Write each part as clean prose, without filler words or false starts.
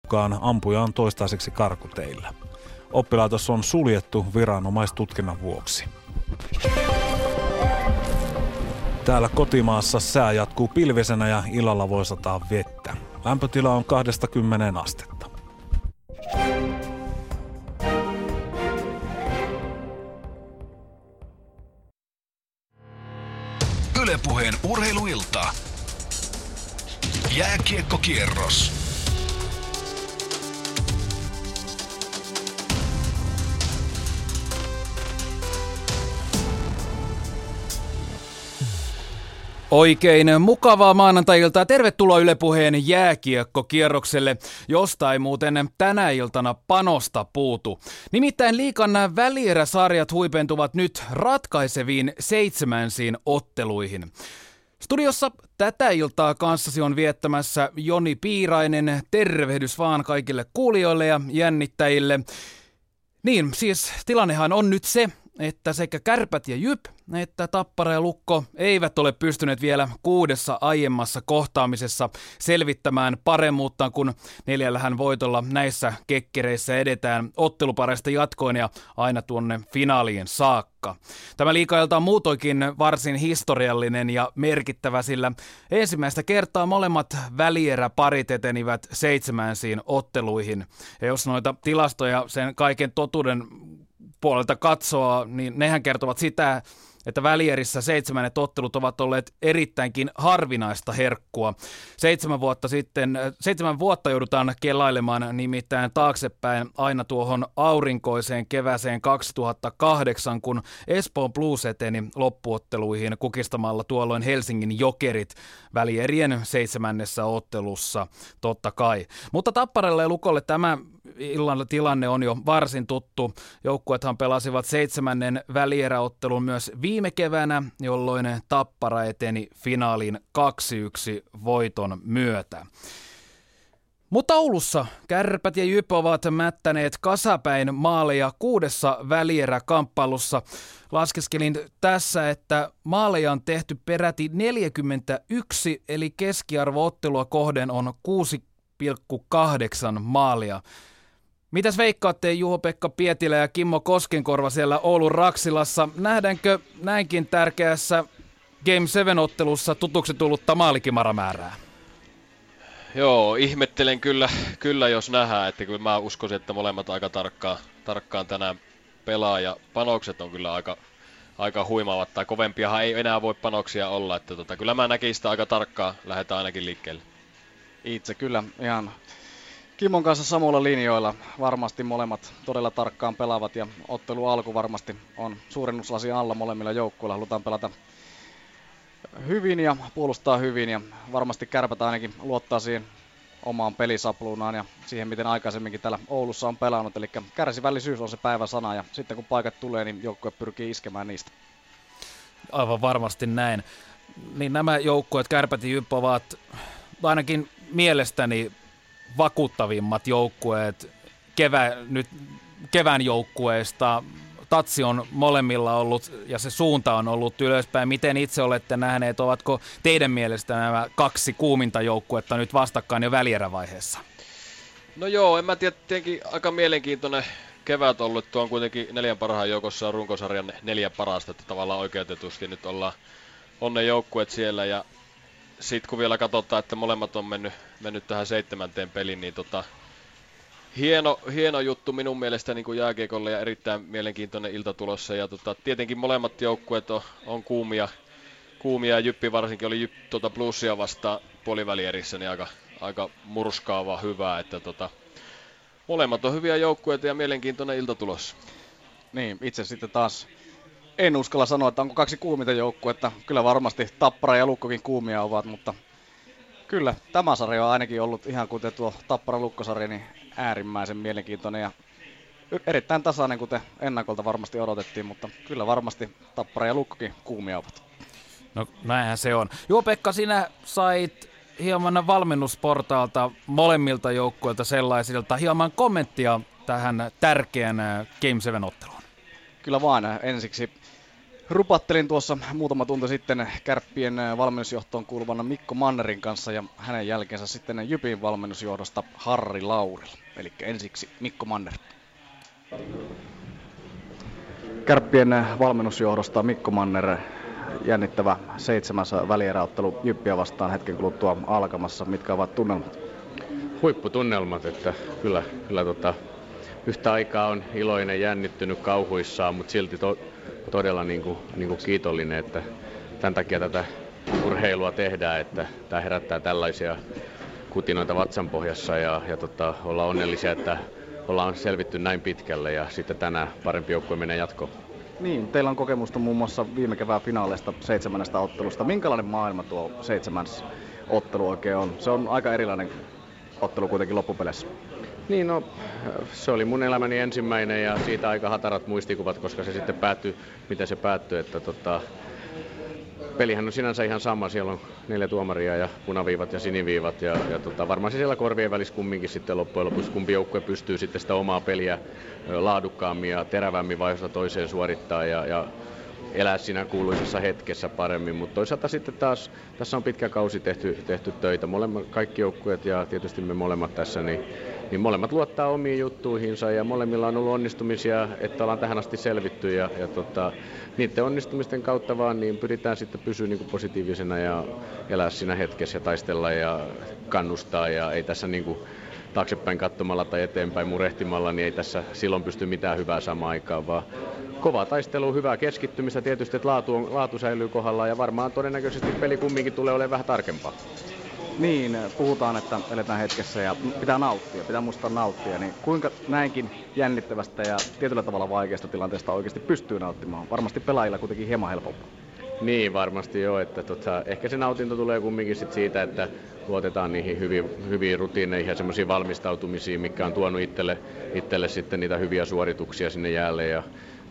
mukaan ampuja on toistaiseksi karkuteillä. Oppilaitos on suljettu viranomaistutkinnan vuoksi. Täällä kotimaassa sää jatkuu pilvisenä ja illalla voi sataa vettä. Lämpötila on 20 astetta. Yle Puheen urheiluilta. Jääkiekkokierros. Oikein mukavaa maanantai-iltaa. Tervetuloa Yle Puheen jääkiekkokierrokselle, josta ei muuten tänä iltana panosta puutu. Nimittäin liigan välieräsarjat huipentuvat nyt ratkaiseviin 7 otteluihin. Studiossa tätä iltaa kanssasi on viettämässä Joni Piirainen. Tervehdys vaan kaikille kuulijoille ja jännittäjille. Niin, siis tilannehan on nyt se, että sekä Kärpät ja Jyp että Tappara ja Lukko eivät ole pystyneet vielä 6 aiemmassa kohtaamisessa selvittämään paremmuuttaan, kun 4 voitolla näissä kekkereissä edetään ottelupareista jatkoin ja aina tuonne finaaliin saakka. Tämä liigailta on muutoinkin varsin historiallinen ja merkittävä, sillä ensimmäistä kertaa molemmat välieräparit etenivät 7 otteluihin. Ja jos noita tilastoja sen kaiken totuuden puolelta katsoa, niin nehän kertovat sitä, että välierissä 7 ottelut ovat olleet erittäinkin harvinaista herkkua. 7 vuotta joudutaan kelailemaan nimittäin taaksepäin aina tuohon aurinkoiseen kevääseen 2008, kun Espoon Blues eteni loppuotteluihin kukistamalla tuolloin Helsingin Jokerit välierien 7. ottelussa, totta kai. Mutta Tapparalle ja Lukolle tämä illan tilanne on jo varsin tuttu. Joukkuethan pelasivat 7. välieräottelun myös viime keväänä, jolloin Tappara eteni finaaliin 2-1 voiton myötä. Mutta Oulussa Kärpät ja Jyp ovat mättäneet kasapäin maaleja 6 välieräkamppailussa. Laskeskelin tässä, että maaleja on tehty peräti 41, eli keskiarvo-ottelua kohden on 6,8 maalia. Mitäs veikkaatte Juho-Pekka Pietilä ja Kimmo Koskenkorva siellä Oulun Raksilassa? Nähdäänkö näinkin tärkeässä Game 7-ottelussa tutuksi tullutta maalikimaramäärää? Joo, ihmettelen kyllä jos nähdään, että kyllä mä uskoisin, että molemmat aika tarkkaan tänään pelaa ja panokset on kyllä aika huimavat tai kovempiahan ei enää voi panoksia olla, että kyllä mä näkisin sitä aika tarkkaan, lähdetään ainakin liikkeelle. Itse kyllä ihan Kimmon kanssa samoilla linjoilla. Varmasti molemmat todella tarkkaan pelaavat ja ottelu alku varmasti on suurennuslasi alla molemmilla joukkueilla. Halutaan pelata hyvin ja puolustaa hyvin ja varmasti Kärpät ainakin luottaa siihen omaan pelisapluunaan ja siihen miten aikaisemminkin täällä Oulussa on pelannut. Eli kärsivällisyys on se päivän sana ja sitten kun paikat tulee, niin joukkue pyrkii iskemään niistä. Aivan varmasti näin. Niin nämä joukkueet, Kärpät ja Jyp, ovat ainakin mielestäni vakuuttavimmat joukkueet kevään joukkueesta. Tatsi on molemmilla ollut ja se suunta on ollut ylöspäin. Miten itse olette nähneet, ovatko teidän mielestä nämä 2 kuuminta joukkuetta nyt vastakkain jo välierävaiheessa? No joo, en mä tiedä, tietenkin aika mielenkiintoinen kevät ollut. Tuo on kuitenkin 4 parhaan joukossa on runkosarjan 4 parasta, että tavallaan oikeutetusti nyt on ne joukkueet siellä ja sitten kun vielä katsotaan, että molemmat on mennyt tähän 7. peliin, niin hieno juttu minun mielestä niin kuin jääkiekolle ja erittäin mielenkiintoinen ilta tulossa. Ja tietenkin molemmat joukkueet on kuumia. Jyppi varsinkin oli Bluesia vastaan puolivälierissä, niin aika murskaava hyvä. Että molemmat on hyviä joukkueita ja mielenkiintoinen ilta tulossa. Niin, itse sitten taas en uskalla sanoa, että onko 2 kuuminta joukkuetta. Kyllä varmasti Tappara ja Lukkokin kuumia ovat, mutta kyllä tämä sarja on ainakin ollut ihan kuten tuo Tappara-Lukkosarja, niin äärimmäisen mielenkiintoinen ja erittäin tasainen, kuten ennakolta varmasti odotettiin, mutta kyllä varmasti Tappara ja Lukkokin kuumia ovat. No näinhän se on. Juho-Pekka, sinä sait hieman valmennusportaalta molemmilta joukkueilta sellaisilta hieman kommenttia tähän tärkeään Game 7-otteluun. Kyllä vaan. Ensiksi Rupattelin tuossa muutama tunti sitten Kärppien valmennusjohtoon kuuluvana Mikko Mannerin kanssa ja hänen jälkeensä sitten Jypin valmennusjohdosta Harri Laurila. Eli ensiksi Mikko Manner. Kärppien valmennusjohdosta Mikko Manner, jännittävä 7. välieräottelu Jyppiä vastaan hetken kuluttua alkamassa. Mitkä ovat tunnelmat? Huipputunnelmat, että kyllä yhtä aikaa on iloinen, jännittynyt, kauhuissaan, mutta silti todella niin kuin kiitollinen, että tämän takia tätä urheilua tehdään, että tämä herättää tällaisia kutinoita vatsanpohjassa ja ollaan onnellisia, että ollaan selvitty näin pitkälle ja sitten tänään parempi joukkue menee jatkoon. Niin, teillä on kokemusta muun muassa viime kevään finaaleista 7. ottelusta. Minkälainen maailma tuo 7. ottelu oikein on? Se on aika erilainen ottelu kuitenkin loppupeleissä. Niin, no se oli mun elämäni ensimmäinen ja siitä aika hatarat muistikuvat, koska se sitten päättyi, miten se päättyi, että pelihän on sinänsä ihan sama, siellä on 4 tuomaria ja punaviivat ja siniviivat ja varmaan siellä korvien välissä kumminkin sitten loppujen lopuksi kumpi joukkue pystyy sitten sitä omaa peliä laadukkaammin ja terävämmin vaiheesta toiseen suorittaa ja elää siinä kuuluisessa hetkessä paremmin, mutta toisaalta sitten taas tässä on pitkä kausi tehty töitä, kaikki joukkueet ja tietysti me molemmat tässä, niin molemmat luottaa omiin juttuihinsa ja molemmilla on ollut onnistumisia, että ollaan tähän asti selvitty ja niiden onnistumisten kautta vaan niin pyritään sitten pysyä niin kuin positiivisena ja elää siinä hetkessä ja taistella ja kannustaa ja ei tässä niin kuin taaksepäin katsomalla tai eteenpäin murehtimalla, niin ei tässä silloin pysty mitään hyvää samaan aikaan, vaan kova taistelu, hyvää keskittymistä tietysti, että laatu säilyy kohdallaan ja varmaan todennäköisesti peli kumminkin tulee olemaan vähän tarkempaa. Niin, puhutaan, että eletään hetkessä ja pitää muistaa nauttia, niin kuinka näinkin jännittävästä ja tietyllä tavalla vaikeasta tilanteesta oikeasti pystyy nauttimaan? Varmasti pelaajilla kuitenkin hieman helpompaa. Niin, varmasti joo, että ehkä se nautinto tulee kumminkin sit siitä, että luotetaan niihin hyviin rutiineihin ja semmoisiin valmistautumisiin, mikä on tuonut itselle sitten niitä hyviä suorituksia sinne jäälle ja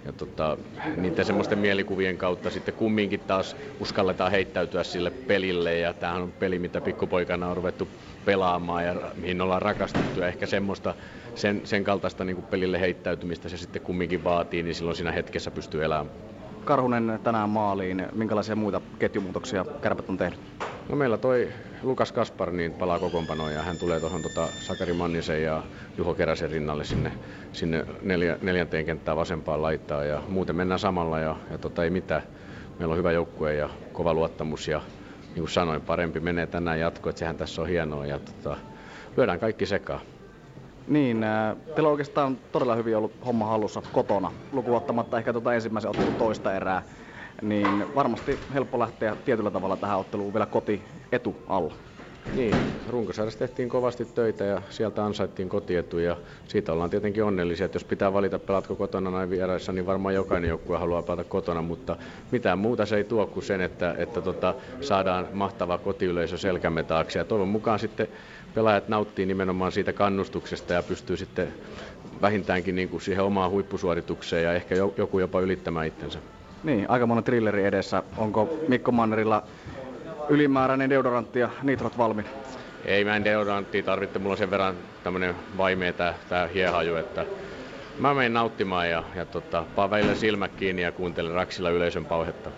niiden semmoisten mielikuvien kautta sitten kumminkin taas uskalletaan heittäytyä sille pelille ja tämähän on peli, mitä pikkupoikana on ruvettu pelaamaan ja mihin ollaan rakastuttu ja ehkä semmoista sen kaltaista niin kuin pelille heittäytymistä se sitten kumminkin vaatii, niin silloin siinä hetkessä pystyy elämään. Karhunen tänään maaliin. Minkälaisia muita ketjumuutoksia Kärpät on tehnyt? No meillä toi Lukas Kaspar niin palaa kokoonpanoon ja hän tulee tuohon Sakari Mannisen ja Juho Keräsen rinnalle sinne 4. kenttään vasempaan laitaan ja muuten mennään samalla ja ei mitään. Meillä on hyvä joukkue ja kova luottamus ja niin kuin sanoin, parempi menee tänään jatkoon, että sehän tässä on hienoa ja lyödään kaikki sekaan. Niin, teillä on oikeastaan todella hyvin ollut homma hallussa kotona, lukuun ottamatta ehkä ensimmäisen ottelun toista erää, niin varmasti helppo lähteä tietyllä tavalla tähän otteluun vielä kotietu alla. Niin, runkosarjassa tehtiin kovasti töitä ja sieltä ansaittiin kotietu ja siitä ollaan tietenkin onnellisia, että jos pitää valita pelatko kotona näin vieraissa, niin varmaan jokainen joukkue haluaa pelata kotona, mutta mitään muuta se ei tuo kuin sen, että saadaan mahtava kotiyleisö selkämme taakse ja toivon mukaan sitten pelaajat nauttii nimenomaan siitä kannustuksesta ja pystyy sitten vähintäänkin niin kuin siihen omaan huippusuoritukseen ja ehkä joku jopa ylittämään itsensä. Niin, aika monen thrilleri edessä. Onko Mikko Mannerilla ylimääräinen deodorantti ja nitrot valmiina? Ei, mä en deodoranttia tarvitse. Mulla on sen verran tämmönen vaimea tää hiehaju, että mä menen nauttimaan ja paan välillä silmät kiinni ja kuuntelen raksilla yleisön pauhetta.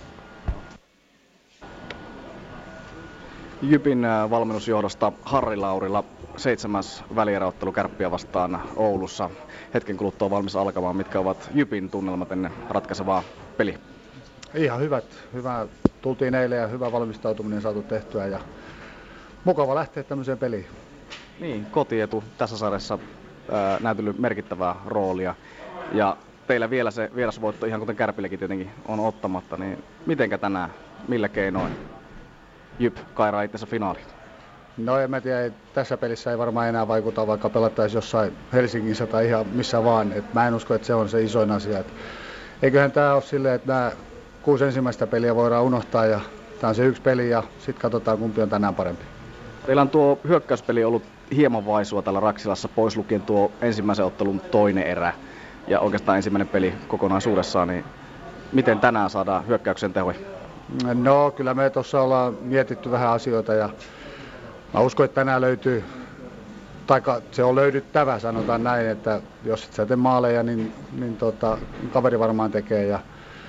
Jypin valmennusjohdosta Harri Laurila, 7. välieräottelu Kärppiä vastaan Oulussa. Hetken kuluttua valmis alkamaan. Mitkä ovat Jypin tunnelmat ennen ratkaisevaa peliä? Ihan hyvät. Hyvä. Tultiin eilen ja hyvä valmistautuminen saatu tehtyä ja mukava lähteä tämmöiseen peliin. Niin, kotietu tässä sarjassa näytellyt merkittävää roolia. Ja teillä vielä se vierasvoitto, ihan kuten Kärpillekin tietenkin, on ottamatta. Niin mitenkä tänään, millä keinoin Jyp kairaa itsensä finaaliin? No en mä tiedä, tässä pelissä ei varmaan enää vaikuta, vaikka pelattaisiin jossain Helsingissä tai ihan missä vaan. Et mä en usko, että se on se isoin asia. Et eiköhän tää ole silleen, että nämä 6 ensimmäistä peliä voidaan unohtaa ja tää on se yksi peli ja sit katsotaan kumpi on tänään parempi. Teillä on tuo hyökkäyspeli ollut hieman vaisua tällä Raksilassa, pois lukien tuo ensimmäisen ottelun toinen erä ja oikeastaan ensimmäinen peli kokonaisuudessaan, niin miten tänään saadaan hyökkäyksen tehoja? No kyllä me tuossa ollaan mietitty vähän asioita ja mä uskon, että tänään löytyy, tai se on löydyttävä, sanotaan näin, että jos et sä tee maaleja, niin kaveri varmaan tekee ja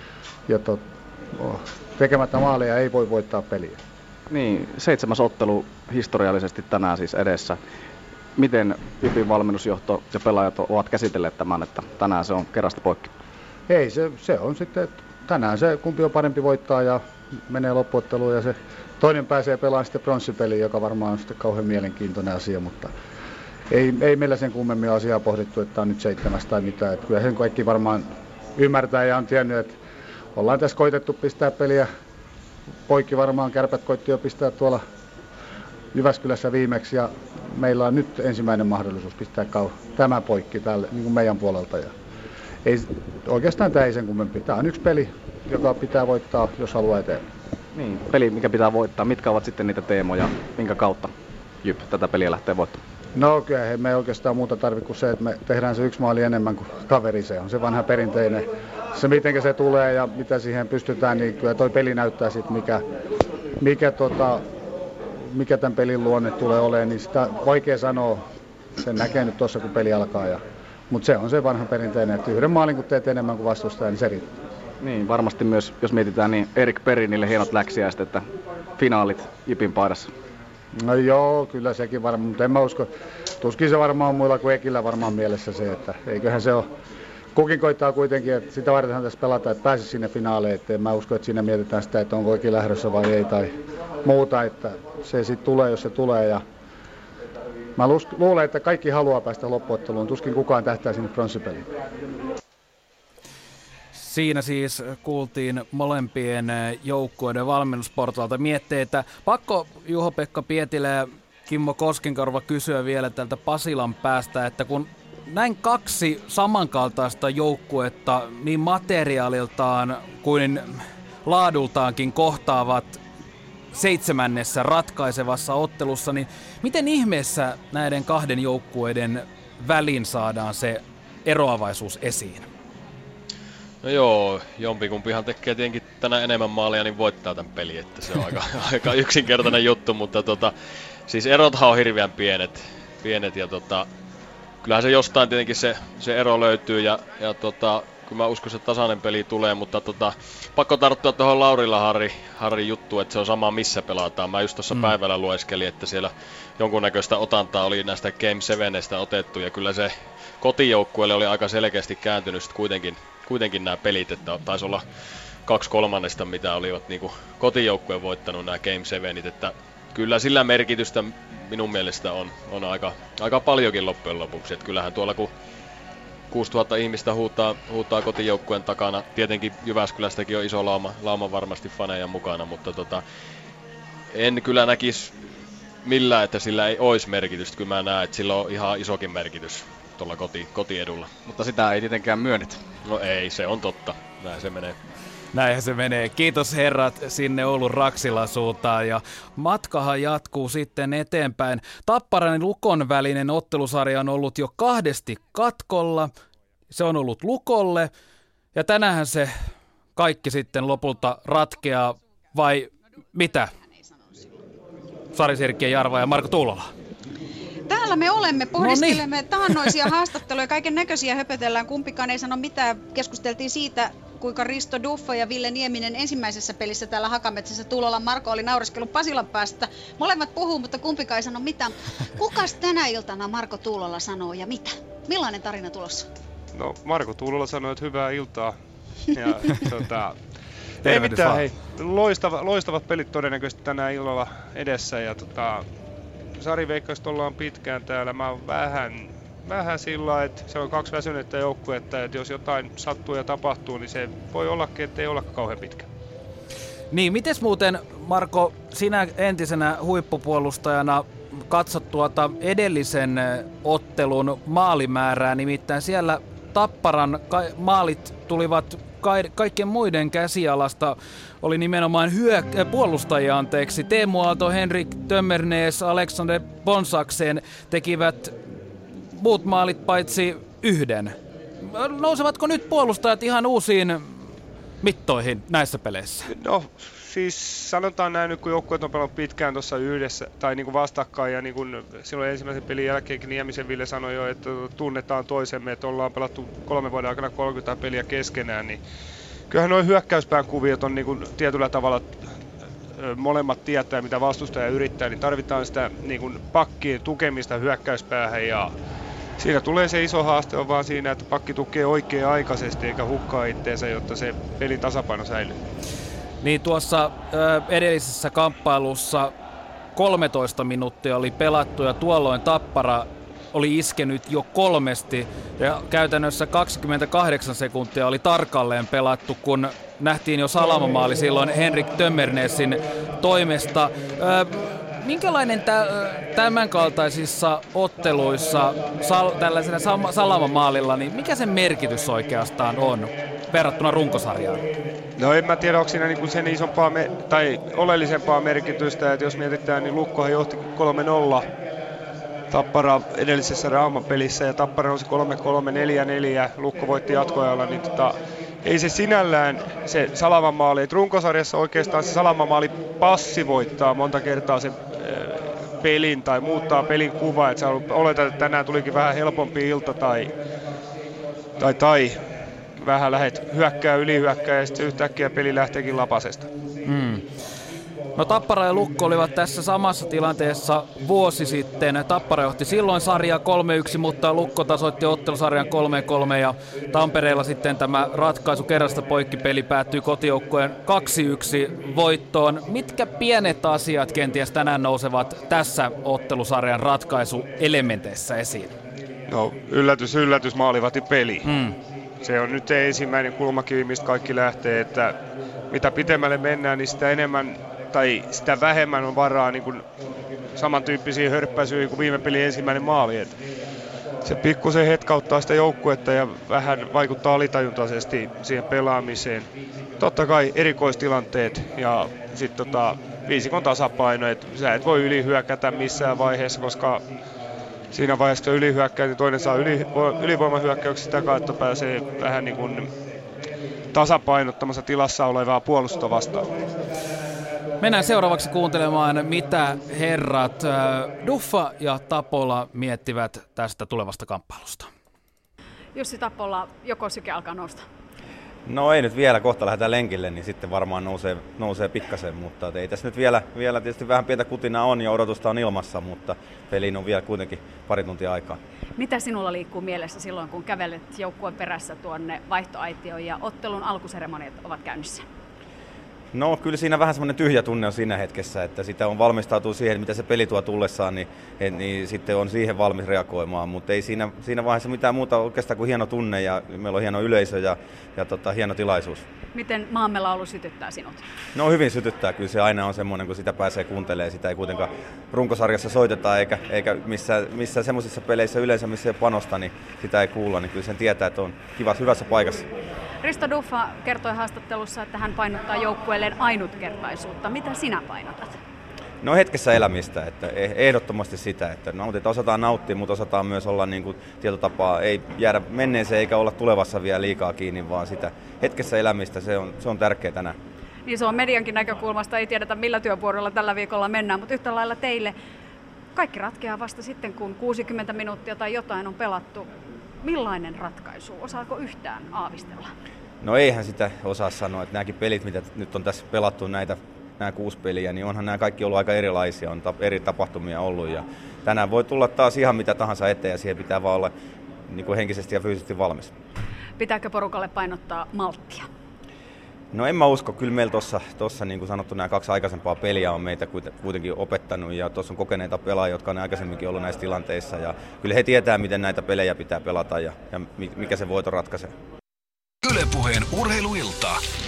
tekemättä maaleja ei voi voittaa peliä. Niin, 7. ottelu historiallisesti tänään siis edessä. Miten Jypin valmennusjohto ja pelaajat ovat käsitelleet tämän, että tänään se on kerrasta poikki? Ei, se on sitten, että tänään se kumpi on parempi voittaa ja menee loppuotteluun ja se toinen pääsee pelaamaan sitten pronssipeliin, joka varmaan on sitten kauhean mielenkiintoinen asia, mutta ei meillä sen kummemmin asiaa pohdittu, että on nyt 7 tai mitään. Että kyllä sen kaikki varmaan ymmärtää ja on tiennyt, että ollaan tässä koitettu pistää peliä poikki, varmaan Kärpät koitti jo pistää tuolla Jyväskylässä viimeksi ja meillä on nyt ensimmäinen mahdollisuus pistää tämä poikki tälle, niin kuin meidän puolelta. Ja oikeastaan tämä ei sen kummempi. Tämä on yksi peli, joka pitää voittaa, jos haluaa eteenpäin. Niin, peli, mikä pitää voittaa. Mitkä ovat sitten niitä teemoja, minkä kautta Jyp tätä peliä lähtee voittamaan? No kyllä, me ei oikeastaan muuta tarvitse kuin se, että me tehdään se 1 maali enemmän kuin kaveri. Se on se vanha perinteinen. Se miten se tulee ja mitä siihen pystytään, niin kyllä toi peli näyttää sitten mikä tämän pelin luonne tulee olemaan, niin sitä vaikea sanoa. Sen näkee nyt tuossa, kun peli alkaa. Mutta se on se vanha perinteinen, että 1 maalin kun teet enemmän kuin vastustaja, niin se riittää. Niin, varmasti myös, jos mietitään, niin Erik Perin hienot läksiäiset, että finaalit Jypin paidassa. No joo, kyllä sekin varmaan, mutta en mä usko. Tuskin se varmaan on muilla kuin Ekillä varmaan mielessä se, että eiköhän se ole. Kukin koittaa kuitenkin, että sitä vartenhan tässä pelataan, että pääsisi sinne finaaleihin. En mä usko, että siinä mietitään sitä, että onko Eki lähdössä vai ei tai muuta, että se sitten tulee, jos se tulee. Ja mä luulen, että kaikki haluaa päästä loppuotteluun, tuskin kukaan tähtää sinne pronssipeliin. Siinä siis kuultiin molempien joukkueiden valmennusportaalta mietteitä. Pakko Juho-Pekka Pietilä ja Kimmo Koskenkorva kysyä vielä tältä Pasilan päästä, että kun näin 2 samankaltaista joukkuetta niin materiaaliltaan kuin laadultaankin kohtaavat 7. ratkaisevassa ottelussa, niin miten ihmeessä näiden 2 joukkueiden välin saadaan se eroavaisuus esiin? No joo, jompikumpihan tekee tietenkin tänään enemmän maalia, niin voittaa tämän pelin, että se on aika yksinkertainen juttu, mutta siis erothan on hirveän pienet ja kyllähän se jostain tietenkin se ero löytyy ja kyllä mä uskon, että tasainen peli tulee, mutta pakko tarttua tuohon Laurila Harri juttuun, että se on sama missä pelataan. Mä just tuossa päivällä lueskelin, että siellä jonkunnäköistä otantaa oli näistä Game 7:stä otettu ja kyllä se kotijoukkueelle oli aika selkeästi kääntynyt kuitenkin nämä pelit, että taisi olla 2/3, mitä olivat niin kotijoukkueen voittanut nämä Game 7, että kyllä sillä merkitystä minun mielestä on aika paljonkin loppujen lopuksi. Että kyllähän tuolla kun 6000 ihmistä huutaa kotijoukkueen takana, tietenkin Jyväskylästäkin on iso lauma varmasti faneja mukana, mutta en kyllä näkisi millään, että sillä ei olisi merkitystä. Kyllä mä näen, että sillä on ihan isokin merkitys tuolla kotiedulla. Mutta sitä ei tietenkään myönnetä. No ei, se on totta. Näin se menee. Näinhän se menee. Kiitos herrat sinne Oulun Raksilan suuntaan ja matkahan jatkuu sitten eteenpäin. Tapparan ja Lukon välinen ottelusarja on ollut jo 2 katkolla. Se on ollut Lukolle ja tänäänhän se kaikki sitten lopulta ratkeaa vai mitä? Sari Sirkki Jarva ja Marko Tuulola. Täällä me olemme, pohdiskelemme taannoisia haastatteluja, kaiken näköisiä höpötellään, kumpikaan ei sano mitään. Keskusteltiin siitä, kuinka Risto Duffa ja Ville Nieminen ensimmäisessä pelissä täällä Hakametsässä Tuulolan Marko oli naureskellut Pasilan päästä. Molemmat puhuu, mutta kumpikaan ei sano mitään. Kukas tänä iltana Marko Tuulola sanoo ja mitä? Millainen tarina tulossa? No Marko Tuulola sanoi, että hyvää iltaa. Ja, ei mitään, hei. Loistavat pelit todennäköisesti tänään illalla edessä ja Sari veikkasi, että ollaan pitkään täällä. Mä oon vähän sillä, että se on 2 väsynyttä joukkuetta, että jos jotain sattuu ja tapahtuu, niin se voi ollakin, että ei olla kauhean pitkä. Niin, mites muuten, Marko, sinä entisenä huippupuolustajana katsot tuota edellisen ottelun maalimäärää, nimittäin siellä Tapparan maalit tulivat kaikkien muiden käsialasta, oli nimenomaan puolustajia, Teemu Aalto, Henrik Tömmernees, Alexander Bonsaksen tekivät muut maalit paitsi 1. Nousevatko nyt puolustajat ihan uusiin mittoihin näissä peleissä? No siis sanotaan näin nyt, kun joukkueet on pelannut pitkään tuossa yhdessä tai niin kuin vastakkain ja niin kuin silloin ensimmäisen pelin jälkeenkin Niemisen Ville sanoi jo, että tunnetaan toisemme, että ollaan pelattu 3 vuoden aikana 30 peliä keskenään, niin kyllähän nuo hyökkäyspään kuviot on niin kuin tietyllä tavalla molemmat tietää, mitä vastustaja yrittää, niin tarvitaan sitä niin kuin pakkien tukemista hyökkäyspäähän ja siinä tulee se iso haaste on vaan siinä, että pakki tukee oikea-aikaisesti eikä hukkaa itteensä, jotta se pelin tasapaino säilyy. Niin tuossa edellisessä kamppailussa 13 minuuttia oli pelattu ja tuolloin Tappara oli iskenyt jo 3 ja käytännössä 28 sekuntia oli tarkalleen pelattu, kun nähtiin jo salamamaali silloin Henrik Tömmernesin toimesta. Minkälainen tämänkaltaisissa otteluissa tällaisena salamamaalilla, niin mikä sen merkitys oikeastaan on verrattuna runkosarjaan? No en mä tiedä, onko siinä niinku sen isompaa tai oleellisempaa merkitystä, että jos mietitään, niin Lukkohan johti 3-0 Tappara edellisessä Rauman pelissä ja Tappara nousi 3-3, 4-4, Lukko voitti jatkoajalla, niin ei se sinällään se salamamaali, että runkosarjassa oikeastaan se salamamaali passivoittaa monta kertaa sen pelin tai muuttaa pelin kuvaa, että sä oletat, että tänään tulikin vähän helpompi ilta tai vähän lähet ylihyökkää ja sitten yhtäkkiä peli lähteekin lapasesta. No Tappara ja Lukko olivat tässä samassa tilanteessa vuosi sitten. Tappara johti silloin sarjaa 3-1, mutta Lukko tasoitti ottelusarjan 3-3 ja Tampereella sitten tämä ratkaisu kerrasta poikkipeli päättyi kotijoukkueen 2-1 voittoon. Mitkä pienet asiat kenties tänään nousevat tässä ottelusarjan ratkaisuelementeissä esiin? No yllätys maalivahtipeli. Se on nyt ensimmäinen kulmakivi, mistä kaikki lähtee, että mitä pitemmälle mennään, niin sitä enemmän tai sitä vähemmän on varaa niin kuin samantyyppisiin hörppäisyihin kuin viime pelin ensimmäinen maali. Että se pikkusen hetkauttaa sitä joukkuetta ja vähän vaikuttaa alitajuntaisesti siihen pelaamiseen. Totta kai erikoistilanteet ja sitten viisikon tasapaino, että sä et voi ylihyökätä missään vaiheessa, koska siinä vaiheessa kun ylihyökkää, niin toinen saa ylivoimahyökkäyksiä sitä kautta pääsee vähän niin kuin tasapainottamassa tilassa olevaa puolustusta vastaan. Mennään seuraavaksi kuuntelemaan, mitä herrat Duffa ja Tapola miettivät tästä tulevasta kamppailusta. Jussi Tapola, joko syke alkaa nousta? No ei nyt vielä, kohta lähdetään lenkille, niin sitten varmaan nousee pikkasen, mutta ei tässä nyt vielä tietysti vähän pientä kutinaa on ja odotusta on ilmassa, mutta peliin on vielä kuitenkin pari tuntia aikaa. Mitä sinulla liikkuu mielessä silloin, kun kävelet joukkueen perässä tuonne vaihtoaitioon ja ottelun alkuseremoniat ovat käynnissä? No kyllä siinä vähän semmoinen tyhjä tunne on siinä hetkessä, että sitä on valmistautunut siihen, mitä se peli tuo tullessaan, niin sitten on siihen valmis reagoimaan, mutta ei siinä vaiheessa mitään muuta oikeastaan kuin hieno tunne ja meillä on hieno yleisö ja hieno tilaisuus. Miten maamme laulu sytyttää sinut? No hyvin sytyttää, kyllä se aina on semmoinen, kun sitä pääsee kuuntelemaan, sitä ei kuitenkaan runkosarjassa soiteta eikä missään semmoisissa peleissä yleensä, missä ei panosta, niin sitä ei kuulla, niin kyllä sen tietää, että on kiva hyvässä paikassa. Risto Duffa kertoi haastattelussa, että hän painottaa joukkueelleen ainutkertaisuutta. Mitä sinä painotat? No hetkessä elämistä, että ehdottomasti sitä, että osataan nauttia, mutta osataan myös olla niin kuin tietotapaa, ei jäädä menneeseen eikä olla tulevassa vielä liikaa kiinni, vaan sitä hetkessä elämistä, se on tärkeää tänään. Niin se on mediankin näkökulmasta, ei tiedetä millä työvuorolla tällä viikolla mennään, mutta yhtä lailla teille kaikki ratkeaa vasta sitten, kun 60 minuuttia tai jotain on pelattu. Millainen ratkaisu? Osaako yhtään aavistella? No eihän sitä osaa sanoa, että nämäkin pelit, mitä nyt on tässä pelattu nämä 6 peliä, niin onhan nämä kaikki ollut aika erilaisia, on eri tapahtumia ollut ja tänään voi tulla taas ihan mitä tahansa eteen ja siihen pitää vaan olla niin kuin henkisesti ja fyysisesti valmis. Pitääkö porukalle painottaa malttia? No en mä usko, kyllä meillä tuossa niin kuin sanottu nämä 2 aikaisempaa peliä on meitä kuitenkin opettanut ja tuossa on kokeneita pelaajia, jotka on aikaisemminkin ollut näissä tilanteissa ja kyllä he tietää, miten näitä pelejä pitää pelata ja mikä se voito ratkaisee. Yle Puheen urheiluilta.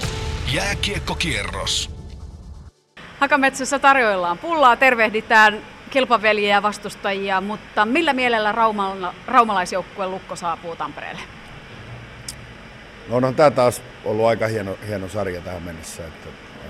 Jääkiekkokierros. Hakametsässä tarjoillaan pullaa, tervehditään kilpaveljiä ja vastustajia, mutta millä mielellä raumalaisjoukkue Lukko saapuu Tampereelle? No onhan tämä taas ollut aika hieno sarja tähän mennessä. Että,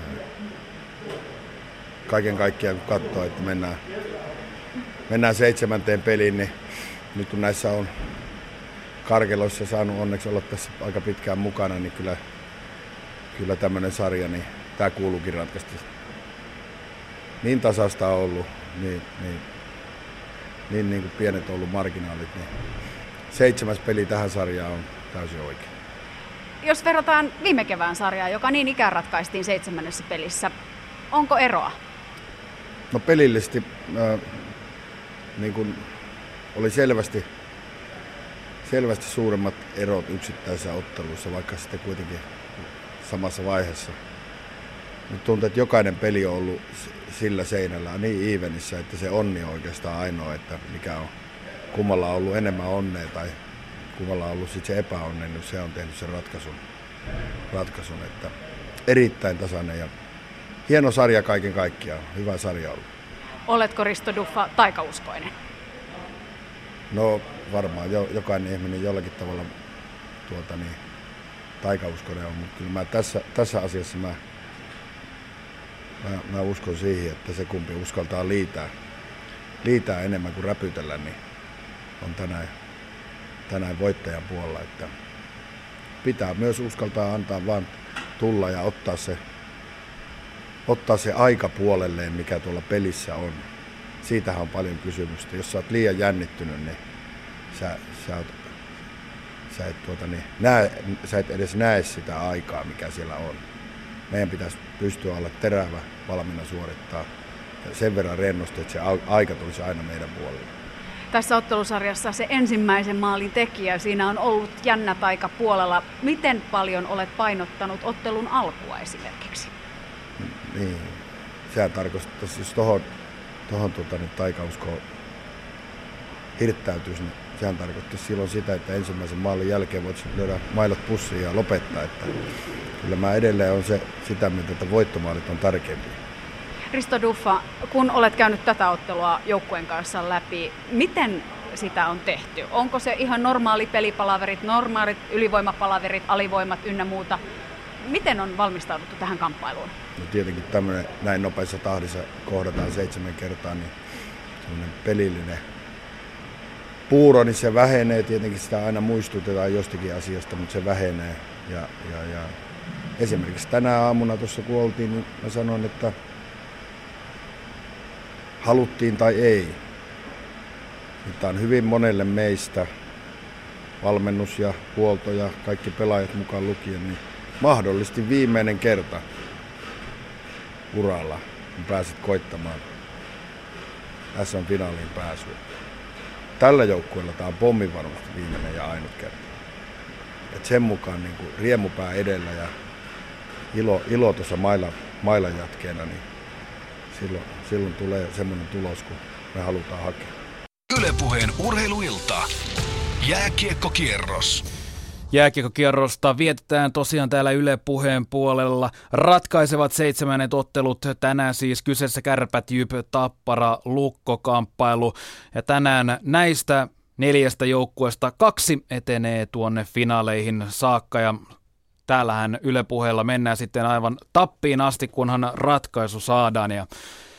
kaiken kaikkiaan kun katsoo, että mennään 7. peliin, niin nyt kun näissä on karkeloissa saanut onneksi olla tässä aika pitkään mukana, niin kyllä tämmöinen sarja, niin tämä kuuluukin ratkaista. Niin tasasta on ollut, niin kuin pienet on ollut marginaalit, niin 7. peli tähän sarjaan on täysin oikein. Jos verrataan viime kevään sarjaa, joka niin ikään ratkaistiin 7. pelissä, onko eroa? No pelillisesti niin kuin oli selvästi suuremmat erot yksittäisissä otteluissa, vaikka sitten kuitenkin samassa vaiheessa. Nyt tuntuu, että jokainen peli on ollut sillä seinällä niin evenissä, että se onni on oikeastaan ainoa, että mikä on kummalla on ollut enemmän onnea tai kummalla on ollut sitten se epäonne, niin se on tehnyt sen ratkaisun, että erittäin tasainen ja hieno sarja kaiken kaikkiaan, hyvä sarja ollut. Oletko Risto Duffa taikauskoinen? No varmaan jokainen ihminen jollakin tavalla taikauskoinen on, mutta kyllä mä tässä asiassa mä uskon siihen, että se kumpi uskaltaa liitää enemmän kuin räpytellä, niin on tänään voittajan puolella, että pitää myös uskaltaa antaa vaan tulla ja ottaa se aika puolelleen, mikä tuolla pelissä on. Siitähän on paljon kysymystä. Jos sä oot liian jännittynyt, niin sä et edes näe sitä aikaa, mikä siellä on. Meidän pitäisi pystyä olla terävä, valmiina suorittaa ja sen verran rennosti, että se aika tulisi aina meidän puolelle. Tässä ottelusarjassa se ensimmäisen maalin tekijä, siinä on ollut jännät aika puolella. Miten paljon olet painottanut ottelun alkua esimerkiksi? Niin, sehän tarkoittaisi, jos tuohon taikauskoon hirttäytyisi, niin sehän tarkoittaisi silloin sitä, että ensimmäisen maalin jälkeen voit lyödä mailat pussiin ja lopettaa. Että kyllä mä edelleen on sitä mieltä, että voittomaalit on tärkeämpiä. Risto Duffa, kun olet käynyt tätä ottelua joukkueen kanssa läpi, miten sitä on tehty? Onko se ihan normaali pelipalaverit, normaalit ylivoimapalaverit, alivoimat ynnä muuta? Miten on valmistauduttu tähän kamppailuun? No tietenkin tämmöinen näin nopeassa tahdissa kohdataan 7 kertaa, niin semmoinen pelillinen puuro, niin se vähenee. Tietenkin sitä aina muistutetaan jostakin asiasta, mutta se vähenee. Ja esimerkiksi tänä aamuna tuossa kun oltiin, niin mä sanoin, että haluttiin tai ei. Tämä on hyvin monelle meistä, valmennus ja huolto ja kaikki pelaajat mukaan lukien, niin mahdollisesti viimeinen kerta uralla, kun pääsit koittamaan SM-finaaliin pääsyä. Tällä joukkueella tämä on pommin varmasti viimeinen ja ainut kerta. Et sen mukaan niin kuin riemupää edellä ja ilo tuossa mailan jatkeena, niin silloin tulee semmoinen tulos, kun me halutaan hakea. Yle Puheen urheiluilta. Jääkiekkokierros. Jääkiekkokierrosta vietetään tosiaan täällä Yle Puheen puolella. Ratkaisevat 7 ottelut. Tänään siis kyseessä Kärpät, JYP, Tappara, Lukko-kamppailu. Ja tänään näistä 4 joukkueesta 2 etenee tuonne finaaleihin saakka. Ja täällähän Yle Puheella mennään sitten aivan tappiin asti, kunhan ratkaisu saadaan. Ja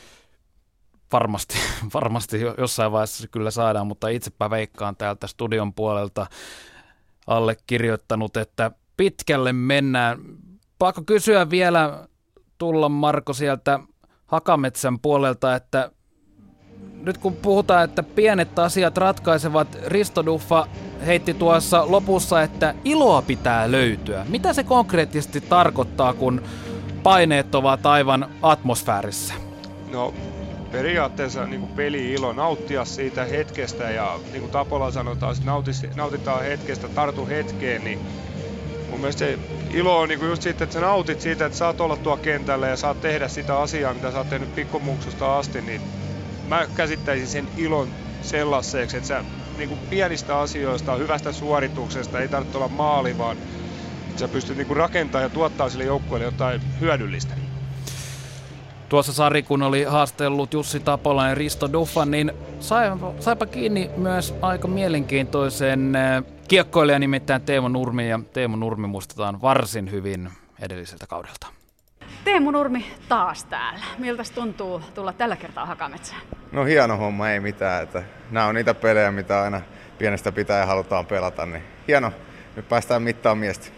varmasti jossain vaiheessa kyllä saadaan, mutta itsepä veikkaan täältä studion puolelta allekirjoittanut, että pitkälle mennään. Pakko kysyä vielä tulla Marko sieltä Hakametsän puolelta, että nyt kun puhutaan, että pienet asiat ratkaisevat, Risto Duffa heitti tuossa lopussa, että iloa pitää löytyä. Mitä se konkreettisesti tarkoittaa, kun paineet ovat aivan atmosfäärissä? No periaatteessa niin kuin peli-ilo, nauttia siitä hetkestä ja niin kuin Tapola sanotaan, että nautitaan hetkestä, tartu hetkeen, niin mun mielestä se ilo on niin kuin just siitä, että sä nautit siitä, että saat olla tuolla kentällä ja saat tehdä sitä asiaa, mitä sä oot tehnyt pikkumuksusta asti, niin mä käsittäisin sen ilon sellaiseksi, että sä niin kuin pienistä asioista, hyvästä suorituksesta, ei tarvitse olla maali, vaan sä pystyt niin kuin rakentamaan ja tuottaa sille joukkueelle jotain hyödyllistä. Tuossa Sari, kun oli haastellut Jussi Tapolan ja Risto Duffan, niin saipa kiinni myös aika mielenkiintoisen kiekkoilijan, nimittäin Teemu Nurmi, ja Teemu Nurmi muistetaan varsin hyvin edelliseltä kaudelta. Teemu Nurmi taas täällä. Miltäs tuntuu tulla tällä kertaa Hakametsään? No hieno homma, ei mitään. Että nämä on niitä pelejä, mitä aina pienestä pitää ja halutaan pelata, niin hieno. Nyt päästään mittaan miestä.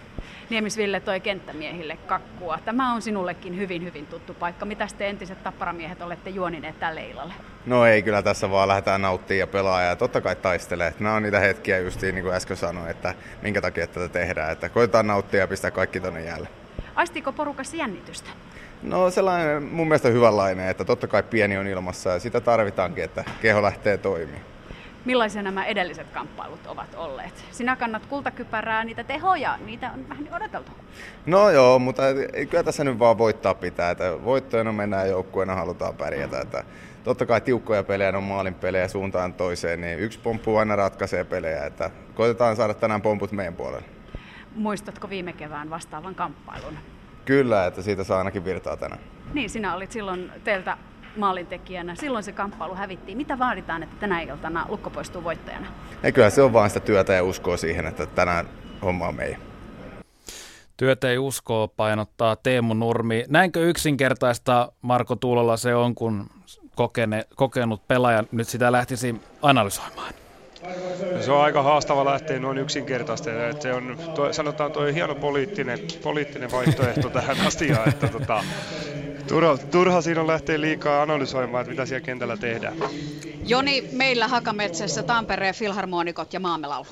Niemisville toi kenttämiehille kakkua. Tämä on sinullekin hyvin, hyvin tuttu paikka. Mitä te entiset tapparamiehet olette juonineet tälle illalle? No ei, kyllä tässä vaan lähdetään nauttimaan ja pelaamaan ja totta kai taistelee. Nämä on niitä hetkiä justiin niin kuin äsken sanoin, että minkä takia tätä tehdään. Että koitetaan nauttia ja pistää kaikki tonne jäälle. Aistiiko porukassa jännitystä? No sellainen mun mielestä hyvänlainen, että totta kai pieni on ilmassa ja sitä tarvitaankin, että keho lähtee toimimaan. Millaisia nämä edelliset kamppailut ovat olleet? Sinä kannat kultakypärää, niitä tehoja, niitä on vähän odoteltu. No joo, mutta kyllä tässä nyt vaan voittaa pitää. Että voittojana mennään joukkueena, halutaan pärjätä. Että totta kai tiukkoja pelejä, on maalin pelejä suuntaan toiseen, niin yksi pomppu aina ratkaisee pelejä. Että koitetaan saada tänään pomput meidän puolelle. Muistatko viime kevään vastaavan kamppailun? Kyllä, että siitä saa ainakin virtaa tänään. Niin, sinä olit silloin teiltä maalintekijänä. Silloin se kamppailu hävittiin. Mitä vaaditaan, että tänä iltana Lukko poistuu voittajana? Ei, kyllä se on vaan sitä työtä ja uskoa siihen, että tänään homma on meidän. Työtä ei uskoa, painottaa Teemu Nurmi. Näinkö yksinkertaista, Marko Tuulola, se on, kun kokenut pelaaja nyt sitä lähtisi analysoimaan? Se on aika haastava lähteä noin yksinkertaisesti. Se on, sanotaan, tuo hieno poliittinen vaihtoehto tähän asiaan. Että turha siinä on lähteä liikaa analysoimaan, että mitä siellä kentällä tehdään. Joni, meillä Hakametsässä Tampereen Filharmonikot ja Maamelaulu.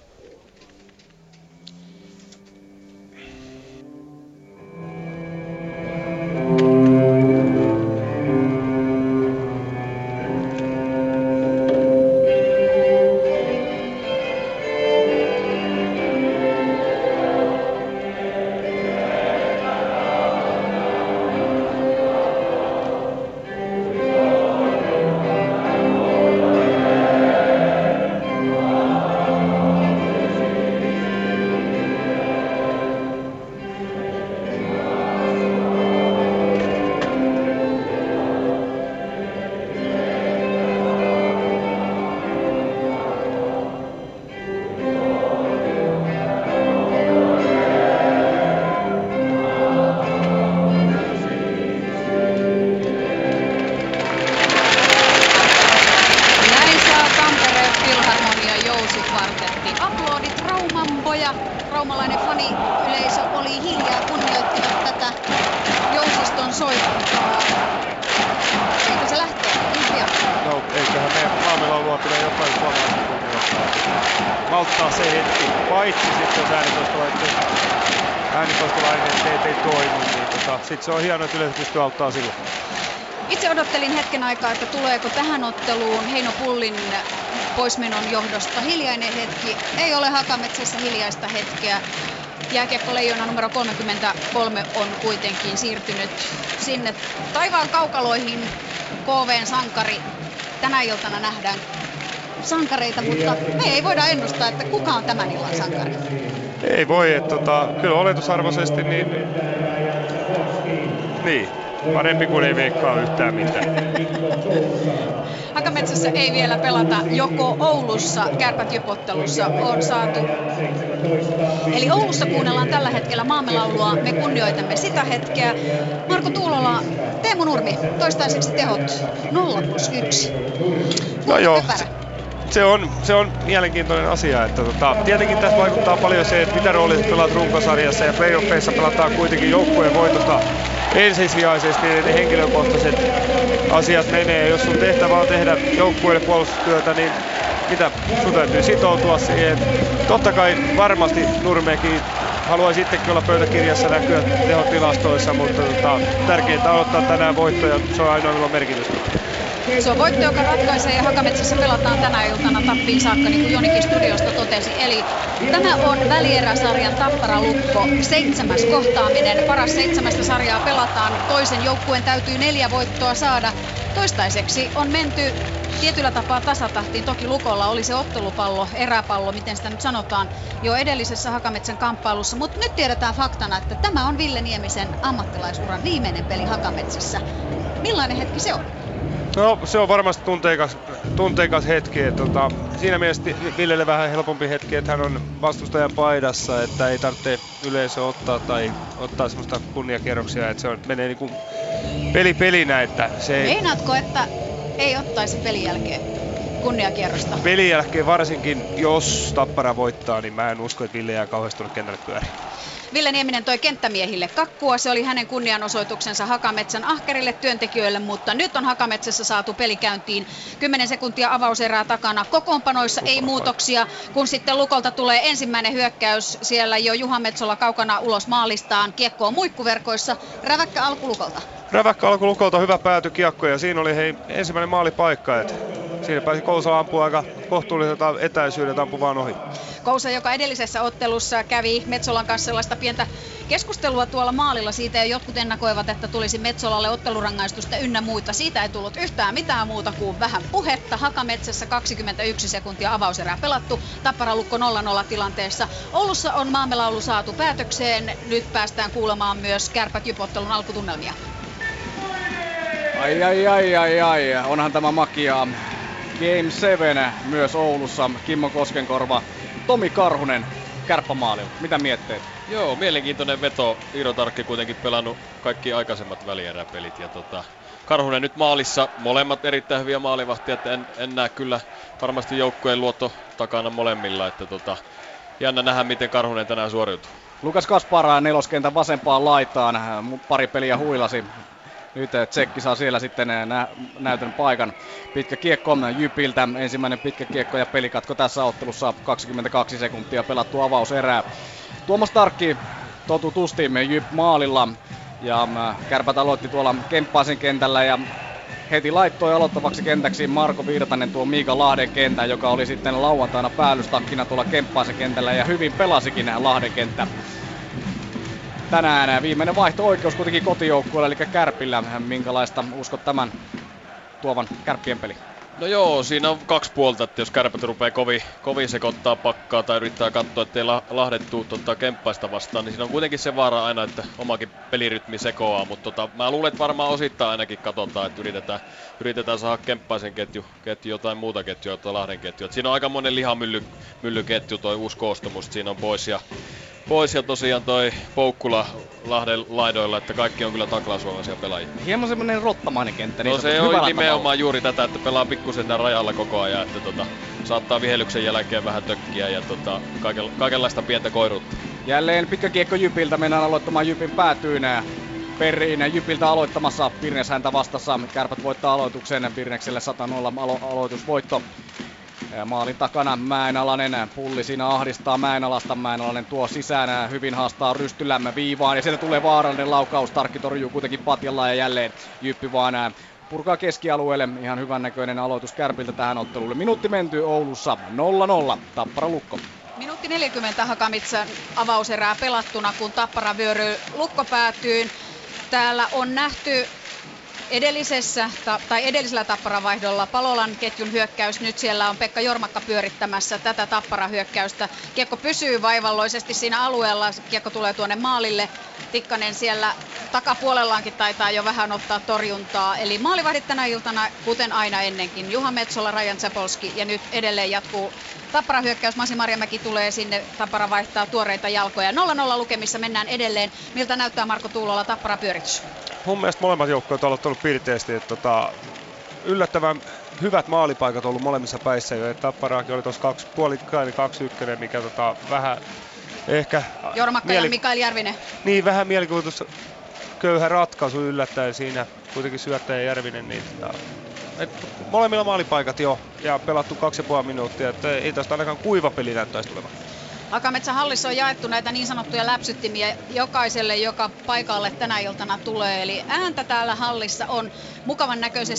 Raumalainen faniyleisö oli hiljaa, kunnioittivat tätä jousiston soittoa. Eikö se lähtee? Pian. No, eiköhän meidän maamelaulua pidä jokainen suomalaisen kunnioittaa. Malttaa se hetki, paitsi sitten jos äänikoskelainen ei toimi, niin sitten se on hienoa, että yleensä pystyy auttaa silloin. Itse odottelin hetken aikaa, että tuleeko tähän otteluun Heino Pullin poismenon johdosta hiljainen hetki. Ei ole Hakametsässä hiljaista hetkeä. Jääkiekko-leijona numero 33 on kuitenkin siirtynyt sinne taivaan kaukaloihin. KV:n sankari. Tänä iltana nähdään sankareita, mutta me ei voida ennustaa, että kuka on tämän illan sankari. Ei voi, että kyllä oletusarvoisesti niin, parempi kuin ei veikkaa yhtään mitään. Hakametsässä ei vielä pelata, joko Oulussa Kärpät-Jyp-ottelussa on saatu. Eli Oulussa kuunnellaan tällä hetkellä maamelaulua, me kunnioitamme sitä hetkeä. Marko Tuulola, Teemu Nurmi, toistaiseksi tehot 0+1. No joo, se on mielenkiintoinen asia. Että tietenkin tässä vaikuttaa paljon se, että mitä roolia pelaat runkosarjassa ja playoffeissa pelataan kuitenkin joukkueen voitosta ensisijaisesti, eli ne henkilökohtaiset asiat menee. Jos sun tehtävä on tehdä joukkueelle puolustustyötä, niin mitä sun täytyy sitoutua siihen. Totta kai varmasti Nurmekin haluaisi itsekin olla pöytäkirjassa näkyä tehotilastoissa, mutta tärkeintä on ottaa tänään voitto ja se on ainoa milloin merkitystä. Se on voitto, joka ratkaisee ja Hakametsässä pelataan tänä iltana tappiin saakka, niin kuin Jonikin studiosta totesi. Eli tämä on välieräsarjan Tappara-Lukko 7. kohtaaminen. Paras 7 sarjaa pelataan. Toisen joukkueen täytyy 4 voittoa saada. Toistaiseksi on menty tietyllä tapaa tasatahtiin. Toki Lukolla oli se ottelupallo, eräpallo, miten sitä nyt sanotaan, jo edellisessä Hakametsän kamppailussa. Mutta nyt tiedetään faktana, että tämä on Ville Niemisen ammattilaisuran viimeinen peli Hakametsässä. Millainen hetki se on? No, se on varmasti tunteikas hetki. Siinä mielessä Villelle vähän helpompi hetki, että hän on vastustajan paidassa, että ei tarvitse yleisö ottaa semmoista kunniakierroksia, että se menee niin kuin pelinä, että se ei... Meinaatko, että ei ottaisi pelin jälkeen kunniakierrosta? Pelin jälkeen varsinkin, jos Tappara voittaa, niin mä en usko, että Ville jää kauheasti tuonne kentälle pyöriin. Ville Nieminen toi kenttämiehille kakkua. Se oli hänen kunnianosoituksensa Hakametsän ahkerille työntekijöille, mutta nyt on Hakametsässä saatu pelikäyntiin. 10 sekuntia avauserää takana. Kokoonpanoissa ei muutoksia, kun sitten Lukolta tulee ensimmäinen hyökkäys. Siellä jo Juha Metsola kaukana ulos maalistaan. Kiekko on muikkuverkoissa. Räväkkä alku Lukolta. Räväkkä alku Lukolta, hyvä pääty kiekko ja siinä oli ensimmäinen maalipaikka. Siinä pääsi Kousa ampua aika kohtuulliselta etäisyydeltä, ampui vaan ohi. Kousa, joka edellisessä ottelussa kävi Metsolan kanssa sellaista pientä keskustelua tuolla maalilla siitä, ja jotkut ennakoivat, että tulisi Metsolalle ottelurangaistusta ynnä muita. Siitä ei tullut yhtään mitään muuta kuin vähän puhetta. Hakametsässä 21 sekuntia avauserää pelattu. Tappara Lukko 0-0 tilanteessa. Oulussa on maamelaulu saatu päätökseen. Nyt päästään kuulemaan myös Kärpät Jyp-ottelun alkutunnelmia. Ai. Onhan tämä makia. Game 7 myös Oulussa. Kimmo Koskenkorva, Tomi Karhunen kärppämaalilla. Mitä mietteet? Joo, mielenkiintoinen veto. Iiro Tarkki kuitenkin pelannut kaikki aikaisemmat välieräpelit. Ja Karhunen nyt maalissa. Molemmat erittäin hyviä maalivahtia. En näe kyllä varmasti joukkueen luotto takana molemmilla. Että jännä nähdä, miten Karhunen tänään suoriutuu. Lukas Kaspara neloskentän vasempaan laitaan. Pari peliä huilasi. Nyt Tsekki saa siellä sitten näytön paikan. Pitkä kiekko Jypiltä. Ensimmäinen pitkä kiekko ja pelikatko tässä ottelussa. 22 sekuntia pelattu avauserää. Tuomas Tarkki totutusti Jyp maalilla. Ja Kärpät aloitti tuolla Kemppaisen kentällä ja heti laittoi aloittavaksi kentäksi Marko Virtanen tuo Miika Lahden kentän, joka oli sitten lauantaina päällystakkina tuolla Kemppaisen kentällä ja hyvin pelasikin Lahden kenttä. Tänään viimeinen vaihto-oikeus kuitenkin kotijoukkueella, eli Kärpillä. Minkälaista uskot tämän tuovan Kärppien peli? No joo, siinä on kaksi puolta, että jos Kärpät rupeaa kovin sekoittaa pakkaa tai yrittää katsoa, ettei Lahdet tuu Kemppaista vastaan, niin siinä on kuitenkin se vaara aina, että omakin pelirytmi sekoaa, mutta mä luulen, että varmaan osittain ainakin katsotaan, että yritetään saada Kemppaisen ketju jotain muuta ketjua, jotain Lahden ketjua. Siinä on aika monen lihamyllyketju, toi uusi koostumus, siinä on pois ja tosiaan toi Poukkula Lahden laidoilla, että kaikki on kyllä taklausvoimaisia pelaajia. Hieman semmonen rottamainen kenttä. No se on nimenomaan juuri tätä, että pelaa pikkusen tämän rajalla koko ajan, että saattaa vihelyksen jälkeen vähän tökkiä ja kaikenlaista pientä koiruutta. Jälleen pitkä kiekko Jypiltä, mennään aloittamaan Jypin päätyyn. Perin Jypiltä aloittamassa, Pirnes häntä vastassa. Kärpät voittaa aloituksen, Pirnekselle 100-0 aloitusvoitto. Maalin takana Mäenalainen, pulli siinä ahdistaa Mäenalasta, Mäenalainen tuo sisään, hyvin haastaa Rystylämmä viivaan ja sieltä tulee vaarallinen laukaus, Tarkki torjuu kuitenkin patjalla ja jälleen Jyppi vaan purkaa keskialueelle, ihan hyvän näköinen aloitus Kärpiltä tähän ottelulle. Minuutti menty Oulussa 0-0, Tappara Lukko. Minuutti 40 Hakametsän avauserää pelattuna, kun Tappara vyöryy Lukko päätyyn. Täällä on nähty edellisellä Tappara-vaihdolla Palolan ketjun hyökkäys. Nyt siellä on Pekka Jormakka pyörittämässä tätä Tappara-hyökkäystä. Kiekko pysyy vaivalloisesti siinä alueella. Kiekko tulee tuonne maalille. Tikkanen siellä takapuolellaankin taitaa jo vähän ottaa torjuntaa. Eli maalivahdit tänä iltana, kuten aina ennenkin. Juha Metsola, Rajan Zapolski ja nyt edelleen jatkuu Tappara-hyökkäys. Masi Marjamäki tulee sinne. Tappara vaihtaa tuoreita jalkoja. 0-0 lukemissa mennään edelleen. Miltä näyttää Marko Tuulola Tappara-pyöritys? Mun mielestä molemmat joukkueet ovat ollut pirteästi. Yllättävän hyvät maalipaikat on ollut molemmissa päissä. Tapparaakin oli tuossa 2-1, mikä vähän ehkä... Jormakka ja Mikael Järvinen. Niin, vähän mielikuvitus köyhä ratkaisu yllättäen siinä. Kuitenkin Syöttäjä ja Järvinen. Niin, molemmilla maalipaikat jo ja pelattu 2,5 minuuttia. Että ei tästä ainakaan kuiva peli näyttäisi tulevan. Hakametsän hallissa on jaettu näitä niin sanottuja läpsyttimiä jokaiselle, joka paikalle tänä iltana tulee. Eli ääntä täällä hallissa on. Mukavan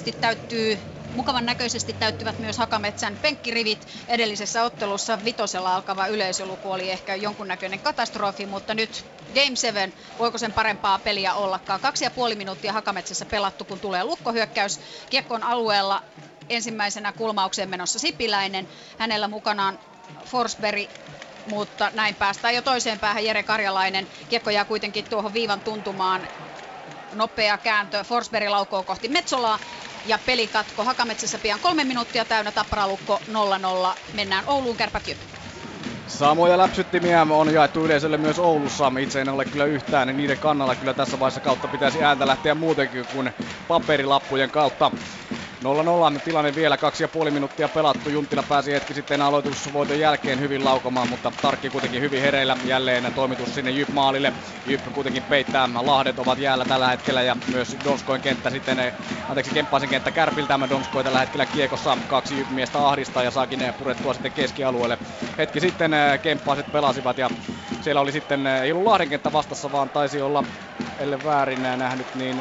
näköisesti täyttyvät myös Hakametsän penkkirivit. Edellisessä ottelussa 5 alkava yleisöluku oli ehkä jonkunnäköinen katastrofi, mutta nyt Game 7, voiko sen parempaa peliä ollakaan. 2,5 minuuttia Hakametsässä pelattu, kun tulee lukkohyökkäys. Kiekkon alueella ensimmäisenä kulmaukseen menossa Sipiläinen. Hänellä mukanaan Forsberg. Mutta näin päästään jo toiseen päähän Jere Karjalainen. Kiekko jää kuitenkin tuohon viivan tuntumaan. Nopea kääntö. Forsberg laukoo kohti Metsolaa. Ja pelikatko Hakametsässä pian 3 minuuttia täynnä. Tappara Lukko 0-0. Mennään Ouluun, Kärpät Jyp. Samoja läpsyttimiä on jaettu yleisölle myös Oulussa. Itse en ole kyllä yhtään niiden kannalla. Kyllä tässä vaiheessa kautta pitäisi ääntä lähteä muutenkin kuin paperilappujen kautta. 0-0 tilanne vielä, 2,5 minuuttia pelattu. Junttila pääsi hetki sitten aloitusvoiton jälkeen hyvin laukomaan, mutta Tarkki kuitenkin hyvin hereillä. Jälleen toimitus sinne Jyp maalille. Jyp kuitenkin peittää, Lahdet ovat jäällä tällä hetkellä ja myös Donskoin kenttä sitten, Kemppaisen kenttä Kärpiltä. Donskoi tällä hetkellä kiekossa, 2 Jyp-miestä ahdistaa ja saakin ne purettua sitten keskialueelle. Hetki sitten Kemppaiset pelasivat ja siellä oli sitten, ei ollut Lahden kenttä vastassa, vaan taisi olla, ellen väärin nähnyt, niin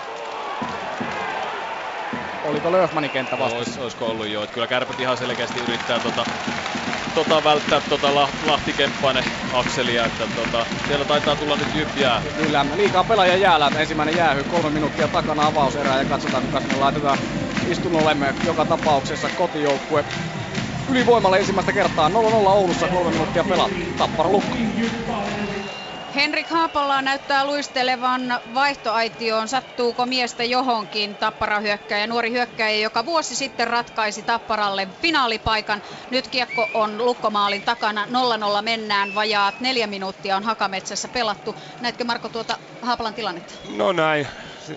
oliko Löfmanin kenttä vastassa? Olisiko ollut jo, että kyllä Kärpät ihan selkeästi yrittää välttää Lahti-Kemppainen akselia, että siellä taitaa tulla nyt Jyp jää. Kyllä, liikaa pelaajia jäällä, ensimmäinen jäähy, 3 minuuttia takana avauserää ja katsotaan kuka sinne laitetaan istunnollemme. Joka tapauksessa kotijoukkue ylivoimalla ensimmäistä kertaa, 0-0 Oulussa, 3 minuuttia pelattu, Tappara Lukko. Henrik Haapala näyttää luistelevan vaihtoaitioon. Sattuuko miestä johonkin? Tappara hyökkääjä, nuori hyökkääjä, joka vuosi sitten ratkaisi Tapparalle finaalipaikan. Nyt kiekko on Lukkomaalin takana. 0-0 mennään. Vajaat 4 minuuttia on Hakametsässä pelattu. Näetkö Marko tuota Haapalan tilannetta? No näin.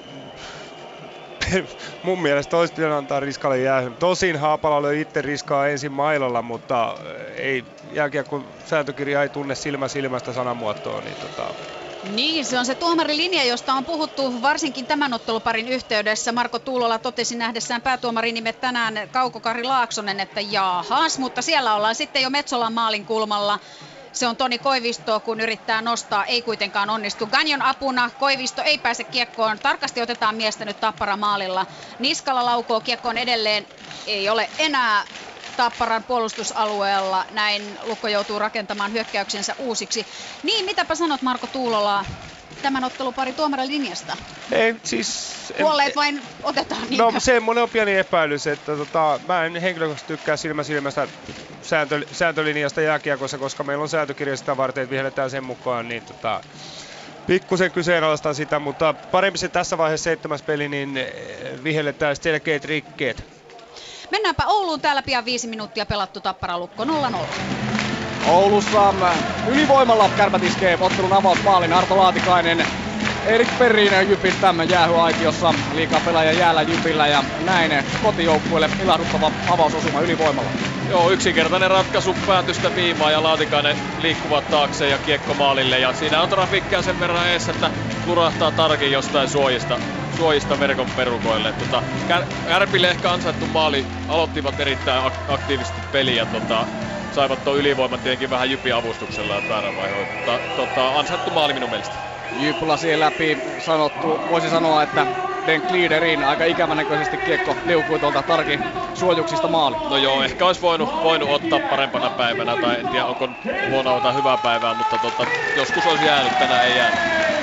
Mun mielestä olisi pitänyt antaa Riskalle jäähy. Tosin Haapala löi itse Riskaa ensin mailalla, mutta ei jääkiekko sääntökirja ei tunne silmä silmästä sanamuotoa. Niin, se on se tuomarilinja, josta on puhuttu varsinkin tämän otteluparin yhteydessä. Marko Tuulola totesi nähdessään päätuomarinimet tänään Kauko-Kari Laaksonen, että jaahas, mutta siellä ollaan sitten jo Metsolan maalin kulmalla. Se on Toni Koivisto, kun yrittää nostaa, ei kuitenkaan onnistu. Gagnon apuna, Koivisto ei pääse kiekkoon. Tarkasti otetaan miestä nyt Tappara maalilla. Niskala laukoo kiekkoon edelleen, ei ole enää Tapparan puolustusalueella. Näin Lukko joutuu rakentamaan hyökkäyksensä uusiksi. Niin, mitäpä sanot Marko Tuulola tämän ottelupari tuomarilinjasta? Ei, siis... Kuolleet vain otetaan niitä. No semmoinen on pieni epäilys, että mä en henkilökohtaisesti tykkää silmästä sääntölinjasta jääkiekossa, koska meillä on sääntökirja sitä varten, että vihelletään sen mukaan, niin pikkusen kyseenalaistaan sitä, mutta parempi se tässä vaiheessa 7. peli, niin vihelletään selkeät rikkeet. Mennäänpä Ouluun, täällä pian 5 minuuttia pelattu, Tappara Lukko 0-0. Oulussa ylivoimalla Kärpät iskee ottelun avausmaalin. Arto Laatikainen Erik Perrin Jypistä jäähyaitiossa, liikaa pelaaja jäällä Jypillä ja näin kotijoukkueelle ilahduttava avausosuma ylivoimalla. Joo, yksinkertainen ratkaisu, päätystä viimaa ja Laatikainen liikkuvat taakse ja kiekko maalille. Ja siinä on trafikkia sen verran eessä, että lurahtaa Tarkin jostain suojista verkon perukoille. Kärpille ehkä ansaittu maali, aloittivat erittäin aktiivisesti peliä. Saivat tuon ylivoiman tietenkin vähän Jypin avustuksella ja vääränvaihoin, mutta ansaittu maali minun mielestä. Jyp lasien läpi sanottu, voisi sanoa, että Den Gliederin aika ikävän näköisesti kiekko liukui tuolta Tarkin suojuksista maali. No joo, ehkä olisi voinut ottaa parempana päivänä, tai en tiedä onko huono ottaa hyvää päivää, mutta joskus olisi jäänyt, tänään ei jäänyt.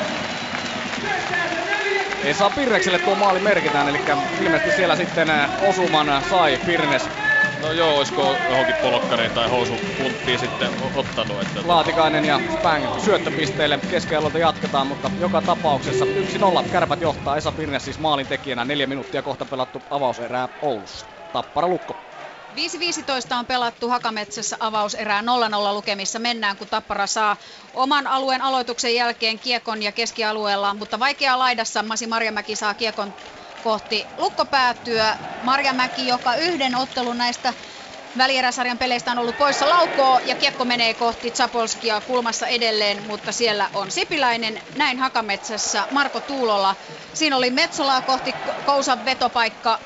Esa Pirnekselle tuo maali merkitään, eli ilmeisesti siellä sitten osuman sai Pirnes. No joo, olisiko johonkin polkkariin tai housupunttiin sitten ottanut. Laatikainen ja Spang syöttöpisteille, keskialueelta jatketaan, mutta joka tapauksessa 1-0 Kärpät johtaa. Esa Pirnes siis maalin tekijänä, 4 minuuttia kohta pelattu avauserää Oulussa. Tappara Lukko. 5.15 on pelattu Hakametsässä avauserää 0-0 lukemissa. Mennään, kun Tappara saa oman alueen aloituksen jälkeen kiekon ja keskialueella, mutta vaikeaa laidassa Masi Marjamäki saa kiekon kohti lukkopäätyä. Marjamäki, joka yhden ottelun näistä välieräsarjan peleistä on ollut poissa, laukoo ja kiekko menee kohti Zapolskia kulmassa edelleen, mutta siellä on Sipiläinen. Näin Hakametsässä Marko Tuulola. Siinä oli Metsolaa kohti Kousan vetopaikka.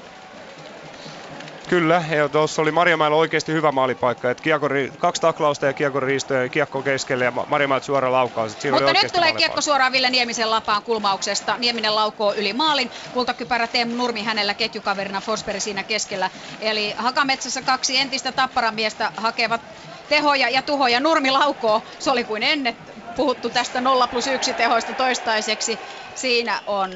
Kyllä, ja tuossa oli Marjamäellä oikeasti hyvä maalipaikka. Että 2 taklausta ja kiekon riisto ja kiekko keskelle ja Marjamäeltä suora laukaus. Mutta nyt tulee kiekko suoraan Ville Niemisen lapaan kulmauksesta. Nieminen laukoo yli maalin. Kultakypärä Teemu Nurmi hänellä ketjukaverina, Forsberg siinä keskellä. Eli Hakametsässä 2 entistä Tapparamiestä hakevat tehoja ja tuhoja. Nurmi laukoo, se oli kuin ennen puhuttu tästä 0+1 tehoista toistaiseksi. Siinä on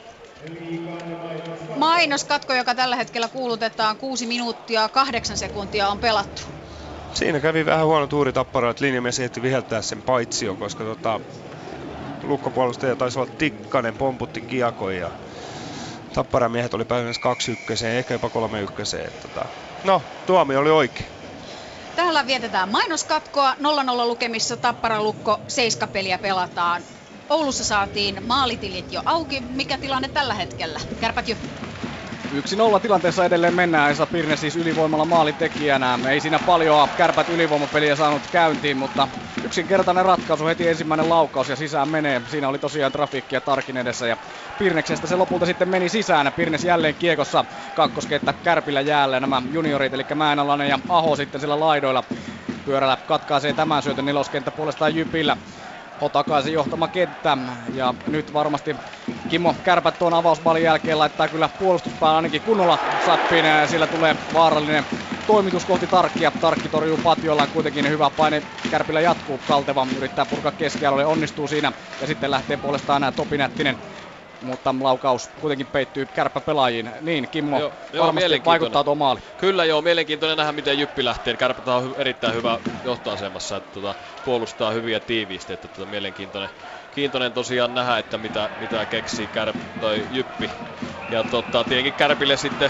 mainoskatko, joka tällä hetkellä kuulutetaan. 6 minuuttia 8 sekuntia on pelattu. Siinä kävi vähän huono tuuri Tappara, että linjamies ehti viheltää sen paitsio, koska lukkopuolustaja taisi olla Tikkanen, pomputti kiekon ja Tapparan miehet oli pääsemässä 2-1, ehkä jopa 3-1. No, tuomio oli oikein. Täällä vietetään mainoskatkoa. 0-0 lukemissa Tappara Lukko 7 peliä pelataan. Oulussa saatiin maalitilit jo auki. Mikä tilanne tällä hetkellä? Kärpät Jyp. 1-0 tilanteessa edelleen mennään. Esa Pirne siis ylivoimalla maalintekijänä. Ei siinä paljoa Kärpät ylivoimapeliä saanut käyntiin, mutta yksinkertainen ratkaisu, heti ensimmäinen laukaus ja sisään menee. Siinä oli tosiaan Trafikki ja Tarkin edessä ja Pirneksestä se lopulta sitten meni sisään. Pirnes jälleen kiekossa, kakkoskenttä Kärpillä jäällä. Nämä juniorit eli Mäenalainen ja Aho sitten sillä laidoilla. Pyörällä katkaisee tämän syötön, neloskenttä puolestaan Jypillä. Takaisin johtama kenttä ja nyt varmasti Kimmo Kärpät tuon avausmaalin jälkeen laittaa kyllä puolustuspään ainakin kunnolla sappiin. Sillä tulee vaarallinen toimitus kohti Tarkkia. Tarkki torjuu patjollaan, kuitenkin hyvä paine Kärpillä jatkuu. Kalteva yrittää purkaa keskialueelle, onnistuu siinä ja sitten lähtee puolestaan Topi Nättinen. Mutta laukaus kuitenkin peittyy kärppäpelaajiin. Niin, Kimmo, varmasti vaikuttaa tuo maali. Kyllä joo, mielenkiintoinen nähdä miten Jyppi lähtee. Kärpät on erittäin hyvä johtoasemassa, että puolustaa hyvin ja tiiviisti. Että mielenkiintoinen tosiaan nähdä, että mitä keksii Jyppi. Ja tietenkin Kärpille sitten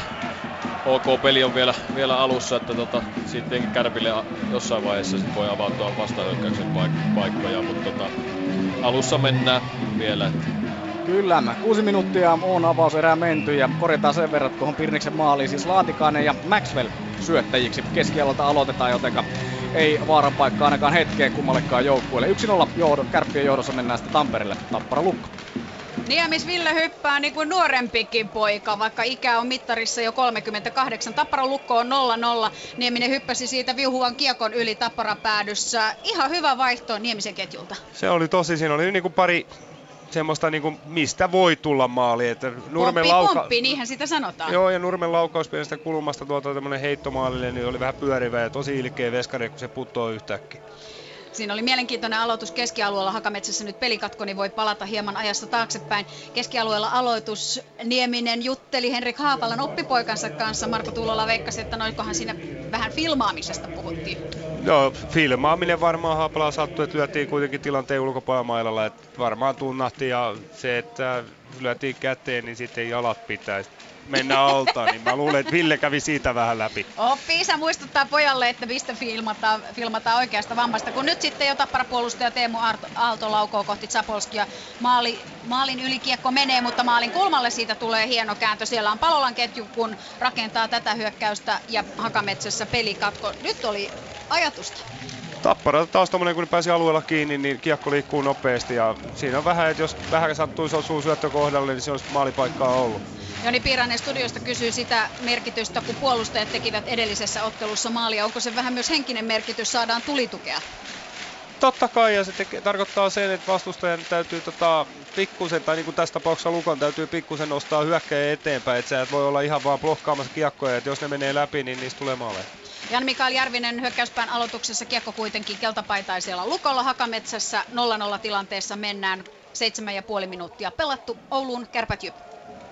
OK-peli on vielä alussa, että sitten Kärpille jossain vaiheessa sit voi avautua vastahyökkäyksen paikkoja, mutta alussa mennään vielä. Kyllä, 6 minuuttia on avauserää menty ja korjataan sen verran, tuohon Pirneksen maaliin siis Laatikainen ja Maxwell syöttäjiksi. Keskialalta aloitetaan, jotenka ei vaaran paikkaa ainakaan hetkeen kummallekaan joukkueelle. 1-0 Kärppien johdossa mennään sitten Tampereelle. Tappara Lukko. Niemis Ville hyppää niin kuin nuorempikin poika, vaikka ikä on mittarissa jo 38. Tappara Lukko on 0-0. Nieminen hyppäsi siitä viuhuvan kiekon yli Tappara päädyssä. Ihan hyvä vaihto Niemisen ketjulta. Se oli tosi, siinä oli niin kuin pari semmoista niinku, mistä voi tulla maali. Että Pomppi, niinhän sitä sanotaan. Joo, ja Nurmen laukaus pienestä kulmasta tuolta tämmönen heittomaalille, niin oli vähän pyörivä ja tosi ilkeä veskari, kun se puttoo yhtäkkiä. Siinä oli mielenkiintoinen aloitus keskialueella. Hakametsässä nyt pelikatko, niin voi palata hieman ajassa taaksepäin. Keskialueella aloitus. Nieminen jutteli Henrik Haapalan oppipoikansa kanssa. Marko Tuulola veikkasi, että noinkohan siinä vähän filmaamisesta puhuttiin. Joo, filmaaminen varmaan Haapalaa sattui, että lyötiin kuitenkin tilanteen ulkopuolella mailalla. Että varmaan tunnahti ja se, että lyötiin käteen, niin sitten jalat pitäisi mennä altaan, niin mä luulen, että Ville kävi siitä vähän läpi. Isä muistuttaa pojalle, että mistä filmataan oikeasta vammasta, kun nyt sitten jo Tappara-puolustaja Teemu Aalto laukoo kohti Zapolskia. Maalin ylikiekko menee, mutta maalin kulmalle siitä tulee hieno kääntö. Siellä on Palolan ketju, kun rakentaa tätä hyökkäystä ja Hakametsässä pelikatko. Nyt oli ajatusta. Tappara taas tommonen, kun pääsi alueella kiinni, niin kiekko liikkuu nopeasti ja siinä on vähän, että jos vähän sattuisi osua syöttö kohdalle, niin se olisi maalipaikkaa ollut. Joni Piirainen studiosta kysyy sitä merkitystä, kun puolustajat tekivät edellisessä ottelussa maalia. Onko se vähän myös henkinen merkitys, saadaan tulitukea? Totta kai, ja se tarkoittaa sen, että vastustajan täytyy pikkusen, tai niin kuin tässä tapauksessa Lukon täytyy pikkusen nostaa hyökkäjä eteenpäin, että sä et voi olla ihan vaan blokkaamassa kiekkoja, että jos ne menee läpi, niin niistä tulee maaleja. Jan-Mikael Järvinen hyökkäyspään aloituksessa, kiekko kuitenkin keltapaitaisella Lukolla. Hakametsässä 0-0 tilanteessa mennään, 7,5 minuuttia pelattu. Ouluun Kärpät Jyp.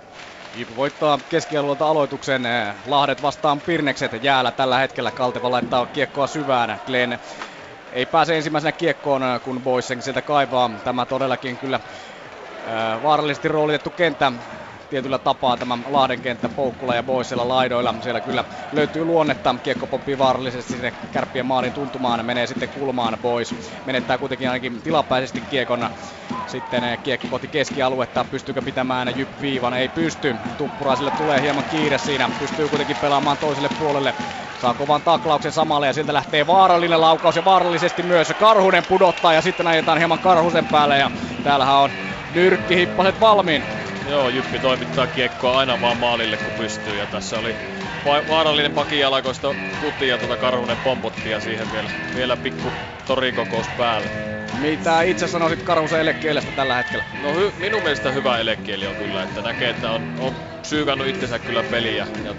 Jyp voittaa keskialueelta aloituksen. Lahdet vastaan Pirnekset jäällä tällä hetkellä. Kalteva laittaa kiekkoa syvään. Glenn ei pääse ensimmäisenä kiekkoon, kun Boysen sieltä kaivaa. Tämä todellakin kyllä vaarallisesti roolitettu kenttä. Tietyllä tapaa tämä Lahden kenttä Poukkula ja Boysella laidoilla. Siellä kyllä löytyy luonnetta. Kiekko pomppii vaarallisesti sinne Kärppien maalin tuntumaan. Menee sitten kulmaan. Boys menettää kuitenkin ainakin tilapäisesti kiekon. Sitten kiekko kohti keskialuetta. Pystyykö pitämään Jyp-viivan? Ei pysty. Tuppuraiselle tulee hieman kiire siinä. Pystyy kuitenkin pelaamaan toiselle puolelle. Saa kovan taklauksen samalle ja sieltä lähtee vaarallinen laukaus ja vaarallisesti myös Karhunen pudottaa ja sitten ajetaan hieman Karhusen päälle ja täällähän on nyrkkihippaset valmiin. Joo, Jyppi toimittaa kiekkoa aina vaan maalille kun pystyy ja tässä oli vaarallinen pakinjalakoista kuti ja Karhunen pompotti ja siihen vielä pikku torikokous päälle. Mitä itse sanoisit Karhusen elekielestä tällä hetkellä? No minun mielestä hyvä elekieli on kyllä, että näkee, että on psyykannut itsensä kyllä peliä ja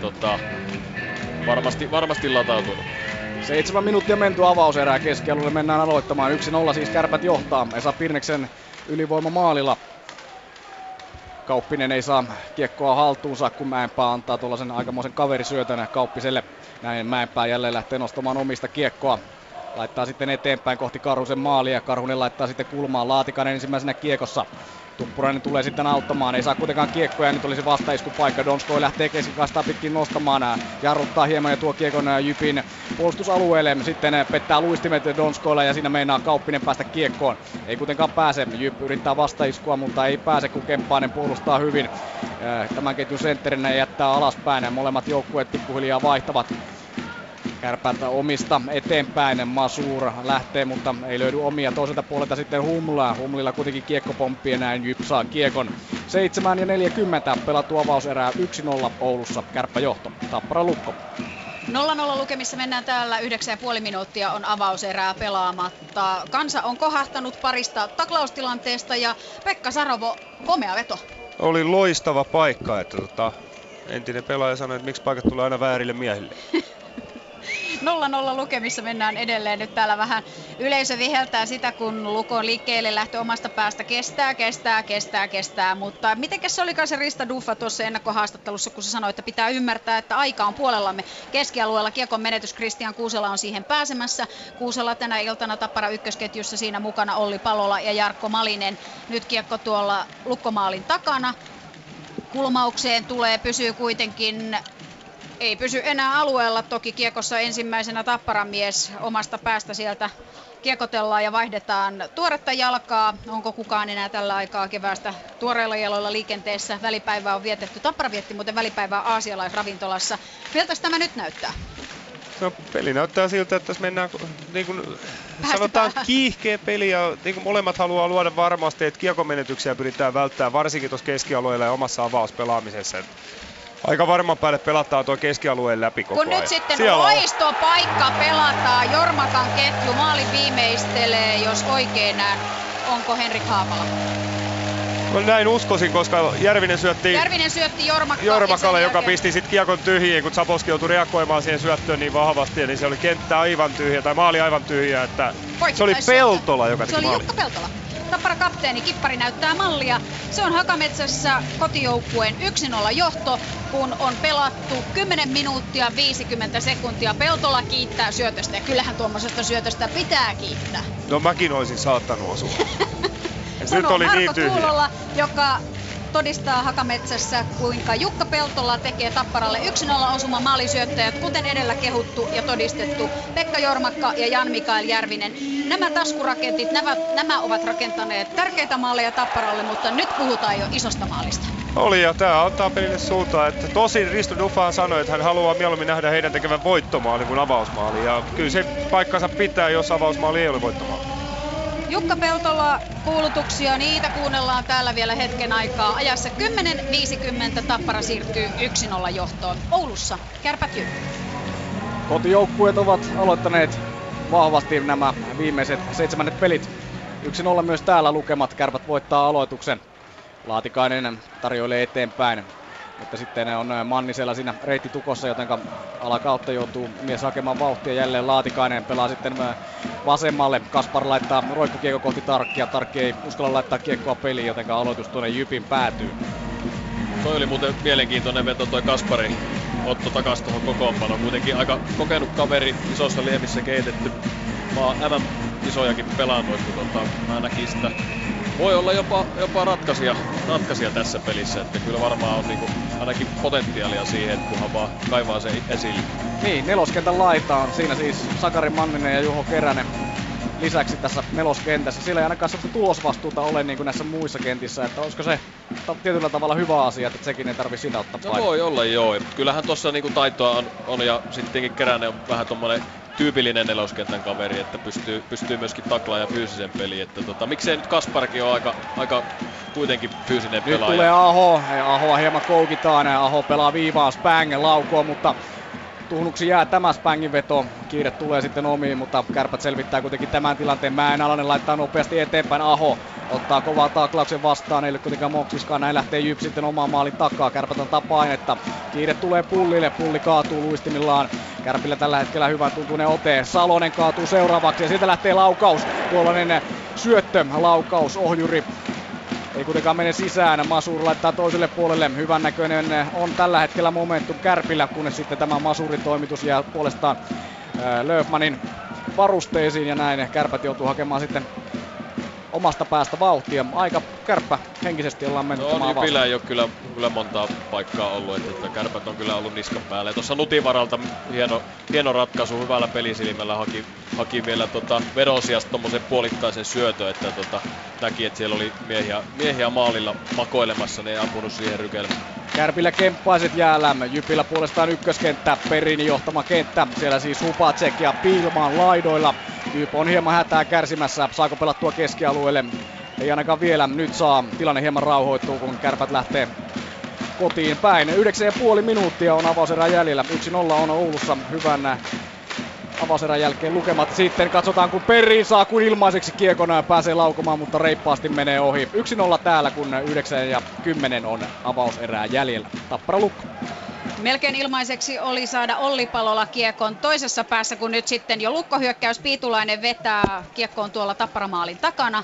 varmasti latautunut. 7 minuuttia menty avauserää, keskialueelle mennään aloittamaan. 1-0 siis Kärpät johtaa Esa Pirneksen ylivoimamaalilla. Kauppinen ei saa kiekkoa haltuunsa, kun Mäenpää antaa tuollaisen aikamoisen kaverisyötön Kauppiselle. Näin Mäenpää jälleen lähtee nostamaan omista kiekkoa. Laittaa sitten eteenpäin kohti Karhusen maalia. Karhunen laittaa sitten kulmaan. Laatikainen ensimmäisenä kiekossa. Tuppurainen tulee sitten auttamaan, ei saa kuitenkaan kiekkoja, nyt olisi vastaiskupaikka. Donskoi lähtee keskikaistaa pitkin nostamaan, jarruttaa hieman ja tuo kiekon Jypin puolustusalueelle. Sitten pettää luistimet Donskoilla ja siinä meinaa Kauppinen päästä kiekkoon. Ei kuitenkaan pääse, Jyp yrittää vastaiskua, mutta ei pääse, kun Kemppainen puolustaa hyvin. Tämän ketjun sentterinä jättää alaspäin, molemmat joukkueet pikkuhiljaa vaihtavat. Kärpät omista eteenpäin, Masur lähtee, mutta ei löydy omia. Toiselta puolelta sitten Humla. Humlilla kuitenkin kiekko pomppii ja näin Jyp saa kiekon. 7:40 pelattu avauserää 1-0 Oulussa. Kärppäjohto. Tappara Lukko. 0-0 lukemissa mennään täällä, 9,5 minuuttia on avauserää pelaamatta. Kansa on kohahtanut parista taklaustilanteesta ja Pekka Sarovo, komea veto. Oli loistava paikka, että entinen pelaaja sanoi, että miksi paikat tulee aina väärille miehille. 0-0 lukemissa mennään edelleen. Nyt täällä vähän yleisö viheltää sitä, kun Lukon liikkeelle lähtö omasta päästä kestää. Mutta mitenkäs se olikaan se Rista Duffa tuossa ennakkohaastattelussa, kun se sanoi, että pitää ymmärtää, että aika on puolellamme. Keskialueella kiekon menetys, Kristian Kuusela on siihen pääsemässä. Kuusela tänä iltana Tappara ykkösketjussa, siinä mukana Olli Palola ja Jarkko Malinen. Nyt kiekko tuolla Lukkomaalin takana. Kulmaukseen tulee, pysyy kuitenkin... Ei pysy enää alueella, toki kiekossa ensimmäisenä Tapparan mies omasta päästä sieltä kiekotellaan ja vaihdetaan tuoretta jalkaa. Onko kukaan enää tällä aikaa keväästä tuoreilla jaloilla liikenteessä? Välipäivää on vietetty. Tappara vietti muuten välipäivää aasialaisravintolassa. Miltä tämä nyt näyttää? No, peli näyttää siltä, että tässä mennään niin kuin sanotaan kiihkeä peli ja niin kuin molemmat haluaa luoda varmasti, että kiekomenetyksiä pyritään välttämään, varsinkin tuossa keskialueella ja omassa avauspelaamisessa. Aika varman päälle pelataan tuo keskialueen läpi koko ajan. Kun nyt sitten loistopaikka pelataan, Jormakan ketju, maali viimeistelee, jos oikein näen. Onko Henrik Haapala? No näin uskoisin, koska Järvinen syötti Jormakalle, joka pisti sitten kiekon tyhjiin, kun Zaboski joutui reagoimaan siihen syöttöön niin vahvasti, niin se oli kenttä aivan tyhjä, tai maali aivan tyhjä, että se oli Peltola, joka teki maali. Se oli Jukka Peltola. Tappara kapteeni, Kippari näyttää mallia. Se on Hakametsässä kotijoukkueen 1-0 johto, kun on pelattu 10 minuuttia 50 sekuntia. Peltola kiittää syötöstä ja kyllähän tuommoisesta syötöstä pitää kiittää. No mäkin olisin saattanut osua. Nyt oli Marko niin tyhjä. Kuulola, joka todistaa Hakametsässä, kuinka Jukka Peltola tekee Tapparalle 1-0 osuma maalisyöttäjät, kuten edellä kehuttu ja todistettu Pekka Jormakka ja Jan-Mikael Järvinen. Nämä taskurakentit, nämä ovat rakentaneet tärkeitä maaleja Tapparalle, mutta nyt puhutaan jo isosta maalista. Oli ja tämä antaa pelille suuntaan, että tosin Risto Duffa sanoi, että hän haluaa mieluummin nähdä heidän tekevän voittomaali kuin avausmaali ja kyllä se paikkansa pitää, jos avausmaali ei ole voittomaali. Jukka Peltola, kuulutuksia, niitä kuunnellaan täällä vielä hetken aikaa. Ajassa 10.50 Tappara siirtyy 1-0 johtoon. Oulussa Kärpät Jyp. Kotijoukkueet ovat aloittaneet vahvasti nämä viimeiset 7 pelit. 1-0 myös täällä lukemat. Kärpät voittaa aloituksen. Laatikainen tarjoilee eteenpäin. Mutta sitten on Mannisella siinä reittitukossa, joten alakautta joutuu mies hakemaan vauhtia. Jälleen Laatikainen pelaa sitten vasemmalle. Kaspar laittaa roikkukiekko kohti Tarkkia. Tarkki ei uskalla laittaa kiekkoa peliin, joten aloitus tuonne Jypin päätyy. Toi oli muuten mielenkiintoinen veto toi Kasparin otto takas tuohon kokoonpanoon. Kuitenkin aika kokenut kaveri, isossa liemissä keitetty. MM-isojakin pelannut, mutta mä näkisin sitä. Voi olla jopa ratkaisija tässä pelissä, että kyllä varmaan on niinku ainakin potentiaalia siihen, kunhan vaan kaivaa sen esille. Niin, neloskentän laita on siinä siis Sakari Manninen ja Juho Keränen lisäksi tässä neloskentässä. Sillä ei ainakaan sellaista tulosvastuuta ole niin kuin näissä muissa kentissä, että olisiko se tietyllä tavalla hyvä asia, että sekin ei tarvitse sitä ottaa paikkaa. No voi olla joo, kyllähän tuossa niinku taitoa on ja sittenkin Keränen on vähän tommonen tyypillinen neloskentän kaveri, että pystyy myöskin taklaamaan ja fyysisen peliin. Että miksei nyt Kasparkin ole aika kuitenkin fyysinen pelaaja. Nyt tulee Aho. Ahoa hieman koukitaan. Aho pelaa viivaan, Spang laukoo, mutta tuhnuksi jää tämä Spangin veto. Kiire tulee sitten omiin, mutta Kärpät selvittää kuitenkin tämän tilanteen. Mäenalainen laittaa nopeasti eteenpäin. Aho ottaa kovaa taklauksen vastaan. Ei ole kuitenkaan moksiskaan. Näin lähtee Jyp sitten omaan maalin takaa. Kärpät antaa painetta. Kiire tulee Pullille. Pulli kaatuu luistimillaan. Kärpillä tällä hetkellä hyvän tuntuinen ote. Salonen kaatuu seuraavaksi ja siitä lähtee laukaus. Tuollainen syöttölaukaus. Ohjuri ei kuitenkaan mene sisään. Masur laittaa toiselle puolelle. Hyvän näköinen on tällä hetkellä momentum Kärpillä, kunnes sitten tämä Masurin toimitus jää puolestaan Löfmanin varusteisiin ja näin Kärpät joutuu hakemaan sitten omasta päästä vauhtia. Aika Kärppä henkisesti ollaan mennyt No Jypillä ei ole kyllä montaa paikkaa ollut, että Kärpät on kyllä ollut niskan päällä. Ja tuossa Nutivaralta hieno ratkaisu, hyvällä pelisilmällä haki vielä vedon sijasta tommosen puolittaisen syötön, että näki, että siellä oli miehiä maalilla makoilemassa, niin ei ampunut siihen rykelmään. Kärpillä kemppaiset jäällä, Jypillä puolestaan ykköskenttä, Perini johtama kenttä, siellä siis Hupacek ja Piilmaan laidoilla. Jyp on hieman hätää kärsimässä, saako pelattua keskialueelle? Ei ainakaan vielä, nyt saa, tilanne hieman rauhoittuu, kun Kärpät lähtee kotiin päin. 9,5 minuuttia on avauserän jäljellä, 1-0 on Oulussa hyvän avauserän jälkeen lukemat. Sitten katsotaan, kun Perin saa kuin ilmaiseksi kiekona ja pääsee laukomaan, mutta reippaasti menee ohi. 1-0 täällä, kun 9:10 on avauserää jäljellä. Tappara Lukko. Melkein ilmaiseksi oli saada Olli Palola kiekon toisessa päässä, kun nyt sitten jo Lukko-hyökkäys. Piitulainen vetää kiekkoon tuolla Tapparamaalin takana.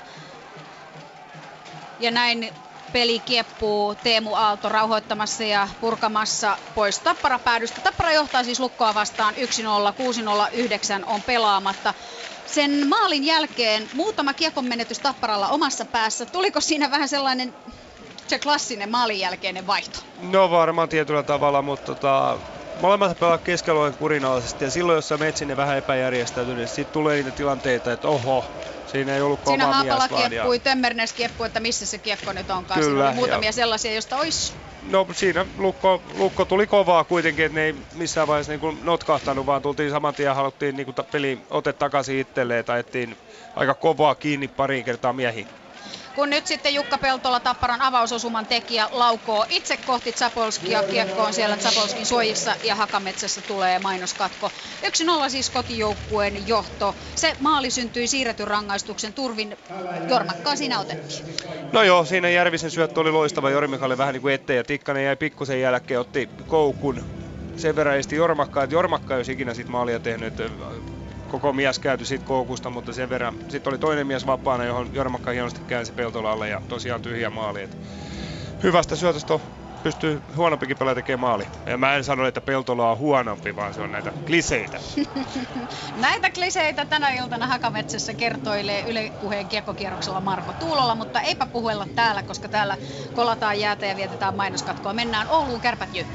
Ja näin peli kieppuu, Teemu Aalto rauhoittamassa ja purkamassa pois Tappara-päädystä. Tappara johtaa siis Lukkoa vastaan 1-0, 6-0-9 on pelaamatta. Sen maalin jälkeen muutama kiekon menetys Tapparalla omassa päässä. Tuliko siinä vähän sellainen se klassinen maalin jälkeinen vaihto? No varmaan tietyllä tavalla, mutta molemmat pelaa keskialueen kurinalaisesti ja silloin, jos sä menet sinne vähän epäjärjestäytynyt, niin sitten tulee niitä tilanteita, että oho, siinä ei ollut siinä oma mies vaan. Siinä Haapala kieppui, Tömmernes kieppui, että missä se kiekko nyt onkaan. Kyllä, siinä oli muutamia sellaisia, joista olisi. No siinä Lukko tuli kovaa kuitenkin, että ne ei missään vaiheessa niin notkahtanut, vaan tultiin saman tien, haluttiin niin peli ote takaisin itselleen, tai ettiin aika kovaa kiinni pariin kertaa miehiin. Kun nyt sitten Jukka Peltola, Tapparan avausosuman tekijä, laukoo itse kohti Zapolskia. Kiekko on siellä Zapolskin suojissa ja Hakametsässä tulee mainoskatko. 1-0 siis kotijoukkueen johto. Se maali syntyi siirretyn rangaistuksen turvin. Jormakkaa siinä otettiin. No joo, siinä Järvisen syöttö oli loistava. Jormikalle vähän niin kuin eteen ja Tikkanen jäi pikkusen jälkeen, otti koukun. Sen verran esti Jormakkaa, että Jormakka ei olisi ikinä sit maalia tehnyt. Koko mies käyty siitä koukusta, mutta sen verran. Sitten oli toinen mies vapaana, johon Jormakka hienosti käänsi Peltolalle ja tosiaan tyhjä maali. Et hyvästä syötöstä pystyy huonompikin pelaaja tekemään maali. Ja mä en sano, että Peltola on huonompi, vaan se on näitä kliseitä. Näitä kliseitä tänä iltana Hakametsässä kertoilee Yle Puheen kiekkokierroksella Marko Tuulola, mutta eipä puhuella täällä, koska täällä kolataan jäätä ja vietetään mainoskatkoa. Mennään Ouluun, Kärpät Jyp.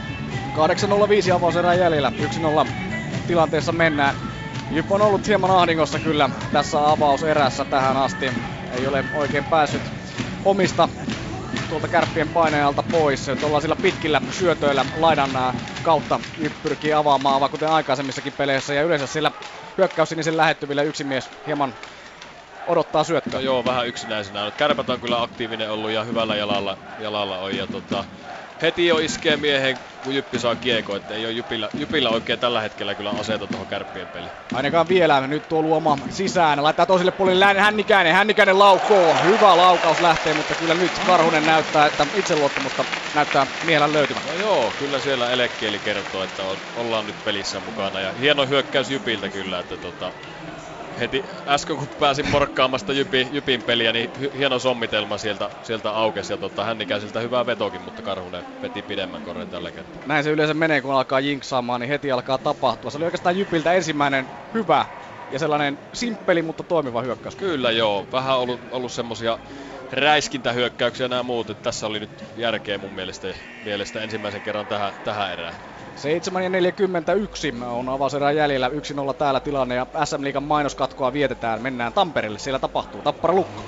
8:05 avauserän jäljellä, 1-0 tilanteessa mennään. Jyp on ollut hieman ahdingossa kyllä tässä avauserässä tähän asti. Ei ole oikein päässyt omista tuolta Kärppien painajalta pois. Ollaan sillä pitkillä syötöillä laidan kautta Jyp pyrkii avaamaan, kuten aikaisemmissakin peleissä. Ja yleensä sillä hyökkäyssinisen lähettyvillä yksi mies hieman odottaa syöttöä. No joo, vähän yksinäisenä. Kärpät on kyllä aktiivinen ollut ja hyvällä jalalla on. Ja heti jo iskee miehen, kun Jyppi saa kiekko, että ei ole Jypillä oikein tällä hetkellä kyllä aseita tuohon Kärppien peliin. Ainakaan vielä, nyt tuo Luoma sisään, laittaa toiselle puolelle Hännikäinen laukoo, hyvä laukaus lähtee, mutta kyllä nyt Karhunen näyttää, että itseluottamusta näyttää miehellä löytymään. No joo, kyllä siellä Elekieli kertoo, että ollaan nyt pelissä mukana ja hieno hyökkäys Jypiltä kyllä, että heti äsken kun pääsin morkkaamasta Jypin peliä, niin hieno sommitelma sieltä aukesi ja Hännikäiseltä hyvää vetokin, mutta Karhunen veti pidemmän korren tällä kertaa. Näin se yleensä menee, kun alkaa jinksaamaan, niin heti alkaa tapahtua. Se oli oikeastaan Jypiltä ensimmäinen hyvä ja sellainen simppeli, mutta toimiva hyökkäys. Kyllä joo, vähän ollut semmosia räiskintähyökkäyksiä ja nämä muut, että tässä oli nyt järkeä mun mielestä ensimmäisen kerran tähän erään. 7:41 on avauserän jäljellä, 1-0 täällä tilanne ja SM-liigan mainoskatkoa vietetään. Mennään Tampereelle, siellä tapahtuu Tappara Lukko.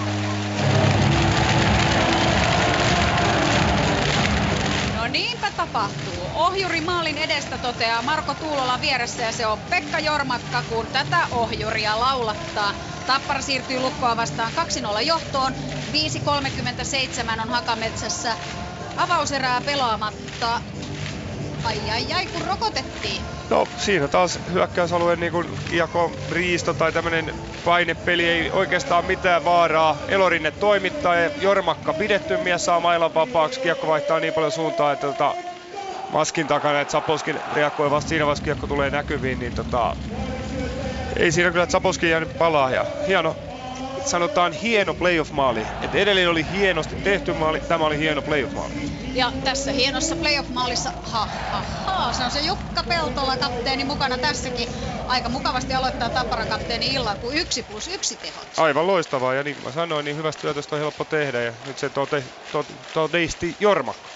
No niinpä tapahtuu. Ohjuri maalin edestä toteaa Marko Tuulola vieressä ja se on Pekka Jormakka, kun tätä ohjuria laulattaa. Tappara siirtyy Lukkoa vastaan 2-0 johtoon. 5:37 on Hakametsässä avauserää pelaamatta. Ai, kun rokotettiin. No siinä taas hyökkäysalueen niin kiekko riisto tai tämmönen painepeli, ei oikeastaan mitään vaaraa. Elorinne toimittaa ja Jormakka pidetty mies saa mailan vapaaksi. Kiekko vaihtaa niin paljon suuntaa, että maskin takana, että Zapolskin reagoi vasta siinä vaiheessa, kiekko tulee näkyviin, niin ei siinä kyllä Zapolskin jäänyt palaa. Ja hieno playoff-maali. Et edelleen oli hienosti tehty maali, tämä oli hieno playoff-maali. Ja tässä hienossa playoff-maalissa, se on se Jukka Peltola, kapteeni, mukana tässäkin. Aika mukavasti aloittaa Tapparan kapteeni illan, kun 1+1 tehot. Aivan loistavaa, ja niin kuin mä sanoin, niin hyvästä työtöstä on helppo tehdä, ja nyt se todisti Jormakka.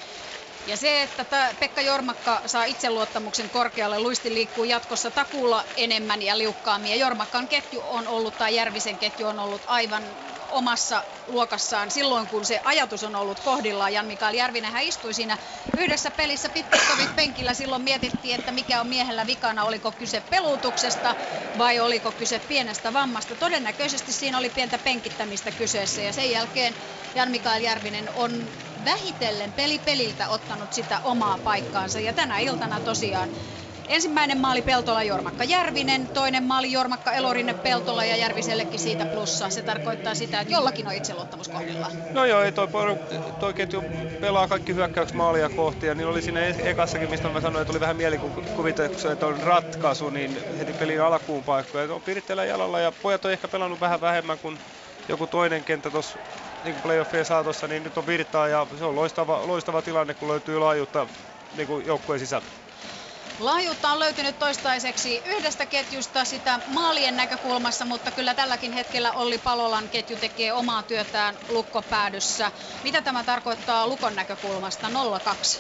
Ja se, että Pekka Jormakka saa itseluottamuksen korkealle, luisti liikkuu jatkossa takuulla enemmän ja liukkaammin. Ja Jormakkan ketju on ollut, tai Järvisen ketju on ollut aivan omassa luokassaan silloin, kun se ajatus on ollut kohdillaan. Jan-Mikael Järvinenhän istui siinä yhdessä pelissä pitkät penkillä. Silloin mietittiin, että mikä on miehellä vikana, oliko kyse pelutuksesta vai oliko kyse pienestä vammasta. Todennäköisesti siinä oli pientä penkittämistä kyseessä, ja sen jälkeen Jan-Mikael Järvinen on vähitellen peliltä ottanut sitä omaa paikkaansa, ja tänä iltana tosiaan ensimmäinen maali Peltola, Jormakka, Järvinen, toinen maali Jormakka, Elorinne, Peltola, ja Järvisellekin siitä plussaa. Se tarkoittaa sitä, että jollakin on itseluottamus kohdillaan. No joo, ei toi ketju pelaa kaikki hyökkäykset maalia kohti, ja niillä oli siinä ekassakin, mistä mä sanoin, että oli vähän mielikuvituksia, että on ratkaisu, niin heti pelin alkuun paikkoja. On Pirittelän jalalla, ja pojat on ehkä pelannut vähän vähemmän kuin joku toinen kenttä tuossa niin playoffien saatossa, niin nyt on virtaa, ja se on loistava tilanne, kun löytyy laajuutta niin joukkueen sisältä. Laajuutta on löytynyt toistaiseksi yhdestä ketjusta sitä maalien näkökulmassa, mutta kyllä tälläkin hetkellä Olli Palolan ketju tekee omaa työtään Lukko-päädyssä. Mitä tämä tarkoittaa Lukon näkökulmasta? 0-2.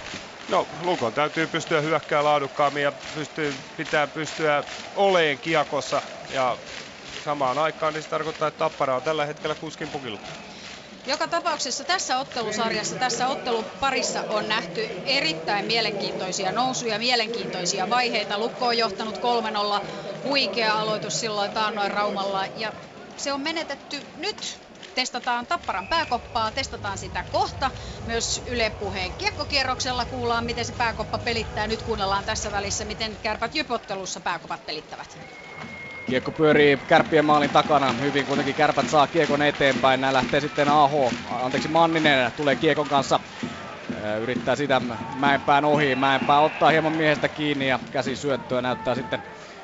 No, Lukon täytyy pystyä hyökkäämään laadukkaammin ja pitää pystyä oleen kiekossa, ja samaan aikaan niin se tarkoittaa, että Tappara on tällä hetkellä kuskin pukilla. Joka tapauksessa tässä ottelusarjassa, tässä otteluparissa on nähty erittäin mielenkiintoisia nousuja, mielenkiintoisia vaiheita. Lukko on johtanut 3-0, huikea aloitus silloin taannoin Raumalla, ja se on menetetty nyt. Testataan Tapparan pääkoppaa, testataan sitä kohta. Myös Yle Puheen kiekkokierroksella kuullaan, miten se pääkoppa pelittää. Nyt kuunnellaan tässä välissä, miten Kärpät Jyp-ottelussa pääkopat pelittävät. Kiekko pyörii Kärppien maalin takana. Hyvin kuitenkin Kärpät saa kiekon eteenpäin. Näin lähtee sitten Manninen tulee kiekon kanssa. Yrittää sitä Mäenpään ohi. Mäenpää ottaa hieman miehestä kiinni ja käsisyöttöä näyttää sitten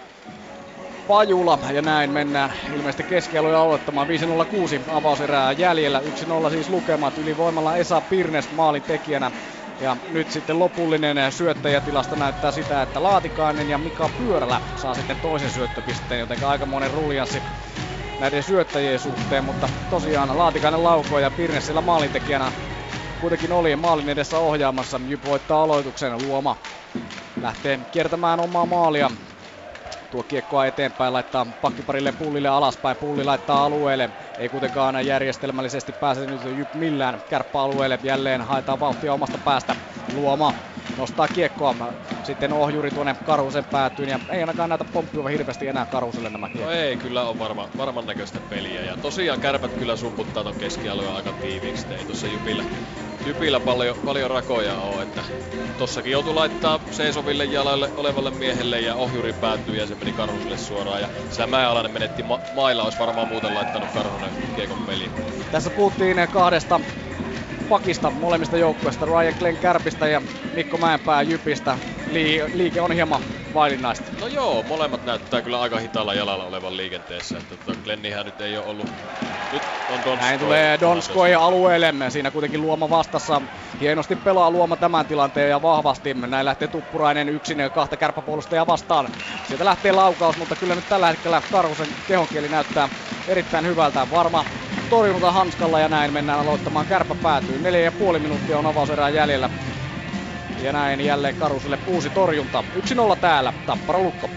Pajula. Ja näin mennään ilmeisesti keskialueen aloittamaan. 5.06 avauserää jäljellä. 1-0 siis lukemat. Ylivoimalla Esa Pirnes maalin tekijänä. Ja nyt sitten lopullinen syöttäjätilasta näyttää sitä, että Laatikainen ja Mika Pyörälä saa sitten toisen syöttöpisteen, joten aikamoinen ruljanssi näiden syöttäjien suhteen, mutta tosiaan Laatikainen laukoo ja Pirnes siellä maalintekijänä kuitenkin oli maalin edessä ohjaamassa. Jyp voittaa aloituksen. Luoma lähtee kiertämään omaa maalia. Tuo kiekkoa eteenpäin, laittaa pakkiparille Pullille alaspäin. Pulli laittaa alueelle. Ei kuitenkaan järjestelmällisesti pääse nyt Jyp millään kärppäalueelle. Jälleen haetaan vauhtia omasta päästä. Luoma nostaa kiekkoa. Sitten ohjuri tuonne Karhusen päätyyn. Ja ei ainakaan näytä pomppiva hirveästi enää Karhuselle nämä kiekko. No ei, kyllä on varman näköistä peliä. Ja tosiaan Kärpät kyllä sumputtaa ton keskialueen aika tiiviiksi. Ei tuossa Jypillä paljon rakoja ole. Että tossakin joutui laittaa seisoville jalalle olevalle miehelle ja ohjuri päätyy ja se meni Karhuselle suoraan. Ja sillä Mäenalainen menetti mailla, olisi varmaan muuten laittanut Karhunen kiekon peliin. Tässä puhuttiin kahdesta pakista molemmista joukkueista, Ryan Glenn Kärpistä ja Mikko Mäenpää Jypistä. Liike on hieman vaillinaista. No joo, molemmat näyttää kyllä aika hitaalla jalalla olevan liikenteessä. Glennihän nyt ei ole ollut. Nyt on Donskoi. Näin tulee Donskoi alueelle. Siinä kuitenkin Luoma vastassa. Hienosti pelaa Luoma tämän tilanteen ja vahvasti. Näin lähtee Tuppurainen yksin kahta kärppäpuolustajaa vastaan. Sieltä lähtee laukaus, mutta kyllä nyt tällä hetkellä Karhusen kehonkieli näyttää erittäin hyvältä. Varma torjunta hanskalla ja näin mennään aloittamaan. Kärppä päätyy. 4,5 minuuttia on avauserää jäljellä. Ja näin jälleen Karhuselle uusi torjunta. 1-0 täällä, Tappara Lukko.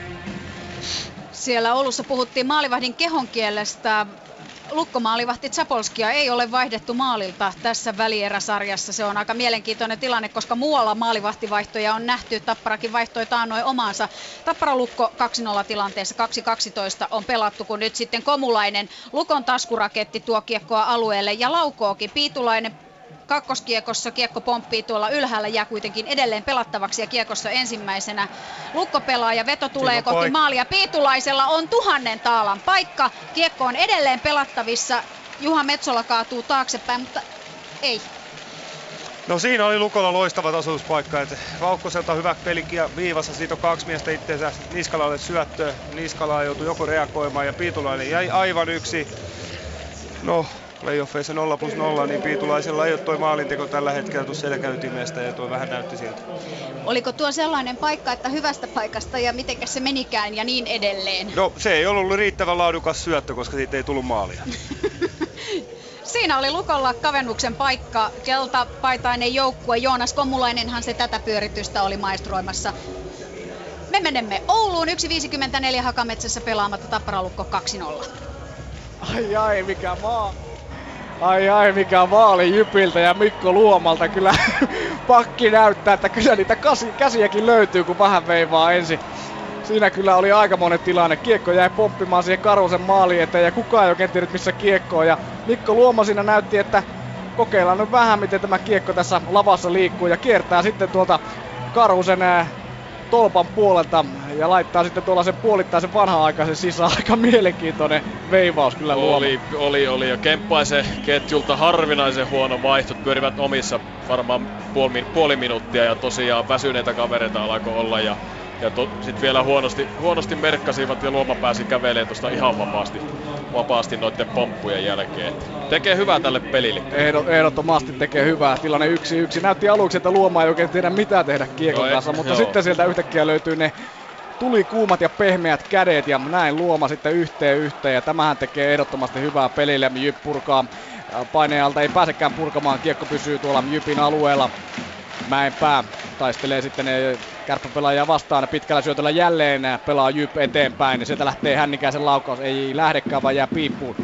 Siellä Oulussa puhuttiin maalivahdin kehonkielestä. Lukko-maalivahti Zapolskia ei ole vaihdettu maalilta tässä välieräsarjassa. Se on aika mielenkiintoinen tilanne, koska muualla maalivahtivaihtoja on nähty. Tapparakin vaihtoi taannoin omaansa. Tappara Lukko 2-0 tilanteessa. 2-12 on pelattu, kun nyt sitten Komulainen Lukon taskuraketti tuo kiekkoa alueelle ja laukookin. Piitulainen kakkoskiekossa, kiekko pomppii tuolla ylhäällä, jää kuitenkin edelleen pelattavaksi ja kiekossa ensimmäisenä Lukko pelaa ja veto tulee kohti maalia. Piitulaisella on 1000 taalan paikka, kiekko on edelleen pelattavissa, Juha Metsola kaatuu taaksepäin, mutta ei. No siinä oli Lukolla loistava tasoituspaikka, että Vaukkoselta hyvä peli viivassa, siitä on 2 miestä itseensä Niskalalle syöttöä, Niskala joutui joko reagoimaan ja Piitulainen jäi aivan yksi. No, playoffeissa 0+0, niin Piitulaisella ei ole toi maalinteko tällä hetkellä tuossa selkäytimestä ja tuo vähän näytti siltä. Oliko tuo sellainen paikka, että hyvästä paikasta ja mitenkäs se menikään ja niin edelleen? No se ei ollut riittävän laadukas syöttö, koska siitä ei tullut maalia. Siinä oli Lukolla kavennuksen paikka. Keltapaitainen joukkue, Joonas Komulainenhan se tätä pyöritystä oli maistroimassa. Me menemme Ouluun, 1.54 Hakametsässä pelaamatta, Tappara Lukko 2-0. Ai mikä maali Jypiltä ja Mikko Luomalta. Kyllä pakki näyttää, että kyllä niitä käsiäkin löytyy, kun vähän veivaa ensin. Siinä kyllä oli aikamoinen tilanne. Kiekko jäi pomppimaan siihen Karusen maaliin eteen ja kukaan ei oikein tiedä, missä kiekko on. Ja Mikko Luoma siinä näytti, että kokeillaan nyt vähän, miten tämä kiekko tässä lavassa liikkuu. Ja kiertää sitten tuolta Karusen tolpan puolelta ja laittaa sitten tuollaisen puolittaisen vanha-aikaisen sisään. Aika mielenkiintoinen veivaus kyllä Luoma. Oli ja Kemppaisen ketjulta harvinaisen huono vaihtot, pyörivät omissa varmaan puoli minuuttia ja tosiaan väsyneitä kavereita alkoi olla ja sitten vielä huonosti merkkasivat ja Luoma pääsi kävelemään tuosta ihan vapaasti noiden pomppujen jälkeen. Tekee hyvää tälle pelille. Ehdottomasti tekee hyvää. Tilanne 1-1. Näytti aluksi, että Luoma ei oikein tiedä mitä tehdä kiekon kanssa, mutta sitten sieltä yhtäkkiä löytyy ne tulikuumat ja pehmeät kädet ja näin Luoma sitten yhteen ja tämähän tekee ehdottomasti hyvää pelille. Jyp purkaa paineen alta, ei pääsekään purkamaan, kiekko pysyy tuolla Jypin alueella. Mäenpää taistelee sitten kärppäpelaajia vastaan, pitkällä syötöllä jälleen pelaa Jyp eteenpäin ja sieltä lähtee Hännikäisen laukaus, ei lähdekään vaan jää piippuun.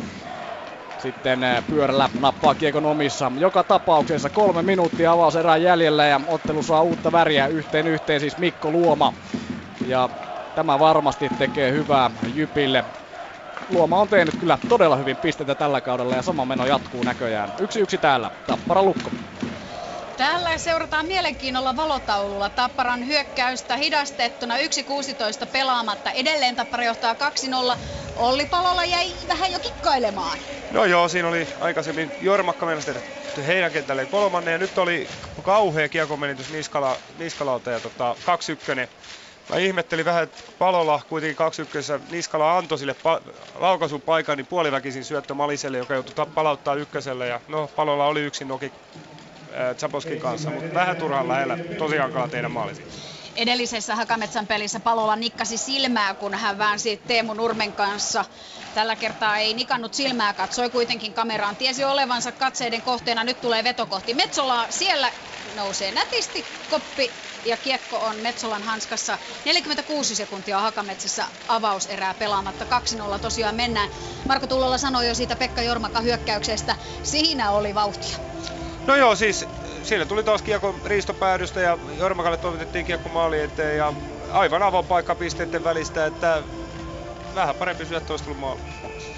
Sitten pyörällä nappaa kiekon omissa. Joka tapauksessa 3 minuuttia avauserään jäljellä ja ottelu saa uutta väriä yhteen siis Mikko Luoma. Ja tämä varmasti tekee hyvää Jypille. Luoma on tehnyt kyllä todella hyvin pisteitä tällä kaudella ja sama meno jatkuu näköjään. 1-1 täällä, Tappara Lukko. Täällä seurataan mielenkiinnolla valotaululla Tapparan hyökkäystä hidastettuna 1.16 pelaamatta. Edelleen Tappara johtaa 2-0. Olli Palola jäi vähän jo kikkailemaan. No joo, siinä oli aikaisemmin Jormakka meinasi tehdä heidän kentälle 3. ja nyt oli kauhea kiekonmenitys Niskalalta ja 2-1. Mä ihmettelin vähän, että Palola kuitenkin 2-1. Niskala antoi sille laukaisun paikan, niin puoliväkisin syöttö Maliselle, joka joutui palauttaa 1. Ja no, Palola oli yksin noki Zaposkin kanssa, mutta vähän turhaan lähellä tosiaan tehdä maalisi. Edellisessä Hakametsän pelissä Palola nikkasi silmää, kun hän väänsi Teemu Nurmen kanssa. Tällä kertaa ei nikannut silmää, katsoi kuitenkin kameraan. Tiesi olevansa katseiden kohteena, nyt tulee veto kohti Metsolaa. Siellä nousee nätisti koppi ja kiekko on Metsolan hanskassa. 46 sekuntia Hakametsässä avauserää pelaamatta. 2-0 tosiaan mennään. Marko Tullola sanoi jo siitä Pekka Jormakan hyökkäyksestä. Siinä oli vauhtia. No joo, siis siinä tuli taas kiekko riistopäädystä ja Jormakalle toimitettiin kiekko maali eteen ja aivan avopaikka pisteiden välistä, että vähän parempi syöttö olisi tullut maali.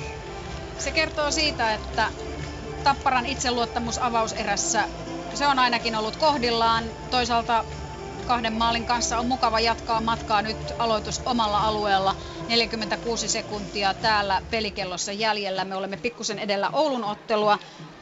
Se kertoo siitä, että Tapparan itseluottamus avauserässä, se on ainakin ollut kohdillaan. Toisaalta 2 maalin kanssa on mukava jatkaa matkaa nyt aloitus omalla alueella. 46 sekuntia täällä pelikellossa jäljellä. Me olemme pikkusen edellä Oulun ottelua.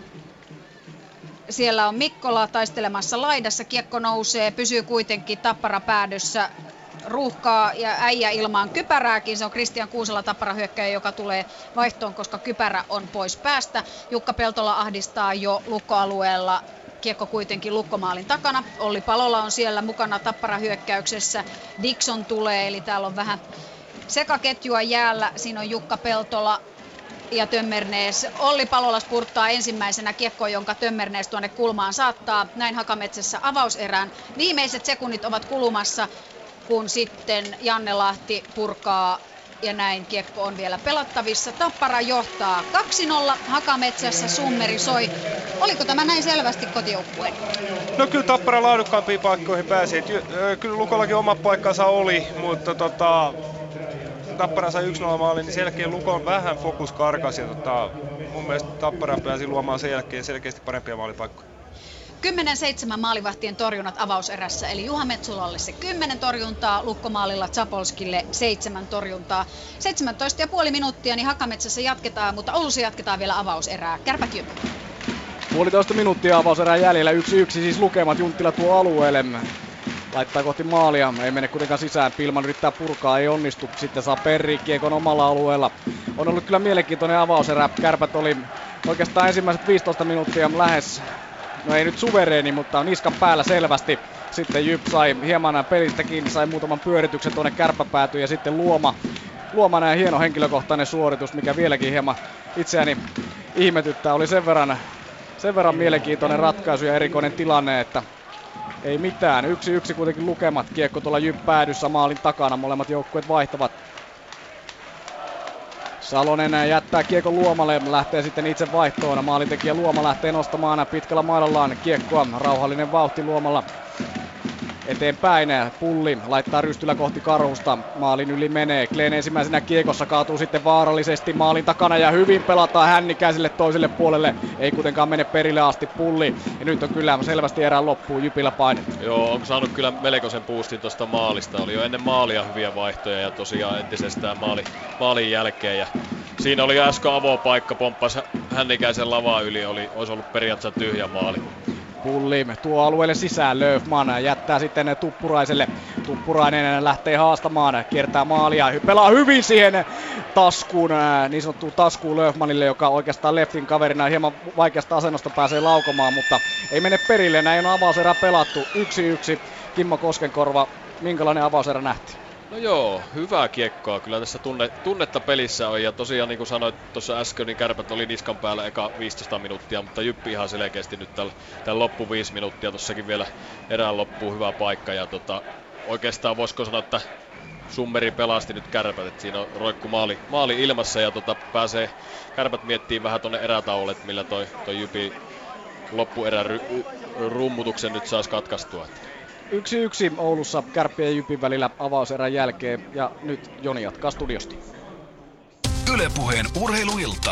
Siellä on Mikkola taistelemassa laidassa, kiekko nousee, pysyy kuitenkin Tappara päädyssä, ruuhkaa ja äijä ilmaan kypärääkin. Se on Kristian Kuusela, Tappara hyökkäjä, joka tulee vaihtoon, koska kypärä on pois päästä. Jukka Peltola ahdistaa jo Lukko-alueella, kiekko kuitenkin Lukkomaalin takana. Olli Palola on siellä mukana Tappara hyökkäyksessä, Dixon tulee, eli täällä on vähän sekaketjua jäällä. Siinä on Jukka Peltola ja Tömmernees. Olli Palola spurttaa ensimmäisenä kiekkoon, jonka Tömmernees tuonne kulmaan saattaa. Näin Hakametsässä avauserään. Viimeiset sekunnit ovat kulumassa, kun sitten Janne Lahti purkaa ja näin kiekko on vielä pelattavissa. Tappara johtaa 2-0. Hakametsässä summeri soi. Oliko tämä näin selvästi kotijoukkueen? No kyllä Tappara laadukkaampiin paikkoihin pääsi. Kyllä Lukollakin oma paikkansa oli, mutta Tappara sai 1-0 maalin, niin sen jälkeen Lukon vähän fokus karkasi. Mun mielestä Tappara pääsi luomaan sen jälkeen selkeästi parempia maalipaikkoja. 10-7 maalivahtien torjunnat avauserässä, eli Juha Metsolalle se 10 torjuntaa, Lukkomaalilla Zapolskille 7 torjuntaa. 17,5 minuuttia, niin Hakametsässä jatketaan, mutta Oulussa jatketaan vielä avauserää. Kärpät Jyp. 1,5 minuuttia avauserää jäljellä, 1-1 siis lukemat. Junttila tuo alueelle. Laittaa kohti maalia, ei mene kuitenkaan sisään. Pilman yrittää purkaa, ei onnistu. Sitten saa Perri kiekon omalla alueella. On ollut kyllä mielenkiintoinen avauserä. Kärpät oli oikeastaan ensimmäiset 15 minuuttia lähes, no ei nyt suvereeni, mutta niskan päällä selvästi. Sitten Jyp sai hieman pelistä kiinni, sai muutaman pyörityksen tuonne kärppäpäätyyn ja sitten Luoma näin hieno henkilökohtainen suoritus, mikä vieläkin hieman itseäni ihmetyttää. Oli sen verran mielenkiintoinen ratkaisu ja erikoinen tilanne, että ei mitään. 1-1 kuitenkin lukemat. Kiekko tuolla Jyp päädyssä maalin takana. Molemmat joukkueet vaihtavat. Salonen jättää kiekon Luomalle, lähtee sitten itse vaihtoon. Maalintekijä Luoma lähtee nostamaan pitkällä mailallaan kiekkoa. Rauhallinen vauhti Luomalla eteenpäin. Pulli laittaa rystyllä kohti Karhusta. Maalin yli menee. Glenn ensimmäisenä kiekossa kaatuu sitten vaarallisesti maalin takana ja hyvin pelataan hännikäiselle toiselle puolelle. Ei kuitenkaan mene perille asti Pulli. Ja nyt on kyllä selvästi erään loppuun Jypillä painettu. Joo, on saanut kyllä melkoisen boostin tuosta maalista. Oli jo ennen maalia hyviä vaihtoja ja tosiaan entisestään maalin jälkeen. Ja siinä oli äsken avopaikka, pomppasi hännikäisen lavaa yli. Olisi ollut periaatteessa tyhjä maali. Pulli tuo alueelle sisään, Löfman jättää sitten Tuppuraiselle. Tuppurainen lähtee haastamaan, kiertää maalia, pelaa hyvin siihen taskuun, niin sanottuun taskuun Löfmanille, joka oikeastaan leftin kaverina hieman vaikeasta asennosta pääsee laukomaan, mutta ei mene perille, näin on avauserä pelattu. 1-1, Kimmo Koskenkorva, minkälainen avauserä nähtiin? No joo, hyvää kiekkoa. Kyllä tässä tunnetta pelissä on ja tosiaan niin kuin sanoit tuossa äsken, niin Kärpät oli niskan päällä eka 15 minuuttia, mutta Jyppi ihan selkeästi nyt tällä loppu 5 minuuttia. Tossakin vielä erään loppuun hyvä paikka ja oikeastaan voisiko sanoa, että Summeri pelasti nyt Kärpät, että siinä on roikku maali ilmassa ja pääsee Kärpät miettii vähän tonne erätauolle, että millä toi Jypi loppuerän rummutuksen nyt saisi katkaistua. 1-1 Oulussa Kärppien ja Jypin välillä avauserän jälkeen ja nyt Joni jatkaa studiosta. Yle Puheen urheiluilta.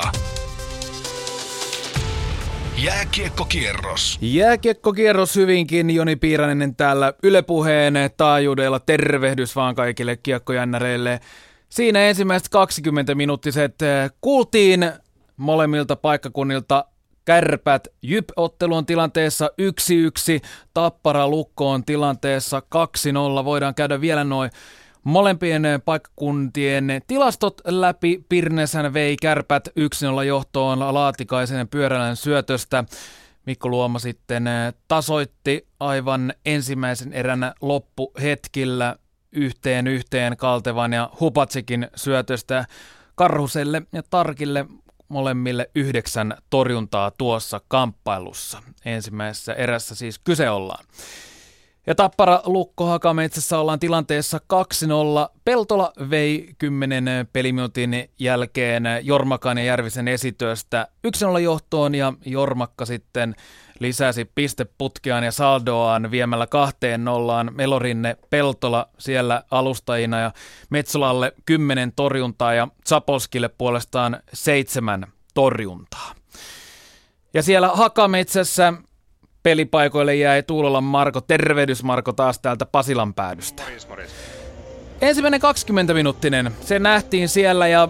Jääkiekkokierros. Jääkiekkokierros hyvinkin. Joni Piirainen täällä Yle Puheen taajuudella. Tervehdys vaan kaikille kiekkojännäreille. Siinä ensimmäiset 20-minuuttiset kuultiin molemmilta paikkakunnilta. Kärpät Jyp-ottelu on tilanteessa 1-1, Tappara Lukko on tilanteessa 2-0. Voidaan käydä vielä noin molempien paikkakuntien tilastot läpi. Pirneshän vei Kärpät 1-0 johtoon Laatikaisen pyöräilyn syötöstä. Mikko Luoma sitten tasoitti aivan ensimmäisen erän loppuhetkillä 1-1 Kaltevan ja Hupatsikin syötöstä Karhuselle ja Tarkille. Molemmille 9 torjuntaa tuossa kamppailussa. Ensimmäisessä erässä siis kyse ollaan. Ja Tappara Lukko Hakametsässä ollaan tilanteessa 2-0. Peltola vei 10 peliminuutin jälkeen Jormakan ja Järvisen esityöstä 1-0 johtoon ja Jormakka sitten lisäsi pisteputkeaan ja saldoaan viemällä 2-0. Melorinne Peltola siellä alustajina ja Metsolalle 10 torjuntaa ja Zapolskille puolestaan 7 torjuntaa. Ja siellä Hakametsässä pelipaikoille jäi Tuulolan Marko. Tervehdys Marko taas täältä Pasilan päädystä. Morjes. Ensimmäinen 20-minuuttinen, se nähtiin siellä ja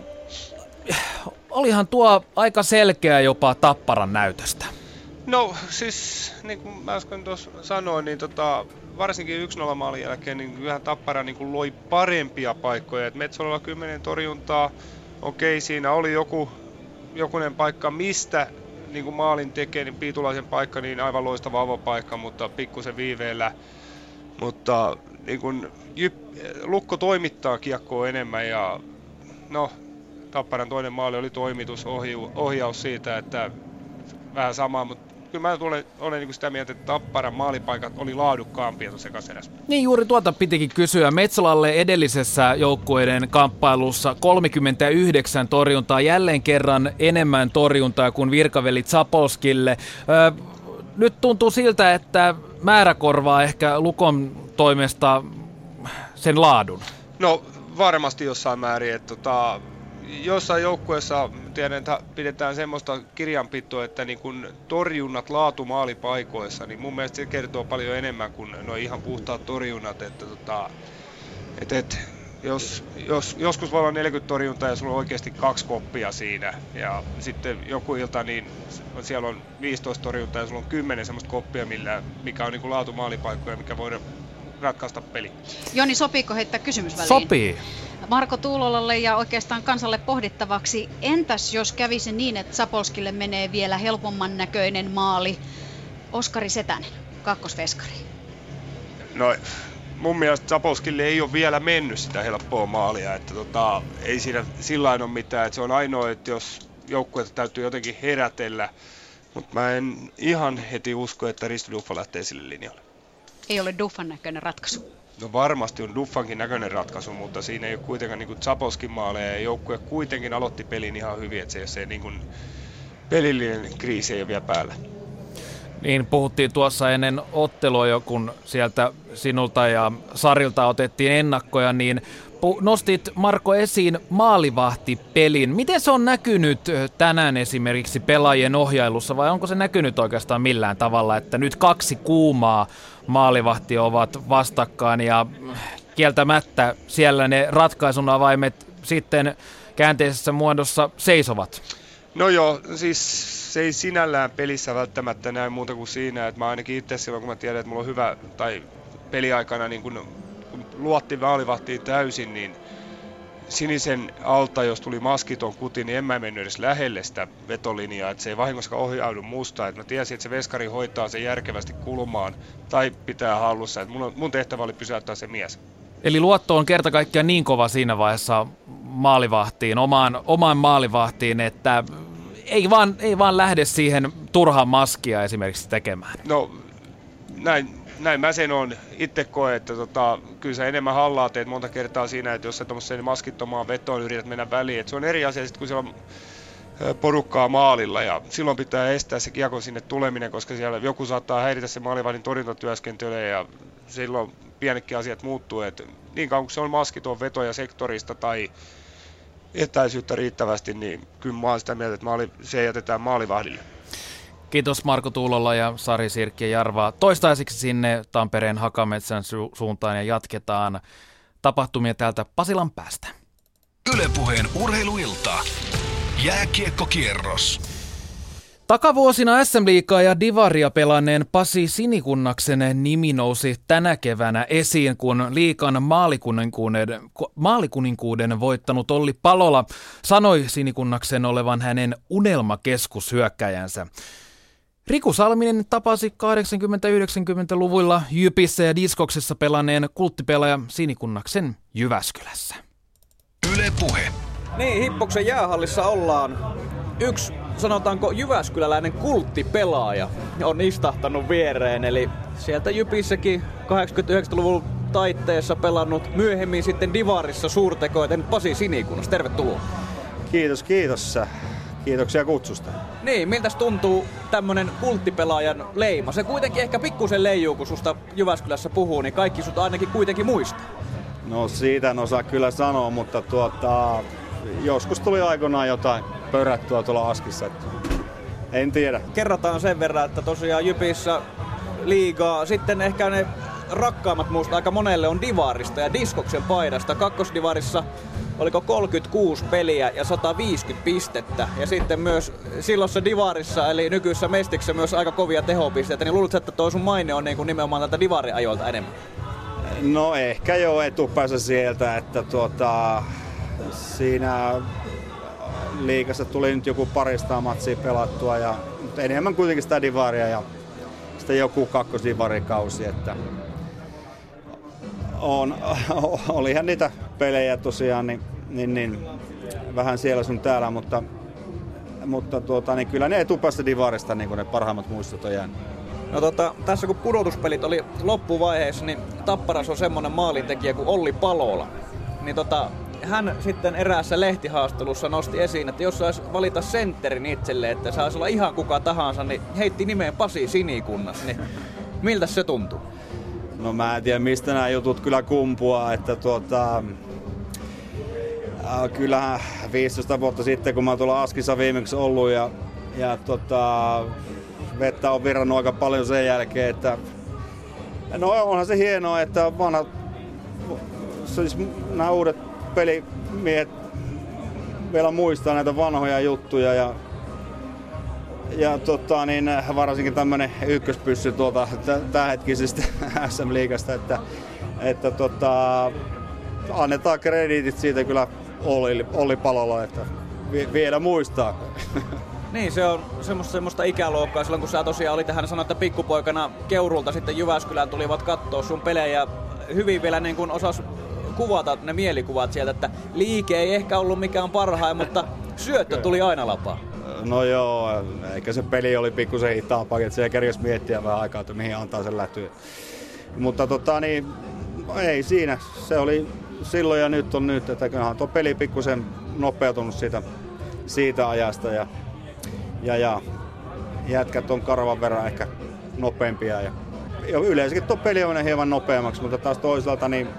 olihan tuo aika selkeä jopa Tapparan näytöstä. No siis, niin kuin mä äsken tuossa sanoin, niin varsinkin 1-0 maalin jälkeen niin kyllähän Tappara niin loi parempia paikkoja. Et Metsolalla 10 torjuntaa, okei, siinä oli jokunen paikka, mistä niin kuin maalin tekee, niin Piitulaisen paikka, niin aivan loistava avopaikka, mutta pikkusen viiveellä. Mutta niin kuin Lukko toimittaa kiekkoa enemmän ja no, Tapparan toinen maali oli toimitus, ohjaus siitä, että vähän sama, mutta kyllä mä olen niin sitä mieltä, että Tapparan maalipaikat oli laadukkaampia tuossa ekaserässä. Niin juuri tuota pitikin kysyä. Metsolalle edellisessä joukkueiden kamppailussa 39 torjuntaa, jälleen kerran enemmän torjuntaa kuin virkaveli Zapolskille. Nyt tuntuu siltä, että määrä korvaa ehkä Lukon toimesta sen laadun. No varmasti jossain määrin, että jossain joukkueessa tiedän, että pidetään semmoista kirjanpitoa, että niin kun torjunnat laatu maalipaikoissa, niin mun mielestä se kertoo paljon enemmän kuin nuo ihan puhtaat torjunnat. Jos joskus voi olla 40 torjuntaa ja sulla on oikeasti 2 koppia siinä ja sitten joku ilta niin siellä on 15 torjuntaa ja sulla on 10 semmoista koppia, mikä on niin kuin laatu maalipaikkoja, mikä voi ratkaista peli. Joni, sopiiko heittää kysymys väliin? Sopii. Marko Tuulolalle ja oikeastaan kansalle pohdittavaksi, entäs jos kävisi niin, että Zapolskille menee vielä helpomman näköinen maali? Oskari Setänen, kakkosveskari. No mun mielestä Zapolskille ei ole vielä mennyt sitä helppoa maalia, että ei siinä sillain ole mitään, että se on ainoa, että jos joukkueita täytyy jotenkin herätellä, mutta mä en ihan heti usko, että Risto Duffa lähtee sille linjalle. Ei ole Duffan näköinen ratkaisu. No varmasti on Duffankin näköinen ratkaisu, mutta siinä ei ole kuitenkaan niin kuin Zapolskin maaleja ja joukkue kuitenkin aloitti pelin ihan hyvin, että se niin kuin pelillinen kriisi ei ole vielä päällä. Niin, puhuttiin tuossa ennen ottelua jo, kun sieltä sinulta ja Sarilta otettiin ennakkoja, niin nostit, Marko, esiin maalivahtipelin. Miten se on näkynyt tänään esimerkiksi pelaajien ohjailussa, vai onko se näkynyt oikeastaan millään tavalla, että nyt 2 kuumaa maalivahtia ovat vastakkain ja kieltämättä siellä ne ratkaisun avaimet sitten käänteisessä muodossa seisovat? No joo, siis se ei sinällään pelissä välttämättä näy muuta kuin siinä, että mä ainakin itse silloin, kun mä tiedän, että mulla on hyvä, tai peliaikana niin kun luotti maalivahtiin täysin, niin sinisen alta, jos tuli maskiton kuti, niin en mä mennyt edes lähelle sitä vetolinjaa, että se ei vahingoskaan ohjaudu musta, että mä tiesin, että se veskari hoitaa sen järkevästi kulmaan tai pitää hallussa, että mun tehtävä oli pysäyttää se mies. Eli luotto on kerta kaikkiaan niin kova siinä vaiheessa maalivahtiin, omaan maalivahtiin, että ei vaan lähde siihen turhaa maskia esimerkiksi tekemään. No näin mä sen on itse koe, että kyllä sä enemmän hallaa teet monta kertaa siinä, että jos sä tuommoiseen maskittomaan vetoon yrität mennä väliin. Että se on eri asia sitten, kun siellä on porukkaa maalilla ja silloin pitää estää se kiekon sinne tuleminen, koska siellä joku saattaa häiritä se maalivahdin torjuntatyöskentelyä ja silloin pienetkin asiat muuttuu. Että niin kauan kun se on maskiton veto ja sektorista tai etäisyyttä riittävästi, niin kyllä mä oon sitä mieltä, että se jätetään maalivahdille. Kiitos Marko Tuulola ja Sari Sirkki-Jarva. Toistaiseksi sinne Tampereen Hakametsän suuntaan ja jatketaan tapahtumia täältä Pasilan päästä. Yle Puheen urheiluilta. Jääkiekkokierros. Takavuosina SM-liigaa ja divaria pelanneen Pasi Sinikunnaksen nimi nousi tänä keväänä esiin, kun liigan maalikuninkuuden voittanut Olli Palola sanoi Sinikunnaksen olevan hänen unelmakeskushyökkäjänsä. Riku Salminen tapasi 80-90-luvuilla Jypissä ja Diskoksessa pelanneen kulttipelaaja Sinikunnaksen Jyväskylässä. Yle Puhe. Niin, Hippoksen jäähallissa ollaan. Yksi, sanotaanko, jyväskyläläinen kulttipelaaja on istahtanut viereen. Eli sieltä Jypissäkin 80-90-luvun taitteessa pelannut, myöhemmin sitten divarissa suurtekoiten Pasi Sinikunnas. Tervetuloa. Kiitos. Kiitoksia kutsusta. Niin, miltäs tuntuu tämmönen kulttipelaajan leima? Se kuitenkin ehkä pikkusen leijuu, kun susta Jyväskylässä puhuu, niin kaikki sut ainakin kuitenkin muistaa. No siitä en osaa kyllä sanoa, mutta joskus tuli aikoinaan jotain pörättyä tuolla Askissa. En tiedä. Kerrataan sen verran, että tosiaan Jypissä liigaa, sitten ehkä ne rakkaammat muista aika monelle on divarista ja Diskoksen paidasta. Kakkosdivarissa oliko 36 peliä ja 150 pistettä. Ja sitten myös silloisessa divarissa, eli nykyisessä Mestiksessä myös aika kovia tehopisteitä. Niin luuletko, että toi sun maine on niin kuin nimenomaan tältä divariajoilta enemmän? No ehkä jo etupäässä sieltä, että siinä liigassa tuli nyt joku parista matsia pelattua, mutta enemmän kuitenkin sitä divaria ja sitten joku kakkosdivarikausi, että olihan niitä pelejä tosiaan niin vähän siellä sun täällä, mutta niin kyllä ne etupäästä divarista niin ne parhaimmat muistot on jäänyt. No tässä kun pudotuspelit oli loppuvaiheessa, niin Tapparassa on semmonen maalintekijä kuin Olli Palola. Niin hän sitten eräässä lehtihaastelussa nosti esiin, että jos saisi valita sentterin itselleen, että saisi olla ihan kuka tahansa, niin heitti nimeen Pasi Sinikunnas. Niin miltä se tuntuu? No mä en tiedä mistä nämä jutut kyllä kumpuaa, että kyllähän 15 vuotta sitten kun mä oon tuolla Askissa viimeksi ollut ja vettä on virrannut aika paljon sen jälkeen, että no onhan se hienoa, että siis nämä uudet pelimiehet vielä muistaa näitä vanhoja juttuja ja varsinkin tämmönen ykköspyssy tuolta tämänhetkisestä SM-liigasta, että annetaan krediitit siitä kyllä Olli Palolla, että vielä muistaa. Niin, se on semmoista ikäluokkaa. Silloin kun sä tosiaan olit tähän sanoa, että pikkupoikana Keurulta sitten Jyväskylään tulivat kattoo sun pelejä. Hyvin vielä niin kuin osas kuvata ne mielikuvat sieltä, että liike ei ehkä ollut mikään parhain, mutta syöttö tuli aina lapaa. No joo, eikä se peli oli pikkusen hitaampaa, että siellä kerkesi miettiä vähän aikaa, että mihin antaa sen lähtyä. Mutta ei siinä. Se oli silloin ja nyt on nyt, että kyllähän tuo peli pikkusen nopeutunut siitä ajasta ja jätkät on karvan verran ehkä nopeampia. Ja yleensäkin tuo peli on hieman nopeammaksi, mutta taas toisaalta niin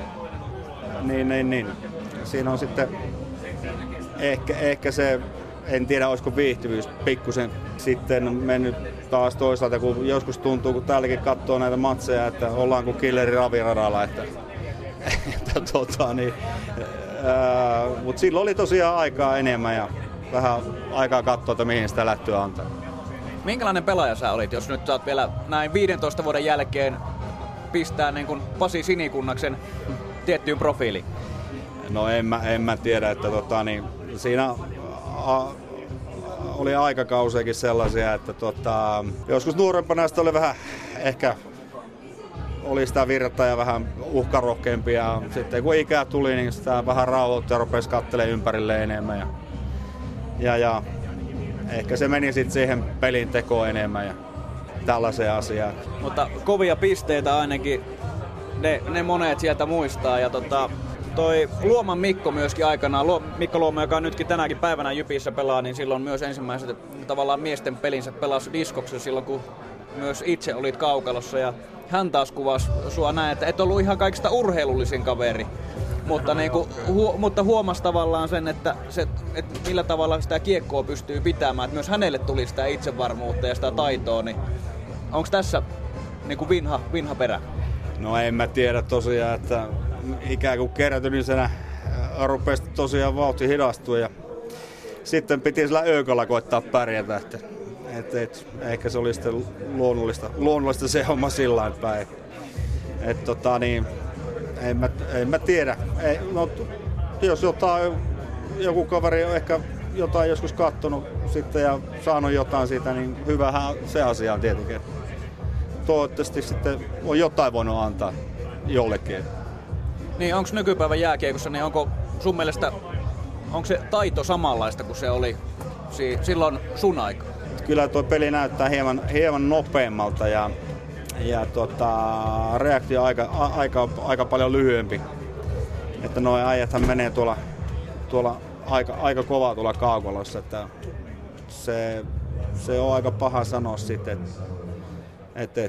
siinä on sitten ehkä se, en tiedä olisiko viihtyvyys pikkusen sitten mennyt taas toisaalta, kun joskus tuntuu, kun täälläkin katsoo näitä matseja, että ollaan kuin killeri raviradalla, mutta silloin oli tosiaan aikaa enemmän ja vähän aikaa katsoa, että mihin sitä lähtyä antaa. Minkälainen pelaaja sä olit, jos nyt saat vielä näin 15 vuoden jälkeen pistää niin kuin Pasi Sinikunnaksen tiettyyn profiiliin? No en mä tiedä, että siinä oli aikakausiakin sellaisia, että joskus nuorempana sitä oli vähän ehkä oli sitä virtaa ja vähän uhkarohkeampia. Sitten kun ikää tuli, niin sitä vähän rauhoitti ja rupesi katselemaan ympärille enemmän. Ja ehkä se meni sitten siihen pelin tekoon enemmän ja tällaiseen asiaan. Mutta kovia pisteitä ainakin ne monet sieltä muistaa. Ja toi Luoman Mikko myöskin aikanaan, Mikko Luoma, joka nytkin tänäkin päivänä Jypissä pelaa, niin silloin myös ensimmäiset tavallaan miesten pelinsä pelasi diskoksella silloin, kun myös itse olit kaukalossa. Ja hän taas kuvasi sua näin, että et ollut ihan kaikista urheilullisin kaveri. Mutta, mutta huomasi tavallaan sen, että millä tavalla sitä kiekkoa pystyy pitämään. Että myös hänelle tuli sitä itsevarmuutta ja sitä taitoa. Niin onko tässä niin vinha perä? No en mä tiedä tosiaan, että ikään kuin kerätyneisenä rupesi tosiaan vauhti hidastua. Ja sitten piti sillä öökolla koittaa pärjätä. Ehkä se oli sitten luonnollista se homma sillain päin. En mä tiedä. Jos joku kaveri on ehkä jotain joskus kattonut sitten ja saanut jotain siitä, niin hyvähän se asia on tietenkin. Toivottavasti sitten on jotain voinut antaa jollekin. Niin, onko nykypäivän jääkiekossa, niin onko sun mielestä, onko se taito samanlaista kuin se oli silloin sun aika? Kyllä tuo peli näyttää hieman nopeammalta ja reaktio aika paljon lyhyempi. Että nuo ajathan menee tuolla aika kovaa tuolla kaukolossa, että se on aika paha sanoa sitten, että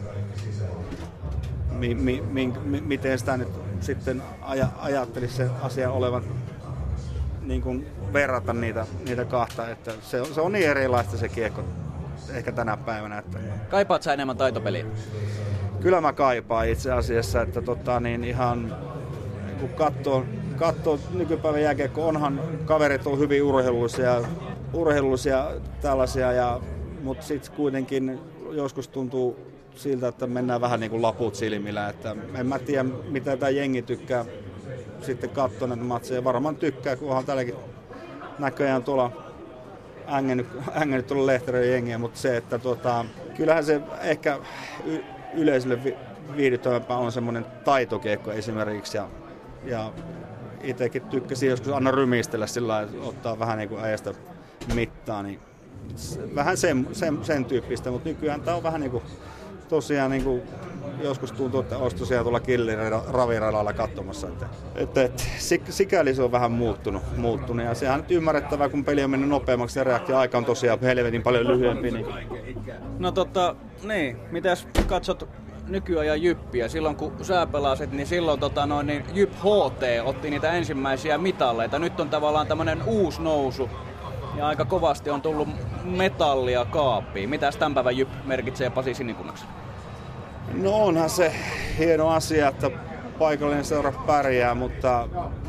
miten sitä nyt sitten ajattelisi se asia olevan niin kuin verrata niitä kahta, että se on niin erilaista se kiekko ehkä tänä päivänä. Että kaipaat sä enemmän taitopeliä? Kyllä mä kaipaan itse asiassa, että ihan kun katsoo nykypäivän jääkiekko, onhan kaverit on hyvin urheilullisia tällaisia, mutta sitten kuitenkin joskus tuntuu siltä, että mennään vähän niin kuin laput silmillä, että en mä tiedä mitä tämä jengi tykkää sitten katsoa näitä matseja. Varmaan tykkää, kun onhan tälläkin näköjään tuolla ängännyt tuolla Lehterön jengiä, mutta se, että kyllähän se ehkä yleisölle viihdyttävämpää on semmoinen taitokiekko esimerkiksi ja itsekin tykkäsin joskus aina rymistellä sillä lailla, että ottaa vähän niin kuin ajasta mittaa, niin vähän sen tyyppistä, mutta nykyään tämä on vähän niin kuin tosiaan niin kuin joskus tuntuu, että olisi tosiaan tuolla raviradalla katsomassa. Että sikäli se on vähän muuttunut ja sehän on nyt ymmärrettävää, kun peli on mennyt nopeammaksi ja reaktio-aika on tosiaan helvetin paljon lyhyempi. Niin. No niin, mitäs katsot nykyajan Jyppiä? Silloin kun sä pelasit, niin silloin niin Jyp HT otti niitä ensimmäisiä mitalleita. Nyt on tavallaan tämmönen uusi nousu. Ja aika kovasti on tullut metallia kaappiin. Mitäs tämän päivän Jyp merkitsee Pasi Sinikunnaksi? No onhan se hieno asia, että paikallinen seura pärjää, mutta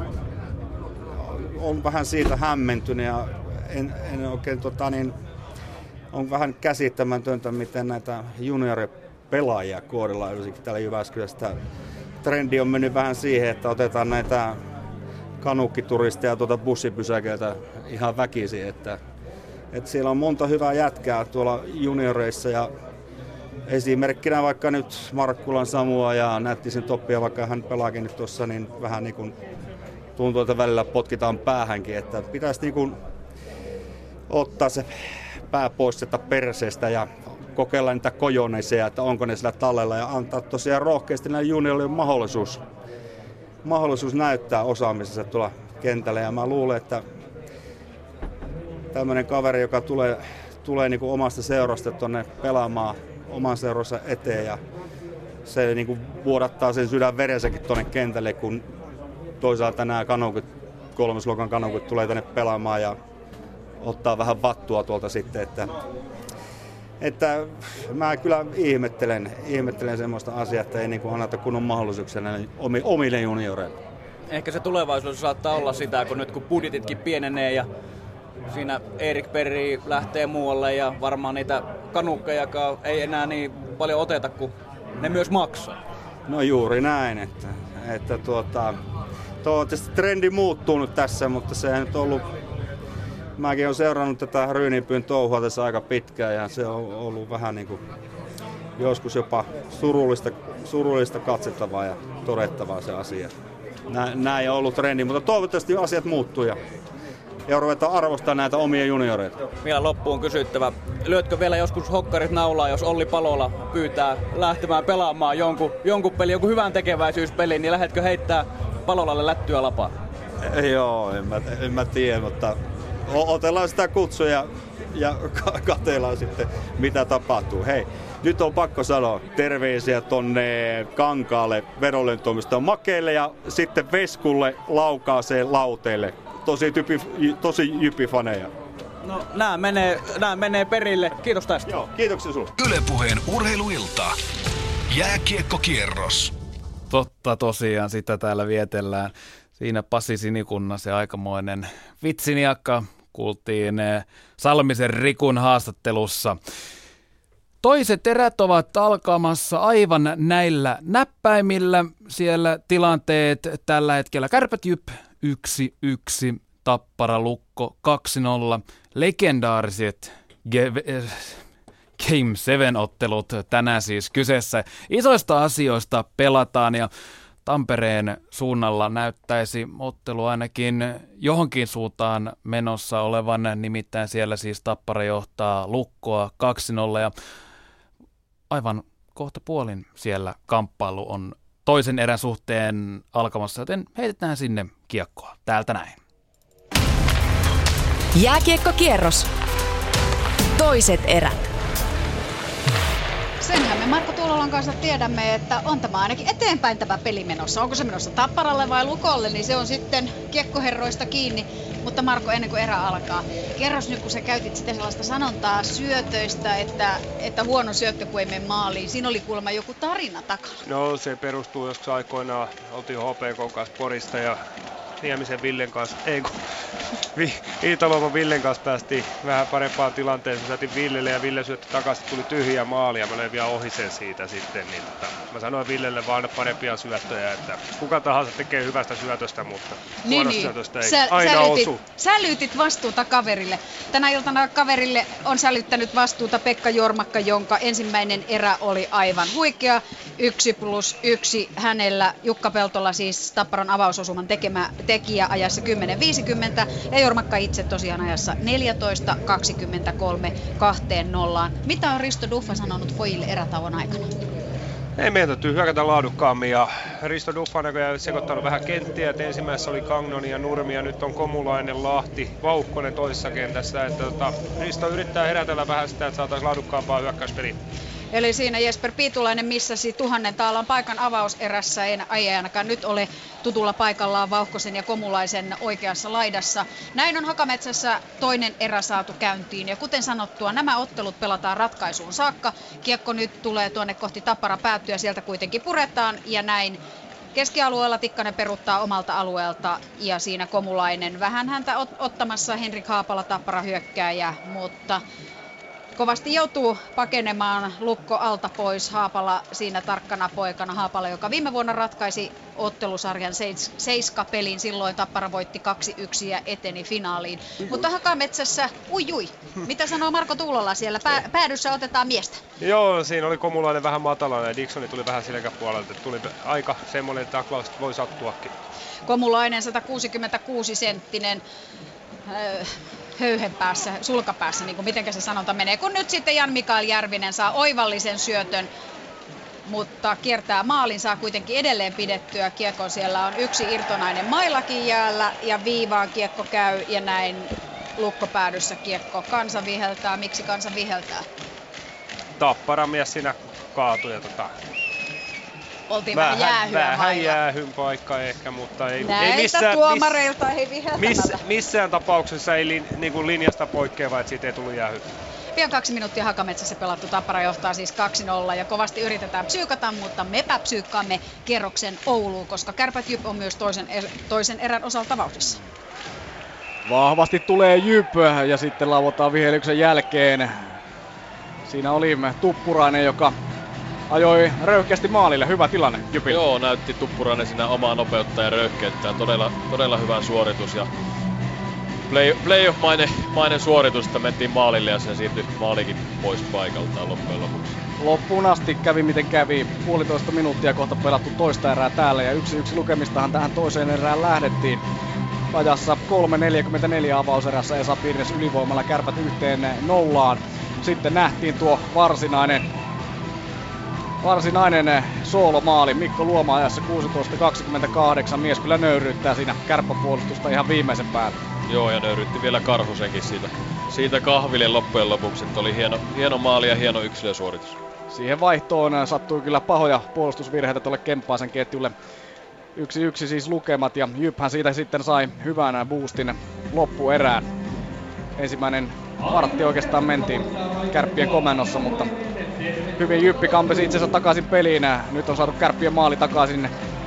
on vähän siitä hämmentynyt ja en oikein on vähän käsittämätöntä, miten näitä junioripelaajia koodillaan yleensäkin täällä Jyväskylästä trendi on mennyt vähän siihen, että otetaan näitä kanukkituristeja bussipysäkeiltä ihan väkisin, että siellä on monta hyvää jätkää tuolla junioreissa ja esimerkkinä vaikka nyt Markkulan Samua ja Nättisen Toppia, vaikka hän pelaakin nyt tuossa, niin vähän niin kuin tuntuu, että välillä potkitaan päähänkin, että pitäisi niin kuin ottaa se pää pois sieltä perseestä ja kokeilla niitä kojoneisia, että onko ne sillä tallella ja antaa tosiaan rohkeasti näille juniorille mahdollisuus näyttää osaamisensa tuolla kentällä. Ja mä luulen, että tämmöinen kaveri, joka tulee niin kuin omasta seurasta tuonne pelaamaan oman seuransa eteen ja se niin kuin vuodattaa sen sydän verensäkin tuonne kentälle, kun toisaalta nämä kolmosluokan kanukut tulee tänne pelaamaan ja ottaa vähän vattua tuolta sitten, että mä kyllä ihmettelen semmoista asiaa, että ei niin kuin anneta kunnon mahdollisuuksia näille omille junioreille. Ehkä se tulevaisuus saattaa olla sitä, kun nyt kun budjetitkin pienenee ja siinä Erik Perri lähtee muualle ja varmaan niitä kanukkejakaan ei enää niin paljon oteta, kun ne myös maksaa. No juuri näin, että toivottavasti trendi muuttuu nyt tässä, mutta sehän nyt on ollut, mäkin olen seurannut tätä Ryyninpyyn touhua tässä aika pitkään ja se on ollut vähän niin kuin joskus jopa surullista katsettavaa ja todettavaa se asia. Näin on ollut trendi, mutta toivottavasti asiat muuttuu ja ruvetaan arvostaa näitä omia junioreita. Vielä loppuun kysyttävä. Lyötkö vielä joskus hokkarit naulaa, jos Olli Palola pyytää lähtemään pelaamaan jonkun pelin, jonkun hyvän tekeväisyyspelin, niin lähdetkö heittää Palolalle lättyä lapaa? Joo, en mä tiedä, mutta otellaan sitä kutsuja ja katsellaan sitten, mitä tapahtuu. Hei, nyt on pakko sanoa terveisiä tonne Kankaalle vedonlyöntoimiston Makeille ja sitten Veskulle Laukaaseen Lauteelle. Tosi jyppifaneja. No, nämä menee perille. Kiitos tästä. Joo, kiitoksia sulle. Yle Puheen urheiluilta. Jääkiekkokierros. Totta tosiaan, sitä täällä vietellään. Siinä Pasi Sinikunnan se aikamoinen vitsiniakka kuultiin Salmisen Rikun haastattelussa. Toiset erät ovat alkamassa aivan näillä näppäimillä. Siellä tilanteet tällä hetkellä Kärpät Jyp 1-1, Tappara Lukko 2-0. Legendaariset Game 7-ottelut tänään siis kyseessä. Isoista asioista pelataan ja Tampereen suunnalla näyttäisi ottelu ainakin johonkin suuntaan menossa olevan, nimittäin siellä siis Tappara johtaa Lukkoa 2-0 ja aivan kohta puolin siellä kamppailu on toisen erän suhteen alkamassa, joten heitetään sinne kiekkoa täältä näin. Jääkiekkokierros. Toiset erät. Senhän me Marko Tuulolan kanssa tiedämme, että on tämä ainakin eteenpäin tämä peli menossa. Onko se menossa Tapparalle vai Lukolle, niin se on sitten kiekkoherroista kiinni. Mutta Marko, ennen kuin erä alkaa, kerros nyt, kun sä käytit sitä sellaista sanontaa syötöistä, että huono syöttö, kun ei mene maaliin. Siinä oli kuulemma joku tarina takana. No, se perustuu joskus aikoinaan. Oltiin HPK kanssa Porista ja Niemisen Villen kanssa, Iitalomon Villen kanssa päästiin vähän parempaan tilanteeseen. Syötin Villelle ja Ville syötti takaisin, tuli tyhjä maali ja mä löin vielä ohi sen siitä sitten. Niin, mä sanoin Villelle vaan parempia syöttöjä, että kuka tahansa tekee hyvästä syötöstä, mutta huonosta syötöstä ei aina osu. Sälytit vastuuta kaverille. Tänä iltana kaverille on sälyttänyt vastuuta Pekka Jormakka, jonka ensimmäinen erä oli aivan huikea. 1+1 hänellä, Jukka Peltola siis Tapparan avausosuman tekijä ajassa 10.50 ja Jormakka itse tosiaan ajassa 14.23 2-0. Mitä on Risto Duffa sanonut pojille erätauon aikana? Ei, meidän täytyy hyökätä laadukkaammin ja Risto Duffa on näköjään sekoittanut vähän kenttiä, että ensimmäisessä oli Kagnoni ja Nurmi ja nyt on Komulainen, Lahti, Vauhkonen toisessa kentässä. Että Risto yrittää herätellä vähän sitä, että saataisiin laadukkaampaa hyökkäyspeliä. Eli siinä Jesper Piitulainen missasi 1000 taalan paikan avauserässä, ei ainakaan nyt ole tutulla paikallaan Vauhkosen ja Komulaisen oikeassa laidassa. Näin on Hakametsässä toinen erä saatu käyntiin ja kuten sanottua, nämä ottelut pelataan ratkaisuun saakka. Kiekko nyt tulee tuonne kohti Tappara päättyä, sieltä kuitenkin puretaan ja näin. Keskialueella Tikkanen peruuttaa omalta alueelta ja siinä Komulainen vähän häntä ottamassa Henrik Haapala Tappara hyökkääjä, mutta kovasti joutuu pakenemaan Lukko alta pois. Haapala siinä tarkkana poikana. Haapala, joka viime vuonna ratkaisi ottelusarjan 7-pelin. Silloin Tappara voitti 2-1 ja eteni finaaliin. Mutta Hakametsässä, mitä sanoo Marko Tuulola siellä? Päädyssä otetaan miestä. Joo, siinä oli Komulainen vähän matalana ja Dixoni tuli vähän selkäpuolelta. Tuli aika semmoinen taklaus, että voi sattuakin. Komulainen 166-senttinen. Höyhenpäässä, sulkapäässä, niin kuin mitenkä se sanonta menee, kun nyt sitten Jan-Mikael Järvinen saa oivallisen syötön, mutta kiertää maalin, saa kuitenkin edelleen pidettyä kiekon. Siellä on yksi irtonainen mailakin jäällä ja viivaan kiekko käy ja näin Lukkopäädyssä kiekko. Kansa viheltää. Miksi kansa viheltää? Tappara mies siinä kaatui ja oltiin vähän jäähyn paikka ehkä, mutta ei missään tuomareilta ei viheltämällä. Missään tapauksessa ei niin linjasta poikkeava, että siitä ei tullut jäähy. Pian 2 minuuttia Hakametsässä pelattu. Tappara johtaa siis 2-0 ja kovasti yritetään psyykata, mutta mepä psyykkaamme kierroksen Ouluun, koska Kärpät Jyp on myös toisen erän osalta vauhdissa. Vahvasti tulee Jyp ja sitten lauotaan vihelyksen jälkeen. Siinä oli Tuppurainen, joka ajoi röyhkeästi maalille. Hyvä tilanne Jypillä. Joo, näytti Tuppurainen siinä omaa nopeutta ja röyhkeyttä. Todella hyvä suoritus ja playoff-mainen suoritus, että mentiin maalille ja sen siirtyi maalikin pois paikaltaan loppujen lopuksi. Loppuun asti kävi miten kävi. 1,5 minuuttia kohta pelattu toista erää täällä ja 1-1 lukemistahan tähän toiseen erään lähdettiin. Ajassa 3.44 avauserässä Esa Pirnes ylivoimalla Kärpät 1-0. Sitten nähtiin tuo varsinainen soolomaali Mikko Luoma ajassa 16.28. Mies kyllä nöyryyttää siinä kärppäpuolustusta ihan viimeisen päälle. Joo, ja nöyryytti vielä Karhusenkin siitä kahville loppujen lopuksi. Että oli hieno maali ja hieno yksilösuoritus. Siihen vaihtoon sattui kyllä pahoja puolustusvirheitä tuolle Kemppaisen ketjulle. 1-1 siis lukemat ja Jyphän siitä sitten sai hyvän boostin loppuerään. Ensimmäinen vartti oikeastaan mentiin Kärppien komennossa, mutta hyvin Jyppi kampesi itsensä takaisin peliin. Nyt on saatu Kärppien maali takaisin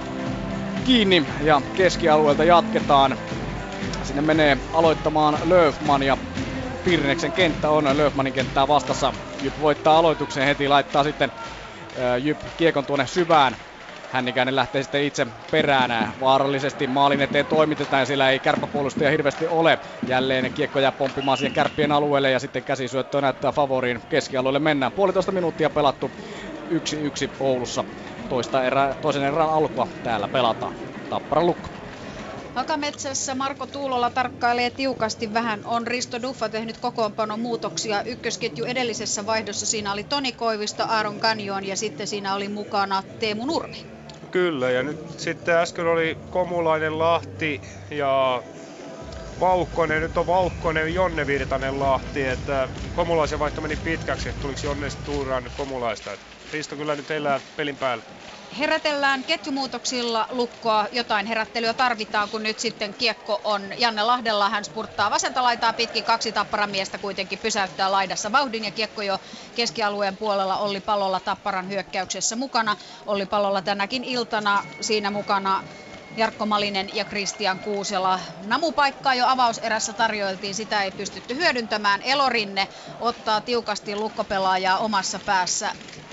kiinni ja keskialueelta jatketaan. Sinne menee aloittamaan Löfman ja Pirneksen kenttä on Löfmanin kenttää vastassa. Jyp voittaa aloituksen heti, laittaa sitten Jyp kiekon tuonne syvään. Hännikäinen lähtee sitten itse perään vaarallisesti. Maalin eteen toimitetaan ja siellä ei kärppäpuolustaja hirveästi ole. Jälleen kiekko jää pomppimaan siihen Kärppien alueelle ja sitten käsisyöttö näyttää favoriin. Keskialueelle mennään. 1,5 minuuttia pelattu 1-1 Oulussa. Toisen erän alkua täällä pelataan. Tappara Lukko. Hakametsässä Marko Tuulola tarkkailee tiukasti. Vähän on Risto Duffa tehnyt kokoonpanon muutoksia. Ykkösketju edellisessä vaihdossa siinä oli Toni Koivisto, Aaron Kanjon ja sitten siinä oli mukana Teemu Nurmi. Kyllä, ja nyt sitten äsken oli Komulainen, Lahti ja Vauhkonen. Nyt on Vauhkonen, Jonne Virtanen, Lahti. Että Komulaisen vaihto meni pitkäksi, että tuliko Jonne tuuraan nyt Komulaista. Risto kyllä nyt elää pelin päällä. Herätellään ketjumuutoksilla Lukkoa. Jotain herättelyä tarvitaan, kun nyt sitten kiekko on Janne Lahdella. Hän spurttaa vasenta laitaa pitkin. 2 Tapparamiestä kuitenkin pysäyttää laidassa vauhdin ja kiekko jo keskialueen puolella Olli Palolla Tapparan hyökkäyksessä mukana. Olli Palolla tänäkin iltana siinä mukana Jarkko Malinen ja Kristian Kuusela. Namupaikkaa jo avauserässä tarjoiltiin, sitä ei pystytty hyödyntämään. Elorinne ottaa tiukasti Lukkopelaajaa omassa päässä.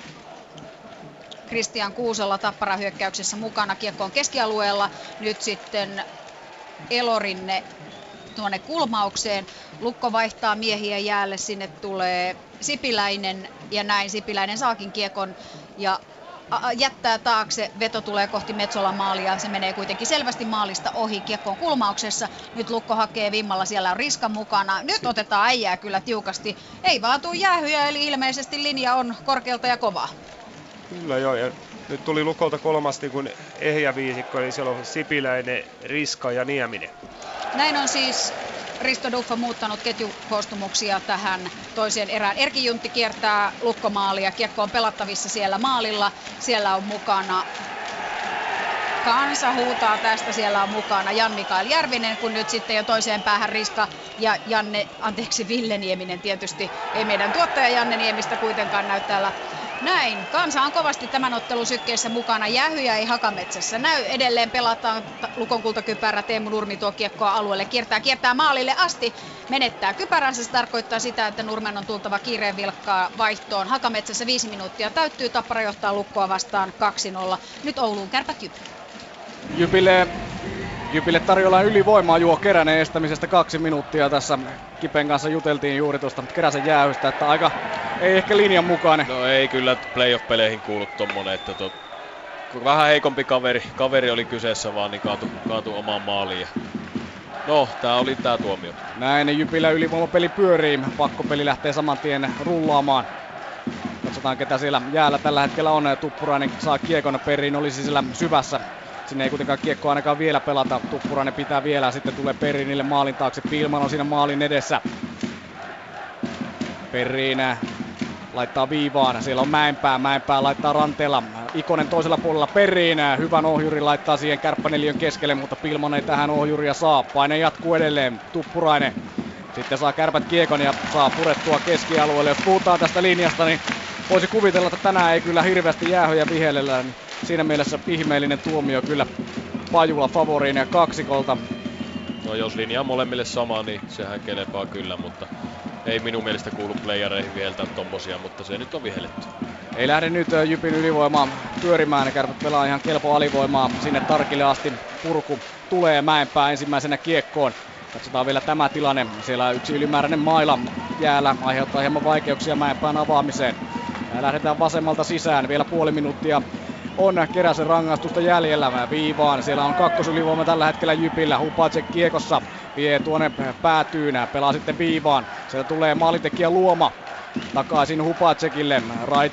Kristian Kuusela Tappara hyökkäyksessä mukana, kiekko on keskialueella. Nyt sitten Elorinne tuonne kulmaukseen. Lukko vaihtaa miehiä jäälle, sinne tulee Sipiläinen ja näin Sipiläinen saakin kiekon ja jättää taakse. Veto tulee kohti Metsolan maalia, se menee kuitenkin selvästi maalista ohi. Kiekko on kulmauksessa, nyt Lukko hakee vimmalla, siellä on Riska mukana. Nyt otetaan äijää kyllä tiukasti, ei vaan tuu jäähyjä, eli ilmeisesti linja on korkealta ja kovaa. Kyllä joo, ja nyt tuli Lukolta kolmas niin kuin ehjä viisikko, eli siellä on Sipiläinen, Riska ja Nieminen. Näin on siis Risto Duffa muuttanut ketjukoostumuksia tähän toiseen erään. Erki Juntti kiertää Lukkomaalia, kiekko on pelattavissa siellä maalilla, siellä on mukana kansa huutaa tästä, siellä on mukana Jan-Mikael Järvinen, kun nyt sitten jo toiseen päähän Riska ja Ville Nieminen tietysti. Ei meidän tuottaja Janne Niemistä kuitenkaan näy täällä Näin. Kansa on kovasti tämän ottelun sykkeessä mukana. Jäähyjä ei Hakametsässä näy. Edelleen pelataan Lukon kultakypärä. Teemu Nurmi tuo kiekkoa alueelle. Kiertää maalille asti. Menettää kypäränsä. Se tarkoittaa sitä, että Nurmen on tultava kiireen vilkkaa vaihtoon. Hakametsässä 5 minuuttia täyttyy. Tappara johtaa Lukkoa vastaan 2-0. Nyt Ouluun Kärpät Jyp. Jypille tarjolla ylivoimaa Juho Keränen estämisestä 2 minuuttia. Tässä Kipen kanssa juteltiin juuri tuosta Keräsen jäähystä, että aika ei ehkä linjan mukainen. No ei kyllä playoff-peleihin kuulu tommonen, että vähän heikompi kaveri oli kyseessä vaan, niin kaatui omaan maaliin. No, tää oli tää tuomio. Näin Jypillä ylivoimapeli pyörii. Pakkopeli lähtee saman tien rullaamaan. Katsotaan ketä siellä jäällä tällä hetkellä on. Tuppurainen saa kiekon Perrin, olisi siellä syvässä. Sinne ei kuitenkaan kiekkoa ainakaan vielä pelata. Tuppurainen pitää vielä, sitten tulee Perrinille maalin taakse. Pilman on siinä maalin edessä. Perrin laittaa viivaan. Siellä on Mäenpää laittaa ranteella. Ikonen toisella puolella Perrin. Hyvän ohjurin laittaa siihen kärppäneliön keskelle, mutta Pilman ei tähän ohjuria saa. Paine jatkuu edelleen. Tuppurainen. Sitten saa Kärpät kiekon ja saa purettua keskialueelle. Jos puhutaan tästä linjasta, niin voisi kuvitella, että tänään ei kyllä hirveästi jäähyjä vihellellä. Siinä mielessä ihmeellinen tuomio kyllä Pajula favoriin ja kaksikolta. No jos linja on molemmille sama, niin sehän kelepaa kyllä, mutta ei minun mielestä kuulu playereihin viheltää tommosia, mutta se nyt on vihelletty. Ei lähde nyt Jypin ylivoimaa pyörimään, Kärpät pelaa ihan kelpo alivoimaa sinne Tarkille asti. Purku tulee Mäenpää ensimmäisenä kiekkoon. Katsotaan vielä tämä tilanne. Siellä yksi ylimääräinen maila jäällä aiheuttaa hieman vaikeuksia Mäenpään avaamiseen. Ja lähdetään vasemmalta sisään. Vielä puoli minuuttia on Keräsen rangaistusta jäljellä viivaan. Siellä on kakkosylivoima tällä hetkellä Jypillä. Hupacek kiekossa vie tuonne päätyyn. Pelaa sitten viivaan. Sieltä tulee maalintekijä Luoma takaisin Hupacekille.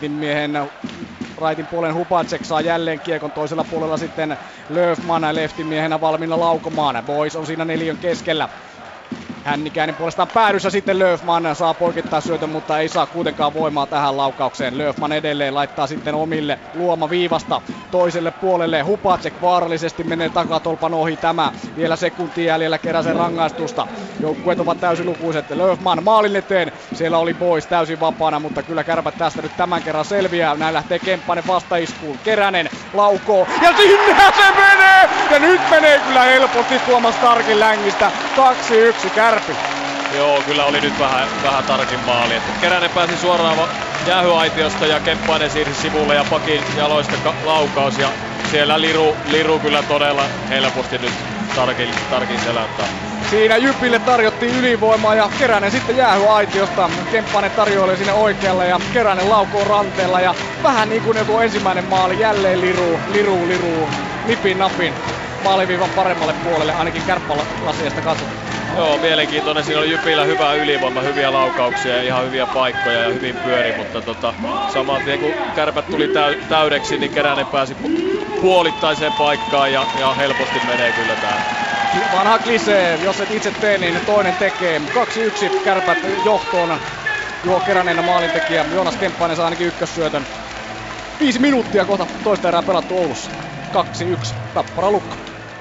Raitin puolen Hupacek saa jälleen kiekon, toisella puolella sitten Löfman leftimiehenä valmiina laukomaan. Boys on siinä neliön keskellä. Hännikäinen puolestaan päädyssä, sitten Löfman saa poikittaa syötön, mutta ei saa kuitenkaan voimaa tähän laukaukseen. Löfman edelleen laittaa sitten omille, Luoma viivasta toiselle puolelle. Hupacek vaarallisesti menee takatolpan ohi, tämä vielä sekunti jäljellä Keräsen rangaistusta. Joukkueet ovat täysilukuiset. Löfman maalin eteen, siellä oli Boys täysin vapaana, mutta kyllä Kärpät tästä nyt tämän kerran selviää. Näin lähtee Kemppainen vastaiskuun. Keränen laukoo ja sinnehän se menee! Ja nyt menee kyllä helposti Tuomas Starkin längistä. 2-1 Kärpi. Joo, kyllä oli nyt vähän tarkin maali. Että Keränen pääsi suoraan jäähyaitiosta ja Kemppainen siirsi sivulle ja pakin jaloista laukaus. Ja siellä liru kyllä todella helposti nyt tarkin seläntaa. Siinä Jypille tarjottiin ylivoimaa ja Keränen sitten jäähyaitiosta. Kemppainen tarjoilee sinne oikealle ja Keränen laukoo ranteella. Ja vähän niin kuin joku ensimmäinen maali, jälleen liru, nipin napin maaliviivan paremmalle puolelle, ainakin kärppälasiasta katsotaan. Joo, mielenkiintoinen. Siinä oli Jypillä hyvä ylivoima, hyviä laukauksia ja ihan hyviä paikkoja ja hyvin pyöri, mutta saman tien kun Kärpät tuli täydeksi, niin Keränen pääsi puolittaiseen paikkaan ja helposti menee kyllä tää. Vanha klisee, jos et itse tee, niin toinen tekee. 2-1 Kärpät johtoon. Juho Keränen maalintekijä, Joonas Kemppainen saa ainakin ykkössyötön. 5 minuuttia kohta toista erää pelattu Oulussa. 2-1 Tappara Lukko.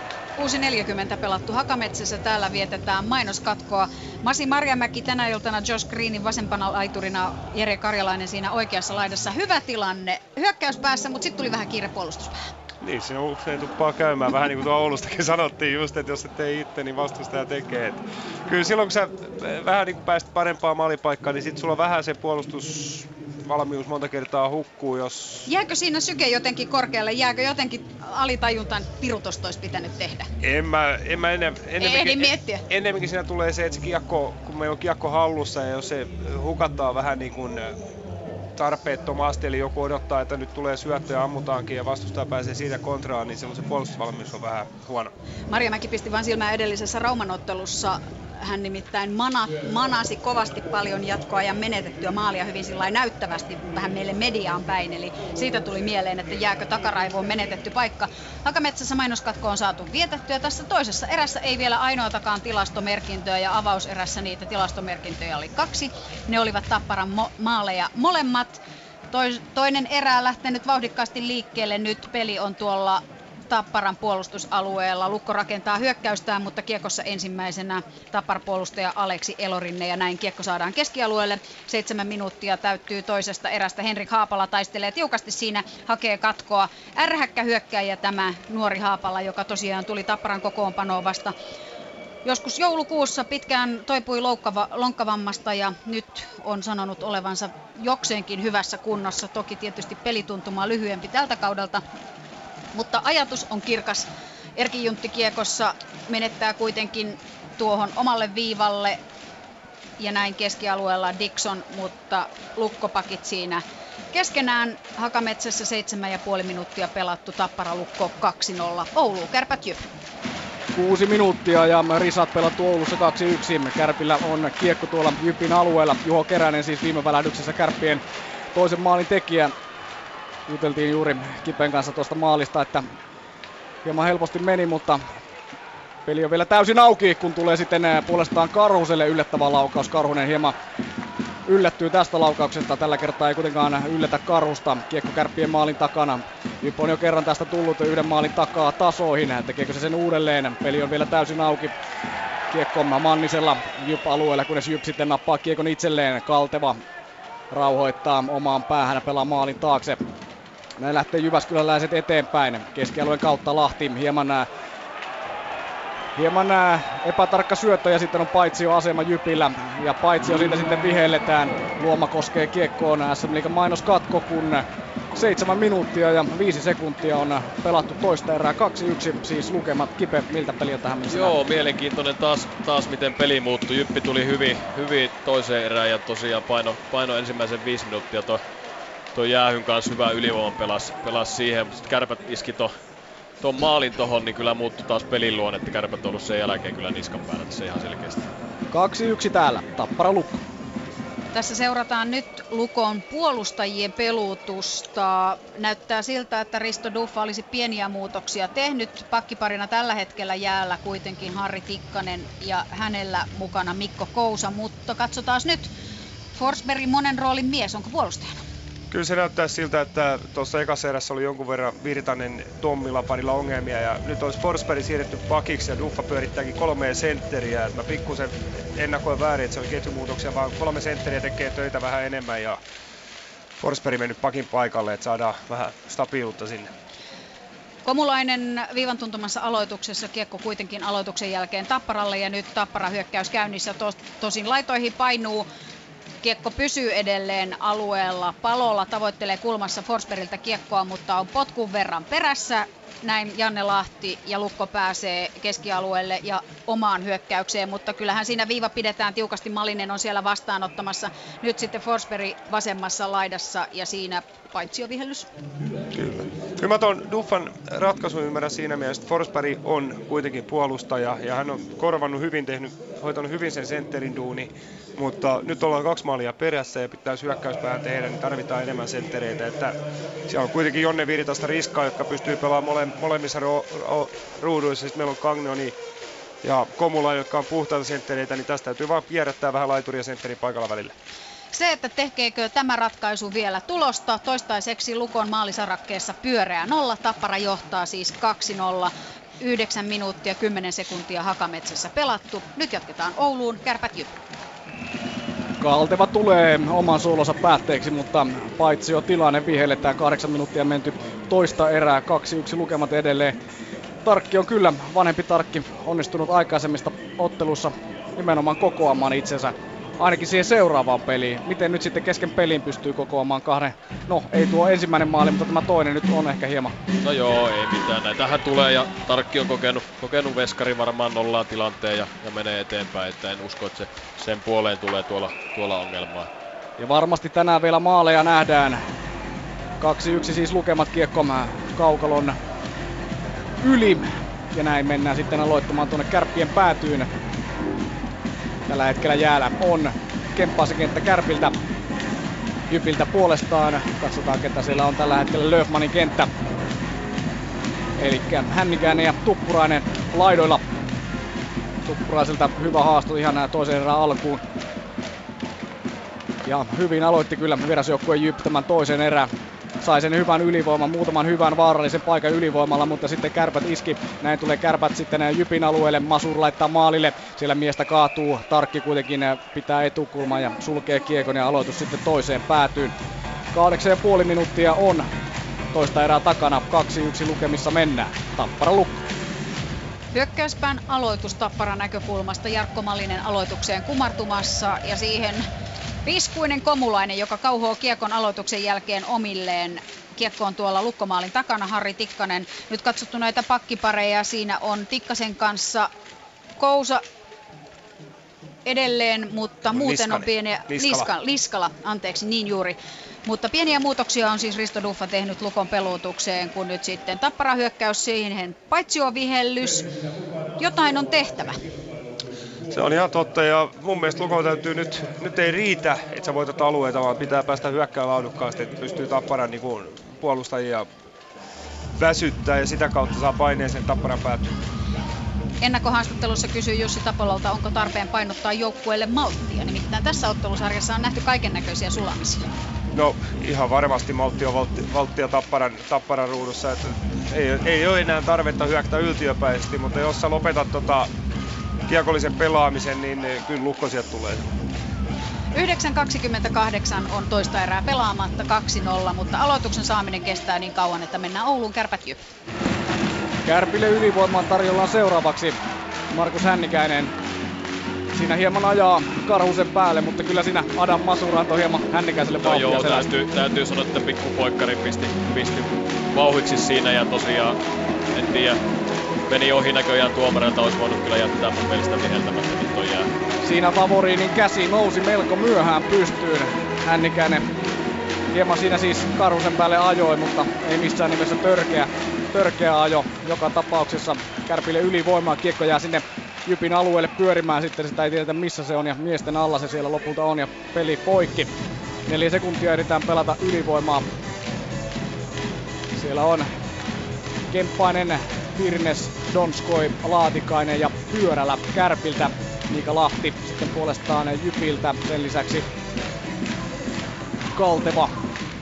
6.40 pelattu Hakametsässä. Täällä vietetään mainoskatkoa. Masi Marjamäki tänä iltana Josh Greenin vasempana laiturina, Jere Karjalainen siinä oikeassa laidassa. Hyvä tilanne hyökkäyspäässä, mutta sitten tuli vähän kiire puolustuspäähän. Niin, siinä usein tuppaa käymään. Vähän niin kuin tuo Oulustakin sanottiin just, että jos et tee itse, niin vastustaja tekee. Et kyllä silloin, kun sä vähän niin kuin pääst parempaan maalipaikkaan, niin sitten sulla vähän se puolustusvalmius monta kertaa hukkuu, jos... Jääkö siinä syke jotenkin korkealle? Jääkö jotenkin alitajuntaan pirutosta olisi pitänyt tehdä? En mä ennemminkin siinä tulee se, että se kiekko, kun meillä on kiekko hallussa ja jos se hukataan vähän niin kuin tarpeettomasti, eli joku odottaa, että nyt tulee syöttö ja ammutaankin ja vastustaja pääsee siitä kontraan, niin silloin se puolustusvalmius on vähän huono. Marjamäki pisti vain silmään edellisessä Rauman ottelussa. Hän nimittäin manasi kovasti paljon jatkoajan menetettyä maalia hyvin sillai näyttävästi vähän meille mediaan päin. Eli siitä tuli mieleen, että jääkö takaraivoon menetetty paikka. Hakametsässä mainoskatko on saatu vietettyä. Tässä toisessa erässä ei vielä ainoatakaan tilastomerkintöä ja avauserässä niitä tilastomerkintöjä oli 2. Ne olivat Tapparan maaleja molemmat. Toinen erä lähtenyt vauhdikkaasti liikkeelle. Nyt peli on tuolla Tapparan puolustusalueella. Lukko rakentaa hyökkäystään, mutta kiekossa ensimmäisenä Tappara-puolustaja Aleksi Elorinne ja näin kiekko saadaan keskialueelle. 7 minuuttia täyttyy toisesta erästä. Henrik Haapala taistelee tiukasti siinä, hakee katkoa. Ärhäkkä hyökkääjä tämä nuori Haapala, joka tosiaan tuli Tapparan kokoonpanoon vasta joskus joulukuussa, pitkään toipui lonkkavammasta ja nyt on sanonut olevansa jokseenkin hyvässä kunnossa. Toki tietysti pelituntumaa lyhyempi tältä kaudelta, mutta ajatus on kirkas. Erki Juntti kiekossa menettää kuitenkin tuohon omalle viivalle ja näin keskialueella Dixon, mutta lukkopakit siinä keskenään. Hakametsässä 7,5 minuuttia pelattu, Tappara Lukko 2-0. Oulu, Kärpät Jyp. 6 minuuttia ja risat pelattu Oulussa 2-1. Kärpillä on kiekko tuolla Jypin alueella. Juho Keränen siis viime välähdyksessä Kärppien toisen maalin tekijä. Juteltiin juuri Kipen kanssa tuosta maalista, että hieman helposti meni, mutta peli on vielä täysin auki, kun tulee sitten puolestaan Karhuselle yllättävä laukaus. Karhunen hieman yllättyy tästä laukauksesta. Tällä kertaa ei kuitenkaan yllätä Karhusta. Kiekko Kärppien maalin takana. Jyp on jo kerran tästä tullut yhden maalin takaa tasoihin. Tekeekö se sen uudelleen? Peli on vielä täysin auki. Kiekko Mannisella Jyp-alueella, kunnes Jyp sitten nappaa kiekon itselleen. Kalteva rauhoittaa omaan päähän ja pelaa maalin taakse. Näin lähtee jyväskyläläiset eteenpäin. Keskialueen kautta Lahti hieman epätarkka syöttö ja sitten on Paitsio asema Jypillä. Ja Paitsio siitä sitten vihelletään. Luoma koskee kiekkoon. SM Liigan mainoskatko, kun 7 minuuttia ja 5 sekuntia on pelattu toista erää. 2-1 siis lukemat. Kipe, miltä peli on tähän mennessä? Joo, mielenkiintoinen taas miten peli muuttui. Jyppi tuli hyvin toiseen erään ja tosiaan paino ensimmäisen 5 minuuttia. Tuo Jäähyn kanssa hyvä ylivoima pelasi siihen. Sitten Kärpät iski tuon maalin tohon, niin kyllä muuttui taas pelin luonne, että Kärpät on ollut sen jälkeen kyllä niskan päällä tässä ihan selkeästi. 2-1 täällä, Tappara Lukko. Tässä seurataan nyt Lukon puolustajien peluutusta. Näyttää siltä, että Risto Duffa olisi pieniä muutoksia tehnyt. Pakkiparina tällä hetkellä jäällä kuitenkin Harri Tikkanen ja hänellä mukana Mikko Kousa, mutta katsotaan nyt. Forsbergin monen roolin mies, onko puolustajana? Kyllä se näyttää siltä, että tuossa ekassa erässä oli jonkun verran Virtanen Tommilla parilla ongelmia ja nyt olisi Forsberg siirretty pakiksi ja Duffa pyörittääkin 3 sentteriä. Mä pikkusen ennakoin väärin, että se oli ketjumuutoksia, vaan 3 sentteriä tekee töitä vähän enemmän ja Forsberg mennyt pakin paikalle, että saadaan vähän stabiiluutta sinne. Komulainen viivan tuntumassa aloituksessa, kiekko kuitenkin aloituksen jälkeen Tapparalle ja nyt Tappara hyökkäys käynnissä, tosin laitoihin painuu. Kiekko pysyy edelleen alueella. Palola tavoittelee kulmassa Forsbergiltä kiekkoa, mutta on potkun verran perässä. Näin Janne Lahti ja Lukko pääsee keskialueelle ja omaan hyökkäykseen, mutta kyllähän siinä viiva pidetään tiukasti. Malinen on siellä vastaanottamassa. Nyt sitten Forsberg vasemmassa laidassa ja siinä Paitsio-vihellys. Kyllä mä tuon Duffan ratkaisun ymmärrän siinä mielessä, että Forsberg on kuitenkin puolustaja ja hän on korvannut hyvin, hoitanut hyvin sen sentterin duuni, mutta nyt ollaan 2 maalia perässä ja pitäisi hyökkäyspäähän tehdä, niin tarvitaan enemmän senttereitä, että siellä on kuitenkin Jonne Virtasta Riskaa, jotka pystyy pelaamaan molemmissa ruuduissa, sitten meillä on Cagnoni ja Komula, jotka on puhtaita senttereitä, niin tästä täytyy vaan kierrättää vähän laituria sentterin paikalla välillä. Se, että tekeekö tämä ratkaisu vielä tulosta, toistaiseksi Lukon maalisarakkeessa pyöreä 0, Tappara johtaa siis 2-0, 9 minuuttia 10 sekuntia Hakametsässä pelattu. Nyt jatketaan Ouluun, Kärpät Jyp. Kalteva tulee oman suolonsa päätteeksi, mutta Paitsio tilanne vihelletään, 8 minuuttia menty toista erää, 2-1 lukemat edelleen. Tarkki on kyllä vanhempi Tarkki, onnistunut aikaisemmista ottelussa nimenomaan kokoamaan itsensä ainakin siihen seuraavaan peliin. Miten nyt sitten kesken pelin pystyy kokoamaan 2? No, ei tuo ensimmäinen maali, mutta tämä toinen nyt on ehkä hieman. No joo, ei mitään. Näitähän tulee ja Tarkki on kokenut veskari varmaan nollaan tilanteen ja menee eteenpäin. Että en usko, että se sen puoleen tulee tuolla ongelmaa. Ja varmasti tänään vielä maaleja nähdään. 2-1 siis lukemat kiekko kaukalon yli. Ja näin mennään sitten aloittamaan tuonne Kärppien päätyyn. Tällä hetkellä jäällä on Kemppaisen kenttä Kärpiltä. Jypiltä puolestaan. Katsotaan ketä siellä on tällä hetkellä Löfmanin kenttä. Elikkä Hännikäinen ja Tuppurainen laidoilla. Tuppuraiselta hyvä haasto ihan toisen erään alkuun. Ja hyvin aloitti kyllä vierasjoukkueen Jyp tämän toisen erän. sai sen hyvän ylivoiman, muutaman hyvän vaarallisen paikan ylivoimalla, mutta sitten Kärpät iski. Näin tulee Kärpät sitten Jypin alueelle, Masur laittaa maalille, siellä miestä kaatuu, Tarkki kuitenkin pitää etukulman ja sulkee kiekon ja aloitus sitten toiseen päätyyn. 8,5 minuuttia on toista erää takana, 2-1 lukemissa mennään. Tappara Lukko. Hyökkäyspään aloitus Tapparan näkökulmasta, Jarkko Mallinen aloitukseen kumartumassa ja siihen piskuinen Komulainen, joka kauhoo kiekon aloituksen jälkeen omilleen. Kiekko on tuolla Lukkomaalin takana, Harri Tikkanen. Nyt katsottu näitä pakkipareja, siinä on Tikkasen kanssa Kousa edelleen, mutta muuten on pieniä... Liskala, anteeksi, niin juuri. Mutta pieniä muutoksia on siis Risto Duffa tehnyt Lukon peluutukseen, kun nyt sitten Tappara hyökkäys siihen paitsioovihellys. Jotain on tehtävä. Se on ihan totta ja mun mielestä Lukon täytyy nyt ei riitä, että sä voitat alueita, vaan pitää päästä hyökkäämään laadukkaasti, että pystyy Tapparan niin kuin puolustajia väsyttää ja sitä kautta saa paineeseen Tapparan päätyyn. Ennakkohaastattelussa kysyi Jussi Tapolalta, onko tarpeen painottaa joukkueelle malttia. Nimittäin tässä ottelusarjassa on nähty kaiken näköisiä sulamisia. No ihan varmasti maltti on valttia Tapparan ruudussa. Että ei ole enää tarvetta hyökätä yltiöpäisesti, mutta jos sä lopetat kiekollisen pelaamisen, niin kyllä Lukko sieltä tulee. 9.28 on toista erää pelaamatta, 2-0, mutta aloituksen saaminen kestää niin kauan, että mennään Ouluun. Kärpät Jyp. Kärpille ylivoimaa tarjolla seuraavaksi Markus Hännikäinen. Siinä hieman ajaa Karhusen päälle, mutta kyllä siinä Adam Masur antoi hieman Hännikäiselle vauhtia. Joo, täytyy sanoa, että pikkupoikkari pisti vauhiksi siinä ja tosiaan, en tiedä, meni ohi näköjään tuomarilta, olisi voinut kyllä jättää mun mielestä viheltämättä, nyt on jää. Siinä favoriinin käsi nousi melko myöhään pystyyn. Hännikäinen hieman siinä siis Karhusen päälle ajoi, mutta ei missään nimessä törkeä ajo. Joka tapauksessa Kärpille ylivoimaa, kiekko jää sinne Jypin alueelle pyörimään, sitten sitä ei tiedetä missä se on ja miesten alla se siellä lopulta on ja peli poikki. 4 sekuntia ehditään pelata ylivoimaa. Siellä on Kemppainen, Virnes, Donskoi, Laatikainen ja Pyörälä Kärpiltä. Miika Lahti sitten puolestaan Jypiltä, sen lisäksi Kalteva.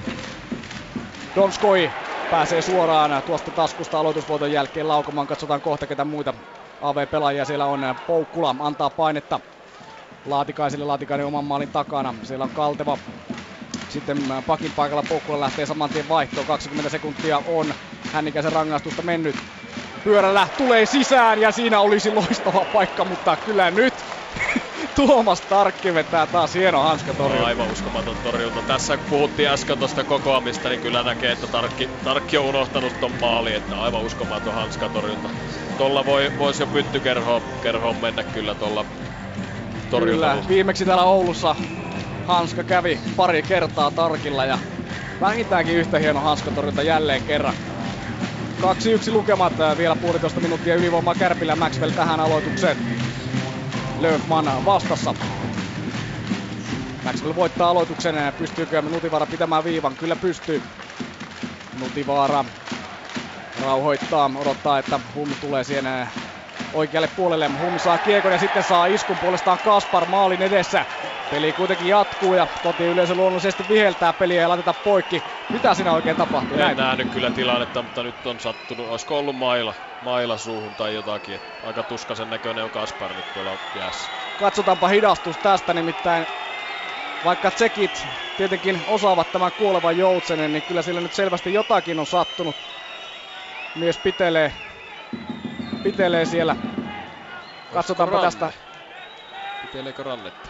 Donskoi pääsee suoraan tuosta taskusta aloitusvoiton jälkeen laukomaan. Katsotaan kohta ketä muita AV-pelaajia siellä on. Poukkula antaa painetta Laatikaiselle, Laatikainen oman maalin takana. Siellä on Kalteva. Sitten pakin paikalla Poukkula lähtee saman tien vaihtoon. 20 sekuntia on Hännikäisen rangaistusta mennyt. Pyörällä tulee sisään ja siinä olisi loistava paikka, mutta kyllä nyt Tuomas Tarkki vetää taas hieno hanskatorjunta. Aivan uskomaton torjunta. Tässä kun puhuttiin äsken tuosta kokoamista, niin kyllä näkee, että Tarkki on unohtanut ton maali, että aivan uskomaton hanskatorjunta. Tuolla voisi jo pyttykerhoon mennä kyllä tuolla torjuntalla. Kyllä, viimeksi täällä Oulussa hanska kävi pari kertaa Tarkilla ja vähintäänkin yhtä hieno hanskatorjunta jälleen kerran. 2-1 lukemat, vielä 1,5 minuuttia ylivoimaa Kärpillä, Maxwell tähän aloitukseen. Löfman vastassa. Maxwell voittaa aloituksen, pystyykö Nutivaara pitämään viivan? Kyllä pystyy. Nutivaara rauhoittaa, odottaa, että Hum tulee siihen oikealle puolelle. Hum saa kiekon ja sitten saa iskun puolestaan Kaspar maalin edessä. Peli kuitenkin jatkuu ja kotiyleisö luonnollisesti viheltää peliä ja laiteta poikki. Mitä siinä oikein tapahtuu? En nähnyt kyllä tilannetta, mutta nyt on sattunut. Olisiko ollut maila suuhun tai jotakin? Aika tuskaisen näköinen on Kaspar nyt tuolla jäässä. Katsotaanpa hidastus tästä, nimittäin vaikka tsekit tietenkin osaavat tämän kuolevan joutsenen, niin kyllä sillä nyt selvästi jotakin on sattunut. Mies pitelee siellä. Katsotaanpa tästä. Piteleekö rannetta?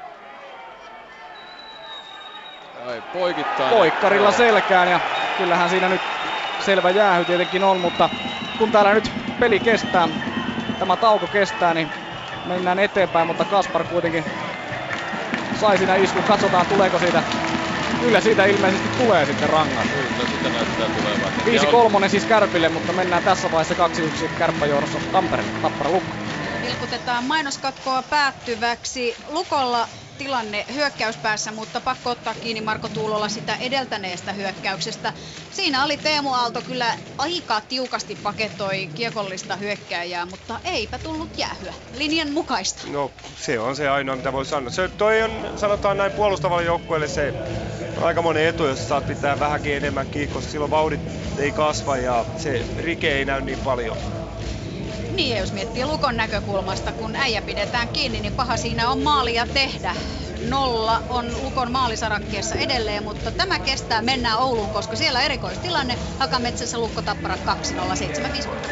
Ai, poikittain. Poikkarilla selkään ja kyllähän siinä nyt selvä jäähy tietenkin on, mutta kun täällä nyt peli kestää, tämä tauko kestää, niin mennään eteenpäin, mutta Kaspar kuitenkin sai siinä iskun. Katsotaan tuleeko siitä. Kyllä siitä ilmeisesti tulee sitten rangaistus. Kyllä sitä näyttää tulevan. 5-3 siis Kärpille, mutta mennään tässä vaiheessa 2-1 Kärppäjohdossa Tampereelle. Tappara Lukko. Vilkutetaan mainoskatkoa päättyväksi. Lukolla tilanne hyökkäyspäässä, mutta pakko ottaa kiinni Marko Tuulola sitä edeltäneestä hyökkäyksestä. Siinä oli Teemu Aalto kyllä aika tiukasti paketoi kiekollista hyökkääjää, mutta eipä tullut jäähyä. Linjan mukaista. No se on se ainoa mitä voi sanoa. Toi on, sanotaan näin puolustavalle joukkueelle se aikamoinen etu, jos saat pitää vähänkin enemmän kiinni, koska silloin vauhdit ei kasva ja se rike ei näy niin paljon. Niin, ja jos miettii Lukon näkökulmasta, kun äijä pidetään kiinni, niin paha siinä on maalia tehdä. 0 on Lukon maalisarakkeessa edelleen, mutta tämä kestää. Mennään Ouluun, koska siellä erikoistilanne. Hakametsässä Lukko Tappara 2-0, 7-5 vuotta.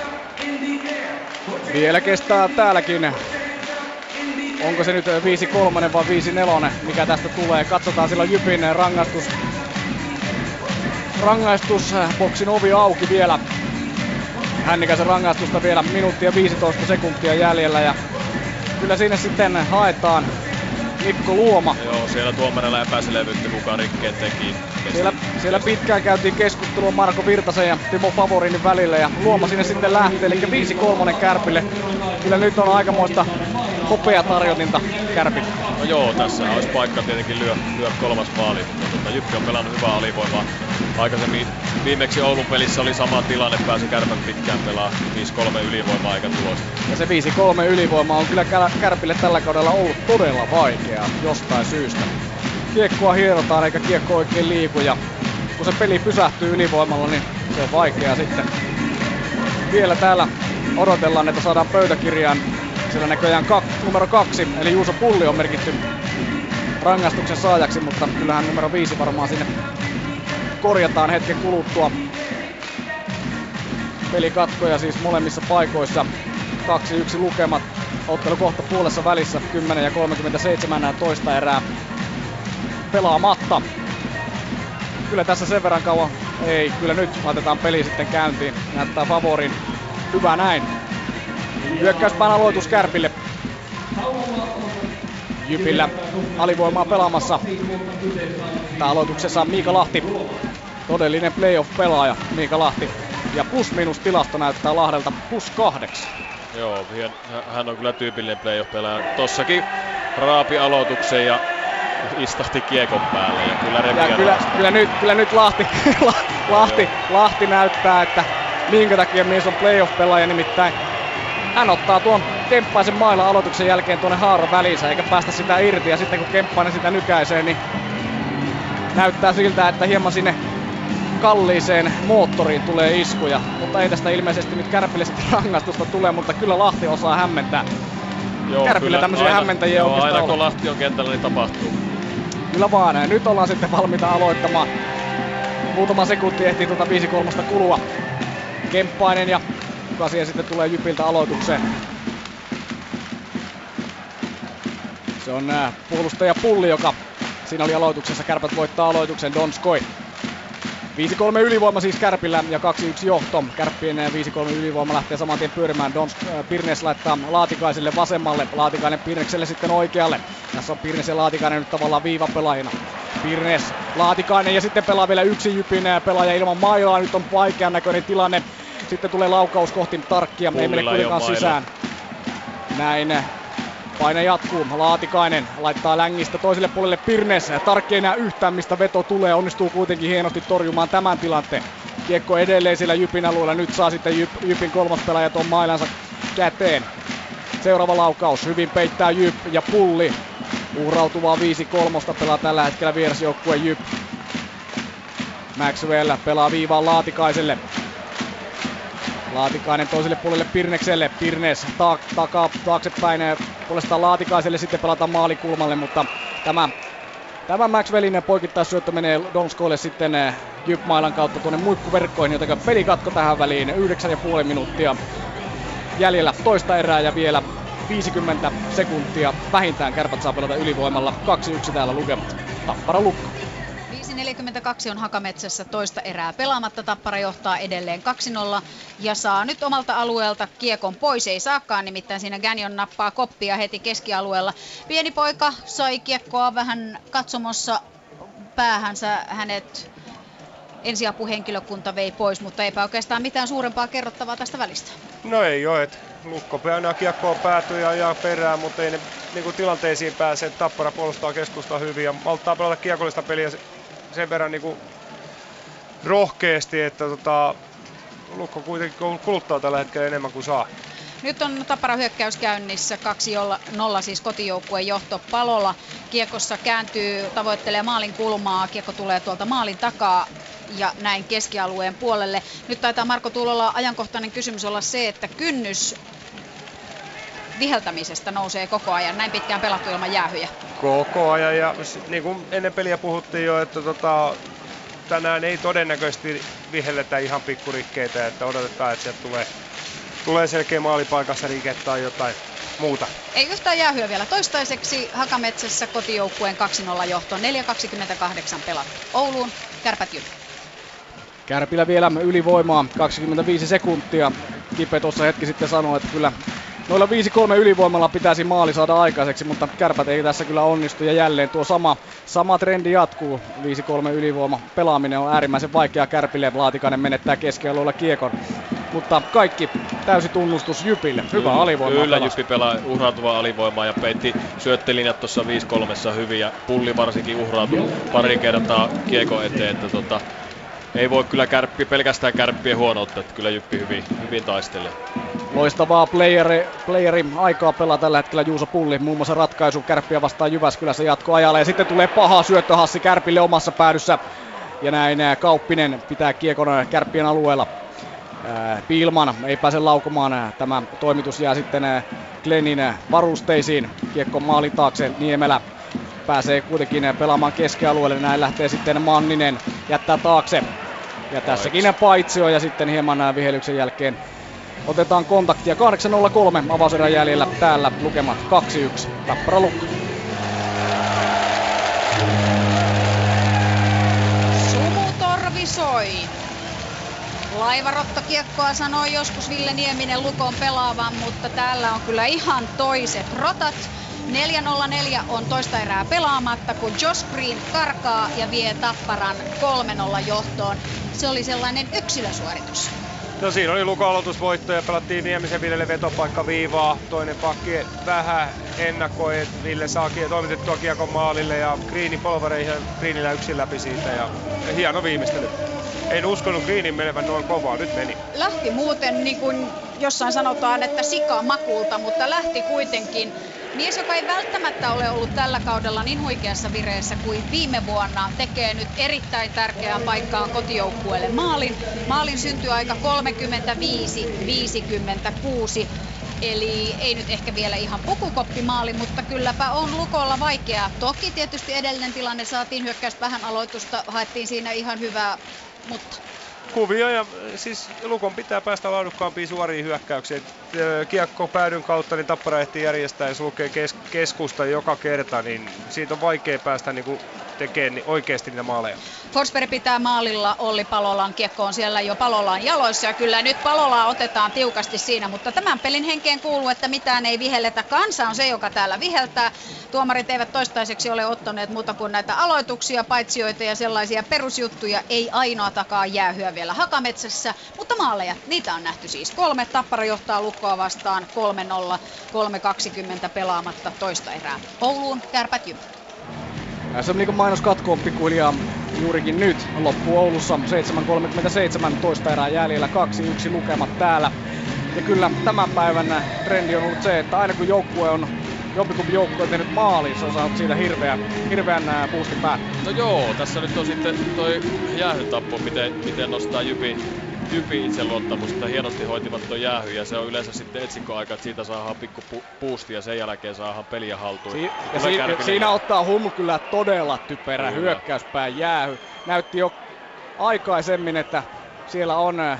Vielä kestää täälläkin. Onko se nyt 5-3 vai 5-4, mikä tästä tulee? Katsotaan, sillä on Jypin rangaistusboksin ovi auki vielä. Hännikäisen rangaistusta vielä minuutti ja 15 sekuntia jäljellä ja kyllä siinä sitten haetaan Mikko Luoma. Joo, siellä tuomarilla epäselvyyttä kuka rikkeet teki. Siellä pitkään käytiin keskustelua Marko Virtasen ja Timo Favorinin välillä ja Luoma sinne sitten lähtee, eli 5-3 Kärpille. Kyllä nyt on aikamoista hopeatarjotinta Kärpille. No joo, tässä olisi paikka tietenkin lyö kolmas maali, mutta Jyppi on pelannut hyvää alivoimaa. Aikaisemmin viimeksi Oulun pelissä oli sama tilanne, pääsi Kärpät pitkään pelaa 5-3 ylivoimaa eikä tulosta. Ja se 5-3 ylivoima on kyllä Kärpille tällä kaudella ollut todella vaikeaa jostain syystä. Kiekkoa hierotaan eikä kiekko oikein liiku ja kun se peli pysähtyy ylivoimalla, niin se on vaikeaa sitten. Vielä täällä odotellaan, että saadaan pöytäkirjaan. Siellä näköjään numero 2, eli Juuso Pulli on merkitty rangaistuksen saajaksi, mutta kyllähän numero 5 varmaan sinne korjataan hetken kuluttua. Pelikatkoja siis molemmissa paikoissa. 2-1 lukemat. Ottelu kohta puolessa välissä. 10 ja 37 toista erää pelaamatta. Kyllä tässä sen verran kauan ei. Kyllä nyt laitetaan peli sitten käyntiin. Näyttää Favorin. Hyvä näin. Hyökkäyspään aloitus Kärpille. Jypillä alivoimaa pelaamassa. Tää aloituksessa on Miika Lahti. Todellinen playoff-pelaaja Miika Lahti. Ja plus-minus tilasto näyttää Lahdelta +8. Joo, hän on kyllä tyypillinen playoff-pelaaja. Tossakin raapi aloituksen ja istahti kiekon päälle. Ja kyllä nyt Lahti näyttää, että minkä takia mies on playoff-pelaaja, nimittäin hän ottaa tuon Kemppaisen mailla aloituksen jälkeen tuonne haaran välinsä eikä päästä sitä irti ja sitten kun Kemppainen sitä nykäisee, niin näyttää siltä, että hieman sinne kalliiseen moottoriin tulee iskuja, mutta ei tästä ilmeisesti nyt Kärpille sitten rangaistusta tule, mutta kyllä Lahti osaa hämmentää. Joo, Kärpille tämmöisiä hämmentäjiä oikeastaan aina kun Lahti on kentällä, niin tapahtuu. Kyllä vaan, ja nyt ollaan sitten valmiita aloittamaan. Muutama sekunti ehtii tuota 5-3 kulua. Kemppainen ja kuka siihen sitten tulee Jypiltä aloitukseen. Se on puolustaja Pulli, joka siinä oli aloituksessa. Kärpät voittaa aloituksen, Donskoi. 5-3 ylivoima siis Kärpillä ja 2-1 johto. Kärppien 5-3 ylivoima lähtee saman tien pyörimään. Pirnes laittaa Laatikaiselle vasemmalle. Laatikainen Pirnekselle sitten oikealle. Tässä on Pirnes ja Laatikainen nyt tavallaan viivapelaajina. Pirnes, Laatikainen ja sitten pelaa vielä yksi Jypin pelaaja ilman mailaa. Nyt on vaikean näköinen tilanne. Sitten tulee laukaus kohti Tarkkia. Ei mene kuitenkaan sisään. Näin. Paine jatkuu. Laatikainen laittaa längistä toiselle puolelle Pirnes. Tarkki ei näe yhtään mistä veto tulee. Onnistuu kuitenkin hienosti torjumaan tämän tilanteen. Kiekko edelleen siellä Jypin alueella. Nyt saa sitten Jypin kolmas pelaaja tuon mailansa käteen. Seuraava laukaus. Hyvin peittää Jyp ja Pulli. Uhrautuvaa 5-3 pelaa tällä hetkellä vierasjoukkue Jyp. Maxwell pelaa viivaan Laatikaiselle. Laatikainen toiselle puolelle Pirnekselle. Pirnes taaksepäin puolestaan Laatikaiselle. Sitten pelataan maalikulmalle, mutta tämä Maxwellin poikittaisyöttö menee Donskoille sitten Jyp-mailan kautta tuonne muikkuverkkoihin, joten pelikatko tähän väliin. 9,5 minuuttia jäljellä toista erää ja vielä 50 sekuntia vähintään Kärpät saa pelata ylivoimalla. 2-1 täällä lukemat. Tappara Lukko. 5.42 on Hakametsässä toista erää pelaamatta. Tappara johtaa edelleen 2-0 ja saa nyt omalta alueelta kiekon pois. Ei saakaan, nimittäin siinä Gagnon nappaa koppia heti keskialueella. Pieni poika sai kiekkoa vähän katsomossa päähänsä. Hänet ensiapuhenkilökunta vei pois, mutta eipä oikeastaan mitään suurempaa kerrottavaa tästä välistä. No ei ole, että Lukko aina kiekkoon päätyy ja ajaa perään, mutta ei ne niin tilanteisiin pääse. Tappara puolustaa keskustaa hyvin ja malttaa pelata kiekollista peliä sen verran niin rohkeasti, että Lukko kuitenkin kuluttaa tällä hetkellä enemmän kuin saa. Nyt on Tappara hyökkäys käynnissä, 2-0 siis kotijoukkueen johto. Palola kiekossa kääntyy, tavoittelee maalin kulmaa, kiekko tulee tuolta maalin takaa ja näin keskialueen puolelle. Nyt taitaa Marko Tuulola ajankohtainen kysymys olla se, että kynnys viheltämisestä nousee koko ajan, näin pitkään pelattu ilman jäähyjä. Koko ajan ja niin kuin ennen peliä puhuttiin jo, että tänään ei todennäköisesti vihelletä ihan pikkurikkeitä, että odotetaan, että sieltä tulee selkeä maalipaikassa rike tai jotain muuta. Ei yhtään jäähyä vielä toistaiseksi. Hakametsässä kotijoukkueen 2-0 johto, 4.28 pelattu. Ouluun, Kärpät Jyp. Kärpillä vielä ylivoimaa, 25 sekuntia. Kipe tuossa hetki sitten sanoi, että kyllä noilla 5-3 ylivoimalla pitäisi maali saada aikaiseksi, mutta Kärpät ei tässä kyllä onnistu ja jälleen tuo sama trendi jatkuu. 5-3 ylivoima pelaaminen on äärimmäisen vaikeaa Kärpille. Laatikainen menettää keskialueella kiekon, mutta kaikki täysi tunnustus Jypille. Hyvä alivoima. Kyllä Jyppi pelaa uhrautuvaa alivoimaa ja peitti syöttelinjat tuossa 5-3 hyvin ja Pulli varsinkin uhrautui pari kertaa kiekon eteen. Että ei voi kyllä pelkästään Kärppien huonoutta, että kyllä Jyppi hyvin taistelee. Loistavaa playeri aikaa pelaa tällä hetkellä Juuso Pulli. Muun muassa ratkaisu Kärppiä vastaan Jyväskylässä jatkoajalla. Ja sitten tulee paha syöttöhassi Kärpille omassa päädyssä. Ja näin Kauppinen pitää kiekon Kärppien alueella. Pilman ei pääse laukomaan. Tämä toimitus jää sitten Glennin varusteisiin. Kiekko maalin taakse. Niemelä pääsee kuitenkin pelaamaan keskialueelle. Näin lähtee sitten Manninen. Jättää taakse. Ja tässäkin paitsio ja sitten hieman vihelyksen jälkeen otetaan kontaktia. 8.03 avauserän jäljellä täällä lukemat 2-1. Tappara Lukko. Sumutorvi soi. Laivarottokiekkoa sanoi joskus Ville Nieminen Lukon pelaavan, mutta täällä on kyllä ihan toiset rotat. 4-0-4 on toista erää pelaamatta, kun Josh Green karkaa ja vie Tapparan 3-0 johtoon. Se oli sellainen yksilösuoritus. No siinä oli Lukon aloitusvoitto ja pelattiin Niemisen Villelle vetopaikka viivaa. Toinen pakki vähän ennakoi, että Ville saakin toimitettua kiekon maalille ja Greenin polvareihin Greenillä yksin läpi siitä ja hieno viimeistely. En uskonut Greenin menevän noin kovaa, nyt meni. Lähti muuten niin kuin jossain sanotaan, että sikamakulta, mutta lähti kuitenkin. Mies, joka ei välttämättä ole ollut tällä kaudella niin huikeassa vireessä kuin viime vuonna, tekee nyt erittäin tärkeää paikkaa kotijoukkueelle maalin. Maalin syntyaika 35-56. Eli ei nyt ehkä vielä ihan pukukoppimaali, mutta kylläpä on Lukolla vaikeaa. Toki tietysti edellinen tilanne, saatiin hyökkäystä vähän aloitusta, haettiin siinä ihan hyvää, mutta kuvia ja siis Lukon pitää päästä laadukkaampiin suoriin hyökkäyksiin. Kiekko päädyn kautta niin Tappara ehtii järjestää ja sulkee keskusta joka kerta, niin siitä on vaikea päästä niin tekemään oikeasti niitä maaleja. Forsberg pitää maalilla Olli Palolan, kiekko on siellä jo Palolan jaloissa ja kyllä nyt Palolaa otetaan tiukasti siinä, mutta tämän pelin henkeen kuuluu, että mitään ei vihelletä. Kansa on se, joka täällä viheltää. Tuomarit eivät toistaiseksi ole ottaneet muuta kuin näitä aloituksia, paitsioita ja sellaisia perusjuttuja, ei ainoatakaan jäähyä vielä Hakametsässä, mutta maaleja, niitä on nähty siis 3. Tappara johtaa Lukkoa vastaan 3-0, 3.20 pelaamatta toista erää. Ouluun, Kärpät Jyp. SM Liigan mainoskatko on pikkuhiljaa juurikin nyt. Loppuu Oulussa 7.37 toista erää jäljellä, 2-1 lukemat täällä. Ja kyllä tämän päivän trendi on ollut se, että aina kun jompikumpi joukkue on tehnyt maaliin, se on saanut siitä hirveän boostin päälle. No joo, tässä nyt on sitten toi jäähytappo, miten nostaa Jypin itseluottamusta. Hienosti hoitivat tuon jäähy ja se on yleensä sitten etsikkoaika, että siitä saadaan pikku boosti ja sen jälkeen saadaan peliä haltuun. Siinä ottaa Hum kyllä todella typerä hyökkäyspään jäähy. Näytti jo aikaisemmin, että siellä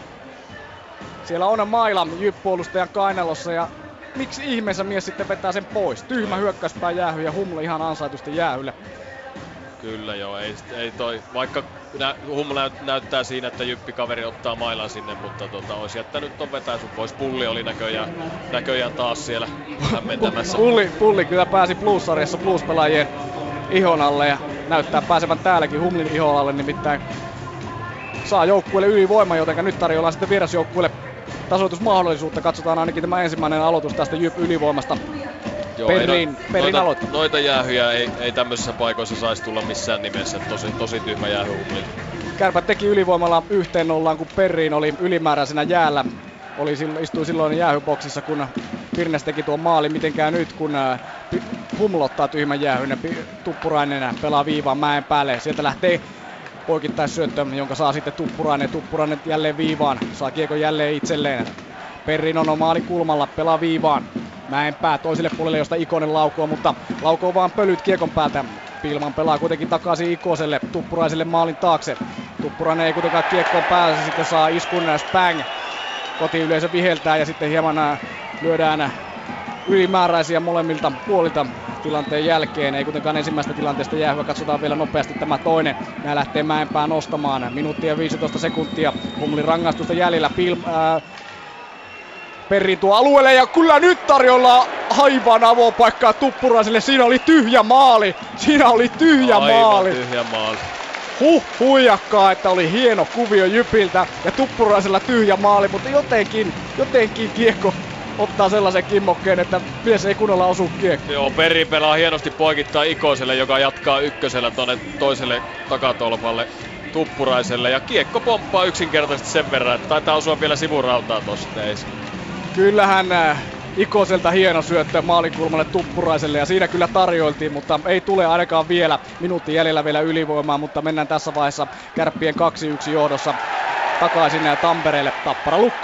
on maila Jyp-puolustajan kainalossa ja miksi ihmeessä mies sitten vetää sen pois? Tyhmä hyökkäyspään jäähy ja Humle ihan ansaitusti jäähylle. Kyllä joo, ei toi, vaikka Humle näyttää siinä, että Jyppi-kaveri ottaa mailan sinne, mutta olisi jättänyt ton vetäisyn pois. Pulli oli näköjään taas siellä hämmentämässä. Pulli kyllä pääsi Plus-sarjassa Plus-pelaajien ihon alle ja näyttää pääsevän täälläkin Humlin ihon alle, nimittäin saa joukkueelle ylivoima, joten nyt tarjoillaan sitten vierasjoukkueelle tasoitusmahdollisuutta. Katsotaan ainakin tämä ensimmäinen aloitus tästä Jyp-ylivoimasta. Joo, Perrin aloittaa. Noita jäähyjä ei tämmöisissä paikoissa saisi tulla missään nimessä. Tosi tyhmä jäähy Humlilta. Kärpät teki ylivoimalla 1-0, kun Perrin oli ylimääräisenä jäällä. istui silloin jäähyboksissa, kun Pirnes teki tuon maali. Mitenkään nyt, kun Huml ottaa tyhmän jäähyn ja Tuppurainen pelaa viivaan Mäen päälle. Sieltä lähtee poikittaisyöttö, jonka saa sitten Tuppurainen. Tuppurainen jälleen viivaan, saa kiekon jälleen itselleen. Perrin on maalin kulmalla, pelaa viivaan. Mäenpää toiselle puolelle, josta Ikonen laukoo, mutta laukoo vaan pölyt kiekon päältä. Pilman pelaa kuitenkin takaisin Ikoselle, Tuppuraiselle maalin taakse. Tuppurainen ei kuitenkaan kiekkoon pääse, sitten saa iskun Spang. Kotiyleisö viheltää ja sitten hieman lyödään ylimääräisiä molemmilta puolilta tilanteen jälkeen. Ei kuitenkaan ensimmäistä tilanteesta jäähyä, katsotaan vielä nopeasti tämä toinen. Nää lähtee Mäenpää nostamaan, minuuttia 15 sekuntia. Humlin rangaistusta jäljellä. Perri tuo alueelle ja kyllä nyt tarjolla aivan avopaikkaa Tuppuraiselle. Siinä oli tyhjä maali. Aivan tyhjä maali. Huijakkaa, että oli hieno kuvio Jypiltä ja Tuppuraisella tyhjä maali, mutta jotenkin kiekko ottaa sellaisen kimmokkeen, että mies ei kunnolla osu kiekko. Joo, Perri pelaa hienosti poikittaa Ikoselle, joka jatkaa ykkösellä tonne toiselle takatolpalle Tuppuraiselle ja kiekko pomppaa yksinkertaisesti sen verran, että taitaa osua vielä sivurautaa tossa teis. Kyllähän Ikoselta hieno syöttö maalinkulmalle Tuppuraiselle ja siinä kyllä tarjoiltiin, mutta ei tule ainakaan vielä. Minuutti jäljellä vielä ylivoimaa, mutta mennään tässä vaiheessa Kärppien 2-1 johdossa takaisin Tampereelle. Tappara Lukko.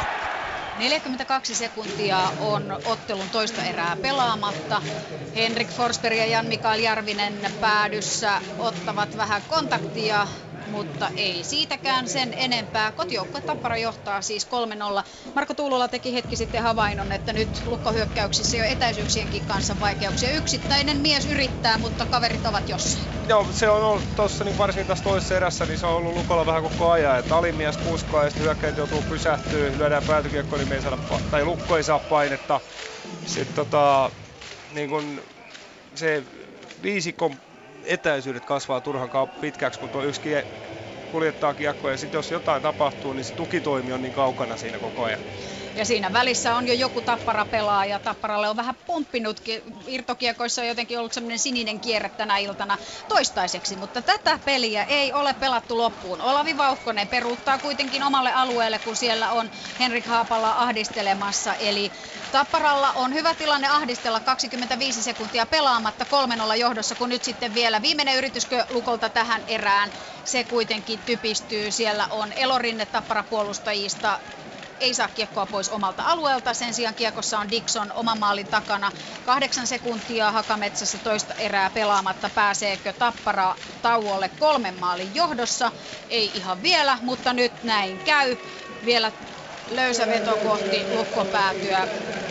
42 sekuntia on ottelun toista erää pelaamatta. Henrik Forsberg ja Jan-Mikael Järvinen päädyssä ottavat vähän kontaktia, mutta ei siitäkään sen enempää. Kotijoukkue Tappara johtaa siis 3-0. Marko Tuulola teki hetki sitten havainnon, että nyt Lukko-hyökkäyksissä jo etäisyyksienkin kanssa vaikeuksia. Yksittäinen mies yrittää, mutta kaverit ovat jossain. Joo, se on ollut tuossa niin varsinkin tässä toisessa erässä, niin se on ollut Lukolla vähän koko ajan. Että alimies kuskaa ja sitten hyökkäät joutuu pysähtyä, lyödään päätykiekko, niin me ei saada, tai Lukko ei saa painetta. Sitten niin kun se viisikon etäisyydet kasvaa turhan pitkäksi, kun tuo yksi kuljettaa kiekkoa ja sitten jos jotain tapahtuu, niin se tukitoimi on niin kaukana siinä koko ajan. Ja siinä välissä on jo joku Tappara-pelaaja. Tapparalle on vähän pomppinutkin. Irtokiekoissa on jotenkin ollut semmoinen sininen kierre tänä iltana toistaiseksi, mutta tätä peliä ei ole pelattu loppuun. Olavi Vauhkonen peruuttaa kuitenkin omalle alueelle, kun siellä on Henrik Haapala ahdistelemassa. Eli Tapparalla on hyvä tilanne ahdistella, 25 sekuntia pelaamatta 3-0 johdossa, kun nyt sitten vielä viimeinen yrityskö Lukolta tähän erään. Se kuitenkin typistyy. Siellä on Elorinne Tappara-puolustajista. Ei saa kiekkoa pois omalta alueelta. Sen sijaan kiekossa on Dixon oman maalin takana. 8 sekuntia Hakametsässä toista erää pelaamatta. Pääseekö Tappara tauolle 3 maalin johdossa? Ei ihan vielä, mutta nyt näin käy. Vielä löysä veto kohti Lukkon päätyä.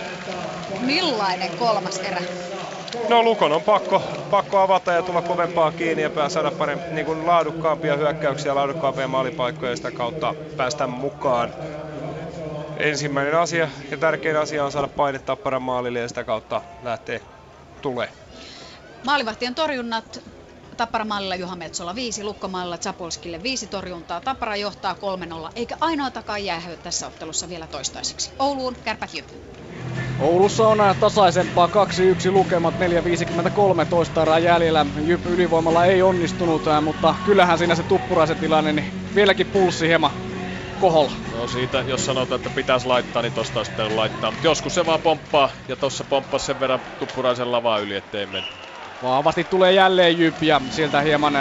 Millainen kolmas erä? No Lukon on pakko avata ja tulla kovempaa kiinni ja saada niin kuin laadukkaampia hyökkäyksiä, laadukkaampia maalipaikkoja ja sitä kautta päästä mukaan. Ensimmäinen asia ja tärkein asia on saada paine Tapparan maalille ja sitä kautta lähtee tulee. Maalivahtien torjunnat Tapparan maalilla Juha Metsola 5, Lukko-maalilla Zapolskille 5 torjuntaa. Tappara johtaa 3-0, eikä ainoatakaan jäähy tässä ottelussa vielä toistaiseksi. Ouluun Kärpät Jyp. Oulussa on tasaisempaa 2-1 lukemat, 4.53 toista erää jäljellä. Jyp ylivoimalla ei onnistunut, mutta kyllähän siinä se Tuppuraisen tilanne, niin vieläkin pulssi hieman koholla. No siitä, jos sanotaan, että pitäisi laittaa, niin tosta olisi pitänyt laittaa. Mutta joskus se vaan pomppaa, ja tossa pomppasi sen verran Tuppuraisen lavaa yli, ettei mene. Vahvasti tulee jälleen Jyp, ja sieltä hieman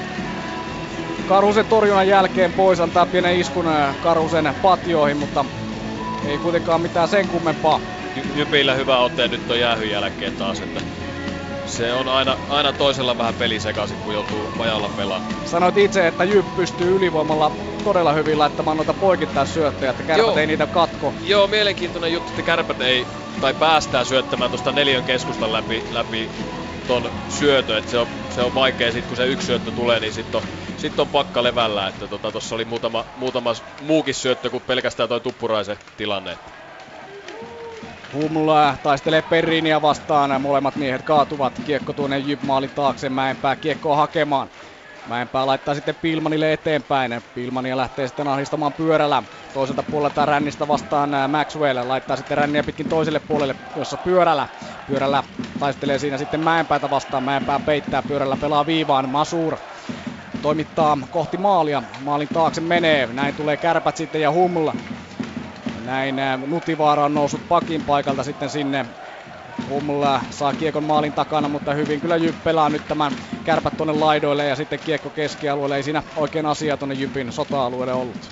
Karhusen torjunnan jälkeen pois, antaa pienen iskun Karhusen patjoihin, mutta ei kuitenkaan mitään sen kummempaa. Jypillä hyvä ote nyt on jäähyn jälkeen taas, että se on aina toisella vähän peli sekaisin, kun joutuu vajalla pelaamaan. Sanoit itse, että Jyp pystyy ylivoimalla todella hyvin laittamaan noita poikittaisyöttöjä, että Kärpät ei niitä katko. Joo, mielenkiintoinen juttu, että Kärpät ei, tai päästään syöttämään tuosta 4 keskustan läpi ton syötön, että se on vaikea sit, kun se yksi syöttö tulee, niin sit on pakka levällä, että tossa oli muutama muukin syöttö kuin pelkästään toi Tuppuraisen tilanne. Huml taistelee Perriiniä vastaan, molemmat miehet kaatuvat, kiekko tuonne Jyp-maalin taakse, Mäenpää kiekkoa hakemaan. Mäenpää laittaa sitten Pilmanille eteenpäin, Pilmania lähtee sitten ahdistamaan pyörällä. Toiselta puolelta Rännistä vastaan Maxwell, laittaa sitten Ränniä pitkin toiselle puolelle, jossa Pyörällä taistelee siinä sitten Mäenpäätä vastaan, Mäenpää peittää, Pyörällä pelaa viivaan, Masur toimittaa kohti maalia, maalin taakse menee, näin tulee Kärpät sitten ja Huml Näin Nutivaara on noussut pakin paikalta sitten sinne. Humla saa kiekon maalin takana, mutta hyvin kyllä Jyp pelaa nyt tämän Kärpät tuonne laidoille ja sitten kiekko keskialueelle. Ei siinä oikein asiaa tuonne Jypin sota-alueelle ollut.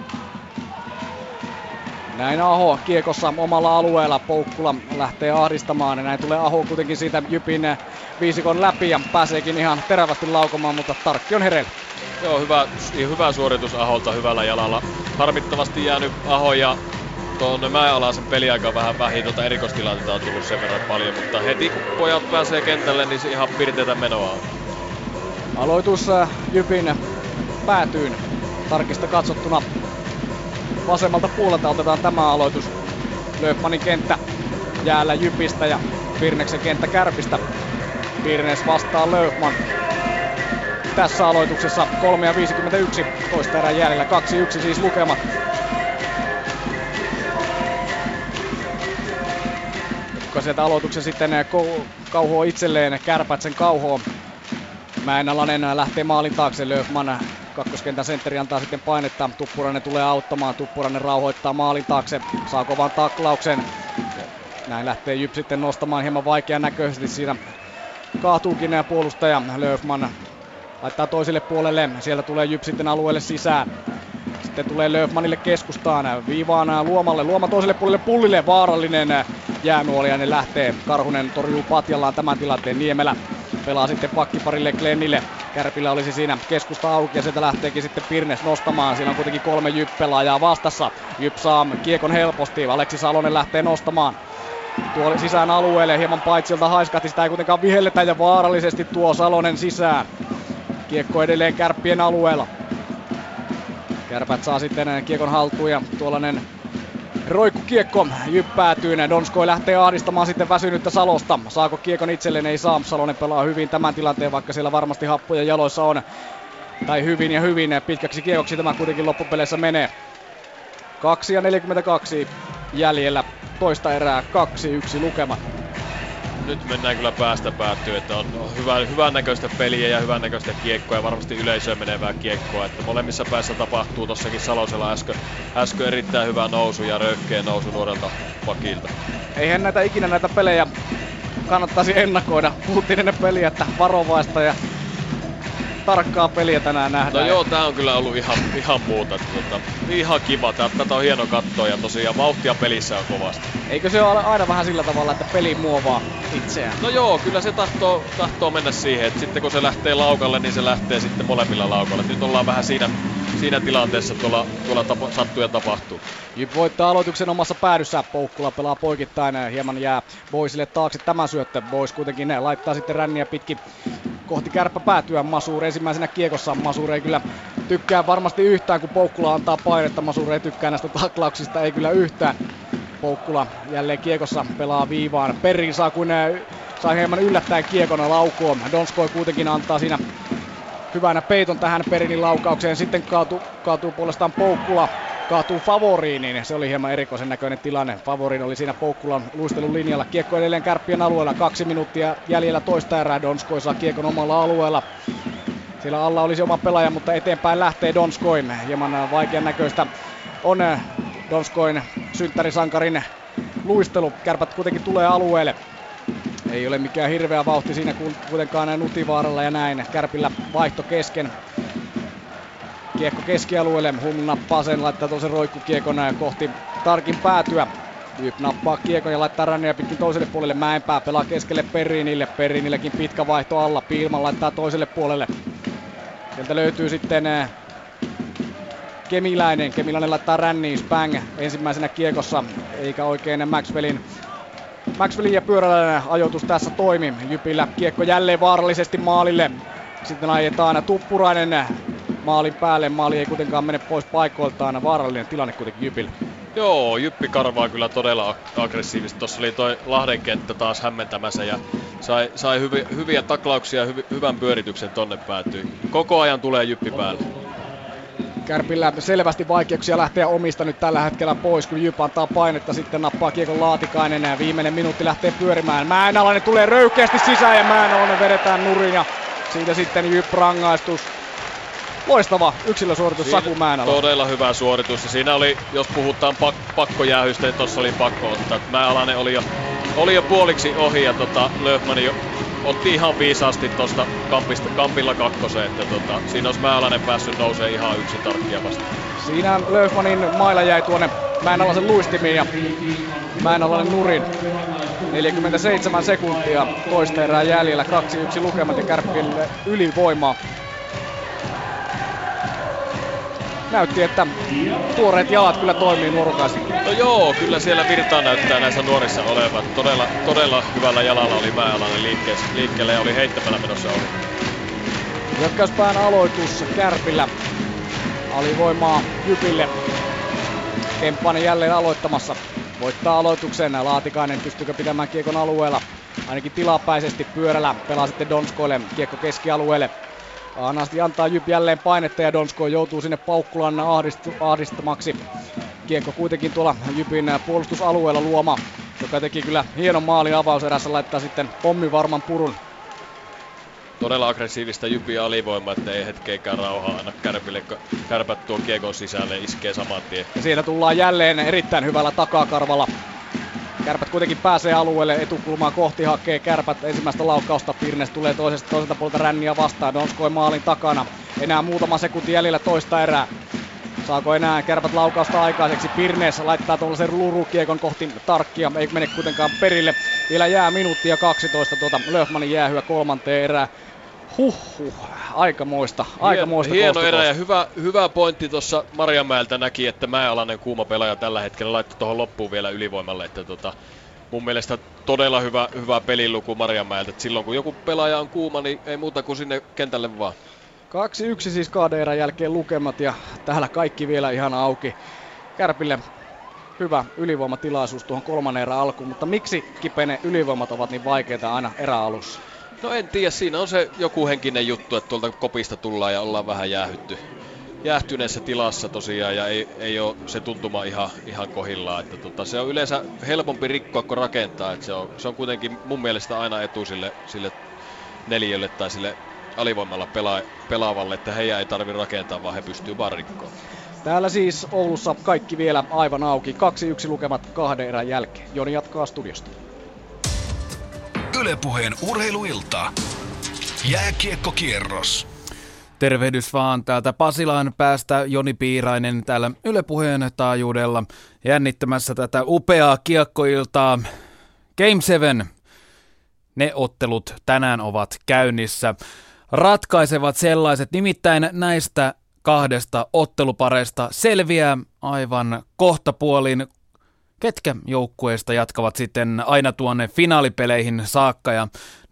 Näin Aho kiekossa omalla alueella. Poukkula lähtee ahdistamaan ja näin tulee Aho kuitenkin siitä Jypin viisikon läpi ja pääseekin ihan terävästi laukomaan, mutta Tarkki on hereillä. Joo, hyvä suoritus Aholta hyvällä jalalla. Harmittavasti jäänyt Aho ja tuonne mäenalaisen peliaikaan vähän tuota erikoistilanteita on tullut sen verran paljon, mutta heti kun pojat pääsee kentälle, niin se ihan pirteetä menoa on. Aloitus Jypin päätyyn Tarkista katsottuna. Vasemmalta puolelta otetaan tämä aloitus. Löfmanin kenttä jäällä Jypistä ja Virneksen kenttä Kärpistä. Virnes vastaa Löfman. Tässä aloituksessa 3:51, toista erää jäljellä, 2-1 siis lukemat. Kuka sieltä aloituksen sitten kauhoo itselleen, Kärpät sen kauhoo. Mäenalainen lähtee maalin taakse, Löfman kakkoskentän sentteri antaa sitten painetta, Tuppurainen tulee auttamaan, Tuppurainen rauhoittaa maalin taakse, saa kovan taklauksen. Näin lähtee Jyp sitten nostamaan hieman vaikean näköisesti, siinä kaatuukin puolustaja, Löfman laittaa toiselle puolelle, sieltä tulee Jyp sitten alueelle sisään. Sitten tulee Löfmanille keskustaan, viivaan Luomalle, Luoma toiselle puolelle Pullille, vaarallinen jäänuoliainen lähtee, Karhunen torjuu patjallaan tämän tilanteen, Niemelä pelaa sitten pakkiparille Glennille. Kärpillä olisi siinä keskusta auki ja sieltä lähteekin sitten Pirnes nostamaan. Siinä on kuitenkin 3 Jyp-pelaajaa vastassa. Jyp saa kiekon helposti. Aleksi Salonen lähtee nostamaan tuolle sisään alueelle. Hieman paitsilta haiskahti. Sitä ei kuitenkaan vihelletä ja vaarallisesti tuo Salonen sisään. Kiekko edelleen Kärppien alueella. Kärpät saa sitten kiekon haltuun ja tuollainen roikkukiekko Jyp päätyy. Donskoi lähtee ahdistamaan sitten väsynyttä Salosta. Saako kiekon itselleen? Ei saa. Salonen pelaa hyvin tämän tilanteen, vaikka siellä varmasti happoja jaloissa on. Tai hyvin ja hyvin. Pitkäksi kiekoksi tämä kuitenkin loppupeleissä menee. 2:42 jäljellä. Toista erää 2-1 lukemat. Nyt mennään kyllä päästä päättyy, että on hyvän näköistä peliä ja hyvän näköistä kiekkoa ja varmasti yleisöön menevää kiekkoa. Että molemmissa päässä tapahtuu tossakin Salosella äsken erittäin hyvä nousu ja röyhkeä nousu nuorelta pakilta. Eihän näitä pelejä kannattaisi ennakoida. Puhuttiin ennen peliä, että varovaista ja tarkkaa peliä tänään nähdään. No joo, tää on kyllä ollut ihan muuta. Ihan kiva. Tätä on hieno katsoa ja tosiaan vauhtia pelissä on kovasti. Eikö se ole aina vähän sillä tavalla, että peli muovaa itseään? No joo, kyllä se tahtoo mennä siihen, että sitten kun se lähtee laukalle, niin se lähtee sitten molemmilla laukalle. Nyt ollaan vähän siinä tilanteessa tuolla sattuu ja tapahtuu. Jyp voittaa aloituksen omassa päädyssä. Poukkula pelaa poikittain. Hieman jää Boisille taakse tämä syöttö. Bois kuitenkin laittaa sitten ränniä pitkin kohti Kärppä päätyä. Masur ensimmäisenä kiekossa. Masur ei kyllä tykkää varmasti yhtään, kun Poukkula antaa painetta. Masur ei tykkää näistä taklauksista, ei kyllä yhtään. Poukkula jälleen kiekossa pelaa viivaan. Perrin saa hieman yllättäen kiekona laukoon. Donskoi kuitenkin antaa siinä hyvänä peiton tähän Perinin laukaukseen. Sitten kaatuu puolestaan Poukkula. Kaatuu Favoriiniin. Se oli hieman erikoisen näköinen tilanne. Favoriin oli siinä Poukkulan luistelun linjalla. Kiekko edelleen Kärppien alueella. 2 minuuttia jäljellä toista erää. Donskoi saa kiekon omalla alueella. Siellä alla olisi oma pelaaja, mutta eteenpäin lähtee Donskoi. Hieman vaikean näköistä on Donskoin synttärisankarin luistelu. Kärpät kuitenkin tulee alueelle. Ei ole mikään hirveä vauhti siinä kuitenkaan Nutivaaralla ja näin. Kärpillä vaihto kesken. Kiekko keskialueelle. Hum nappaa sen, laittaa toisen roikkukiekon kohti Tarkin päätyä. Jyp nappaa kiekon ja laittaa ränniä pitkin toiselle puolelle. Mäenpää pelaa keskelle Perrinille. Perrinillekin pitkä vaihto alla. Piilman laittaa toiselle puolelle. Sieltä löytyy sitten Kemiläinen. Kemiläinen laittaa ränniin. Spang ensimmäisenä kiekossa. Eikä oikein Maxwellin ja Pyöräläinen ajoitus tässä toimi. Jypillä kiekko jälleen vaarallisesti maalille. Sitten ajetaan Tuppurainen maalin päälle. Maali ei kuitenkaan mene pois paikoiltaan. Vaarallinen tilanne kuitenkin Jypillä. Joo, Jyppi karvaa kyllä todella aggressiivisesti. Tuossa oli toi Lahden kenttä taas hämmentämässä ja sai hyviä taklauksia ja hyvän pyörityksen tonne päätyy. Koko ajan tulee Jyppi päälle. Kärpillä selvästi vaikeuksia lähteä omista nyt tällä hetkellä pois, kun Jyp antaa painetta, sitten nappaa kiekon Laatikainen ja viimeinen minuutti lähtee pyörimään. Mäenalainen tulee röyhkeästi sisään ja Mäenalainen vedetään nurin ja siitä sitten Jyp rangaistus. Loistava yksilösuoritus Saku Mäenala. Todella hyvä suoritus. Ja siinä oli, jos puhutaan pakkojäähystä, niin tossa oli pakko ottaa. Mäenalainen oli jo puoliksi ohi ja Löfman otti ihan viisaasti tosta kampilla kakkoseen. Että siinä olisi Mäenalainen päässyt nousee ihan yksin Tarkkia vastaan. Siinä Löfmanin maila jäi tuonne Mäenalaisen luistimiin ja Mäenalainen nurin. 47 sekuntia toista erää jäljellä, 2-1 lukemat ja Kärppille ylivoimaa. Näytti, että tuoreet jalat kyllä toimii nuorukaisin. No joo, kyllä siellä virtaa näyttää näissä nuorissa olevan. Todella hyvällä jalalla oli Mäenalainen liikkeelle ja oli heittämällä menossa ohi. Hyökkäyspään aloitus Kärpillä. Alivoimaa Jypille. Kemppainen jälleen aloittamassa. Voittaa aloituksen. Laatikainen pystyykö pitämään kiekon alueella. Ainakin tilapäisesti pyörällä. Pelaa sitten Donskoille kiekko keskialueelle. Anasti antaa Jyp jälleen painetta ja Donsko joutuu sinne Paukkulan ahdistamaksi. Kiekko kuitenkin tuolla Jypin puolustusalueella Luoma, joka teki kyllä hienon maalin avauserässä, laittaa sitten pommivarman purun. Todella aggressiivista Jypin alivoimaa, että ei hetkeäkään rauhaa anna Kärpille. Kärpät tuon kiekon sisälle, iskee saman tien. Ja siitä tullaan jälleen erittäin hyvällä takakarvalla. Kärpät kuitenkin pääsee alueelle etukulmaa kohti, hakee Kärpät ensimmäistä laukkausta. Pirnes tulee toiselta puolelta ränniä vastaan. Donskoi maalin takana. Enää muutama sekunti jäljellä toista erää. Saako enää Kärpät laukausta aikaiseksi? Pirnes laittaa tuollaisen lurukiekon kohti Tarkkia. Ei mene kuitenkaan perille. Vielä jää minuuttia 12 Löfmanin jäähyä kolmanteen erään. Aikamoista hieno erä ja hyvä pointti tuossa Marjamäeltä näki, että Mäenalainen kuuma pelaaja tällä hetkellä laittoi tuohon loppuun vielä ylivoimalle, että mun mielestä todella hyvä peliluku Marjamäeltä, että silloin kun joku pelaaja on kuuma, niin ei muuta kuin sinne kentälle vaan. 2-1 siis kahden erän jälkeen lukemat ja täällä kaikki vielä ihan auki. Kärpille hyvä ylivoimatilaisuus tuohon kolmannen erän alkuun, mutta miksi Kipe ne ylivoimat ovat niin vaikeita aina eräalussa? No en tiedä, siinä on se joku henkinen juttu, että tuolta kopista tullaan ja ollaan vähän jäähtyneessä tilassa tosiaan ja ei ole se tuntuma ihan kohdillaan. Että se on yleensä helpompi rikkoa kuin rakentaa, että se on kuitenkin mun mielestä aina etu sille neliölle tai sille alivoimalla pelaavalle, että heidän ei tarvitse rakentaa, vaan he pystyy vaan rikkoon. Täällä siis Oulussa kaikki vielä aivan auki. 2-1 lukemat kahden erän jälkeen. Joni jatkaa studiosta. Yle Puheen urheiluilta. Jääkiekkokierros. Tervehdys vaan täältä Pasilan päästä. Joni Piirainen täällä Yle Puheen taajuudella jännittämässä tätä upeaa kiekkoiltaa. Game 7. Ne ottelut tänään ovat käynnissä. Ratkaisevat sellaiset, nimittäin näistä kahdesta ottelupareista selviää aivan kohtapuolin, ketkä joukkueista jatkavat sitten aina tuonne finaalipeleihin saakka, ja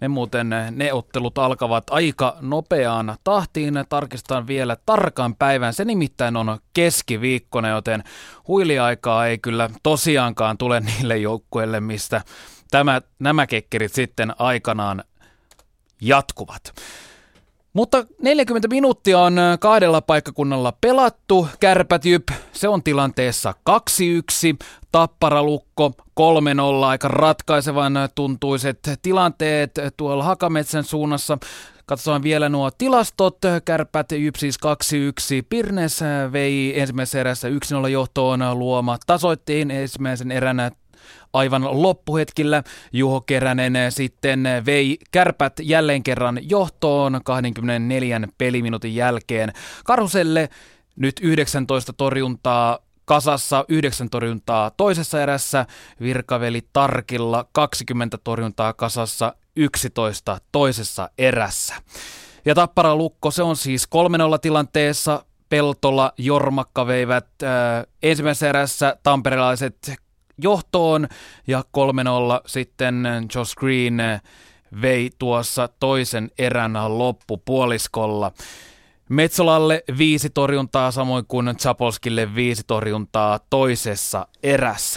ne ottelut alkavat aika nopeaan tahtiin. Tarkistan vielä tarkan päivän, se nimittäin on keskiviikkona, joten huiliaikaa ei kyllä tosiaankaan tule niille joukkueille, mistä nämä kekkerit sitten aikanaan jatkuvat. Mutta 40 minuuttia on kahdella paikkakunnalla pelattu. Kärpät Jyp, se on tilanteessa 2-1. Tappara Lukko 3-0, aika ratkaisevan tuntuiset tilanteet tuolla Hakametsän suunnassa. Katsotaan vielä nuo tilastot. Kärpät Jyp siis 2-1. Pirnes vei ensimmäisessä erässä 1-0 johtoon. Luoma tasoittiin ensimmäisen erän aivan loppuhetkillä. Juho Keränen sitten vei Kärpät jälleen kerran johtoon 24 peliminuutin jälkeen. Karhuselle nyt 19 torjuntaa kasassa, 9 torjuntaa toisessa erässä. Virkaveli Tarkilla 20 torjuntaa kasassa, 11 toisessa erässä. Ja Tappara Lukko, se on siis 3-0 tilanteessa. Peltola, Jormakka veivät ensimmäisessä erässä tamperelaiset johtoon ja 3-0 sitten Josh Green vei tuossa toisen erän loppupuoliskolla. Metsolalle 5 torjuntaa samoin kuin Zapolskille 5 torjuntaa toisessa erässä.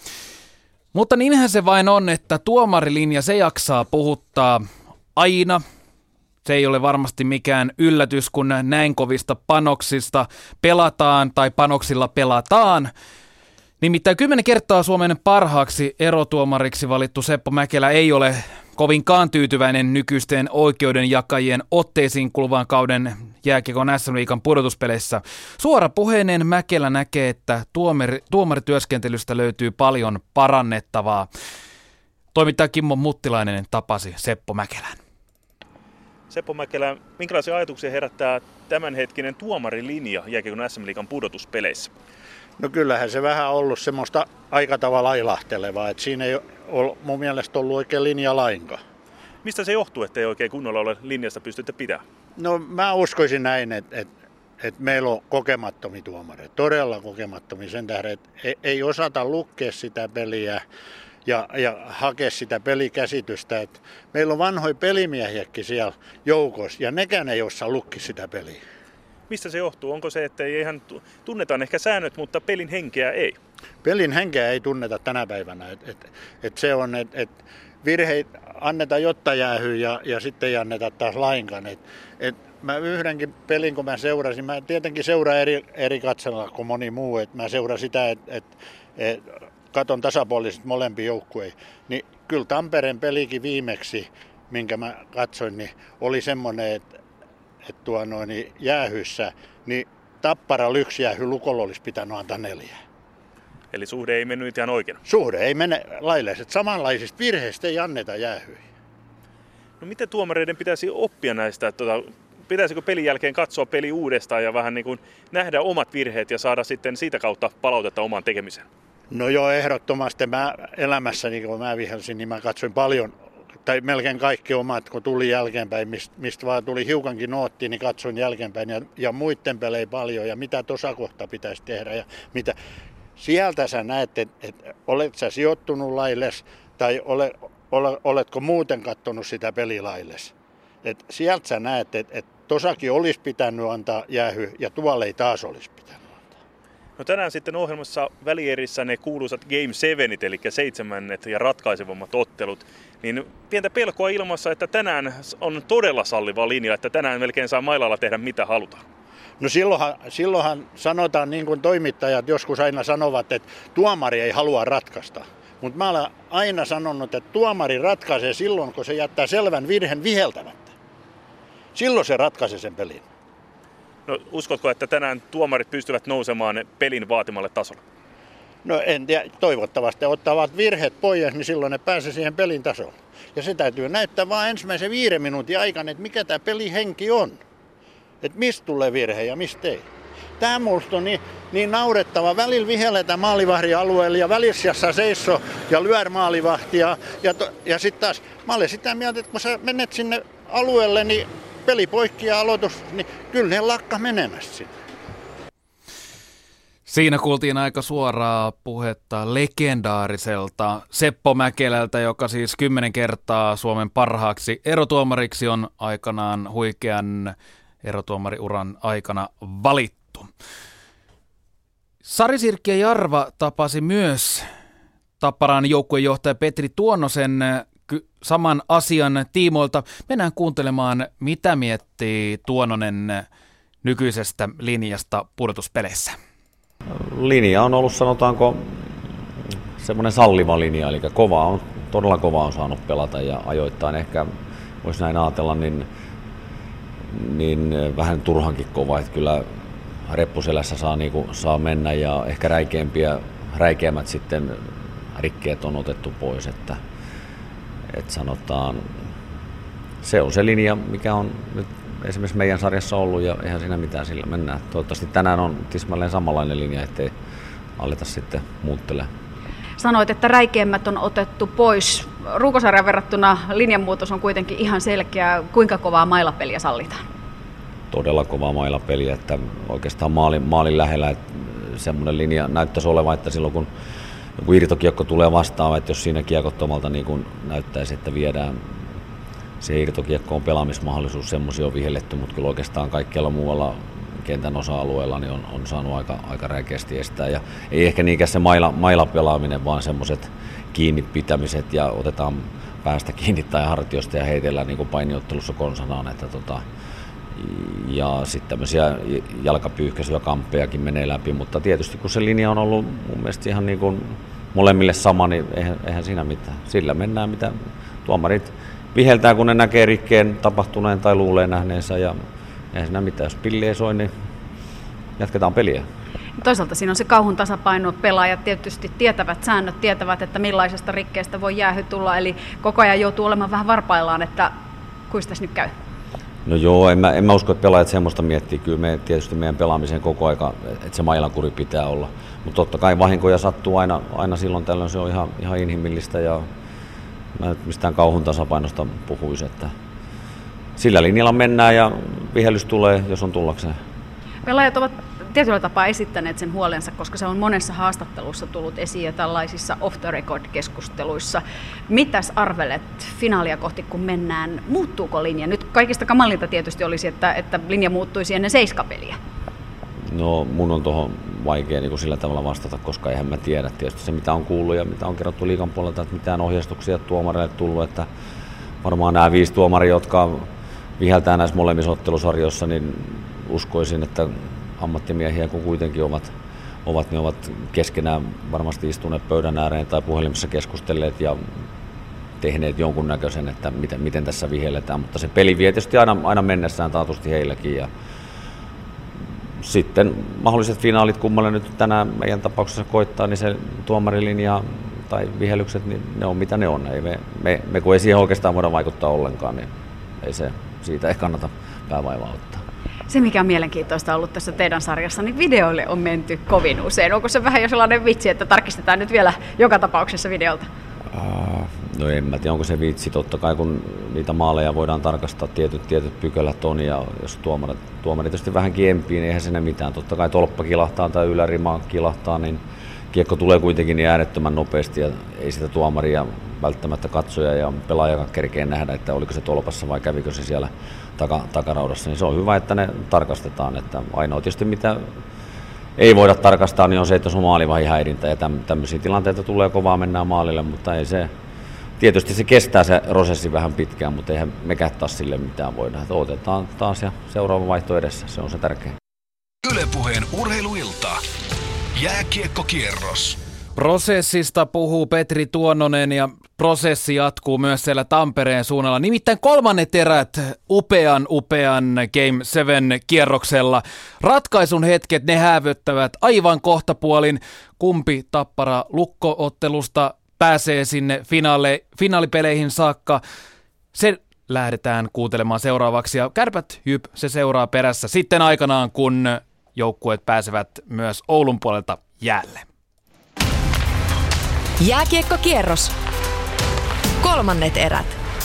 Mutta niinhän se vain on, että tuomarilinja se jaksaa puhuttaa aina. Se ei ole varmasti mikään yllätys, kun näin kovista panoksista pelataan tai panoksilla pelataan. Nimittäin 10 kertaa Suomen parhaaksi erotuomariksi valittu Seppo Mäkelä ei ole kovinkaan tyytyväinen nykyisten oikeudenjakajien otteisiin kuluvan kauden jääkiekon SM-liigan pudotuspeleissä. Suorapuheinen Mäkelä näkee, että tuomarityöskentelystä löytyy paljon parannettavaa. Toimittaja Kimmo Muttilainen tapasi Seppo Mäkelän. Seppo Mäkelä, minkälaisia ajatuksia herättää tämänhetkinen tuomarilinja jääkiekon SM-liigan pudotuspeleissä? No kyllähän se vähän ollut semmoista aika tavalla ailahtelevaa, että siinä ei ole mun mielestä ollut oikein linja lainkaan. Mistä se johtuu, että ei oikein kunnolla ole linjasta pystytte pitämään? No mä uskoisin näin, että meillä on kokemattomia tuomareita, todella kokemattomia sen tähden, että ei osata lukea sitä peliä ja hakea sitä pelikäsitystä. Että meillä on vanhoja pelimiehiäkin siellä joukossa ja nekään ei osaa lukea sitä peliä. Mistä se johtuu? Onko se, että ei ihan tunnetaan ehkä säännöt, mutta pelin henkeä ei? Pelin henkeä ei tunneta tänä päivänä. Se on, että virheitä annetaan jotta jäähyy ja sitten ei anneta taas lainkaan. Mä yhdenkin pelin, kun mä seurasin, mä tietenkin seuraan eri katselalla kuin moni muu. Mä seuraan sitä, että katon tasapuolisesti molempia joukkueita. Niin kyllä Tampereen pelikin viimeksi, minkä mä katsoin, niin oli semmoinen, että jäähyssä, niin Tappara 1 jäähy, Lukolla olisi pitänyt antaa 4. Eli suhde ei mennyt ihan oikein? Suhde ei mene lailliset. Samanlaisista virheistä ei anneta jäähyä. No miten tuomareiden pitäisi oppia näistä? Pitäisikö pelin jälkeen katsoa peli uudestaan ja vähän niin kuin nähdä omat virheet ja saada sitten siitä kautta palautetta omaan tekemiseen? No joo, ehdottomasti. Mä elämässäni, kun mä vihelsin, niin mä katsoin paljon, tai melkein kaikki omat, kun tuli jälkeenpäin, mistä vaan tuli hiukankin noottiin, niin katsoin jälkeenpäin ja muiden pelejä paljon ja mitä tuossa kohta pitäisi tehdä ja mitä. Sieltä sä näet, että olet sä sijoittunut lailles tai oletko muuten katsonut sitä pelilailles. Et sieltä sä näet, että tossakin olisi pitänyt antaa jäähy ja tuolla ei taas olisi pitänyt antaa. No tänään sitten ohjelmassa välierissä ne kuuluisat Game 7, eli 7 ja ratkaisevammat ottelut. Niin pientä pelkoa ilmassa, että tänään on todella salliva linja, että tänään melkein saa mailalla tehdä mitä halutaan. No silloinhan sanotaan, niin kuin toimittajat joskus aina sanovat, että tuomari ei halua ratkaista. Mutta mä olen aina sanonut, että tuomari ratkaisee silloin, kun se jättää selvän virheen viheltämättä. Silloin se ratkaisee sen pelin. No uskotko, että tänään tuomarit pystyvät nousemaan pelin vaatimalle tasolle? No en tiedä, toivottavasti ottavat virheet pois, niin silloin ne pääsee siihen pelin tasolle. Ja se täytyy näyttää vaan ensimmäisen 5 minuutin aikana, että mikä tämä pelihenki on. Että mistä tulee virhe ja mistä ei. Tämä musta on niin naurettava. Välillä vihelletään maalivahdin alueelle ja välissä seisoo ja lyör maalivahtia. Ja sitten taas mä olen sitä mieltä, että kun sä menet sinne alueelle, niin peli poikki ja aloitus, niin kyllä ne lakka menemässä sinne. Siinä kuultiin aika suoraa puhetta legendaariselta Seppo Mäkelältä, joka siis 10 kertaa Suomen parhaaksi erotuomariksi on aikanaan huikean erotuomariuran aikana valittu. Sari Sirkki ja Jarva tapasi myös Tapparan joukkuejohtaja Petri Tuonosen saman asian tiimoilta. Mennään kuuntelemaan, mitä miettii Tuononen nykyisestä linjasta pudotuspeleissä. Linja on ollut, sanotaanko, semmoinen salliva linja, eli todella kova on saanut pelata ja ajoittain ehkä, voisi näin ajatella, niin vähän turhankin kova, että kyllä reppuselässä saa mennä ja ehkä räikeämmät sitten rikkeet on otettu pois, että sanotaan, se on se linja, mikä on nyt esimerkiksi meidän sarjassa ollut ja eihän siinä mitään, sillä mennään. Toivottavasti tänään on tismalleen samanlainen linja, ettei aleta sitten muuttelemaan. Sanoit, että räikeimmät on otettu pois. Runkosarjan verrattuna linjanmuutos on kuitenkin ihan selkeä. Kuinka kovaa mailapeliä sallitaan? Todella kovaa mailapeliä, että oikeastaan maalin lähellä, että semmoinen linja näyttäisi olevan, että silloin kun joku irtokiekko tulee vastaan, että jos siinä kiekottomalta niin kun näyttäisi, että viedään se irtokiekko on pelaamismahdollisuus, semmoisia on vihelletty, mutta kyllä oikeastaan kaikkialla muualla kentän osa-alueella niin on saanut aika räikeästi estää. Ja ei ehkä niinkään se mailapelaaminen, vaan semmoiset kiinni pitämiset ja otetaan päästä kiinni tai hartiosta ja heitellään niin kuin painiottelussa konsanaan. Ja sitten tämmöisiä jalkapyyhkäisyjä, kamppejakin menee läpi, mutta tietysti kun se linja on ollut mun mielestä ihan niin kuin molemmille sama, niin eihän siinä mitään. Sillä mennään, mitä tuomarit viheltää, kun ne näkee rikkeen tapahtuneen tai luulee nähneensä ja eihän siinä mitään. Jos pilli ei soi, niin jatketaan peliä. Toisaalta siinä on se kauhun tasapaino. Pelaajat tietysti tietävät säännöt, tietävät, että millaisesta rikkeestä voi jäähy tulla. Eli koko ajan joutuu olemaan vähän varpaillaan, että kuinka tässä nyt käy? No joo, en mä usko, että pelaajat semmoista miettii. Kyllä tietysti meidän pelaamiseen koko aika, että se mailankuri pitää olla. Mutta totta kai vahinkoja sattuu aina silloin tällöin, se on ihan inhimillistä ja mä nyt mistään kauhun tasapainosta puhuisi, että sillä linjalla mennään ja vihellys tulee, jos on tullakseen. Pelaajat ovat tietyllä tapaa esittäneet sen huolensa, koska se on monessa haastattelussa tullut esiin ja tällaisissa off-the-record-keskusteluissa. Mitäs arvelet finaalia kohti, kun mennään? Muuttuuko linja? Nyt kaikista kamalinta tietysti olisi, että linja muuttuisi ennen 7-peliä. No mun on tuohon vaikea niin sillä tavalla vastata, koska eihän mä tiedä. Tietysti se mitä on kuullut ja mitä on kerrottu liigan puolelta, että mitään ohjeistuksia tuomareille tullut, että varmaan nämä 5 tuomaria, jotka viheltää näissä molemmissa ottelusarjoissa, niin uskoisin, että ammattimiehiä kun kuitenkin ovat keskenään varmasti istuneet pöydän ääreen tai puhelimessa keskustelleet ja tehneet jonkunnäköisen, että miten tässä vihelletään, mutta se peli vie tietysti aina mennessään taatusti heilläkin ja sitten mahdolliset finaalit, kummalle nyt tänään meidän tapauksessa koittaa, niin se tuomarilinja tai vihellykset, niin ne on mitä ne on. Me kun ei siihen oikeastaan voida vaikuttaa ollenkaan, niin siitä ei kannata päävaivaa ottaa. Se, mikä on mielenkiintoista ollut tässä teidän sarjassa, niin videoille on menty kovin usein. Onko se vähän jo sellainen vitsi, että tarkistetaan nyt vielä joka tapauksessa videolta? No en mä tiedä, onko se vitsi. Totta kai kun niitä maaleja voidaan tarkastaa, tietyt pykälät on, ja jos tuomari tietysti vähän kiempii, niin eihän siinä mitään. Totta kai tolppa kilahtaa tai ylärima kilahtaa, niin kiekko tulee kuitenkin niin äärettömän nopeasti, ja ei sitä tuomaria välttämättä katsoja ja pelaajakaan kerkeä nähdä, että oliko se tolpassa vai kävikö se siellä takaraudassa. Niin se on hyvä, että ne tarkastetaan. Että ainoa tietysti mitä ei voida tarkastaa, niin on se, että jos on maalivahihäirintä ja tämmöisiä tilanteita tulee kovaa mennään maalille, mutta ei se. Tietysti se kestää se prosessi vähän pitkään, mutta eihän mekään taas sille mitään voida. Otetaan taas ja seuraava vaihto edessä, se on se tärkein. Yle Puheen urheiluilta. Jääkiekkokierros. Prosessista puhuu Petri Tuonnonen ja prosessi jatkuu myös siellä Tampereen suunnalla. Nimittäin 3. erät upean Game 7 kierroksella. Ratkaisun hetket ne hävyttävät aivan kohtapuolin. Kumpi Tappara Lukko-ottelusta pääsee sinne finaalipeleihin saakka. Se lähdetään kuuntelemaan seuraavaksi ja Kärpät Jyp se seuraa perässä sitten aikanaan, kun joukkueet pääsevät myös Oulun puolelta jäälle. Jääkiekkokierros. 3. erät.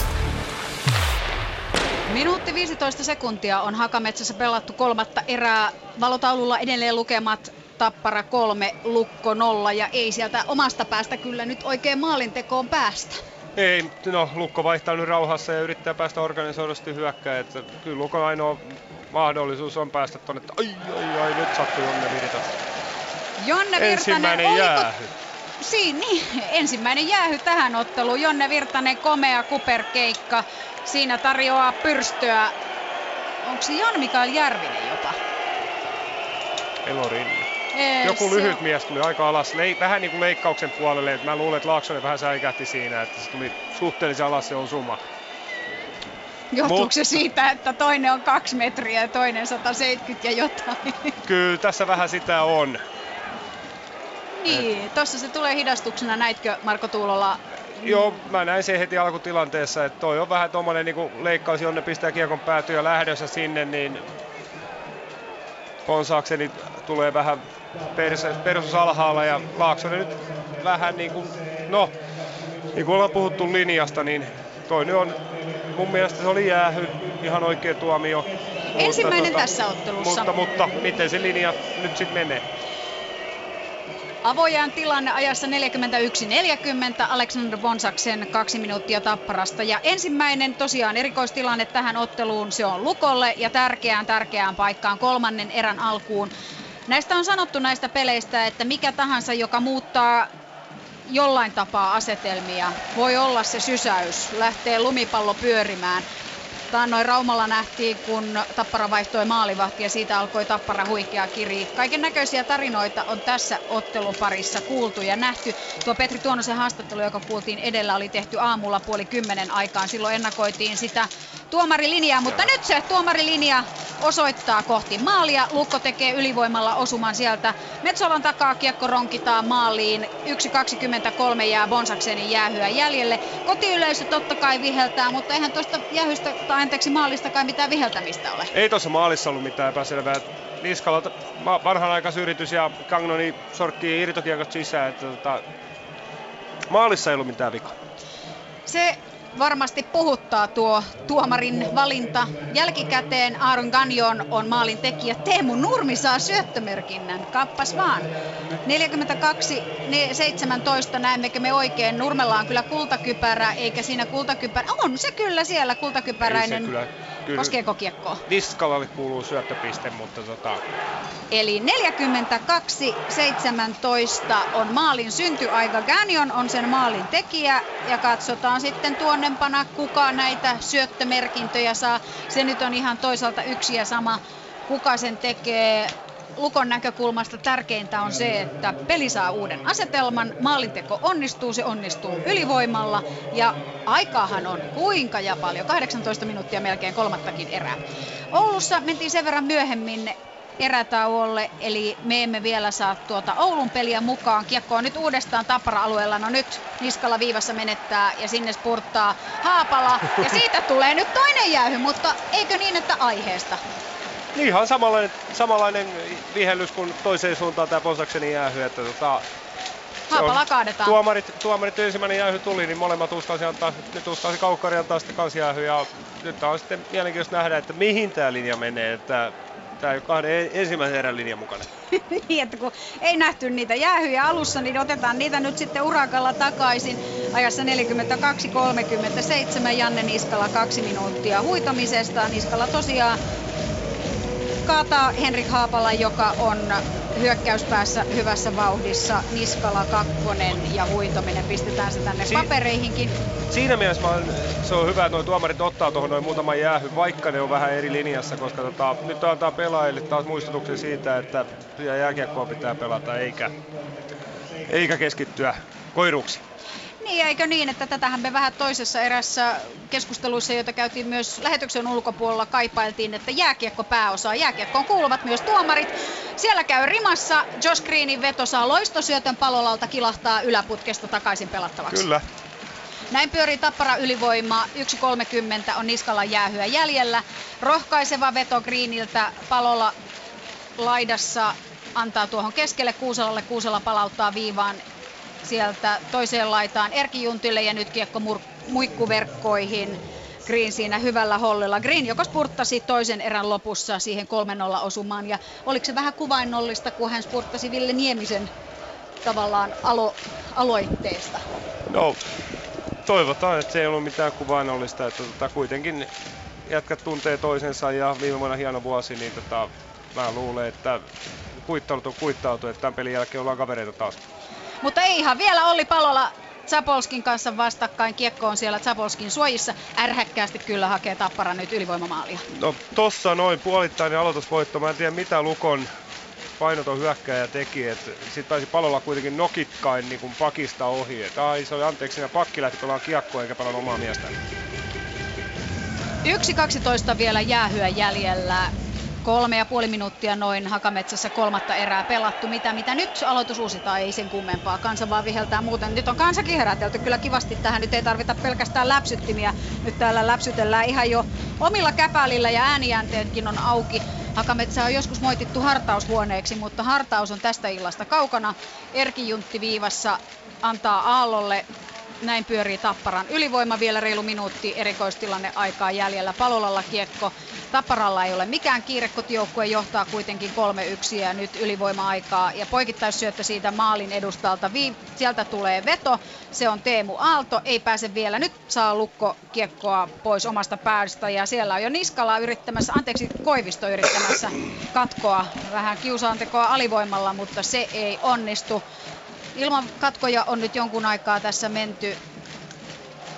Minuutti 15 sekuntia on Hakametsässä pelattu 3. erää. Valotaululla edelleen lukemat Tappara 3, Lukko 0 ja ei sieltä omasta päästä kyllä nyt oikein maalintekoon päästä. Ei, no Lukko vaihtaa nyt rauhassa ja yrittää päästä organisoidusti hyökkäämään, että kyllä Lukon ainoa mahdollisuus on päästä tuonne, että ai, nyt sattui Jonne Virta. Jonne Virtanen, ensimmäinen jäähy. Ensimmäinen jäähy tähän otteluun. Jonne Virtanen, komea kuperkeikka. Siinä tarjoaa pyrstöä. Onko se Jan-Mikael Järvinen jopa? Elorinne. Joku lyhyt mies tuli aika alas, vähän niin kuin leikkauksen puolelle. Mä luulen, että Laaksonen vähän säikähti siinä, että se tuli suhteellisen alas, se osuma. Johtuuko se siitä, että toinen on 2 metriä ja toinen 170 ja jotain? Kyllä tässä vähän sitä on. Niin, tossa se tulee hidastuksena, näitkö Marko Tuulola? Joo, mä näin sen heti alkutilanteessa, että toi on vähän tommonen niin leikkaus, jonne pistää kiekon päätyä ja lähdössä sinne, niin Ponsaakseni tulee vähän perus alhaalla ja Laaksonen nyt vähän niin kuin, niin kuin ollaan puhuttu linjasta, niin toinen on, mun mielestä se oli jäähy, ihan oikea tuomio. Ensimmäinen tässä ottelussa. Mutta miten se linja nyt sitten menee? Avojan tilanne ajassa 41-40, Alexander Bonsaksen 2 minuuttia Tapparasta. Ja ensimmäinen tosiaan erikoistilanne tähän otteluun, se on Lukolle ja tärkeään paikkaan 3. erän alkuun. Näistä on sanottu näistä peleistä, että mikä tahansa, joka muuttaa jollain tapaa asetelmia, voi olla se sysäys, lähtee lumipallo pyörimään. Taannoin Raumalla nähtiin, kun Tappara vaihtoi maalivahti ja siitä alkoi Tappara huikea kiri. Kaiken näköisiä tarinoita on tässä otteluparissa kuultu ja nähty. Tuo Petri Tuonosen haastattelu, joka kuultiin edellä, oli tehty aamulla 9:30 aikaan. Silloin ennakoitiin sitä tuomarilinjaa, mutta nyt se tuomarilinja osoittaa kohti maalia. Lukko tekee ylivoimalla osuman sieltä Metsolan takaa, kiekko ronkitaan maaliin. 1.23 jää Bonsaksenin jäähyä jäljelle. Kotiyleisö totta kai viheltää, mutta eihän tuosta maalista kai mitään viheltämistä ole. Ei tuossa maalissa ollut mitään epäselvää. Niskalalta vanhanaikais yritys ja Gagnoni sorkkii irtokiekot sisään. Että maalissa ei ollut mitään vikaa. Se varmasti puhuttaa tuo tuomarin valinta. Jälkikäteen Aaron Gagnon on maalin tekijä. Teemu Nurmi saa syöttömerkinnän. Kappas vaan. 42-17 näemmekö me oikein. Nurmella on kyllä kultakypärä, eikä siinä kultakypärä. On se kyllä siellä kultakypäräinen. Kyllä. Koskeeko kiekkoa? Niskalalle kuuluu syöttöpiste, mutta Eli 42-17 on maalin syntyaika. Gagnon on sen maalin tekijä ja katsotaan sitten tuonnempana, kuka näitä syöttömerkintöjä saa. Se nyt on ihan toisaalta yksi ja sama, kuka sen tekee. Lukon näkökulmasta tärkeintä on se, että peli saa uuden asetelman, maalinteko onnistuu, se onnistuu ylivoimalla ja aikaahan on kuinka ja paljon, 18 minuuttia melkein kolmattakin erää. Oulussa mentiin sen verran myöhemmin erätauolle, eli me emme vielä saa tuota Oulun peliä mukaan. Kiekko on nyt uudestaan Tappara-alueella, no nyt Niskala viivassa menettää ja sinne spurttaa Haapala ja siitä tulee nyt toinen jäähy, mutta eikö niin, että aiheesta? Ihan samanlainen vihellys kuin toiseen suuntaan tämä Bonsaksenin jäähy. Että Haapala kaadetaan. Tuomarit ensimmäinen jäähy tuli, niin molemmat uskalsi antaa, nyt uskalsi Kaukkari antaa sitten kans jäähy. Ja nyt on sitten mielenkiintoista nähdä, että mihin tämä linja menee. Että tämä ei ole kahden ensimmäisen erän linjan mukana. Niin, että kun ei nähty niitä jäähyjä alussa, niin otetaan niitä nyt sitten urakalla takaisin. Ajassa 42-37 Janne Niskala 2 minuuttia huitamisesta. Niskala tosiaan kaataa Henrik Haapala, joka on hyökkäyspäässä hyvässä vauhdissa. Niskala 2 ja huitominen, pistetään se tänne papereihinkin. Siinä mielessä se on hyvä, että nuo tuomarit ottaa tuohon noin muutaman jäähy, vaikka ne on vähän eri linjassa, koska nyt antaa pelaajille taas muistutuksen siitä, että jääkiekkoa pitää pelata eikä keskittyä koiruksi. Niin, eikö niin, että tätähän me vähän toisessa erässä keskusteluissa, joita käytiin myös lähetyksen ulkopuolella, kaipailtiin, että jääkiekko pääosaa. Jääkiekkoon kuuluvat myös tuomarit. Siellä käy rimassa, Josh Greenin veto saa loistosyötön, Palolalta kilahtaa yläputkesta takaisin pelattavaksi. Kyllä. Näin pyörii Tappara ylivoima, 1.30 on Niskalan jäähyä jäljellä. Rohkaiseva veto Greeniltä, Palola laidassa antaa tuohon keskelle Kuuselalle, Kuusela palauttaa viivaan sieltä toiseen laitaan Erkki Juntille ja nyt kiekko muikkuverkkoihin. Green siinä hyvällä hollilla. Green, joka spurttasi toisen erän lopussa siihen 3-0 osumaan. Ja oliko se vähän kuvainnollista, kun hän spurttasi Ville Niemisen tavallaan aloitteesta? No, toivotaan, että se ei ollut mitään kuvainnollista. Että kuitenkin jätkät tuntee toisensa ja viime vuonna hieno vuosi, niin mä luulen, että kuittautu on kuittautu, että tämän pelin jälkeen ollaan kavereita taas. Mutta ei ihan vielä Olli Palola Zapolskin kanssa vastakkain. Kiekko on siellä Zapolskin suojissa. Ärhäkkäästi kyllä hakee Tappara nyt ylivoimamaalia. No tossa noin puolittainen aloitusvoitto. Mä en tiedä mitä Lukon painoton hyökkääjä teki. Sitten taisi Palola kuitenkin nokikkain niin kuin pakista ohi. Se oli anteeksi, siinä pakki lähti pelaamaan kiekkoa eikä pelannut omaa miestään. 1.12 vielä jäähyä jäljellä. 3,5 minuuttia noin Hakametsässä kolmatta erää pelattu. Mitä nyt aloitus uusitaan, ei sen kummempaa. Kansa vaan viheltää muuten. Nyt on kansakin herätelty kyllä kivasti tähän. Nyt ei tarvita pelkästään läpsyttimiä. Nyt täällä läpsytellään ihan jo omilla käpälillä ja äänijänteetkin on auki. Hakametsä on joskus moitittu hartaushuoneeksi, mutta hartaus on tästä illasta kaukana. Erkki Juntti viivassa antaa Aallolle. Näin pyörii Tapparan ylivoima, vielä reilu minuutti erikoistilanne aikaa jäljellä. Palolalla kiekko. Tapparalla ei ole mikään kiire, kotijoukkue johtaa kuitenkin 3-1 ja nyt ylivoima-aikaa. Ja poikittaissyöttö siitä maalin edustalta. Sieltä tulee veto. Se on Teemu Aalto. Ei pääse vielä. Nyt saa Lukko kiekkoa pois omasta päästä. Ja siellä on jo Niskala Koivisto yrittämässä katkoa. Vähän kiusaantekoa alivoimalla, mutta se ei onnistu. Ilman katkoja on nyt jonkun aikaa tässä menty.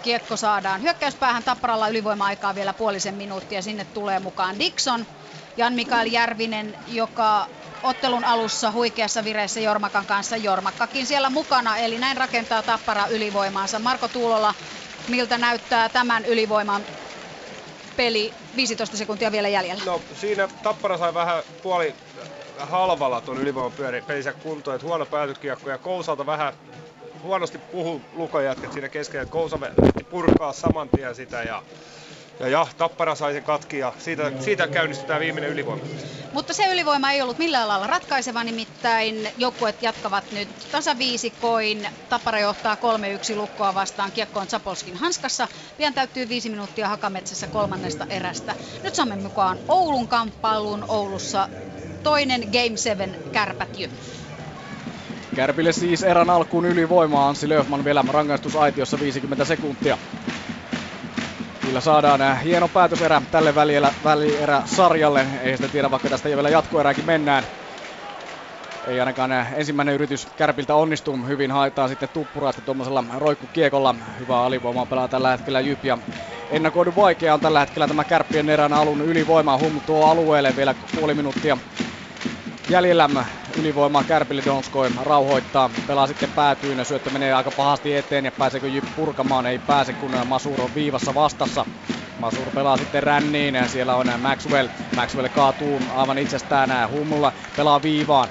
kiekko saadaan hyökkäyspäähän. Tapparalla ylivoima-aikaa vielä puolisen minuuttia. Sinne tulee mukaan Dixon, Jan-Mikael Järvinen, joka ottelun alussa huikeassa vireessä Jormakan kanssa. Jormakkakin siellä mukana, eli näin rakentaa Tappara ylivoimaansa. Marko Tuulola, miltä näyttää tämän ylivoiman peli? 15 sekuntia vielä jäljellä. No siinä Tappara sai vähän puoli halvalla tuon ylivoiman pelinsä kuntoon, että huono päätykiekko ja Kousalta vähän huonosti puhu Lukon-jätket siinä keskellä, että Kousa purkaa saman tien sitä ja Tappara sai sen katki ja siitä käynnistetään viimeinen ylivoima. Mutta se ylivoima ei ollut millään lailla ratkaiseva, nimittäin joukkueet jatkavat nyt tasaviisikoin. Tappara johtaa 3-1 Lukkoa vastaan. Kiekko on Zapolskin hanskassa. Pian täyttyy 5 minuuttia Hakametsässä kolmannesta erästä. Nyt saamme mukaan Oulun kamppailun. Oulussa toinen Game 7 Kärpät-Jyp. Kärpille siis erän alkuun ylivoimaa. Anssi Löfman vielä rangaistusaitiossa 50 sekuntia. Kyllä saadaan hieno päätöserä tälle välieräsarjalle. Ei sitä tiedä, vaikka tästä jo vielä jatkoerääkin mennään. Ei ainakaan ensimmäinen yritys Kärpiltä onnistu. Hyvin haetaan sitten Tuppuraista tuommoisella roikkukiekolla. Hyvää alivoimaa pelaa tällä hetkellä Jyp. Ja ennakoidun vaikea on tällä hetkellä tämä Kärppien erän alun ylivoima. Hum tuo alueelle vielä puoli minuuttia jäljellä. Ylivoimaa Kärpille, Donskoi rauhoittaa, pelaa sitten päätyyn ja syöttö menee aika pahasti eteen ja pääseekö Jyp purkamaan, ei pääse kun Masur on viivassa vastassa. Masur pelaa sitten ränniin ja siellä on Maxwell kaatuu aivan itsestään, Humulla pelaa viivaan.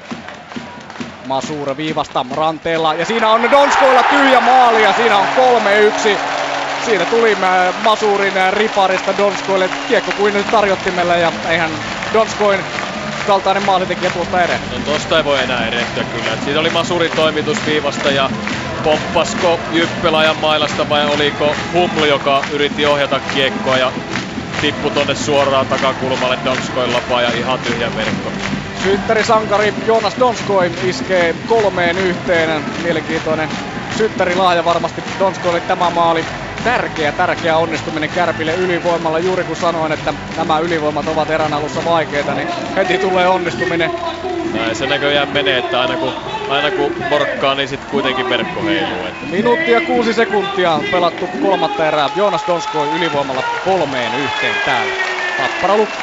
Masur viivasta ranteella ja siinä on Donskoilla tyhjä maali ja siinä on 3-1. Siinä tuli Masurin riparista Donskoille kiekko kuin tarjottimelle ja eihän Donskoin kaltainen maalitekijä tuosta erehtyä. No tosta ei voi enää erehtyä kyllä. Et siitä oli Masurin toimitus viivasta ja poppasko Jyppelaajan mailasta vai oliko Huml, joka yritti ohjata kiekkoa ja tippui tonne suoraan takakulmalle Donskoin lapaa ja ihan tyhjä verkko. Syttärisankari Joonas Donskoi iskee 3-1. Mielenkiintoinen syttärilahja varmasti Donskoille tämä maali. Tärkeä onnistuminen Kärpille ylivoimalla. Juuri kun sanoin, että nämä ylivoimat ovat erän alussa vaikeita, niin heti tulee onnistuminen. Näin se näköjään menee, että aina kun morkkaa, niin sitten kuitenkin verkko heiluu. Minuuttia 6 sekuntia pelattu kolmatta erää. Joonas Donskoi ylivoimalla 3-1 täällä. Tappara Lukko.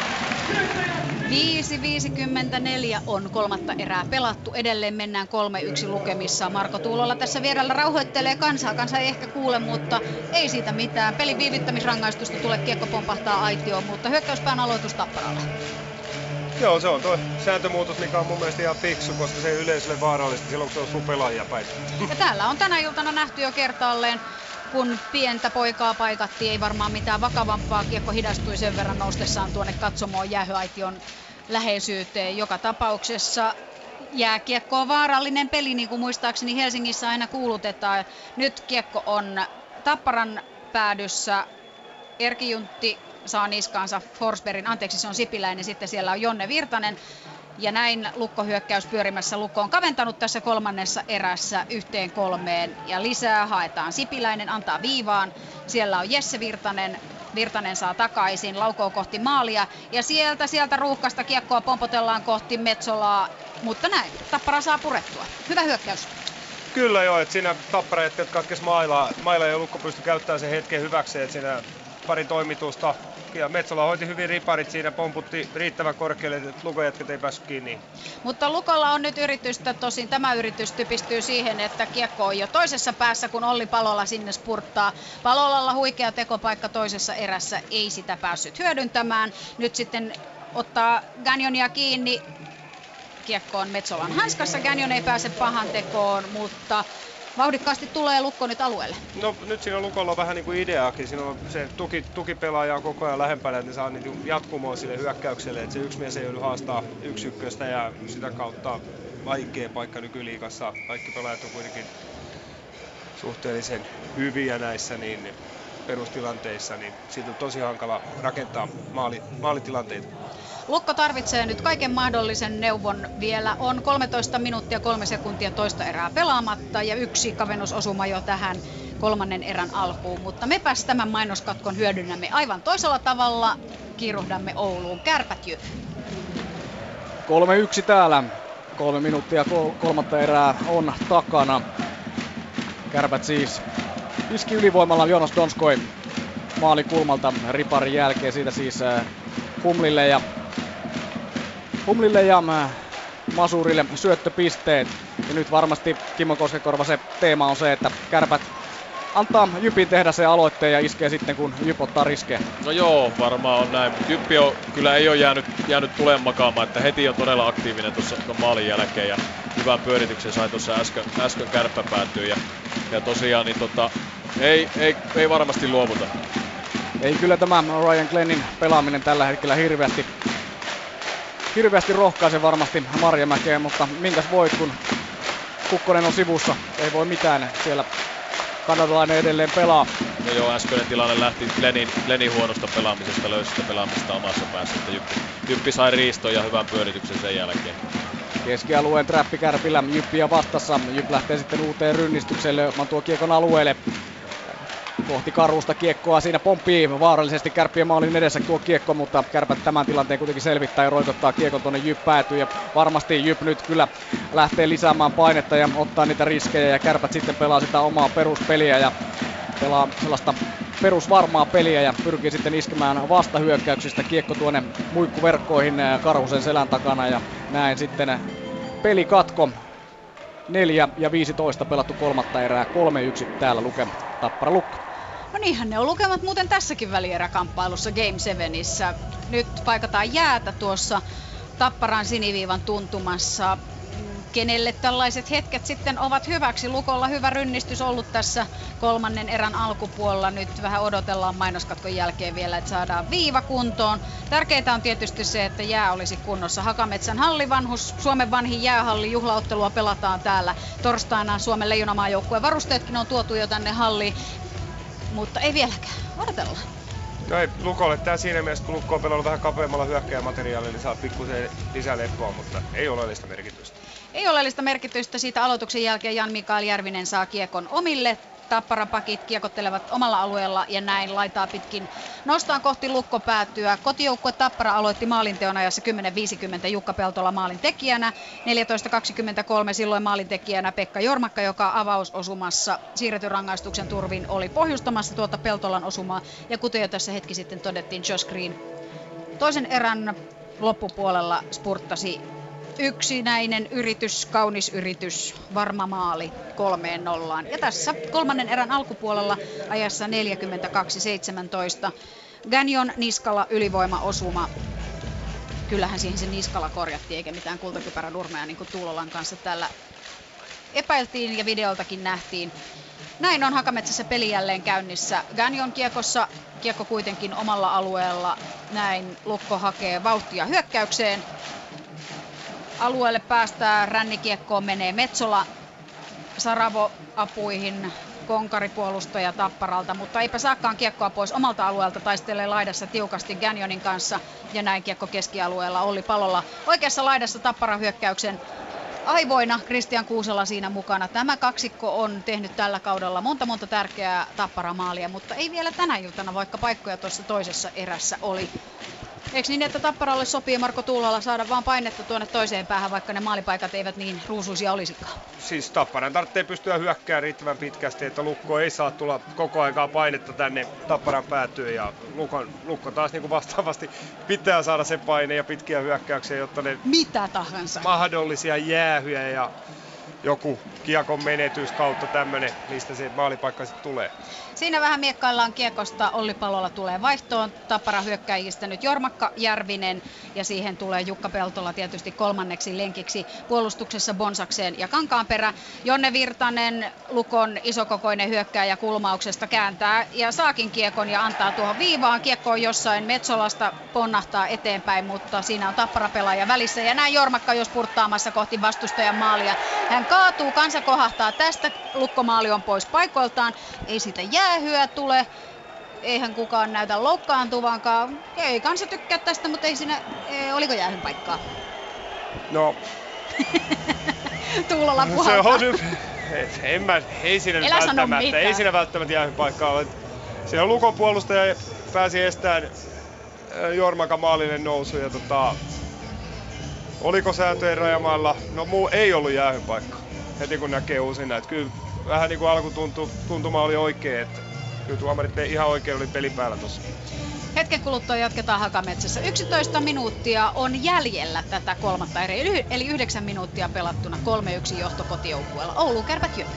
5.54 on kolmatta erää pelattu. Edelleen mennään 3-1 lukemissa. Marko Tuulola tässä vierellä rauhoittelee kansaa. Kansa ei ehkä kuule, mutta ei siitä mitään. Pelin viivyttämisrangaistusta tulee, kiekko pompahtaa aitioon, mutta hyökkäyspään aloitus Tapparalle. Joo, se on tuo sääntömuutos, mikä on mun mielestä ihan fiksu, koska se ei yleisölle vaarallista silloin, kun se osuu pelaajia päin. Ja täällä on tänä iltana nähty jo kertaalleen, kun pientä poikaa paikattiin, ei varmaan mitään vakavampaa. Kiekko hidastui sen verran noustessaan tuonne katsomoon jäähyaition läheisyyteen. Joka tapauksessa jääkiekko on vaarallinen peli, niin kuin muistaakseni Helsingissä aina kuulutetaan. Nyt kiekko on Tapparan päädyssä. Erki Juntti saa niskaansa Forsbergin, anteeksi se on Sipiläinen, sitten siellä on Jonne Virtanen. Ja näin Lukko-hyökkäys pyörimässä. Lukko on kaventanut tässä kolmannessa erässä 1-3 ja lisää haetaan. Sipiläinen antaa viivaan. Siellä on Jesse Virtanen. Virtanen saa takaisin, laukoo kohti maalia ja sieltä ruuhkasta kiekkoa pompotellaan kohti Metsolaa. Mutta näin, Tappara saa purettua. Hyvä hyökkäys. Kyllä joo, että siinä Tappara jätkät katkesi mailla ja Lukko pystyi käyttämään sen hetken hyväkseen, että siinä pari toimitusta. Ja Metsola hoiti hyvin riparit siinä, pomputti riittävän korkealle, että Lukon-jätket ei päässyt kiinni. Mutta Lukolla on nyt yritystä, tosin tämä yritys typistyy siihen, että kiekko on jo toisessa päässä, kun Olli Palola sinne spurttaa. Palolalla huikea tekopaikka toisessa erässä, ei sitä päässyt hyödyntämään. Nyt sitten ottaa Gagnonia kiinni. Kiekko on Metsolan hanskassa, Gagnon ei pääse pahan tekoon, mutta vauhdikkaasti tulee Lukko nyt alueelle. No nyt siinä Lukolla on vähän niin kuin ideaakin. Siinä on se tukipelaaja on koko ajan lähempänä, että ne saa niin jatkumoa sille hyökkäykselle. Että se yksi mies ei joudu haastaa 1-1 ja sitä kautta vaikea paikka nykyliigassa. Kaikki pelaajat on kuitenkin suhteellisen hyviä näissä niin perustilanteissa, niin siitä on tosi hankala rakentaa maalitilanteita. Lukko tarvitsee nyt kaiken mahdollisen neuvon. Vielä on 13 minuuttia 3 sekuntia toista erää pelaamatta ja yksi kavennusosuma jo tähän kolmannen erän alkuun. Mutta mepäs tämän mainoskatkon hyödynnämme aivan toisella tavalla. Kiiruhdamme Ouluun. Kärpät Jyp. 3-1 täällä. 3 minuuttia kolmatta erää on takana. Kärpät siis iski ylivoimalla Jonas Donskoi maalikulmalta riparin jälkeen. Siitä siis Humlille ja Masurille syöttöpisteet. Ja nyt varmasti Kimmo Koskenkorva se teema on se, että Kärpät antaa Jypin tehdä se aloitteen ja iskee sitten, kun Jyp ottaa riskejä. No joo, varmaan on näin. Jyppi kyllä ei ole jäänyt tuleen makaamaan, että heti on todella aktiivinen tuossa maalin jälkeen ja hyvän pyörityksen sai tuossa äsken Kärppä päätyy ja tosiaan niin ei varmasti luovuta. Ei kyllä tämä Ryan Glennin pelaaminen tällä hetkellä hirveästi rohkaise varmasti Marjamäkeen, mutta minkäs voit, kun Kukkonen on sivussa, ei voi mitään, siellä kanadalainen edelleen pelaa. Ja joo, äskeinen tilanne lähti Glennin huonosta pelaamisesta, löysästä pelaamisesta omassa päässä, että Jyppi sai riiston ja hyvän pyörityksen sen jälkeen. Keskialueen trappi Kärpillä Jyppiä vastassa, Jyp lähtee sitten uuteen rynnistykseen löymään tuo kiekon alueelle. Kohti Karusta kiekkoa, siinä pomppii vaarallisesti Kärppien maalin edessä tuo kiekko, mutta Kärpät tämän tilanteen kuitenkin selvittää ja roikottaa kiekon tuonne Jyp päätyy. Ja varmasti Jyp nyt kyllä lähtee lisäämään painetta ja ottaa niitä riskejä ja Kärpät sitten pelaa sitä omaa peruspeliä ja pelaa sellaista perusvarmaa peliä ja pyrkii sitten iskemään vastahyökkäyksistä kiekko tuonne muikkuverkkoihin Karhusen selän takana ja näin sitten pelikatko. 4:15 pelattu kolmatta erää, 3-1 täällä lukema Tappara Lukko. No niinhän ne on lukemat muuten tässäkin välieräkamppailussa Game 7:issä. Nyt paikataan jäätä tuossa Tapparan siniviivan tuntumassa. Kenelle tällaiset hetket sitten ovat hyväksi? Lukolla hyvä rynnistys ollut tässä kolmannen erän alkupuolella. Nyt vähän odotellaan mainoskatkon jälkeen vielä, että saadaan viiva kuntoon. Tärkeintä on tietysti se, että jää olisi kunnossa. Hakametsän hallivanhus, Suomen vanhin jäähalli, juhlaottelua pelataan täällä. Torstaina Suomen leijonamaajoukkueen varusteetkin on tuotu jo tänne halliin, mutta ei vieläkään. Odotellaan. No ei Lukolle tää siinä mielessä, kun Lukko on pelannut vähän kapeammalla hyökkääjämateriaalilla, niin saa pikkusen lisää lepoa, mutta ei oleellista merkitystä. Ei oleellista merkitystä. Siitä aloituksen jälkeen Jan-Mikael Järvinen saa kiekon omille. Tapparan pakit kiekottelevat omalla alueella ja näin laitaa pitkin nostaan kohti lukkopäätyä. Kotijoukkue Tappara aloitti maalinteon ajassa 10.50 Jukka Peltola maalin tekijänä. 14.23 silloin maalintekijänä Pekka Jormakka, joka avausosumassa siirretyn rangaistuksen turvin oli pohjustamassa tuota Peltolan osumaa. Ja kuten jo tässä hetki sitten todettiin, Josh Green toisen erän loppupuolella spurttasi yksinäinen yritys, kaunis yritys, varma maali 3-0. Ja tässä kolmannen erän alkupuolella ajassa 42-17. Gagnon niskalla ylivoimaosuma. Kyllähän siihen se niskalla korjattiin, eikä mitään kultakypäränurmea niin kuin Tuulolan kanssa täällä epäiltiin ja videoltakin nähtiin. Näin on Hakametsässä peli jälleen käynnissä. Gagnon kiekossa, kiekko kuitenkin omalla alueella. Näin Lukko hakee vauhtia hyökkäykseen. Alueelle päästään, rännikiekkoon menee Metsola, Saravo apuihin, konkaripuolustaja Tapparalta, mutta eipä saakaan kiekkoa pois omalta alueelta, taistelee laidassa tiukasti Gagnonin kanssa ja näin kiekko keskialueella Olli Palola. Oikeassa laidassa Tapparan hyökkäyksen aivoina Kristian Kuusela siinä mukana. Tämä kaksikko on tehnyt tällä kaudella monta tärkeää Tappara-maalia, mutta ei vielä tänä iltana, vaikka paikkoja tuossa toisessa erässä oli. Eikö niin, että Tapparalle sopii Marko Tuulola saada vaan painetta tuonne toiseen päähän, vaikka ne maalipaikat eivät niin ruusuisia olisikaan? Siis Tapparan tarvitsee pystyä hyökkäämään riittävän pitkästi, että Lukko ei saa tulla koko aikaa painetta tänne Tapparan päätyyn. Ja Lukko taas niin kuin vastaavasti pitää saada se paine ja pitkiä hyökkäyksiä, jotta ne mitä tahansa mahdollisia jäähyjä ja joku kiekon menetys kautta tämmönen, mistä se maalipaikka sitten tulee. Siinä vähän miekkaillaan kiekosta. Olli Palola tulee vaihtoon. Tappara hyökkäjistä nyt Jormakka, Järvinen ja siihen tulee Jukka Peltola tietysti kolmanneksi lenkiksi puolustuksessa Bonsakseen ja Kankaanperä. Jonne Virtanen, Lukon isokokoinen hyökkääjä kulmauksesta kääntää ja saakin kiekon ja antaa tuohon viivaan. Kiekko on jossain Metsolasta, ponnahtaa eteenpäin, mutta siinä on Tappara-pelaaja välissä ja näin Jormakka jo spurttaamassa kohti vastustajan maalia. Hän kaatuu, kansa kohahtaa tästä, Lukko-maali on pois paikoiltaan, ei siitä jäähyä tule, eihän kukaan näytä loukkaantuvankaan, ei kansa tykkää tästä, mutta ei siinä, oliko jäähyn paikkaa? No. Tuulola puhaltaa. Se on nyt, ei siinä välttämättä jäähyn paikkaa ole. Siinä Lukon puolustaja pääsi estämään Jormakan maalinen nousu ja oliko sääntöjen rajamaalla? No ei ollut jäähyn paikka. Heti kun näkee uusin näitä. Kyllä vähän niin kuin alkutuntuma oli oikein, että kyllä tuomarit ihan oikein oli peli päällä tuossa. Hetken kuluttua jatketaan Hakametsässä. 11 minuuttia on jäljellä tätä kolmatta eriä, eli 9 minuuttia pelattuna 3-1 johto kotijoukkueella. Oulun Kärpät Jyp.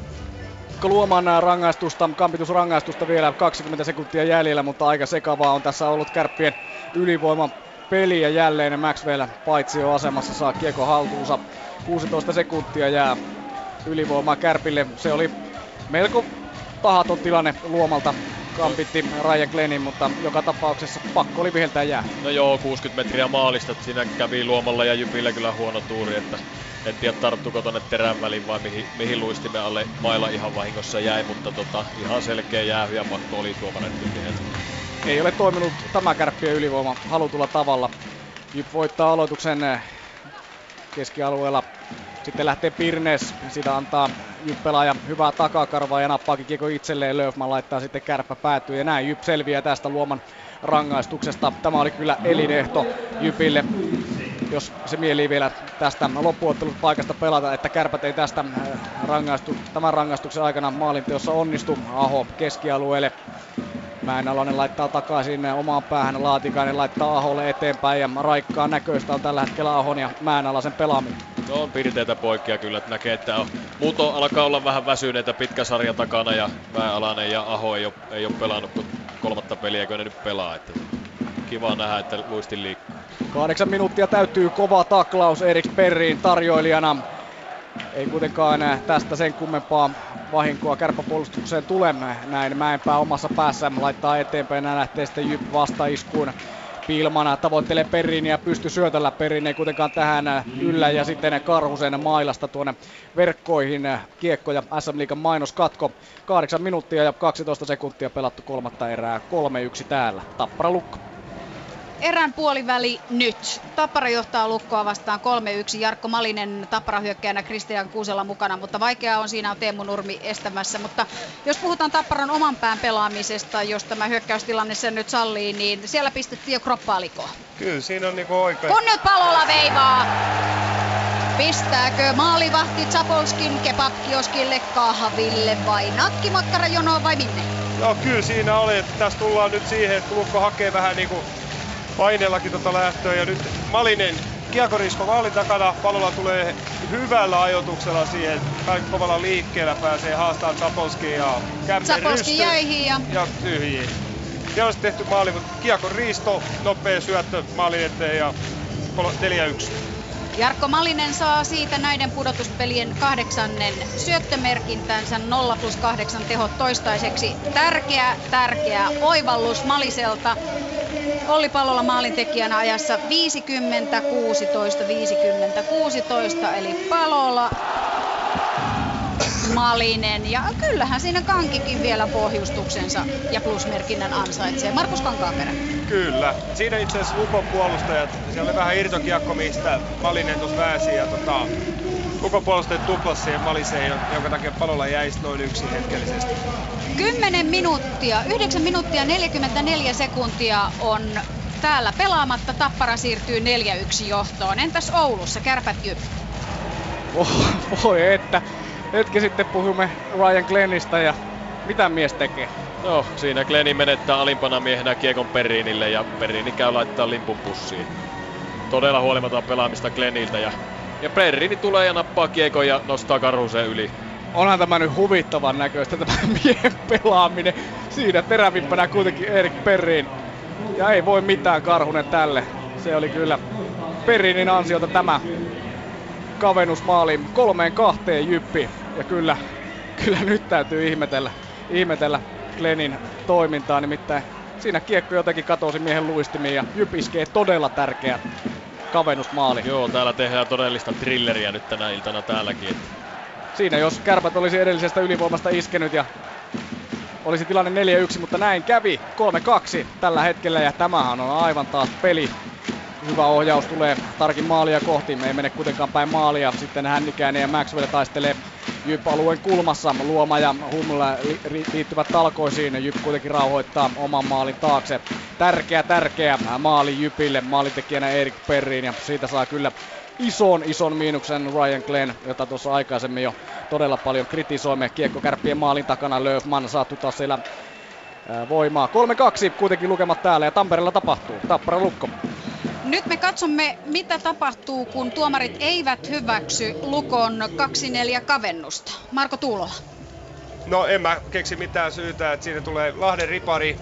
Luoman kampitusrangaistusta vielä 20 sekuntia jäljellä, mutta aika sekavaa on tässä ollut Kärppien ylivoimapeli ja jälleen Maxwell paitsioasemassa saa kiekko haltuunsa. 16 sekuntia jää ylivoimaa Kärpille. Se oli melko tahaton tilanne Luomalta. Kampitti Ryan Glennin, mutta joka tapauksessa pakko oli viheltää jää. No joo, 60 metriä maalista. Siinä kävi Luomalla ja Jypillä kyllä huono tuuri, että en tiedä tarttuko tonne terän väliin vai mihin luistimen alle mailla ihan vahingossa jäi, mutta ihan selkeä jäähy ja pakko oli tuomareiden viheltä. Ei ole toiminut tämä Kärppien ylivoima halutulla tavalla. Jyp voittaa aloituksen keskialueella. Sitten lähtee Pirnes, siitä antaa Jyp-pelaaja hyvää takakarvaa ja nappaakin kiekko itselleen. Löfman laittaa sitten kärppä päätyy ja näin Jyp selviää tästä Luoman rangaistuksesta. Tämä oli kyllä elinehto Jypille, jos se mielii vielä tästä loppuottelusta paikasta pelata, että Kärpät ei tästä tämän rangaistuksen aikana maalinteossa onnistu. Aho keskialueelle. Mäenalainen laittaa takaisin omaan päähän, Laatikainen laittaa Aholle eteenpäin ja raikkaan näköistä on tällä hetkellä Ahon ja Mäenalaisen pelaaminen. No on pirteitä poikia kyllä, että näkee, että muuto alkaa olla vähän väsyneitä pitkä sarja takana ja Mäenalainen ja Aho ei ole pelannut kuin 3 peliä, eikö ne nyt pelaa, että kiva nähdä, että luistin liikkuu. 8 minuuttia täytyy, kova taklaus Erik Perriin tarjoilijana. Ei kuitenkaan enää tästä sen kummempaa vahinkoa kärppäpuolustukseen tule. Näin Mäenpää omassa päässä laittaa eteenpäin ja lähtee sitten Jyp vastaiskuun. Pilmana tavoittelee Perriin ja pysty syötöllä. Perriin ei kuitenkaan tähän yllä ja sitten Karhusen mailasta tuonne verkkoihin kiekko ja SM Liigan mainoskatko. 8 minuuttia ja 12 sekuntia pelattu kolmatta erää. 3-1 täällä. Tappara Lukko. Erän puoliväli nyt. Tappara johtaa Lukkoa vastaan 3-1. Jarkko Malinen Tappara hyökkääjänä Kristian Kuusela mukana, mutta vaikeaa on siinä on Teemu Nurmi estämässä. Mutta jos puhutaan Tapparan oman pään pelaamisesta, jos tämä hyökkäystilanne sen nyt sallii, niin siellä pistettiin jo kroppaa likoon. Kyllä, siinä on niinku oikein. Kun nyt Palola veivaa! Pistääkö maalivahti Zapolskin kebabkioskille kahville vai nakkimakkarajonoon vai minne? No kyllä siinä oli, että tässä tullaan nyt siihen, että Lukko hakee vähän niinku paineellakin lähtöä ja nyt Malinen kiekorisko maalin takana, Palola tulee hyvällä ajoituksella siihen, kovalla liikkeellä pääsee haastamaan Zapolskin ja kämmen Zapolskin jäihin ja tyhjiin. Ja olisi tehty maali, mutta kiekon riisto, nopea syöttö maalin eteen ja 4-1. Jarkko Malinen saa siitä näiden pudotuspelien 8. syöttömerkintänsä 0+8 tehot toistaiseksi. Tärkeä oivallus Maliselta. Olli Palola maalintekijänä ajassa 50-16, eli Palola, Malinen ja kyllähän siinä Kankikin vielä pohjustuksensa ja plusmerkinnän ansaitsee. Markus Kankaanperä. Kyllä. Siinä itse asiassa Lukon puolustajat, siellä oli vähän irtokiekko, mistä Malinen tuossa väänsi ja Lukon puolustajat tuplas siihen Maliseen, jonka takia Palola jäisi noin yksin hetkellisesti. 9 minuuttia 44 sekuntia on täällä pelaamatta. Tappara siirtyy 4-1 johtoon. Entäs Oulussa, Kärpät Jyp? Voi että. Hetki sitten puhumme Ryan Glennistä ja mitä mies tekee? No, siinä Glenni menettää alimpana miehenä kiekon Perriinille ja Perriini käy laittaa limpun pussiin. Todella huolimaton pelaamista Glenniltä ja Perriini tulee ja nappaa kiekon ja nostaa Karhusen yli. Onhan tämä nyt huvittavan näköistä tämä miehen pelaaminen. Siinä terävimpänä kuitenkin Erik Perriin. Ja ei voi mitään Karhunen tälle. Se oli kyllä Perriinin ansiota tämä kavennusmaali 3-2 Jyppi. Ja kyllä nyt täytyy ihmetellä Glennin toimintaa. Nimittäin siinä kiekko jotenkin katosi miehen luistimiin ja Jyp iskee todella tärkeä kavennusmaali. Joo, täällä tehdään todellista thrilleriä nyt tänä iltana täälläkin. Siinä jos Kärpät olisi edellisestä ylivoimasta iskenyt ja olisi tilanne 4-1, mutta näin kävi 3-2 tällä hetkellä ja tämähän on aivan taas peli. Hyvä ohjaus tulee Tarkin maalia kohti, ei mene kuitenkaan päin maalia. Sitten Hännikäinen ja Maxwell taistelee Jyp-alueen kulmassa. Luoma ja Humla liittyvät talkoisiin. Jyp kuitenkin rauhoittaa oman maalin taakse. Tärkeä maali Jypille. Maalintekijänä Erik Perriin ja siitä saa kyllä ison miinuksen Ryan Glenn, jota tuossa aikaisemmin jo todella paljon kritisoimme. Kiekko Kärppien maalin takana, Löfman saatu taas siellä voimaa. 3-2 kuitenkin lukemat täällä ja Tampereella tapahtuu. Tappara Lukko. Nyt me katsomme, mitä tapahtuu, kun tuomarit eivät hyväksy Lukon 2-4 kavennusta. Marko Tuulola. No en mä keksi mitään syytä, että siinä tulee Lahden ripari.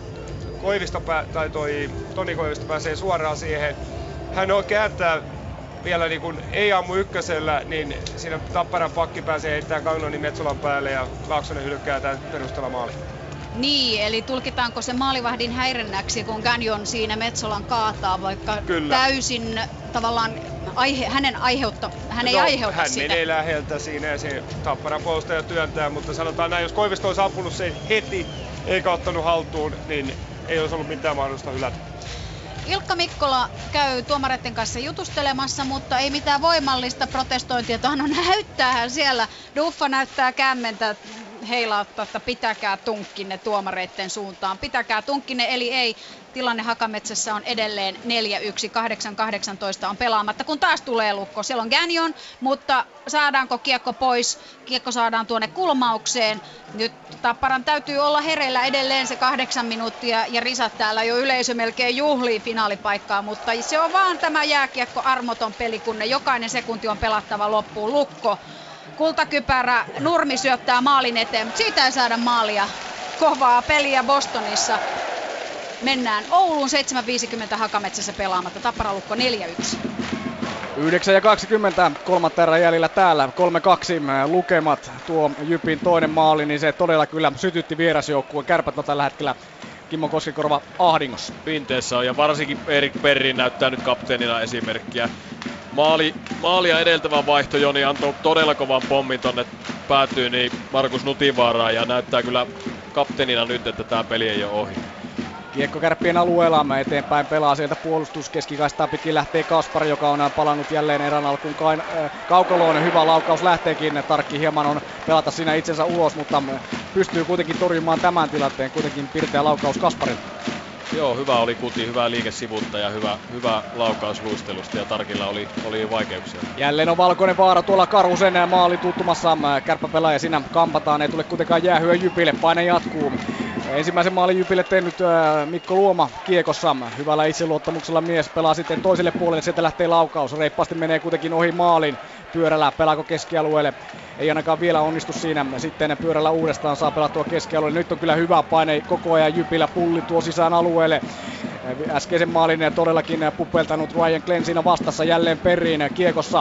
Toni Koivisto pääsee suoraan siihen. Hän kääntää vielä niin kuin ei ammu ykkösellä, niin siinä Tapparan pakki pääsee heittämään Gagnonin Metsolan päälle ja Laaksonen hylkää tämän perusteella maali. Niin, eli tulkitaanko se maalivahdin häirinnäksi, kun Gagnon siinä Metsolan kaataa, vaikka kyllä. Täysin tavallaan hän ei aiheuta hän sitä. Hän menee läheltä siinä ja se Tapparan puolustaja työntää, mutta sanotaan näin, jos Koivisto olisi ampunut sen heti eikä ottanut haltuun, niin ei olisi ollut mitään mahdollista hylätä. Ilkka Mikkola käy tuomareiden kanssa jutustelemassa, mutta ei mitään voimallista protestointia. Näyttäähän siellä. Duffa näyttää kämmentä heilauttaa, että pitäkää tunkkinne tuomareiden suuntaan. Pitäkää tunkkinne, eli ei. Tilanne Hakametsässä on edelleen 4-1, 8-18 on pelaamatta, kun taas tulee Lukko. Siellä on Gagnon, mutta saadaanko kiekko pois? Kiekko saadaan tuonne kulmaukseen. Nyt Tapparan täytyy olla hereillä edelleen se 8 minuuttia ja risat täällä jo yleisö melkein juhlii finaalipaikkaa, mutta se on vaan tämä jääkiekko armoton peli, kun ne jokainen sekunti on pelattava loppuun. Lukko, kultakypärä, Nurmi syöttää maalin eteen, mutta siitä ei saada maalia. Kovaa peliä Bostonissa. Mennään Ouluun 7.50 Hakametsässä pelaamatta. Tappara Lukko 4-1. 9:20, kolmatta erää jäljellä täällä. 3-2 lukemat. Tuo Jypin toinen maali, niin se todella kyllä sytytti vierasjoukkueen. Kärpät on tällä hetkellä Kimmo Koskikorva ahdingossa. Pinteessä on ja varsinkin Erik Perrin näyttää nyt kapteenina esimerkkiä. Maalia edeltävä vaihto Joni antoi todella kovan pommin tonne päätyy niin Markus Nutivaaraan ja näyttää kyllä kapteenina nyt, että tää peli ei ole ohi. Kiekko Kärppien alueella, eteenpäin pelaa sieltä puolustus, keskikaistaa pitkin lähtee Kaspari, joka on palannut jälleen erän alkuun kaukaloon. Hyvä laukaus lähteekin, Tarkki hieman on pelata siinä itsensä ulos, mutta pystyy kuitenkin torjumaan tämän tilanteen. Kuitenkin pirteä laukaus Kasparille. Joo, hyvä oli kuti, hyvä liikesivutta ja hyvä laukaus luistelusta ja Tarkilla oli vaikeuksia. Jälleen on valkoinen vaara tuolla Karhusen maali tuttumassa. Kärppäpelaaja siinä kampataan, ei tule kuitenkaan jäähyä Jypille, paine jatkuu. Ensimmäisen maalin Jypille tehnyt Mikko Luoma kiekossa. Hyvällä itseluottamuksella mies pelaa sitten toiselle puolelle, sieltä lähtee laukaus. Reippaasti menee kuitenkin ohi maalin. Pyörällä pelaako keskialueelle? Ei ainakaan vielä onnistu siinä. Sitten pyörällä uudestaan saa pelattua keskialueelle. Nyt on kyllä hyvä paine koko ajan Jypillä, pulli tuo sisään alueelle. Äskeisen maalin todellakin pupeltanut Ryan Glenn siinä vastassa, jälleen Perrin kiekossa.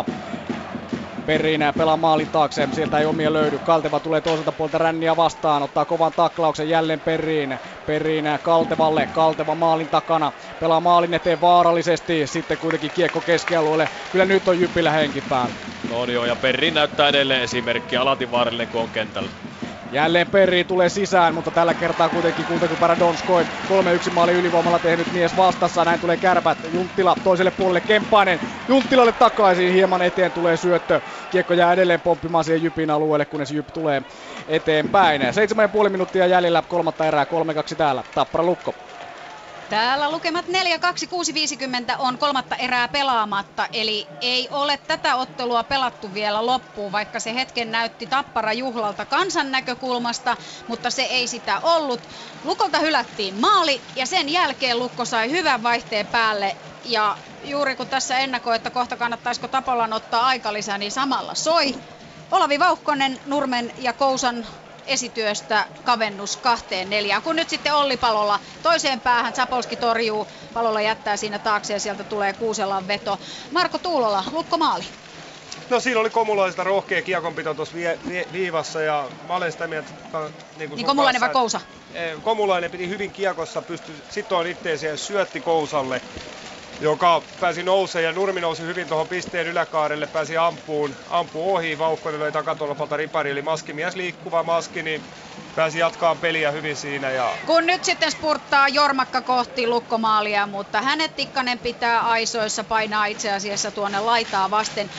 Perrin pelaa maalin taakse, sieltä ei omia löydy. Kalteva tulee toiselta puolta ränniä vastaan, ottaa kovan taklauksen jälleen Perrin Kaltevalle. Kalteva maalin takana, pelaa maalin eteen vaarallisesti, sitten kuitenkin kiekko keskialueelle. Kyllä nyt on Jypillä henki päällä. On joo, ja Perrin näyttää edelleen esimerkkiä, alati vaarallinen kun on kentällä. Jälleen Perri tulee sisään, mutta tällä kertaa kuitenkin kultakypärä Donskoi 3-1 maali ylivoimalla tehnyt mies vastassa. Näin tulee Kärpät, Junttila toiselle puolelle, Kemppainen Junttilalle takaisin, hieman eteen tulee syöttö. Kiekko jää edelleen pomppimaan siihen Jypin alueelle, kunnes Jyp tulee eteenpäin. 7,5 minuuttia jäljellä kolmatta erää, 3-2 täällä, Tappara Lukko. Täällä lukemat 4-2, 6.50 on kolmatta erää pelaamatta, eli ei ole tätä ottelua pelattu vielä loppuun, vaikka se hetken näytti Tappara juhlalta kansan näkökulmasta, mutta se ei sitä ollut. Lukolta hylättiin maali ja sen jälkeen Lukko sai hyvän vaihteen päälle ja juuri kun tässä ennakoi, että kohta kannattaisiko Tapolan ottaa aikalisä, niin samalla soi. Olavi Vauhkonen, Nurmen ja Kousan esityöstä kavennus 2-4, kun nyt sitten Olli Palola toiseen päähän, Zapolski torjuu, Palola jättää siinä taakse ja sieltä tulee Kuuselan veto. Marko Tuulola, Lukko maali. No siinä oli Komulaiselta rohkea kiekonpito tuossa viivassa ja mä olen sitä mieltä, niin Komulainen vai Kousa? Komulainen piti hyvin kiekossa, pystyi sitoon itteensä ja syötti Kousalle, joka pääsi nousemaan ja Nurmi nousi hyvin tuohon pisteen yläkaarelle, pääsi ampuu ohi, Vauhkonen löi takatolpalta ripari, eli maskimies, liikkuva maski, niin pääsi jatkaa peliä hyvin siinä. Ja kun nyt sitten spurttaa Jormakka kohti Lukkomaalia, mutta hänet Tikkanen pitää aisoissa, painaa itse asiassa tuonne laitaa vasten.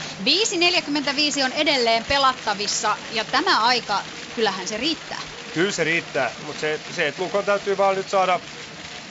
5.45 on edelleen pelattavissa ja tämä aika, kyllähän se riittää. Kyllä se riittää, mutta se että Lukon täytyy vaan nyt saada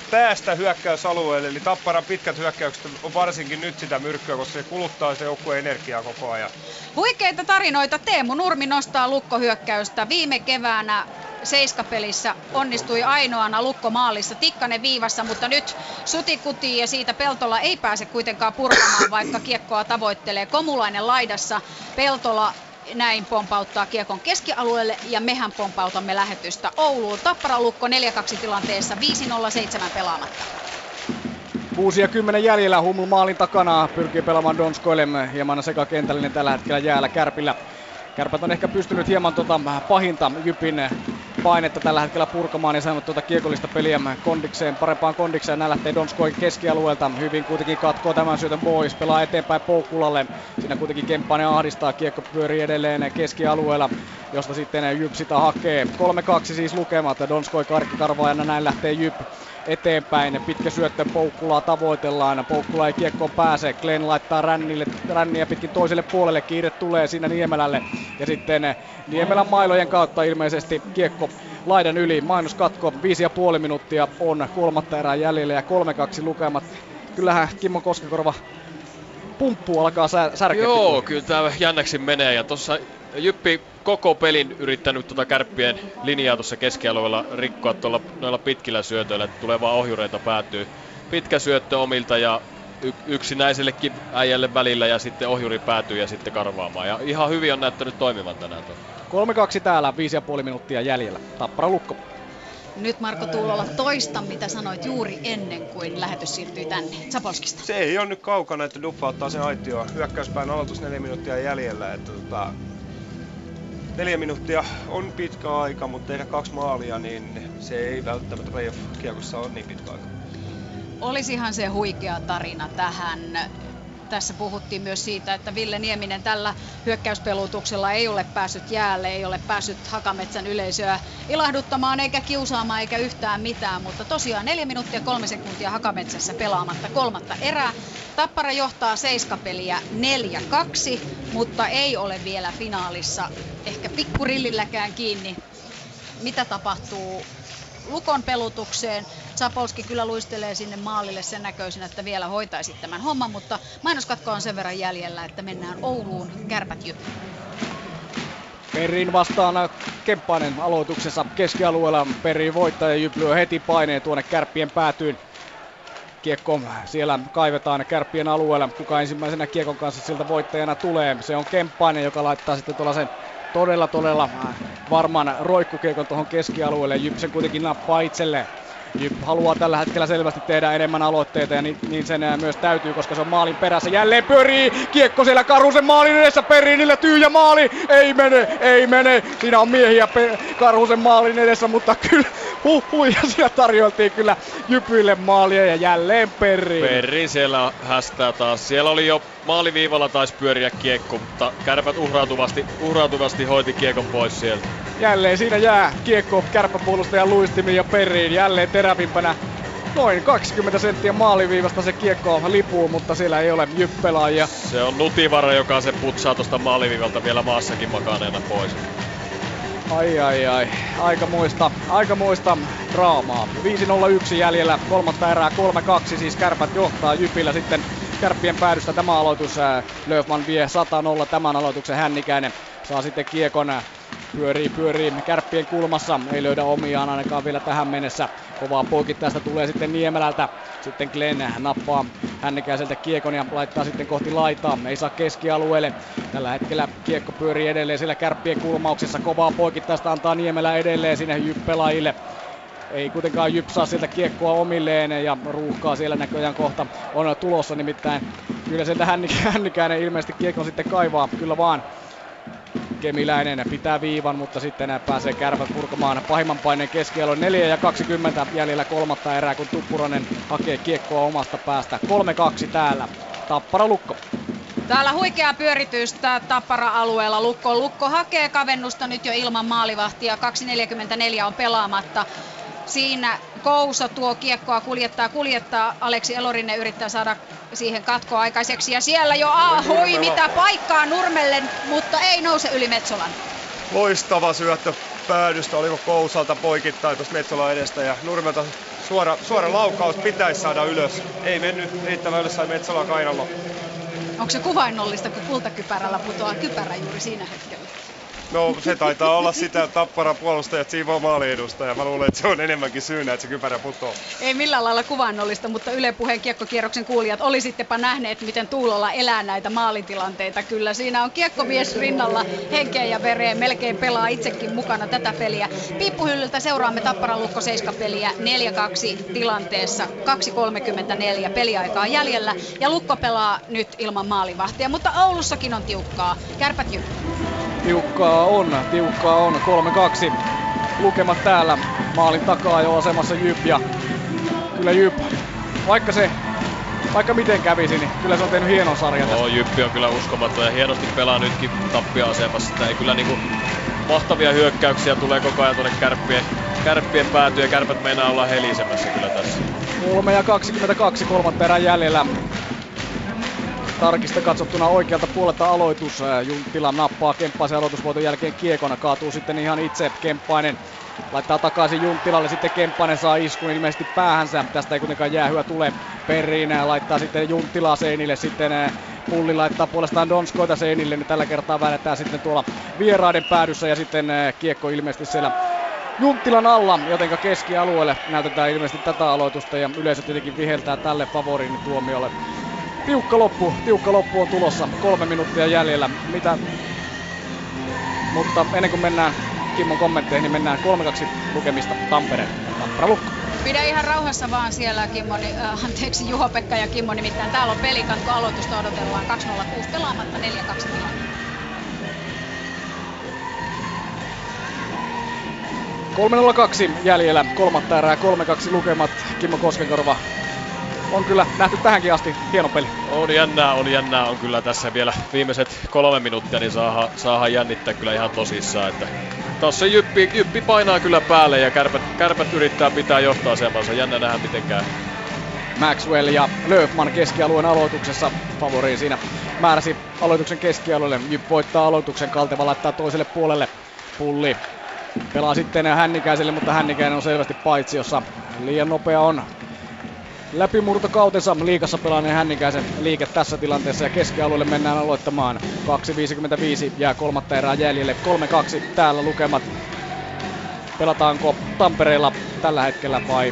päästä hyökkäysalueelle, eli Tapparan pitkät hyökkäykset on varsinkin nyt sitä myrkkyä, koska se kuluttaa se joukkueen energiaa koko ajan. Huikeita tarinoita. Teemu Nurmi nostaa Lukko-hyökkäystä. Viime keväänä seiskapelissä onnistui ainoana Lukko-maalissa, Tikkanen viivassa, mutta nyt sutikutiin ja siitä Peltola ei pääse kuitenkaan purkamaan, vaikka kiekkoa tavoittelee. Komulainen laidassa, Peltola näin pompauttaa kiekon keskialueelle ja mehän pompautamme lähetystä Ouluun. Tappara Lukko 4-2 tilanteessa, 5:07 pelaamatta. 6:10 jäljellä, Huml maalin takana, pyrkii pelaamaan Donskoille, hieman sekakentällinen tällä hetkellä jäällä Kärpillä. Kärpät on ehkä pystynyt hieman pahinta Jypin painetta tällä hetkellä purkamaan ja saanut kiekollista peliä parempaan kondikseen. Näin lähtee Donskoi keskialueelta. Hyvin kuitenkin katkoo tämän syötön pois. Pelaa eteenpäin Poukkulalle. Siinä kuitenkin Kemppainen ahdistaa. Kiekko pyörii edelleen keskialueella, josta sitten Jyp sitä hakee. 3-2 siis lukemat. Donskoi karkkikarvaajana, näin lähtee Jyp eteenpäin. Pitkä syöttö, Poukkulaa tavoitellaan. Poukkula ei kiekkoon pääse. Glenn laittaa ränniä pitkin toiselle puolelle. Kiire tulee siinä Niemelälle. Ja sitten Niemelän mailojen kautta ilmeisesti kiekko laidan yli. Mainoskatko, 5,5 minuuttia on kolmatta erää jäljellä ja 3-2 lukemat. Kyllähän Kimmo Koskenkorva pumppu alkaa särkeä. Joo, kyllä tämä jännäksi menee ja tuossa Jyppi koko pelin yrittänyt Kärppien linjaa tuossa keskialueella rikkoa noilla pitkillä syötöillä, että tulee vaan ohjureita päätyy. Pitkä syöttö omilta ja yksinäisellekin äijälle välillä ja sitten ohjuri päätyy ja sitten karvaamaan. Ja ihan hyvin on näyttänyt toimivan tänään tuo. 3-2 täällä, 5,5 minuuttia jäljellä. Tappara Lukko. Nyt Marko Tuulola toista, mitä sanoit juuri ennen kuin lähetys siirtyi tänne. Zapolskista. Se ei ole nyt kaukana, että Duffa ottaa sen aitioon. Hyökkäyspään aloitus 4 minuuttia jäljellä. Että 4 minuuttia on pitkä aika, mutta tehdä 2 maalia, niin se ei välttämättä playoff-kiekossa ole niin pitkä aika. Olisihan se huikea tarina tähän. Tässä puhuttiin myös siitä, että Ville Nieminen tällä hyökkäyspelutuksella ei ole päässyt jäälle, ei ole päässyt Hakametsän yleisöä ilahduttamaan eikä kiusaamaan eikä yhtään mitään, mutta tosiaan 4 minuuttia 3 sekuntia Hakametsässä pelaamatta kolmatta erää. Tappara johtaa seiskapeliä 4-2, mutta ei ole vielä finaalissa ehkä pikkurillilläkään kiinni. Mitä tapahtuu Lukon pelutukseen? Zapolski kyllä luistelee sinne maalille sen näköisin, että vielä hoitaisi tämän homman, mutta mainoskatko on sen verran jäljellä, että mennään Ouluun. Kärpät Jyp. Perrin vastaan Kemppainen aloituksessa keskialueella. Perrin voittaja, Jyp lyö heti paineen tuonne Kärppien päätyyn. Kiekko siellä kaivetaan Kärppien alueella. Kuka ensimmäisenä kiekon kanssa siltä voittajana tulee? Se on Kemppainen, joka laittaa sitten tuollaisen todella varman roikkukiekon tuohon keskialueelle. Jyp sen kuitenkin nappaa itselle. Jyp haluaa tällä hetkellä selvästi tehdä enemmän aloitteita ja niin sen myös täytyy, koska se on maalin perässä. Jälleen pyörii kiekko siellä Karhusen maalin edessä, Perrinillä tyhjä maali. Ei mene. Siinä on miehiä Karhusen maalin edessä, mutta kyllä ja siellä tarjoltiin kyllä Jypille maalia ja jälleen Perrin. Perrin siellä hästää taas. Siellä oli jo maaliviivalla taisi pyöriä kiekko, mutta Kärpät uhrautuvasti hoiti kiekon pois sieltä. Jälleen siinä jää kiekko kärppäpuolustajan luistimiin ja Perriin jälleen terävimpänä. Noin 20 senttiä maaliviivasta se kiekko lipuu, mutta siellä ei ole Jyp-pelaajia. Se on Nutivara, joka se putsaa tuosta maaliviivalta vielä maassakin makaaneena pois. Ai. Aikamoista draamaa. 5:01 jäljellä kolmatta erää, 3-2 siis Kärpät johtaa Jypillä sitten Kärppien päädystä tämä aloitus. Löfman vie 100-0 tämän aloituksen. Hännikäinen saa sitten kiekon. Pyörii Kärppien kulmassa. Ei löydä omiaan ainakaan vielä tähän mennessä. Kovaa poikittaista tulee sitten Niemelältä. Sitten Glenn nappaa Hännikäiseltä kiekon ja laittaa sitten kohti laitaa. Ei saa keskialueelle. Tällä hetkellä kiekko pyörii edelleen siellä Kärppien kulmauksessa. Kovaa poikittaista antaa Niemelä edelleen sinne Jyp-pelaajille. Ei kuitenkaan Jyp saa sieltä kiekkoa omilleen ja ruuhkaa siellä näköjään kohta on tulossa, nimittäin kyllä sieltä Hännikäinen ilmeisesti kiekon sitten kaivaa, kyllä vaan. Kemiläinen pitää viivan, mutta sitten pääsee Kärpät purkamaan pahimman paineen keskialueen. 4:20 jäljellä kolmatta erää, kun Tuppurainen hakee kiekkoa omasta päästä. 3-2 täällä. Tappara Lukko. Täällä huikeaa pyöritystä Tappara-alueella. Lukko hakee kavennusta nyt jo ilman maalivahtia. 2:44 on pelaamatta. Siinä Kousa tuo kiekkoa kuljettaa. Aleksi Elorinen yrittää saada siihen katkoa aikaiseksi. Ja siellä jo mitä paikkaa Nurmelle, mutta ei nouse yli Metsolan. Loistava syöttö päädystä, oliko Kousalta poikittain tuosta Metsolan edestä ja Nurmelta suora laukaus pitäisi saada ylös. Ei mennyt riittävän ylös, sai Metsola kainalo. Onko se kuvainnollista, kun kultakypärällä putoaa kypärä juuri siinä hetkellä? No se taitaa olla sitä, että Tapparan puolustajat siivoo maaliedusta ja mä luulen, että se on enemmänkin syynä, että se kypärä putoo. Ei millään lailla kuvainnollista, mutta Yle Puheen kiekkokierroksen kuulijat olisittepä nähneet, miten Tuulola elää näitä maalitilanteita. Kyllä siinä on kiekkomies rinnalla henkeen ja vereen, melkein pelaa itsekin mukana tätä peliä. Piippuhyllyltä seuraamme Tapparan Lukko 7-peliä 4-2 tilanteessa, 2.34 peliaikaa jäljellä ja Lukko pelaa nyt ilman maalivahtia, mutta Oulussakin on tiukkaa. Kärpät Jyp. Tiukkaa on. 3-2 lukemat täällä. Maalin takaa jo asemassa Jyp ja kyllä Jyp, vaikka miten kävisi, niin kyllä se on tehnyt hienon sarjan. No, Jyppi on kyllä uskomaton ja hienosti pelaa nytkin tappia-asemassa. Ei kyllä niinku mahtavia hyökkäyksiä tulee koko ajan tuonne kärppien päätyyn ja Kärpät meinaa olla helisemässä kyllä tässä. 3:22 kolmatta erää jäljellä. Tarkista katsottuna oikealta puolelta aloitus. Junttila nappaa Kemppaisen aloitusvoiton jälkeen kiekona. Kaatuu sitten ihan itse Kemppainen. Laittaa takaisin Junttilalle. Sitten Kemppainen saa iskun ilmeisesti päähänsä. Tästä ei kuitenkaan jäähyä tule perin. Laittaa sitten Junttilaa seinille. Sitten Pulli laittaa puolestaan Donskoita seinille. Niin tällä kertaa väännetään sitten tuolla vieraiden päädyssä. Ja sitten kiekko ilmeisesti siellä Junttilan alla, jotenka keskialueelle näytetään ilmeisesti tätä aloitusta. Ja yleisö tietenkin viheltää tälle favoriin tuomiolle. Tiukka loppu on tulossa, 3 minuuttia jäljellä. Mutta ennen kuin mennään Kimmon kommentteihin, niin mennään 3-2 lukemista Tampereen. Tappara Lukko. Pidä ihan rauhassa vaan siellä Juho-Pekka ja Kimmo, nimittäin täällä on pelikatko, aloitusta odotellaan 2.06 pelaamatta 4-2 tilanne. 3.02 jäljellä, kolmatta erää, 3-2 lukemat. Kimmo Koskenkorva. On kyllä nähty tähänkin asti hieno peli. On jännää, on kyllä tässä vielä viimeiset 3 minuuttia, niin saadaan jännittää kyllä ihan tosissaan. Että tossa Jyppi painaa kyllä päälle ja kärpät yrittää pitää johtoasemansa, jännä nähdä miten käy. Maxwell ja Löfman keskialueen aloituksessa, favoriin siinä määräsi aloituksen keskialueelle. Jyp voittaa aloituksen, Kalteva laittaa toiselle puolelle. Pulli pelaa sitten Hännikäiselle, mutta Hännikäinen on selvästi paitsiossa. Liian nopea on läpimurtokautensa liigassa pelanneen Hännikäisen liike tässä tilanteessa ja keskialueelle mennään aloittamaan. 2.55 jää kolmatta erää jäljelle, 3-2 täällä lukemat. Pelataanko Tampereella tällä hetkellä vai?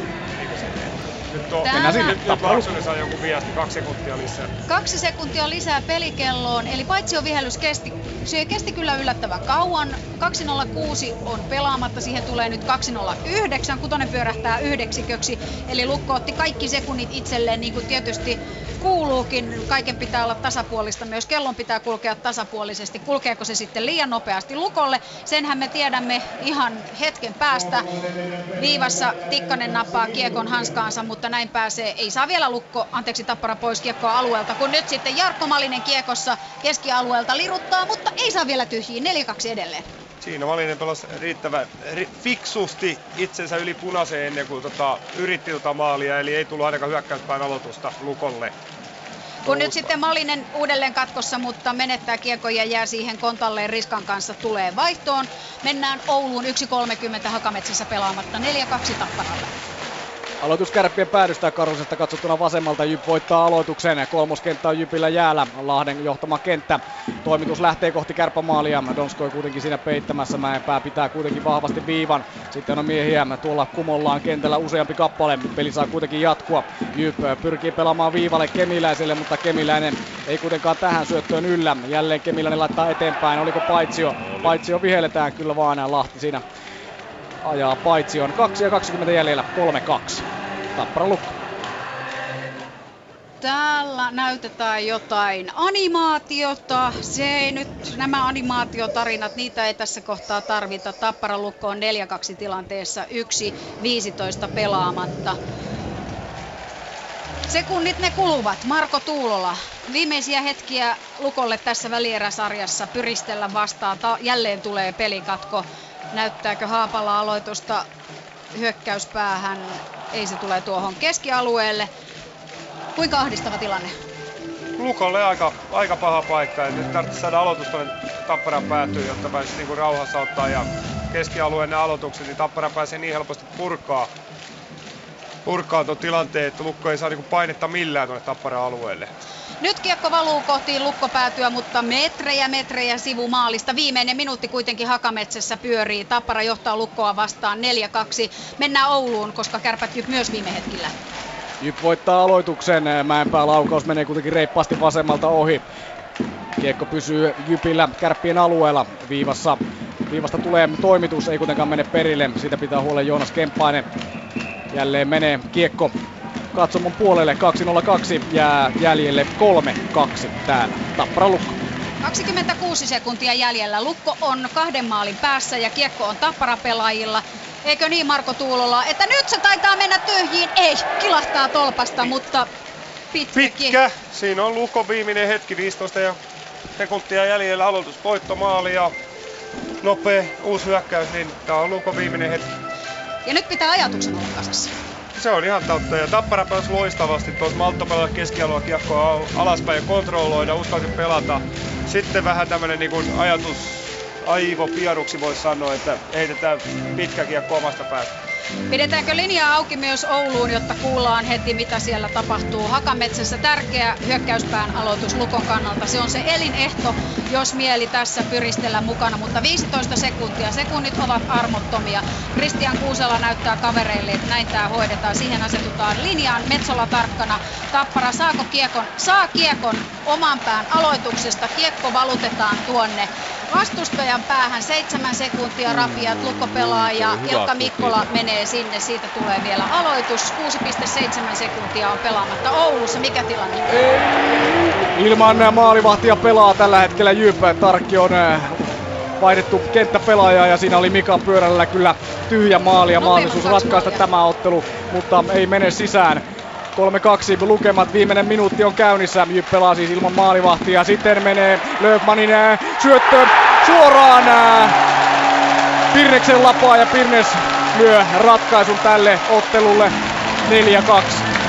Mennään sinne. Nyt Laaksonen saa joku viesti, 2 sekuntia lisää. 2 sekuntia lisää pelikelloon, eli paitsi on vihellys kesti kyllä yllättävän kauan. 2.06 on pelaamatta, siihen tulee nyt 2.09, kutonen pyörähtää 9, eli Lukko otti kaikki sekunnit itselleen, niin kuin tietysti kuuluukin. Kaiken pitää olla tasapuolista, myös kellon pitää kulkea tasapuolisesti. Kulkeeko se sitten liian nopeasti Lukolle? Senhän me tiedämme ihan hetken päästä. Viivassa Tikkanen nappaa kiekon hanskaansa, mutta näin pääsee. Ei saa vielä Tappara pois kiekkoa alueelta, kun nyt sitten Jarkko Malinen kiekossa keskialueelta liruttaa, mutta ei saa vielä tyhjiä. 4-2 edelleen. Siinä Malinen pelasi riittävän fiksusti itsensä yli punaiseen ennen kuin yritti maalia, eli ei tullut ainakaan hyökkäyspään aloitusta Lukolle. Kun nyt sitten Malinen uudelleen katkossa, mutta menettää kiekon ja jää siihen kontalleen Riskan kanssa, tulee vaihtoon. Mennään Ouluun 1.30 Hakametsässä pelaamatta 4-2 Tapparalle. Aloitus Kärppien päädystä Karusesta katsottuna vasemmalta. Jyp voittaa aloituksen. Kolmoskenttä on Jypillä jäällä. Lahden johtama kenttä. Toimitus lähtee kohti kärppämaalia. Donskoi kuitenkin siinä peittämässä. Mäenpää pitää kuitenkin vahvasti viivan. Sitten on miehiä tuolla kumollaan kentällä useampi kappale. Peli saa kuitenkin jatkua. Jyp pyrkii pelaamaan viivalle Kemiläiselle, mutta Kemiläinen ei kuitenkaan tähän syöttöön yllä. Jälleen Kemiläinen laittaa eteenpäin. Oliko Paitsio? Paitsio vihelletään kyllä vaan. Lahti siinä ajaa paitsioon. 2.20 jäljellä, 3-2. Tappara Lukko. Täällä näytetään jotain animaatiota. Se ei nyt, nämä animaatiotarinat, niitä ei tässä kohtaa tarvita. Tappara Lukko on 4-2 tilanteessa, 1.15 pelaamatta. Sekunnit ne kuluvat. Marko Tuulola. Viimeisiä hetkiä Lukolle tässä välieräsarjassa pyristellä vastaan. Jälleen tulee pelikatko. Näyttääkö Haapala aloitusta hyökkäyspäähän? Ei, se tulee tuohon keskialueelle. Kuinka ahdistava tilanne? Lukolle aika paha paikka. Nyt tarvitsisi saada aloitusta Tapparan päätyyn, jotta pääsisi niinku rauhassa ottaa. Ja keskialueen ne aloitukset, niin Tappara pääsee niin helposti purkaa. purkaa tuon tilanteen, että Lukko ei saa niinku painetta millään tuonne Tapparan alueelle. Nyt kiekko valuu kohti lukkopäätyä, mutta metrejä sivumaalista. Viimeinen minuutti kuitenkin Hakametsässä pyörii. Tappara johtaa Lukkoa vastaan 4-2. Mennään Ouluun, koska Kärpät Jyp myös viime hetkillä. Jyp voittaa aloituksen. Mäenpää laukaus menee kuitenkin reippaasti vasemmalta ohi. Kiekko pysyy Jypillä Kärppien alueella. Viivasta tulee toimitus, ei kuitenkaan mene perille. Siitä pitää huolen Joonas Kemppainen. Jälleen menee kiekko katsomon puolelle. 2-0-2 jää jäljelle 3-2 täällä. Tappara Lukko. 26 sekuntia jäljellä. Lukko on 2 maalin päässä ja kiekko on Tappara-pelaajilla. Eikö niin, Marko Tuulola, että nyt se taitaa mennä tyhjiin? Ei, kilahtaa tolpasta, mutta pitkä. Siinä on Lukon viimeinen hetki, 15 sekuntia jäljellä, aloitusvoittomaali ja nopea uusi hyökkäys, niin tää on Lukon viimeinen hetki. Ja nyt pitää ajatuksen olla kasassa. Se on ihan totta, ja Tappara pelasi loistavasti tuossa Maltto pelata keskialueen kiekkoa alaspäin ja kontrolloida, uskalsi pelata. Sitten vähän tämmönen niin kuin ajatus aivopieruksi voisi sanoa, että heitetään pitkä kiekko omasta päästä. Pidetäänkö linjaa auki myös Ouluun, jotta kuullaan heti mitä siellä tapahtuu? Hakametsässä tärkeä hyökkäyspään aloitus Lukon kannalta. Se on se elinehto, jos mieli tässä pyristellä mukana, mutta 15 sekuntia. Sekunnit ovat armottomia. Kristian Kuusela näyttää kavereille, että näin tää hoidetaan. Siihen asetutaan linjaan. Metsola tarkkana. Tappara saako kiekon? Saa kiekon oman pään aloituksesta. Kiekko valutetaan tuonne vastustajan päähän. 7 sekuntia rapiat. Lukko pelaa ja Ilkka Mikkola menee sinne. Siitä tulee vielä aloitus. 6,7 sekuntia on pelaamatta Oulussa. Mikä tilanne? Ilman maalivahtia pelaa tällä hetkellä Jyp. Tarkki on vaihdettu kenttäpelaajaa ja siinä oli Mikan pyörällä kyllä tyhjä maali ja mahdollisuus ratkaista tämä ottelu, mutta ei mene sisään. 3-2 lukemat, viimeinen minuutti on käynnissä. Jyp pelaa siis ilman maalivahtia. Sitten menee Löfmanin syöttö suoraan Pirneksen lapaa ja Pirnes lyö ratkaisun tälle ottelulle 4-2.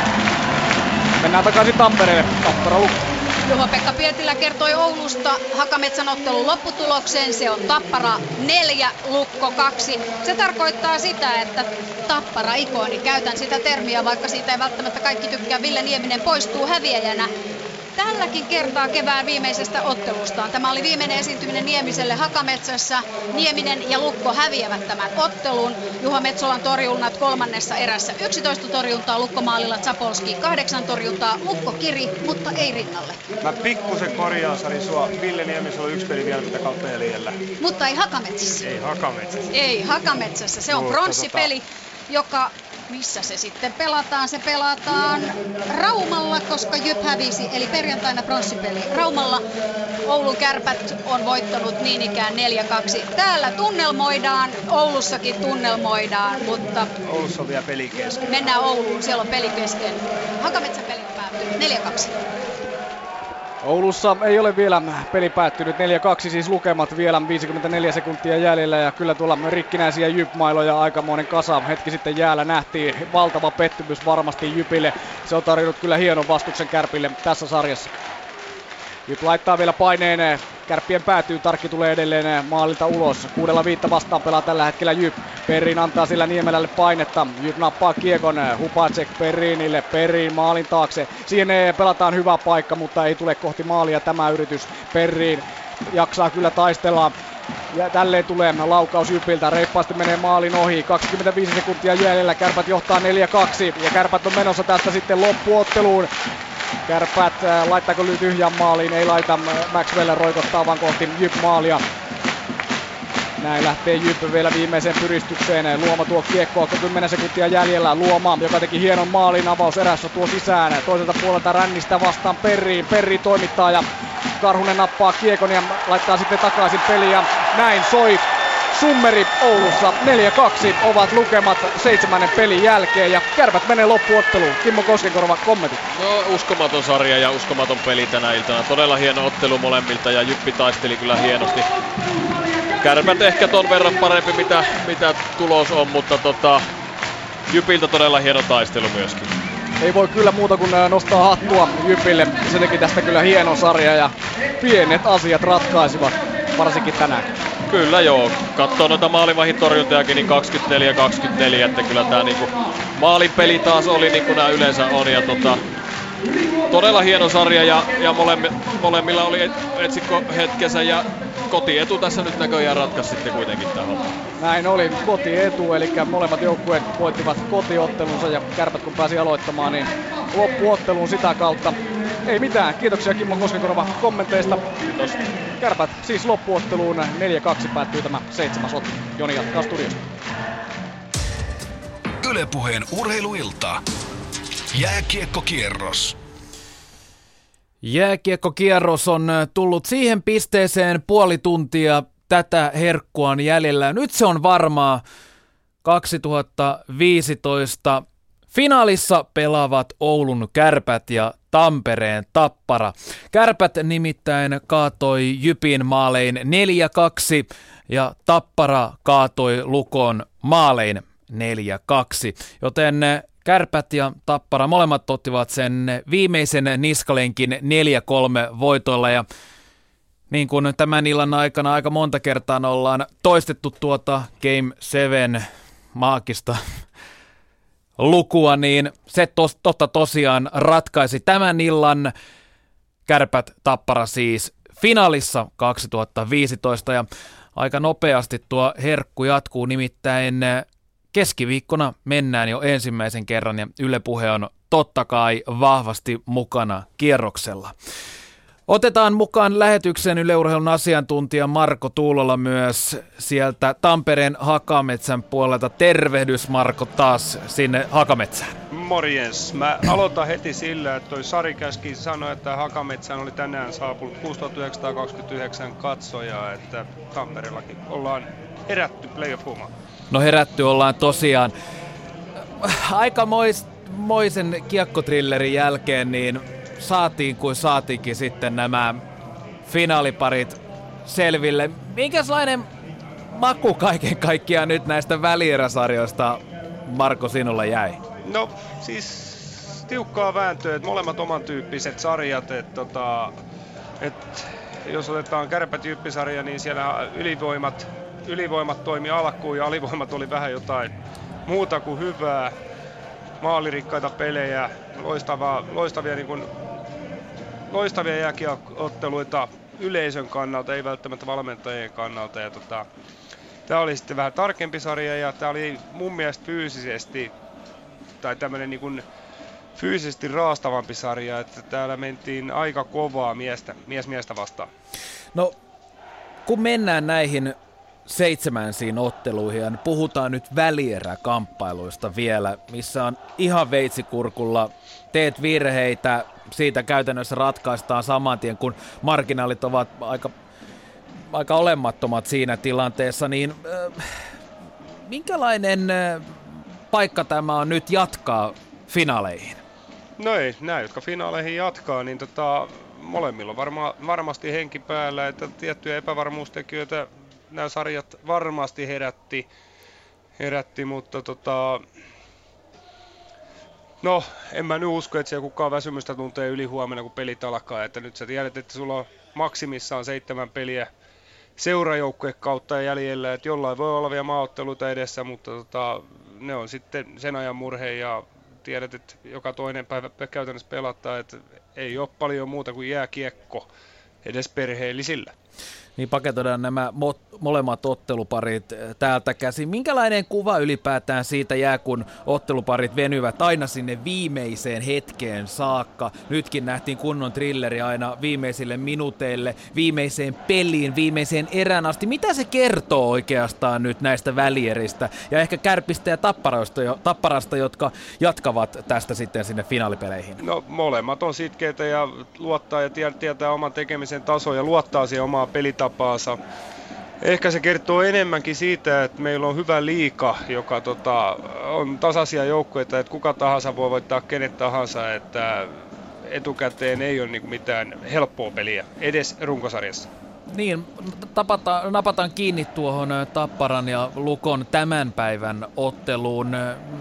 Mennään takaisin Tampereelle. Tappara Lukko. Juho-Pekka Pietilä kertoi Oulusta Hakametsän ottelun lopputulokseen. Se on Tappara 4, Lukko 2. Se tarkoittaa sitä, että Tappara-ikoni, käytän sitä termiä, vaikka siitä ei välttämättä kaikki tykkää, Ville Nieminen poistuu häviäjänä. Tälläkin kertaa kevään viimeisestä ottelustaan. Tämä oli viimeinen esiintyminen Niemiselle Hakametsässä. Nieminen ja Lukko häviävät tämän ottelun. Juha Metsolan torjunnat kolmannessa erässä. 11 torjuntaa Lukkomaalilla Zapolski, 8 torjuntaa Lukko kiri, mutta ei rinnalle. Mä pikkusen korjaan Sari sua. Ville Niemisellä on 1 peli vielä tätä kautta jäljellä. Mutta ei Hakametsässä. Ei Hakametsässä. Ei Hakametsässä. Se on pronssipeli, joka... Missä se sitten pelataan? Se pelataan Raumalla, koska Jyp hävisi, eli perjantaina pronssipeli Raumalla. Oulun Kärpät on voittanut niin ikään 4-2. Täällä tunnelmoidaan, Oulussakin tunnelmoidaan, mutta... Oulussa on vielä peli kesken. Mennään Ouluun, siellä on peli kesken. Hakametsän peli päättyy 4-2. Oulussa ei ole vielä peli päättynyt, 4-2 siis lukemat, vielä 54 sekuntia jäljellä ja kyllä tuolla rikkinäisiä Jyp-mailoja aikamoinen kasa. Hetki sitten jäällä nähtiin, valtava pettymys varmasti Jypille. Se on tarjonnut kyllä hienon vastuksen Kärpille tässä sarjassa. Jyp laittaa vielä paineen, Kärppien päätyy, Tarkki tulee edelleen maalilta ulos. 6-5 vastaan pelaa tällä hetkellä Jyp. Perrin antaa sillä Niemelälle painetta. Jyp nappaa kiekon, Hupacek Perrinille, Perrin maalin taakse. Siihen pelataan hyvä paikka, mutta ei tule kohti maalia tämä yritys. Perrin jaksaa kyllä taistella. Ja tälleen tulee laukaus Jypiltä, reippaasti menee maalin ohi, 25 sekuntia jäljellä, Kärpät johtaa 4-2 ja Kärpät on menossa tästä sitten loppuotteluun. Kärpät, laittaako tyhjän maaliin, ei laita, Maxwell roikottaa vaan kohti Jyp-maalia. Näin lähtee Jyp vielä viimeiseen pyristykseen. Luoma tuo kiekkoa, 10 sekuntia jäljellä. Luoma, joka teki hienon maalin, avaus erässä tuo sisään. Toiselta puolelta rännistä vastaan Perriin. Perri toimittaa ja Karhunen nappaa kiekon ja laittaa sitten takaisin peliä. Näin soi summeri Oulussa. 4-2 ovat lukemat 7. pelin jälkeen ja Kärpät menee loppuotteluun. Kimmo Koskenkorva, kommentit. No, uskomaton sarja ja uskomaton peli tänä iltana. Todella hieno ottelu molemmilta ja Jyppi taisteli kyllä hienosti. Kärpät ehkä ton verran parempi mitä tulos on, mutta Jypiltä todella hieno taistelu myöskin. Ei voi kyllä muuta kuin nostaa hattua Jypille. Se teki tästä kyllä hienon sarja ja pienet asiat ratkaisivat, varsinkin tänään. Kyllä joo. Katsoo noita maalivahditorjuntajakin, niin 24-24, että kyllä tää niinku maalinpeli taas oli niin kuin nää yleensä on. Ja todella hieno sarja ja molemmilla oli etsikko hetkensä ja kotietu tässä nyt näköjään ratkaisi sitten kuitenkin tähän. Näin oli kotietu, eli molemmat joukkueet voittivat kotiottelunsa ja Kärpät kun pääsi aloittamaan, niin loppuotteluun sitä kautta. Ei mitään, kiitoksia Kimmo Koskenkorva kommenteista. Kiitos. Kärpät siis loppuotteluun 4-2 päättyy tämä 7. ottelu. Joni jatkaa studiosta. Yle Puheen urheiluilta. Jääkiekkokierros. Jääkiekkokierros on tullut siihen pisteeseen, puoli tuntia tätä herkkua on jäljellä. Nyt se on varmaa. 2015 finaalissa pelaavat Oulun Kärpät ja Tampereen Tappara. Kärpät nimittäin kaatoi Jypin maalein 4-2 ja Tappara kaatoi Lukon maalein 4-2. Joten Kärpät ja Tappara molemmat ottivat sen viimeisen niskalenkin 4-3 voitoilla ja niin kuin tämän illan aikana aika monta kertaa ollaan toistettu tuota Game 7 maagista lukua, niin se tosiaan ratkaisi tämän illan. Kärpät Tappara siis finaalissa 2015 ja aika nopeasti tuo herkku jatkuu, nimittäin keskiviikkona mennään jo ensimmäisen kerran ja Yle Puhe on totta kai vahvasti mukana kierroksella. Otetaan mukaan lähetyksen Yle Urheilun asiantuntija Marko Tuulola myös sieltä Tampereen Hakametsän puolelta. Tervehdys Marko taas sinne Hakametsään. Morjens. Mä aloitan heti sillä, että toi Sari Käski sanoi, että Hakametsään oli tänään saapunut 6929 katsojaa, että Tampereellakin ollaan herätty playoff-humaan. No herätty ollaan tosiaan. Aikamoisen kiekkotrillerin jälkeen niin saatiin kuin saatiinkin sitten nämä finaaliparit selville. Minkälainen maku kaiken kaikkiaan nyt näistä välieräsarjoista, Marko, sinulla jäi? No siis tiukkaa vääntöä, että molemmat oman tyyppiset sarjat, että jos otetaan Kärpät-Jyppi-sarja, niin siellä ylivoimat toimi alkuun ja alivoimat oli vähän jotain muuta kuin hyvää. Maalirikkaita pelejä, loistavia jääkiekko-otteluita yleisön kannalta, ei välttämättä valmentajien kannalta. Ja tämä oli sitten vähän tarkempi sarja ja tämä oli mun mielestä fyysisesti tai tämmöinen niin kuin fyysisesti raastavampi sarja, että täällä mentiin aika kovaa miestä vastaan. No, kun mennään näihin 7 otteluihin ja puhutaan nyt välieräkamppailuista vielä, missä on ihan veitsikurkulla, teet virheitä, siitä käytännössä ratkaistaan saman tien, kun marginaalit ovat aika olemattomat siinä tilanteessa, niin minkälainen paikka tämä on nyt jatkaa finaaleihin? No ei, nämä, jotka finaaleihin jatkaa, niin molemmilla on varmasti henki päällä, että tiettyjä epävarmuustekijöitä nämä sarjat varmasti herätti, mutta no, en mä nyt usko, että siellä kukaan väsymystä tuntee yli huomenna, kun pelit alkaa. Että nyt sä tiedät, että sulla on maksimissaan 7 peliä seurajoukkueen kautta jäljellä, että jollain voi olla vielä maaotteluita edessä, mutta ne on sitten sen ajan murhe ja tiedät, että joka toinen päivä käytännössä pelataan, että ei ole paljon muuta kuin jääkiekko edes perheellisillä. Niin paketoidaan nämä molemmat otteluparit täältä käsin. Minkälainen kuva ylipäätään siitä jää, kun otteluparit venyvät aina sinne viimeiseen hetkeen saakka? Nytkin nähtiin kunnon thrilleri aina viimeisille minuuteille, viimeiseen peliin, viimeiseen erään asti. Mitä se kertoo oikeastaan nyt näistä välieristä ja ehkä Kärpistä ja Tapparasta, jotka jatkavat tästä sitten sinne finaalipeleihin? No molemmat on sitkeitä ja luottaa ja tietää oman tekemisen tason ja luottaa siihen omaan pelitapaansa. Ehkä se kertoo enemmänkin siitä, että meillä on hyvä liiga, joka on tasaisia joukkueita, että kuka tahansa voi voittaa kenet tahansa, että etukäteen ei ole mitään helppoa peliä, edes runkosarjassa. Niin, napataan kiinni tuohon Tapparan ja Lukon tämän päivän otteluun.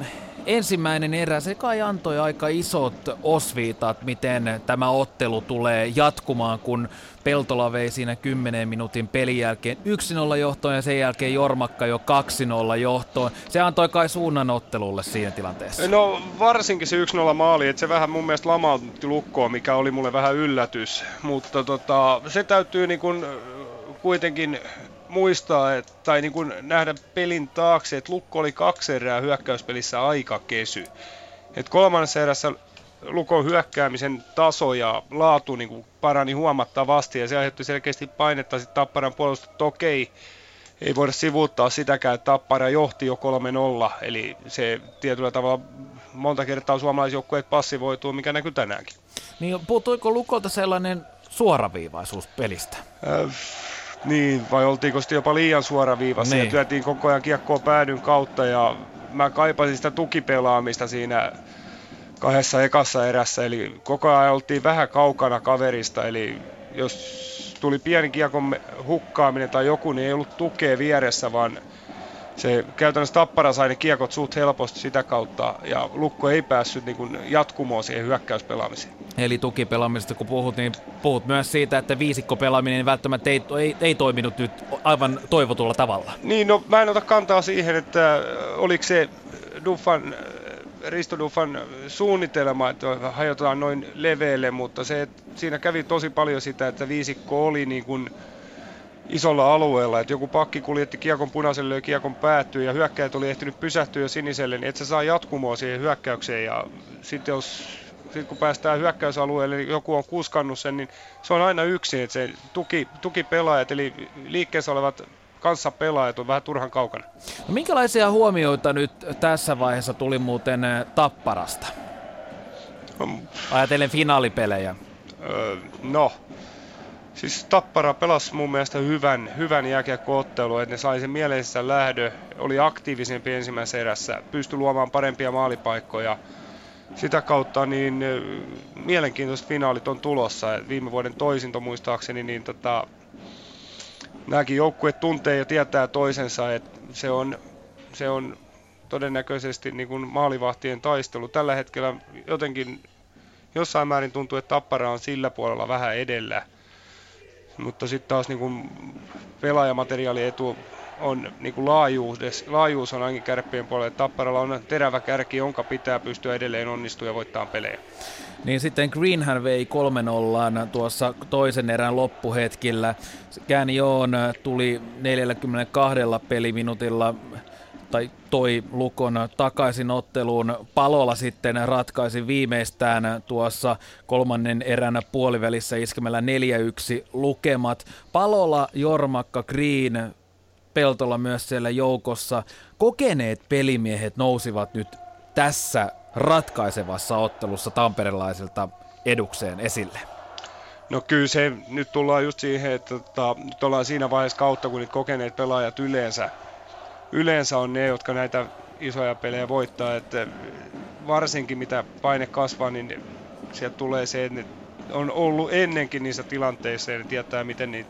ensimmäinen erä, se kai antoi aika isot osviitat, miten tämä ottelu tulee jatkumaan, kun Peltola vei siinä 10 minuutin pelin jälkeen 1-0 johtoon ja sen jälkeen Jormakka jo 2-0 johtoon. Se antoi kai suunnan ottelulle siinä tilanteessa. No varsinkin se 1-0 maali, että se vähän mun mielestä lamautti Lukkoa, mikä oli mulle vähän yllätys, mutta se täytyy niin kuin kuitenkin muistaa, tai niin kuin nähdä pelin taakse, että Lukko oli 2 erää hyökkäyspelissä aika kesy. Et kolmannessa erässä Lukon hyökkäämisen taso ja laatu niin kuin parani huomattavasti ja se aiheutti selkeästi painetta sitten Tapparan puolustusta. Okei, ei voida sivuuttaa sitäkään, että Tappara johti jo 3-0, eli se tietyllä tavalla monta kertaa suomalaisjoukkueet passivoituu, mikä näkyy tänäänkin. Niin puuttuiko Lukolta sellainen suoraviivaisuus pelistä? Niin, vai oltiinko sitten jopa liian suoraviivassa ja työtiin koko ajan kiekkoa päädyn kautta ja mä kaipasin sitä tukipelaamista siinä 2 ekassa erässä, eli koko ajan oltiin vähän kaukana kaverista, eli jos tuli pieni kiekon hukkaaminen tai joku, niin ei ollut tukea vieressä, vaan se käytännössä Tappara sai ne kiekot suht helposti sitä kautta ja Lukko ei päässyt niin kuin jatkumoon siihen hyökkäyspelaamiseen. Eli tukipelaamisesta kun puhut, niin puhut myös siitä, että viisikkopelaaminen välttämättä ei toiminut nyt aivan toivotulla tavalla. Niin, no mä en ota kantaa siihen, että oliko se Risto Duffan suunnitelma, että hajotaan noin leveelle, mutta siinä kävi tosi paljon sitä, että viisikko oli niin kuin isolla alueella, että joku pakki kuljetti kiekon punaiselle ja kiekon päättyy ja hyökkäjät oli ehtinyt pysähtyä jo siniselle, niin et sä saa jatkumoa siihen hyökkäykseen ja sitten kun päästään hyökkäysalueelle, niin joku on kuskannut sen, niin se on aina yksin, että se tukipelaajat eli liikkeessä olevat kanssapelaajat on vähän turhan kaukana. No, minkälaisia huomioita nyt tässä vaiheessa tuli muuten Tapparasta? Ajatellen finaalipelejä. Siis Tappara pelasi mun mielestä hyvän jääkiekko-ottelun, että ne sai sen mieleisessä lähdö, oli aktiivisempi ensimmäisessä erässä, pystyi luomaan parempia maalipaikkoja. Sitä kautta niin mielenkiintoiset finaalit on tulossa. Viime vuoden toisinto muistaakseni, niin nämäkin joukkueet tuntee ja tietää toisensa, että se on todennäköisesti niin kuin maalivahtien taistelu. Tällä hetkellä jotenkin jossain määrin tuntuu, että Tappara on sillä puolella vähän edellä. Mutta sitten taas niin kuin pelaajamateriaalietu on niin kuin laajuus on ainakin Kärppien puolella. Tapparalla on terävä kärki, jonka pitää pystyä edelleen onnistumaan ja voittaa pelejä. Niin sitten Greenhän vei 3-0 tuossa toisen erän loppuhetkillä. Gagnon tuli 42 peliminuutilla tai toi Lukon takaisin otteluun. Palola sitten ratkaisi viimeistään tuossa kolmannen erän puolivälissä iskemällä 4-1 lukemat. Palola, Jormakka, Green, Peltola myös siellä joukossa. Kokeneet pelimiehet nousivat nyt tässä ratkaisevassa ottelussa tamperelaisilta edukseen esille. No kyllä se, nyt tullaan just siihen, että nyt ollaan siinä vaiheessa kautta, kun niitä kokeneet pelaajat yleensä on ne, jotka näitä isoja pelejä voittaa, että varsinkin mitä paine kasvaa, niin sieltä tulee se, että ne on ollut ennenkin niissä tilanteissa ja ne tietää,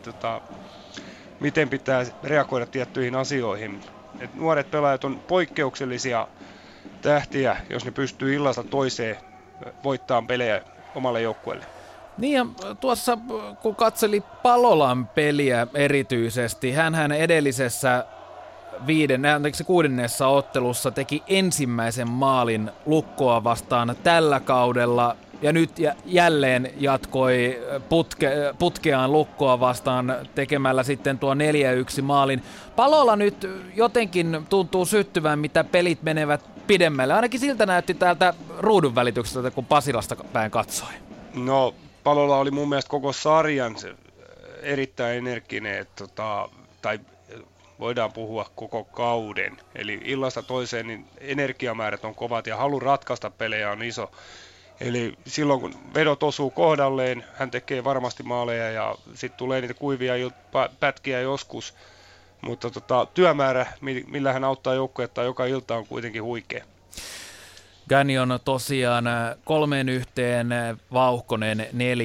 miten pitää reagoida tiettyihin asioihin. Et nuoret pelaajat on poikkeuksellisia tähtiä, jos ne pystyy illasta toiseen voittamaan pelejä omalle joukkueelle. Niin ja tuossa kun katseli Palolan peliä erityisesti, hänhän edellisessä 6. ottelussa teki ensimmäisen maalin Lukkoa vastaan tällä kaudella ja nyt jälleen jatkoi putkeaan Lukkoa vastaan tekemällä sitten tuo 4-1 maalin. Palola nyt jotenkin tuntuu syttyvän, mitä pelit menevät pidemmälle. Ainakin siltä näytti täältä ruudun välityksestä, kun Pasilasta päin katsoi. No, Palola oli mun mielestä koko sarjan erittäin energinen, tai voidaan puhua koko kauden. Eli illasta toiseen niin energiamäärät on kovat ja halu ratkaista pelejä on iso. Eli silloin kun vedot osuu kohdalleen, hän tekee varmasti maaleja ja sitten tulee niitä kuivia pätkiä joskus. Mutta työmäärä, millä hän auttaa joukkuetta joka ilta on kuitenkin huikea. Gagnon tosiaan 3-1, Vauhkonen 4-2.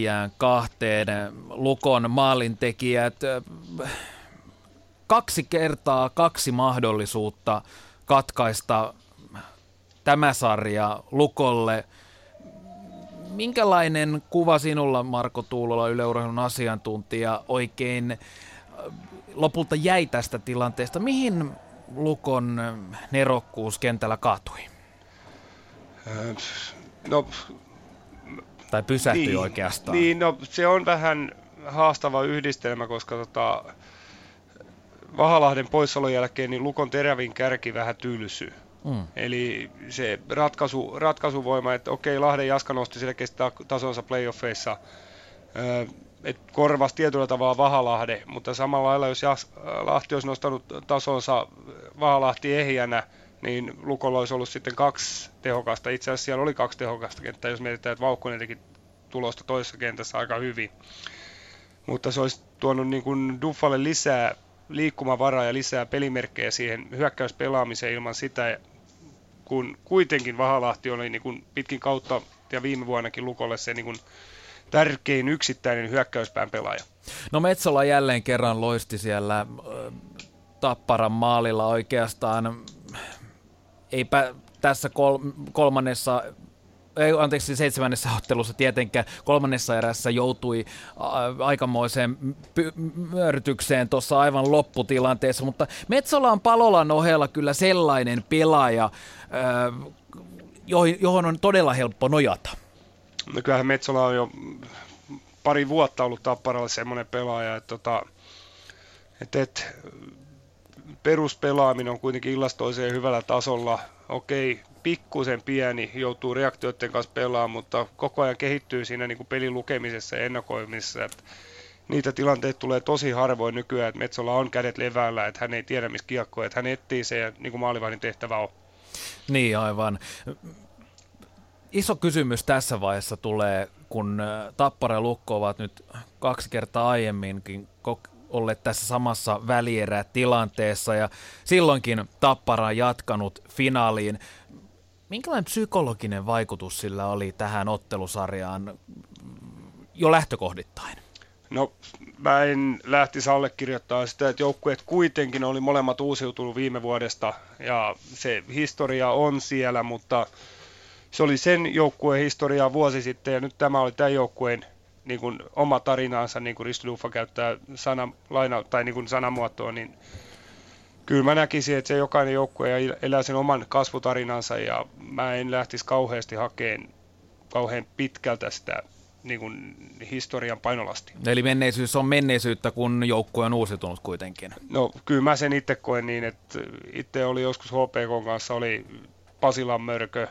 Lukon maalintekijät 2 kertaa 2 mahdollisuutta katkaista tämä sarja Lukolle. Minkälainen kuva sinulla, Marko Tuulola, Yle Urheilun asiantuntija, oikein lopulta jäi tästä tilanteesta? Mihin Lukon nerokkuus kentällä kaatui? Tai pysähtyi niin, oikeastaan? Niin, se on vähän haastava yhdistelmä, koska Vahalahden poissaolon jälkeen niin Lukon terävin kärki vähän tylsy. Eli se ratkaisuvoima, että okei, Lahden Jaska nosti selkeästi tasonsa playoffeissa, että korvasi tietyllä tavalla Vahalahde, mutta samalla lailla jos Lahti olisi nostanut tasonsa Vahalahti ehjänä, niin Lukolla olisi ollut sitten 2 tehokasta. Itse asiassa siellä oli 2 tehokasta kenttää, jos mietitään, että Vauhkonen teki tulosta toisessa kentässä aika hyvin. Mutta se olisi tuonut niin kuin Duffalle lisää liikkumavaraa ja lisää pelimerkkejä siihen hyökkäyspelaamiseen ilman sitä, kun kuitenkin Vahalahti oli niin kuin pitkin kautta ja viime vuonnakin Lukolle se niin kuin tärkein yksittäinen hyökkäyspään pelaaja. No Metsola jälleen kerran loisti siellä Tapparan maalilla oikeastaan. Eipä tässä seitsemännessä ottelussa tietenkään, 3. erässä joutui aikamoiseen myörrytykseen tuossa aivan lopputilanteessa, mutta Metsola on Palolan ohella kyllä sellainen pelaaja, johon on todella helppo nojata. No kyllähän Metsola on jo pari vuotta ollut Tapparalle semmoinen pelaaja, että peruspelaaminen on kuitenkin illasta toiseen hyvällä tasolla. Okei, pikkusen pieni, joutuu reaktioiden kanssa pelaamaan, mutta koko ajan kehittyy siinä niin kuin pelin lukemisessa ja ennakoimisessa. Että niitä tilanteita tulee tosi harvoin nykyään, että Metsola on kädet leväällä, että hän ei tiedä missä kiekko on, että hän etsii se ja niin kuin maalivahdin tehtävä on. Niin aivan. Iso kysymys tässä vaiheessa tulee, kun Tappara ja Lukko ovat nyt 2 kertaa aiemminkin olleet tässä samassa välierätilanteessa ja silloinkin Tappara on jatkanut finaaliin. Minkälainen psykologinen vaikutus sillä oli tähän ottelusarjaan jo lähtökohdittain? No mä en lähtisi allekirjoittamaan sitä, että joukkueet kuitenkin oli molemmat uusiutunut viime vuodesta ja se historia on siellä, mutta se oli sen joukkueen historiaa vuosi sitten ja nyt tämä oli tämän joukkueen niin kuin oma tarinaansa, niin kuin Risto Duffa käyttää niin kuin sanamuotoa, niin kyllä mä näkisin, että se jokainen joukkue elää sen oman kasvutarinansa ja mä en lähtisi kauheasti hakemaan kauhean pitkältä sitä niin kuin historian painolasti. Eli menneisyys on menneisyyttä, kun joukkue on uusiutunut kuitenkin. No kyllä mä sen itse koen niin, että itse oli joskus HPK:n kanssa oli Pasilan mörkö,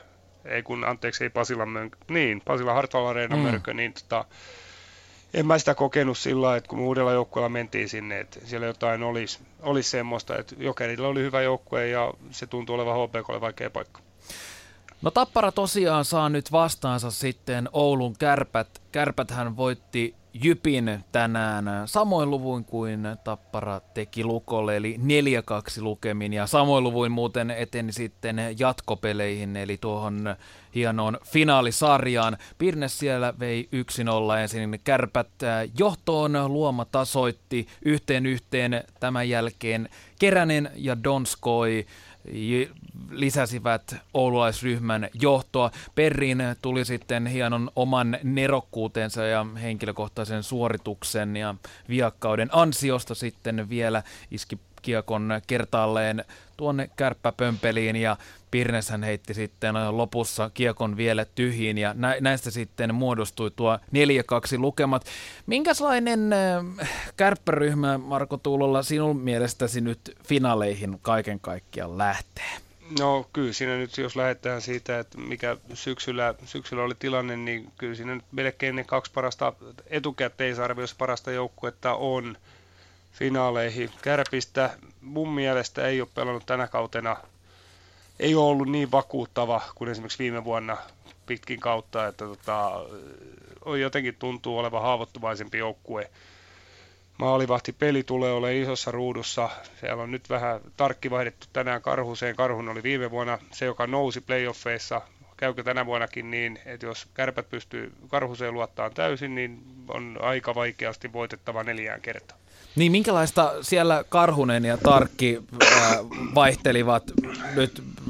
Pasilan Hartwall Areenan mörkö, niin en mä sitä kokenut sillä lailla, että kun uudella joukkueella mentiin sinne, että siellä jotain olisi semmoista, että Jokerilla oli hyvä joukkue ja se tuntuu olevan HPK:lle vaikea paikka. No Tappara tosiaan saa nyt vastaansa sitten Oulun Kärpät. Kärpäthän voitti Jypin tänään samoin luvuin kuin Tappara teki Lukolle, eli 4-2 lukemin, ja samoin luvuin muuten eteni sitten jatkopeleihin, eli tuohon hienoon finaalisarjaan. Pirnes siellä vei 1-0 ensin, Kärpät johtoon, Luoma tasoitti 1-1, tämän jälkeen Keränen ja Donskoi lisäsivät oululaisryhmän johtoa. Perriin tuli sitten hienon oman nerokkuutensa ja henkilökohtaisen suorituksen ja viakkauden ansiosta sitten vielä iski kiekon kertaalleen tuonne kärppäpömpeliin ja Pirneshän heitti sitten lopussa kiekon vielä tyhjiin ja näistä sitten muodostui tuo 4-2 lukemat. Minkälainen kärppäryhmä, Marko Tuulola, sinun mielestäsi nyt finaaleihin kaiken kaikkiaan lähtee? No kyllä siinä nyt, jos lähdetään siitä, että mikä syksyllä oli tilanne, niin kyllä siinä nyt melkein ne 2 parasta etukäteisarvioissa parasta joukkuetta on finaaleihin. Kärpistä mun mielestä ei ole pelannut tänä kautena, ei ole ollut niin vakuuttava kuin esimerkiksi viime vuonna pitkin kautta, että jotenkin tuntuu olevan haavoittuvaisempi joukkue. Maalivahtipeli tulee olemaan isossa ruudussa. Siellä on nyt vähän tarkki vaihdettu tänään Karhuseen. Karhunen oli viime vuonna se, joka nousi playoffeissa. Käykö tänä vuonnakin niin, että jos Kärpät pystyy Karhuseen luottamaan täysin, niin on aika vaikeasti voitettava 4 kertaa. Niin minkälaista siellä Karhunen ja Tarkki vaihtelivat nyt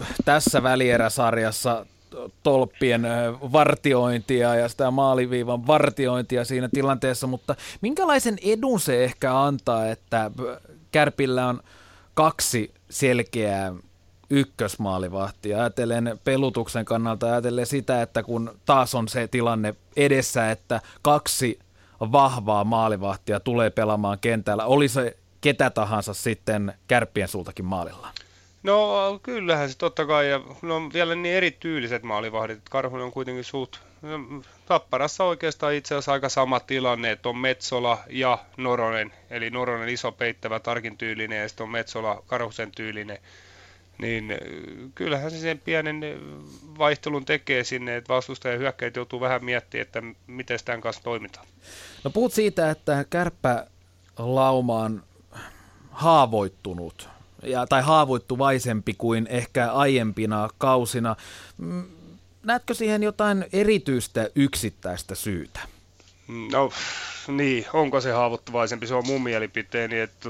tässä välieräsarjassa tolppien vartiointia ja sitä maaliviivan vartiointia siinä tilanteessa, mutta minkälaisen edun se ehkä antaa, että Kärpillä on 2 selkeää ykkösmaalivahtia? Ajatellen pelutuksen kannalta, ajatellen sitä, että kun taas on se tilanne edessä, että 2 vahvaa maalivahtia tulee pelaamaan kentällä, oli se ketä tahansa sitten Kärppien sultakin maalilla? No kyllähän se totta kai, ja ne on vielä niin erityyliset maalivahdit. Karhunen on kuitenkin Tapparassa oikeastaan itse asiassa aika sama tilanne, että on Metsola ja Noronen, eli Noronen iso peittävä Tarkin tyylinen ja sitten on Metsola Karhusen tyylinen. Niin kyllähän se sen pienen vaihtelun tekee sinne, että vastustajan hyökkäjät joutuu vähän miettimään, että miten tämän kanssa toimitaan. No puhut siitä, että kärppälauma on haavoittunut tai haavoittuvaisempi kuin ehkä aiempina kausina. Näetkö siihen jotain erityistä yksittäistä syytä? No niin, onko se haavoittuvaisempi? Se on mun mielipiteeni, että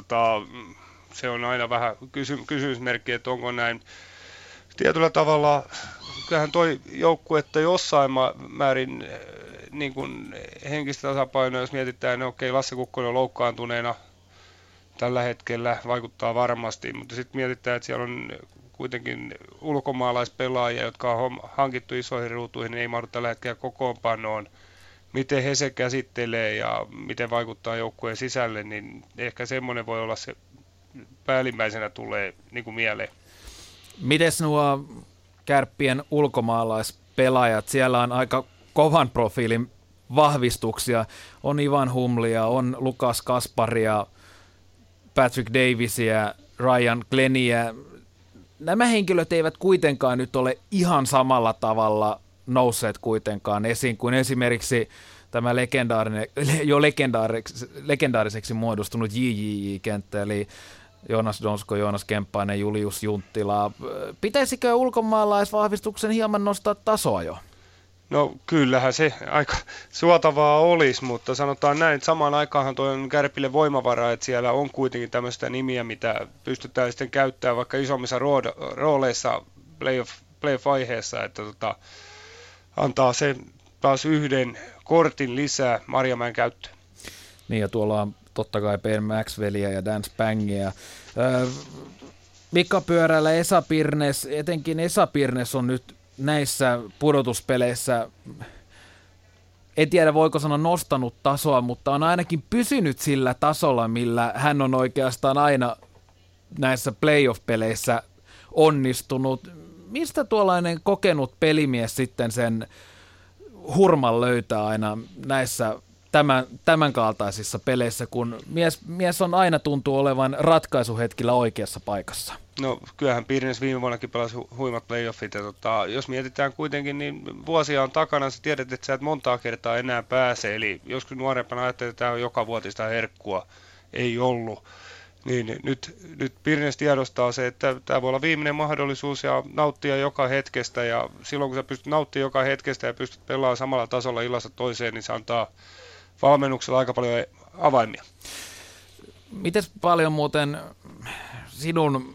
se on aina vähän kysymysmerkki, että onko näin. Tietyllä tavalla kyllähän toi joukkuetta jossain määrin niin kuin henkistä tasapainoa, jos mietitään, että okei, Lasse Kukkonen on loukkaantuneena tällä hetkellä, vaikuttaa varmasti, mutta sitten mietitään, että siellä on kuitenkin ulkomaalaispelaajia, jotka on hankittu isoihin ruutuihin, niin ei mahdu tällä hetkellä kokoonpanoon. Miten he se käsittelee ja miten vaikuttaa joukkueen sisälle, niin ehkä semmoinen voi olla se päällimmäisenä tulee niin kuin mieleen. Mites nuo Kärppien ulkomaalaispelaajat? Siellä on aika kovan profiilin vahvistuksia. On Ivan Humlia, on Lukas Kasparia, Patrick Davisia, Ryan Glenniä. Nämä henkilöt eivät kuitenkaan nyt ole ihan samalla tavalla nousseet kuitenkaan esiin kuin esimerkiksi tämä legendaariseksi muodostunut JJJ-kenttä, eli Joonas Donsko, Joonas Kemppainen, Julius Junttila. Pitäisikö ulkomaalaisvahvistuksen hieman nostaa tasoa jo? No kyllähän se aika suotavaa olisi, mutta sanotaan näin, että samaan aikaanhan tuo on Kärpille voimavara, että siellä on kuitenkin tämmöistä nimiä, mitä pystytään sitten käyttämään vaikka isommissa rooleissa playoff-vaiheessa, että antaa se taas yhden kortin lisää Marjamäen käyttöön. Niin ja tuolla on totta kai Ben Maxwellia ja Dan Spangia. Mika Pyörällä Esa Pirnes, etenkin Esa Pirnes on nyt näissä pudotuspeleissä, en tiedä voiko sanoa nostanut tasoa, mutta on ainakin pysynyt sillä tasolla, millä hän on oikeastaan aina näissä playoff-peleissä onnistunut. Mistä tuollainen kokenut pelimies sitten sen hurman löytää aina näissä tämän kaltaisissa peleissä, kun mies on aina tuntuu olevan ratkaisuhetkillä oikeassa paikassa? No kyllähän Pirnes viime vuonnakin pelasi huimat playoffit, ja jos mietitään kuitenkin, niin vuosia on takana, sä tiedät, että sä et montaa kertaa enää pääse, eli joskus nuorempana ajattelin, että tämä on joka vuotista herkkua, ei ollut. Niin nyt Pirnes tiedostaa se, että tämä voi olla viimeinen mahdollisuus ja nauttia joka hetkestä, ja silloin kun sä pystyt nauttimaan joka hetkestä ja pystyt pelaamaan samalla tasolla illasta toiseen, niin se antaa valmennuksella aika paljon avaimia. Mites paljon muuten sinun,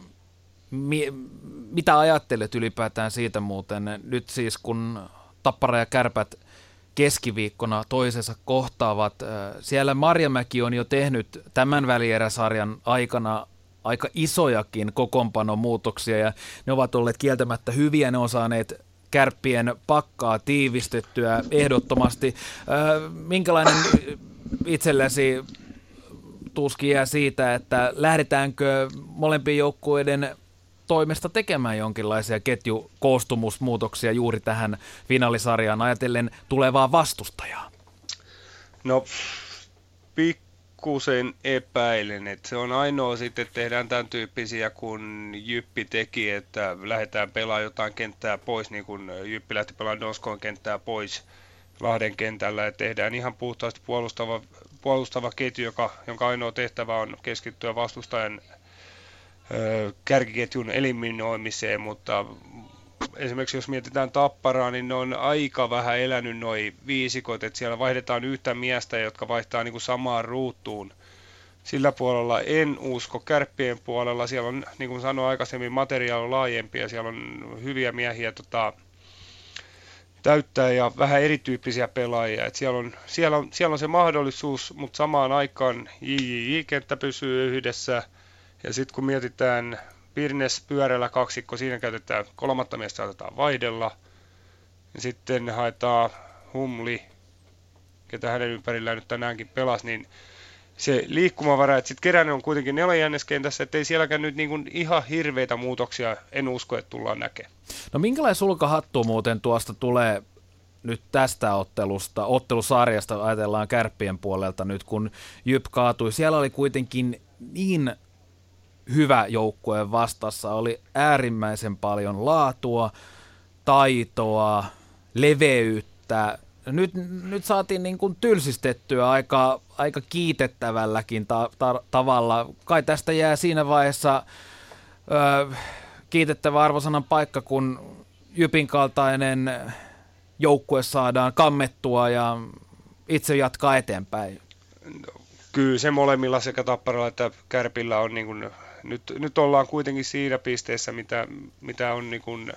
mitä ajattelet ylipäätään siitä muuten, nyt siis kun Tappara ja Kärpät keskiviikkona toisensa kohtaavat, siellä Marjamäki on jo tehnyt tämän välieräsarjan aikana aika isojakin kokoonpanomuutoksia ja ne ovat olleet kieltämättä hyviä, ne on saaneet Kärppien pakkaa tiivistettyä ehdottomasti. Minkälainen itsellesi tuskin jää siitä, että lähdetäänkö molempien joukkueiden toimesta tekemään jonkinlaisia ketjukoostumusmuutoksia juuri tähän finaalisarjaan ajatellen tulevaa vastustajaa? No pikkusen epäilen, että se on ainoa sitten, että tehdään tämän tyyppisiä kuin Jyppi teki, että lähdetään pelaamaan jotain kenttää pois, niin kuin Jyppi lähti pelaamaan Donskon kenttää pois Lahden kentällä, että tehdään ihan puhtaasti puolustava ketju, jonka ainoa tehtävä on keskittyä vastustajan kärkiketjun eliminoimiseen, mutta esimerkiksi jos mietitään Tapparaa, niin ne on aika vähän elänyt noi viisikot, että siellä vaihdetaan yhtä miestä, jotka vaihtaa niin kuin samaan ruutuun sillä puolella en usko. Kärppien puolella siellä on, niin kuin sanoin aikaisemmin, materiaali laajempi ja siellä on hyviä miehiä täyttää ja vähän erityyppisiä pelaajia. Et siellä on se mahdollisuus, mutta samaan aikaan JJJ-kenttä pysyy yhdessä. Ja sitten kun mietitään Pirnes pyörällä kaksikko, siinä käytetään 3. miestä, saatetaan vaihdella. Ja sitten haetaan Humli, ketä hänen ympärillään nyt tänäänkin pelasi, niin se liikkumavara, että sitten Keränen on kuitenkin 4. kentässä, ettei sielläkään nyt niin kuin ihan hirveitä muutoksia, en usko, että tullaan näkemään. No minkälainen sulkahattu muuten tuosta tulee nyt tästä ottelusarjasta, ajatellaan Kärppien puolelta nyt, kun Jyp kaatui. Siellä oli kuitenkin niin hyvä joukkue vastassa, oli äärimmäisen paljon laatua, taitoa, leveyttä. Nyt saatiin niin kuin tylsistettyä aika kiitettävälläkin tavalla. Kai tästä jää siinä vaiheessa kiitettävä arvosanan paikka, kun Jypin kaltainen joukkue saadaan kammettua ja itse jatkaa eteenpäin. Kyllä se molemmilla sekä Tapparalla että Kärpillä on, niin kuin, nyt ollaan kuitenkin siinä pisteessä, mitä on niin kuin,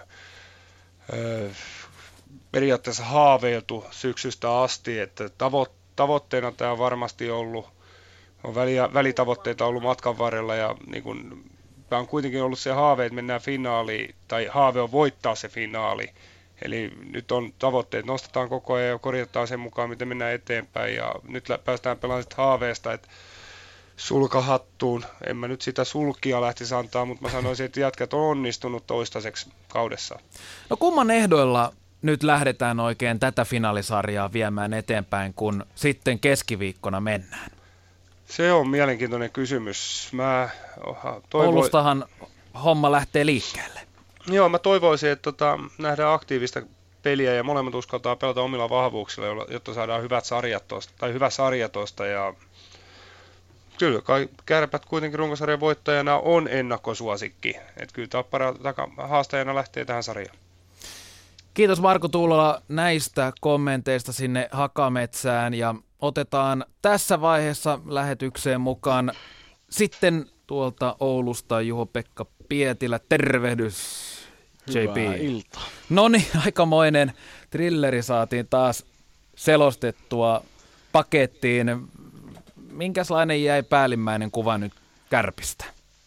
periaatteessa haaveiltu syksystä asti, että tavoitteena tämä on varmasti ollut, on välitavoitteita ollut matkan varrella ja niin kun, tämä on kuitenkin ollut se haave, että mennään finaaliin, tai haave on voittaa se finaali. Eli nyt on tavoitteet, nostetaan koko ajan ja korjataan sen mukaan, miten mennään eteenpäin ja nyt päästään pelaamaan haaveesta, että sulkahattuun. En mä nyt sitä sulkia lähtisi antaa, mutta mä sanoisin, että jätkät on onnistunut toistaiseksi kaudessa. No kumman ehdoilla nyt lähdetään oikein tätä finaalisarjaa viemään eteenpäin, kun sitten keskiviikkona mennään? Se on mielenkiintoinen kysymys. Oulustahan homma lähtee liikkeelle. Joo, mä toivoisin, että nähdään aktiivista peliä ja molemmat uskaltaa pelata omilla vahvuuksilla, jotta saadaan hyvä sarja tosta. Ja kyllä kai Kärpät kuitenkin runkosarjan voittajana on ennakkosuosikki. Että kyllä Tappara haastajana lähtee tähän sarjaan. Kiitos Marko Tuulola näistä kommenteista sinne Hakametsään ja otetaan tässä vaiheessa lähetykseen mukaan sitten tuolta Oulusta Juho-Pekka Pietilä. Tervehdys JP. Hyvää iltaa. Noniin, aikamoinen thrilleri saatiin taas selostettua pakettiin. Minkälainen jäi päällimmäinen kuva nyt Kärpistä?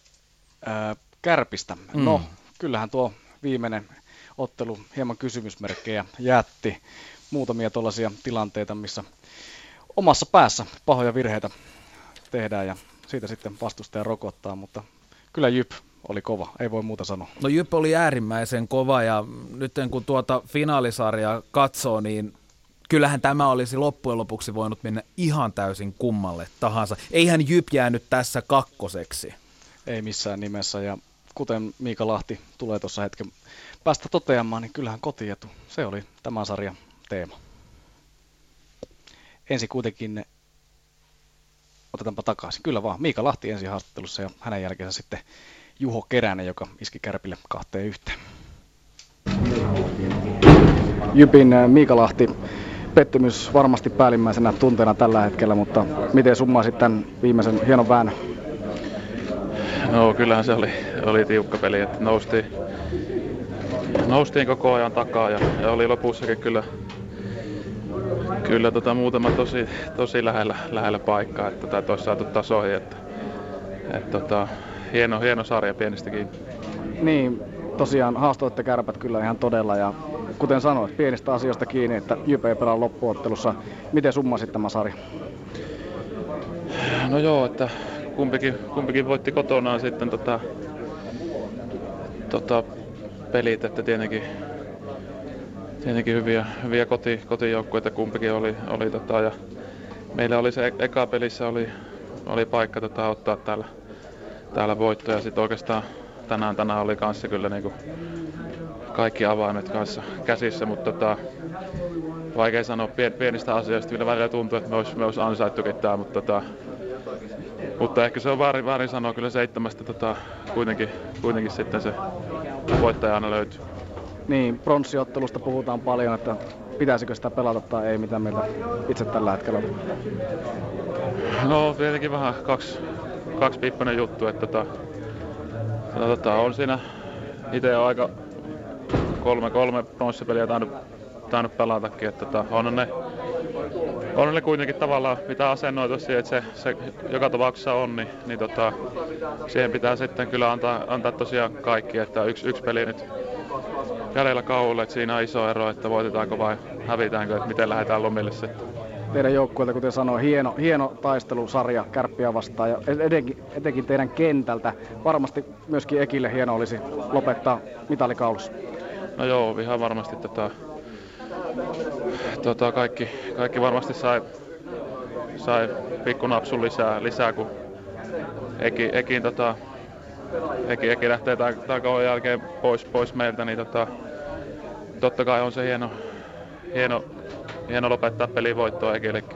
Kärpistä? No, kyllähän tuo viimeinen ottelu hieman kysymysmerkkejä jätti. Muutamia tuollaisia tilanteita, missä omassa päässä pahoja virheitä tehdään ja siitä sitten vastustaja rokottaa, mutta kyllä Jyp oli kova, ei voi muuta sanoa. No Jyp oli äärimmäisen kova ja nyt kun tuota finaalisarjaa katsoo, niin kyllähän tämä olisi loppujen lopuksi voinut mennä ihan täysin kummalle tahansa. Eihän Jyp jäänyt tässä kakkoseksi. Ei missään nimessä ja kuten Miika Lahti tulee tuossa hetken päästä toteamaan, niin kyllähän kotietu. Se oli tämän sarjan teema. Ensin kuitenkin otetaanpa takaisin. Kyllä vaan, Miika Lahti ensin haastattelussa ja hänen jälkeensä sitten Juho Keränen, joka iski Kärpille 2-1. Jypin Miika Lahti, pettymys varmasti päällimmäisenä tunteena tällä hetkellä, mutta miten summaisit tämän viimeisen hienon väännön? No kyllähän se oli tiukka peli, että noustiin koko ajan takaa ja oli lopussakin kyllä muutama tosi lähellä paikkaa, että tätä olisi saatu tasoihin, että hieno sarja pienistäkin. Niin, tosiaan haastoitte Kärpät kyllä ihan todella ja kuten sanoit, pienistä asioista kiinni, että Jyp ei pelaa loppuottelussa. Miten summasit tämä sarja? No joo, että kumpikin voitti kotonaan sitten pelit, että tietenkin hyviä kotijoukkueita kumpikin oli ja meillä oli se eka pelissä oli paikka ottaa täällä voittoja. Sitten oikeastaan tänään oli kanssa kyllä niinku kaikki avaimet kanssa käsissä, mutta vaikea sanoa pienistä asioista. Kyllä välillä tuntuu, että me olisi ansaittukin tää, mutta ehkä se on väärin sanoa. Kyllä 7 kuitenkin sitten se voittaja aina löytyy. Niin, pronssiottelusta puhutaan paljon, että pitäisikö sitä pelata tai ei, mitä meillä itse tällä hetkellä on? No tietenkin vähän kaksipiippainen juttu, että on siinä itse aika 3 pronssipeliä tainnut pelatakin, että on ne kuitenkin tavallaan mitä asennoitu siihen, että se joka tapauksessa on, niin siihen pitää sitten kyllä antaa tosiaan kaikki, että yksi peli nyt kädellä kauulle, että siinä on iso ero, että voitetaanko vai hävitäänkö, että miten lähdetään lomille sitten. Teidän joukkueelta, kuten sanoin, hieno taistelusarja Kärppiä vastaan ja etenkin teidän kentältä. Varmasti myöskin Ekille hieno olisi lopettaa mitalikaulussa. No joo, ihan varmasti kaikki varmasti sai pikkunapsun lisää kun Eki lähtee tämän kauan jälkeen pois meiltä, niin totta kai on se hieno lopettaa pelin voittoa Ekillekin.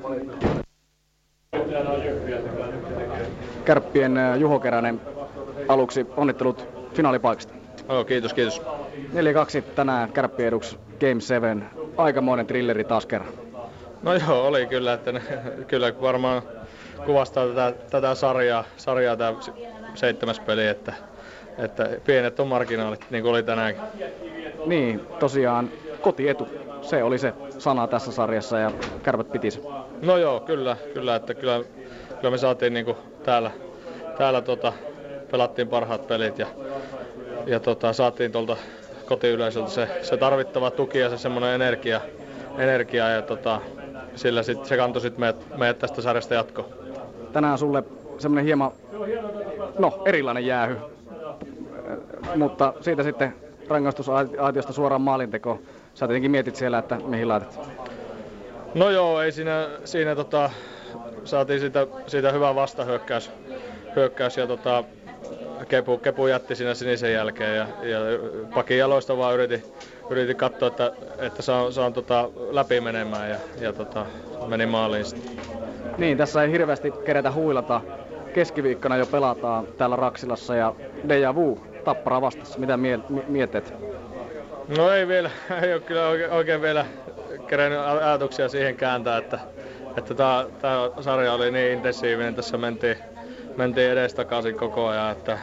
Kärppien Juho Keränen, aluksi onnittelut finaalipaikasta. Kiitos. 4-2 tänään Kärppien eduksi Game 7. Aikamoinen thrilleri taas kerran. No joo, oli kyllä, että kyllä varmaan kuvastaa tätä sarjaa tämä 7. peli, että pienet on marginaalit, niin kuin oli tänäänkin. Niin, tosiaan kotietu. Se oli se sana tässä sarjassa ja Kärpät piti se. No joo, kyllä, että kyllä me saatiin niinku täällä pelattiin parhaat pelit ja saatiin tuolta kotiyleisöltä se tarvittava tuki ja se semmoinen energia ja sillä se kantoi sitten meidät tästä sarjasta jatkoon. Tänään sulle semmoinen hieman erilainen jäähy, mutta siitä sitten rangaistusaitiosta suoraan maalintekoon. Sä tietenkin mietit siellä, että mihin laitat. No joo, ei siinä saatiin siitä hyvä vastahyökkäys ja Kepu jätti siinä sinisen jälkeen ja pakin jaloista vaan yritin katsoa, että saan läpi menemään ja meni maaliin sitten. Niin, tässä ei hirveästi kerätä huilata. Keskiviikkona jo pelataan täällä Raksilassa ja Deja Vu Tappara vastassa. Mitä mietit? No ei ole kyllä oikein vielä kerennyt ajatuksia siihen kääntää, että tämä sarja oli niin intensiivinen, tässä mentiin edestakaisin koko ajan, että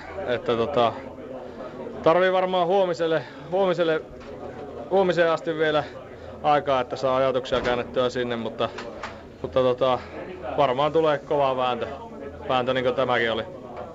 tarvii varmaan huomiseen asti vielä aikaa, että saa ajatuksia käännettyä sinne, mutta varmaan tulee kova vääntö niin kuin tämäkin oli.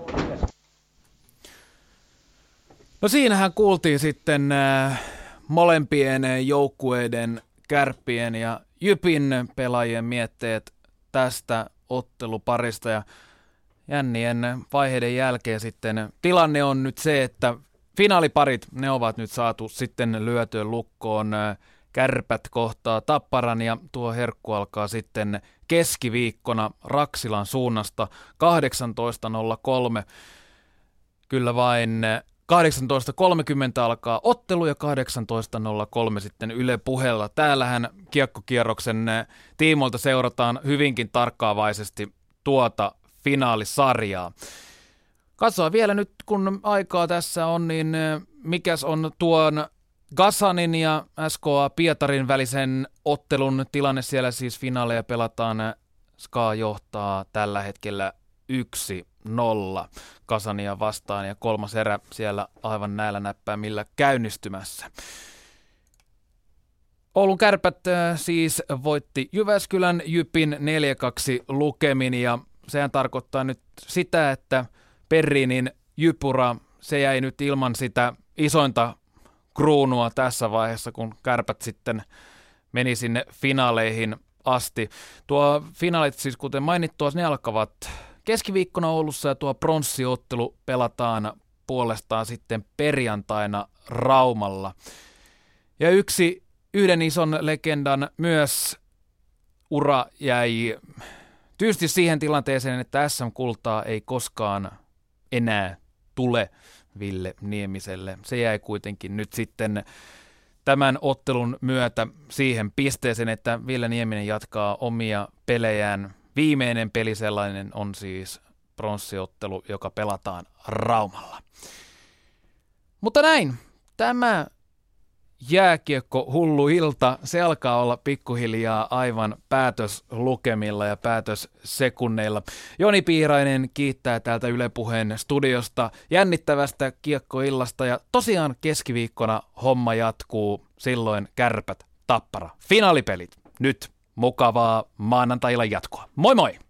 No siinähän kuultiin sitten molempien joukkueiden, Kärppien ja Jypin pelaajien mietteet tästä otteluparista ja jännien vaiheiden jälkeen sitten tilanne on nyt se, että finaaliparit, ne ovat nyt saatu sitten lyötyä lukkoon. Kärpät kohtaa Tapparan ja tuo herkku alkaa sitten keskiviikkona Raksilan suunnasta 18.03. Kyllä vain 18.30 alkaa ottelu ja 18.03 sitten Yle Puheella. Täällähän Kiekkokierroksen tiimoilta seurataan hyvinkin tarkkaavaisesti tuota finaalisarjaa. Katsotaan vielä nyt, kun aikaa tässä on, niin mikäs on tuon Gazanin ja SKA Pietarin välisen ottelun tilanne siellä, siis finaaleja pelataan. SKA johtaa tällä hetkellä 1-0 Kazania vastaan ja kolmas erä siellä aivan näillä näppäimillä käynnistymässä. Oulun Kärpät siis voitti Jyväskylän Jypin 4-2 lukemin ja sehän tarkoittaa nyt sitä, että Perrinin Jypura, se jäi nyt ilman sitä isointa kruunua tässä vaiheessa, kun Kärpät sitten meni sinne finaaleihin asti. Tuo finaalit siis, kuten mainittua, ne alkavat keskiviikkona Oulussa ja tuo pronssiottelu pelataan puolestaan sitten perjantaina Raumalla. Ja yhden ison legendan myös ura jäi tyystin siihen tilanteeseen, että SM-kultaa ei koskaan enää tule Ville Niemiselle. Se jäi kuitenkin nyt sitten tämän ottelun myötä siihen pisteeseen, että Ville Nieminen jatkaa omia pelejään. Viimeinen peli sellainen on siis pronssiottelu, joka pelataan Raumalla. Mutta näin, tämä jääkiekko hullu ilta, se alkaa olla pikkuhiljaa aivan päätöslukemilla ja päätössekunneilla. Joni Piirainen kiittää täältä Yle Puheen studiosta jännittävästä kiekkoillasta ja tosiaan keskiviikkona homma jatkuu, silloin Kärpät Tappara. Finaalipelit nyt, mukavaa maanantai-illan jatkoa. Moi moi!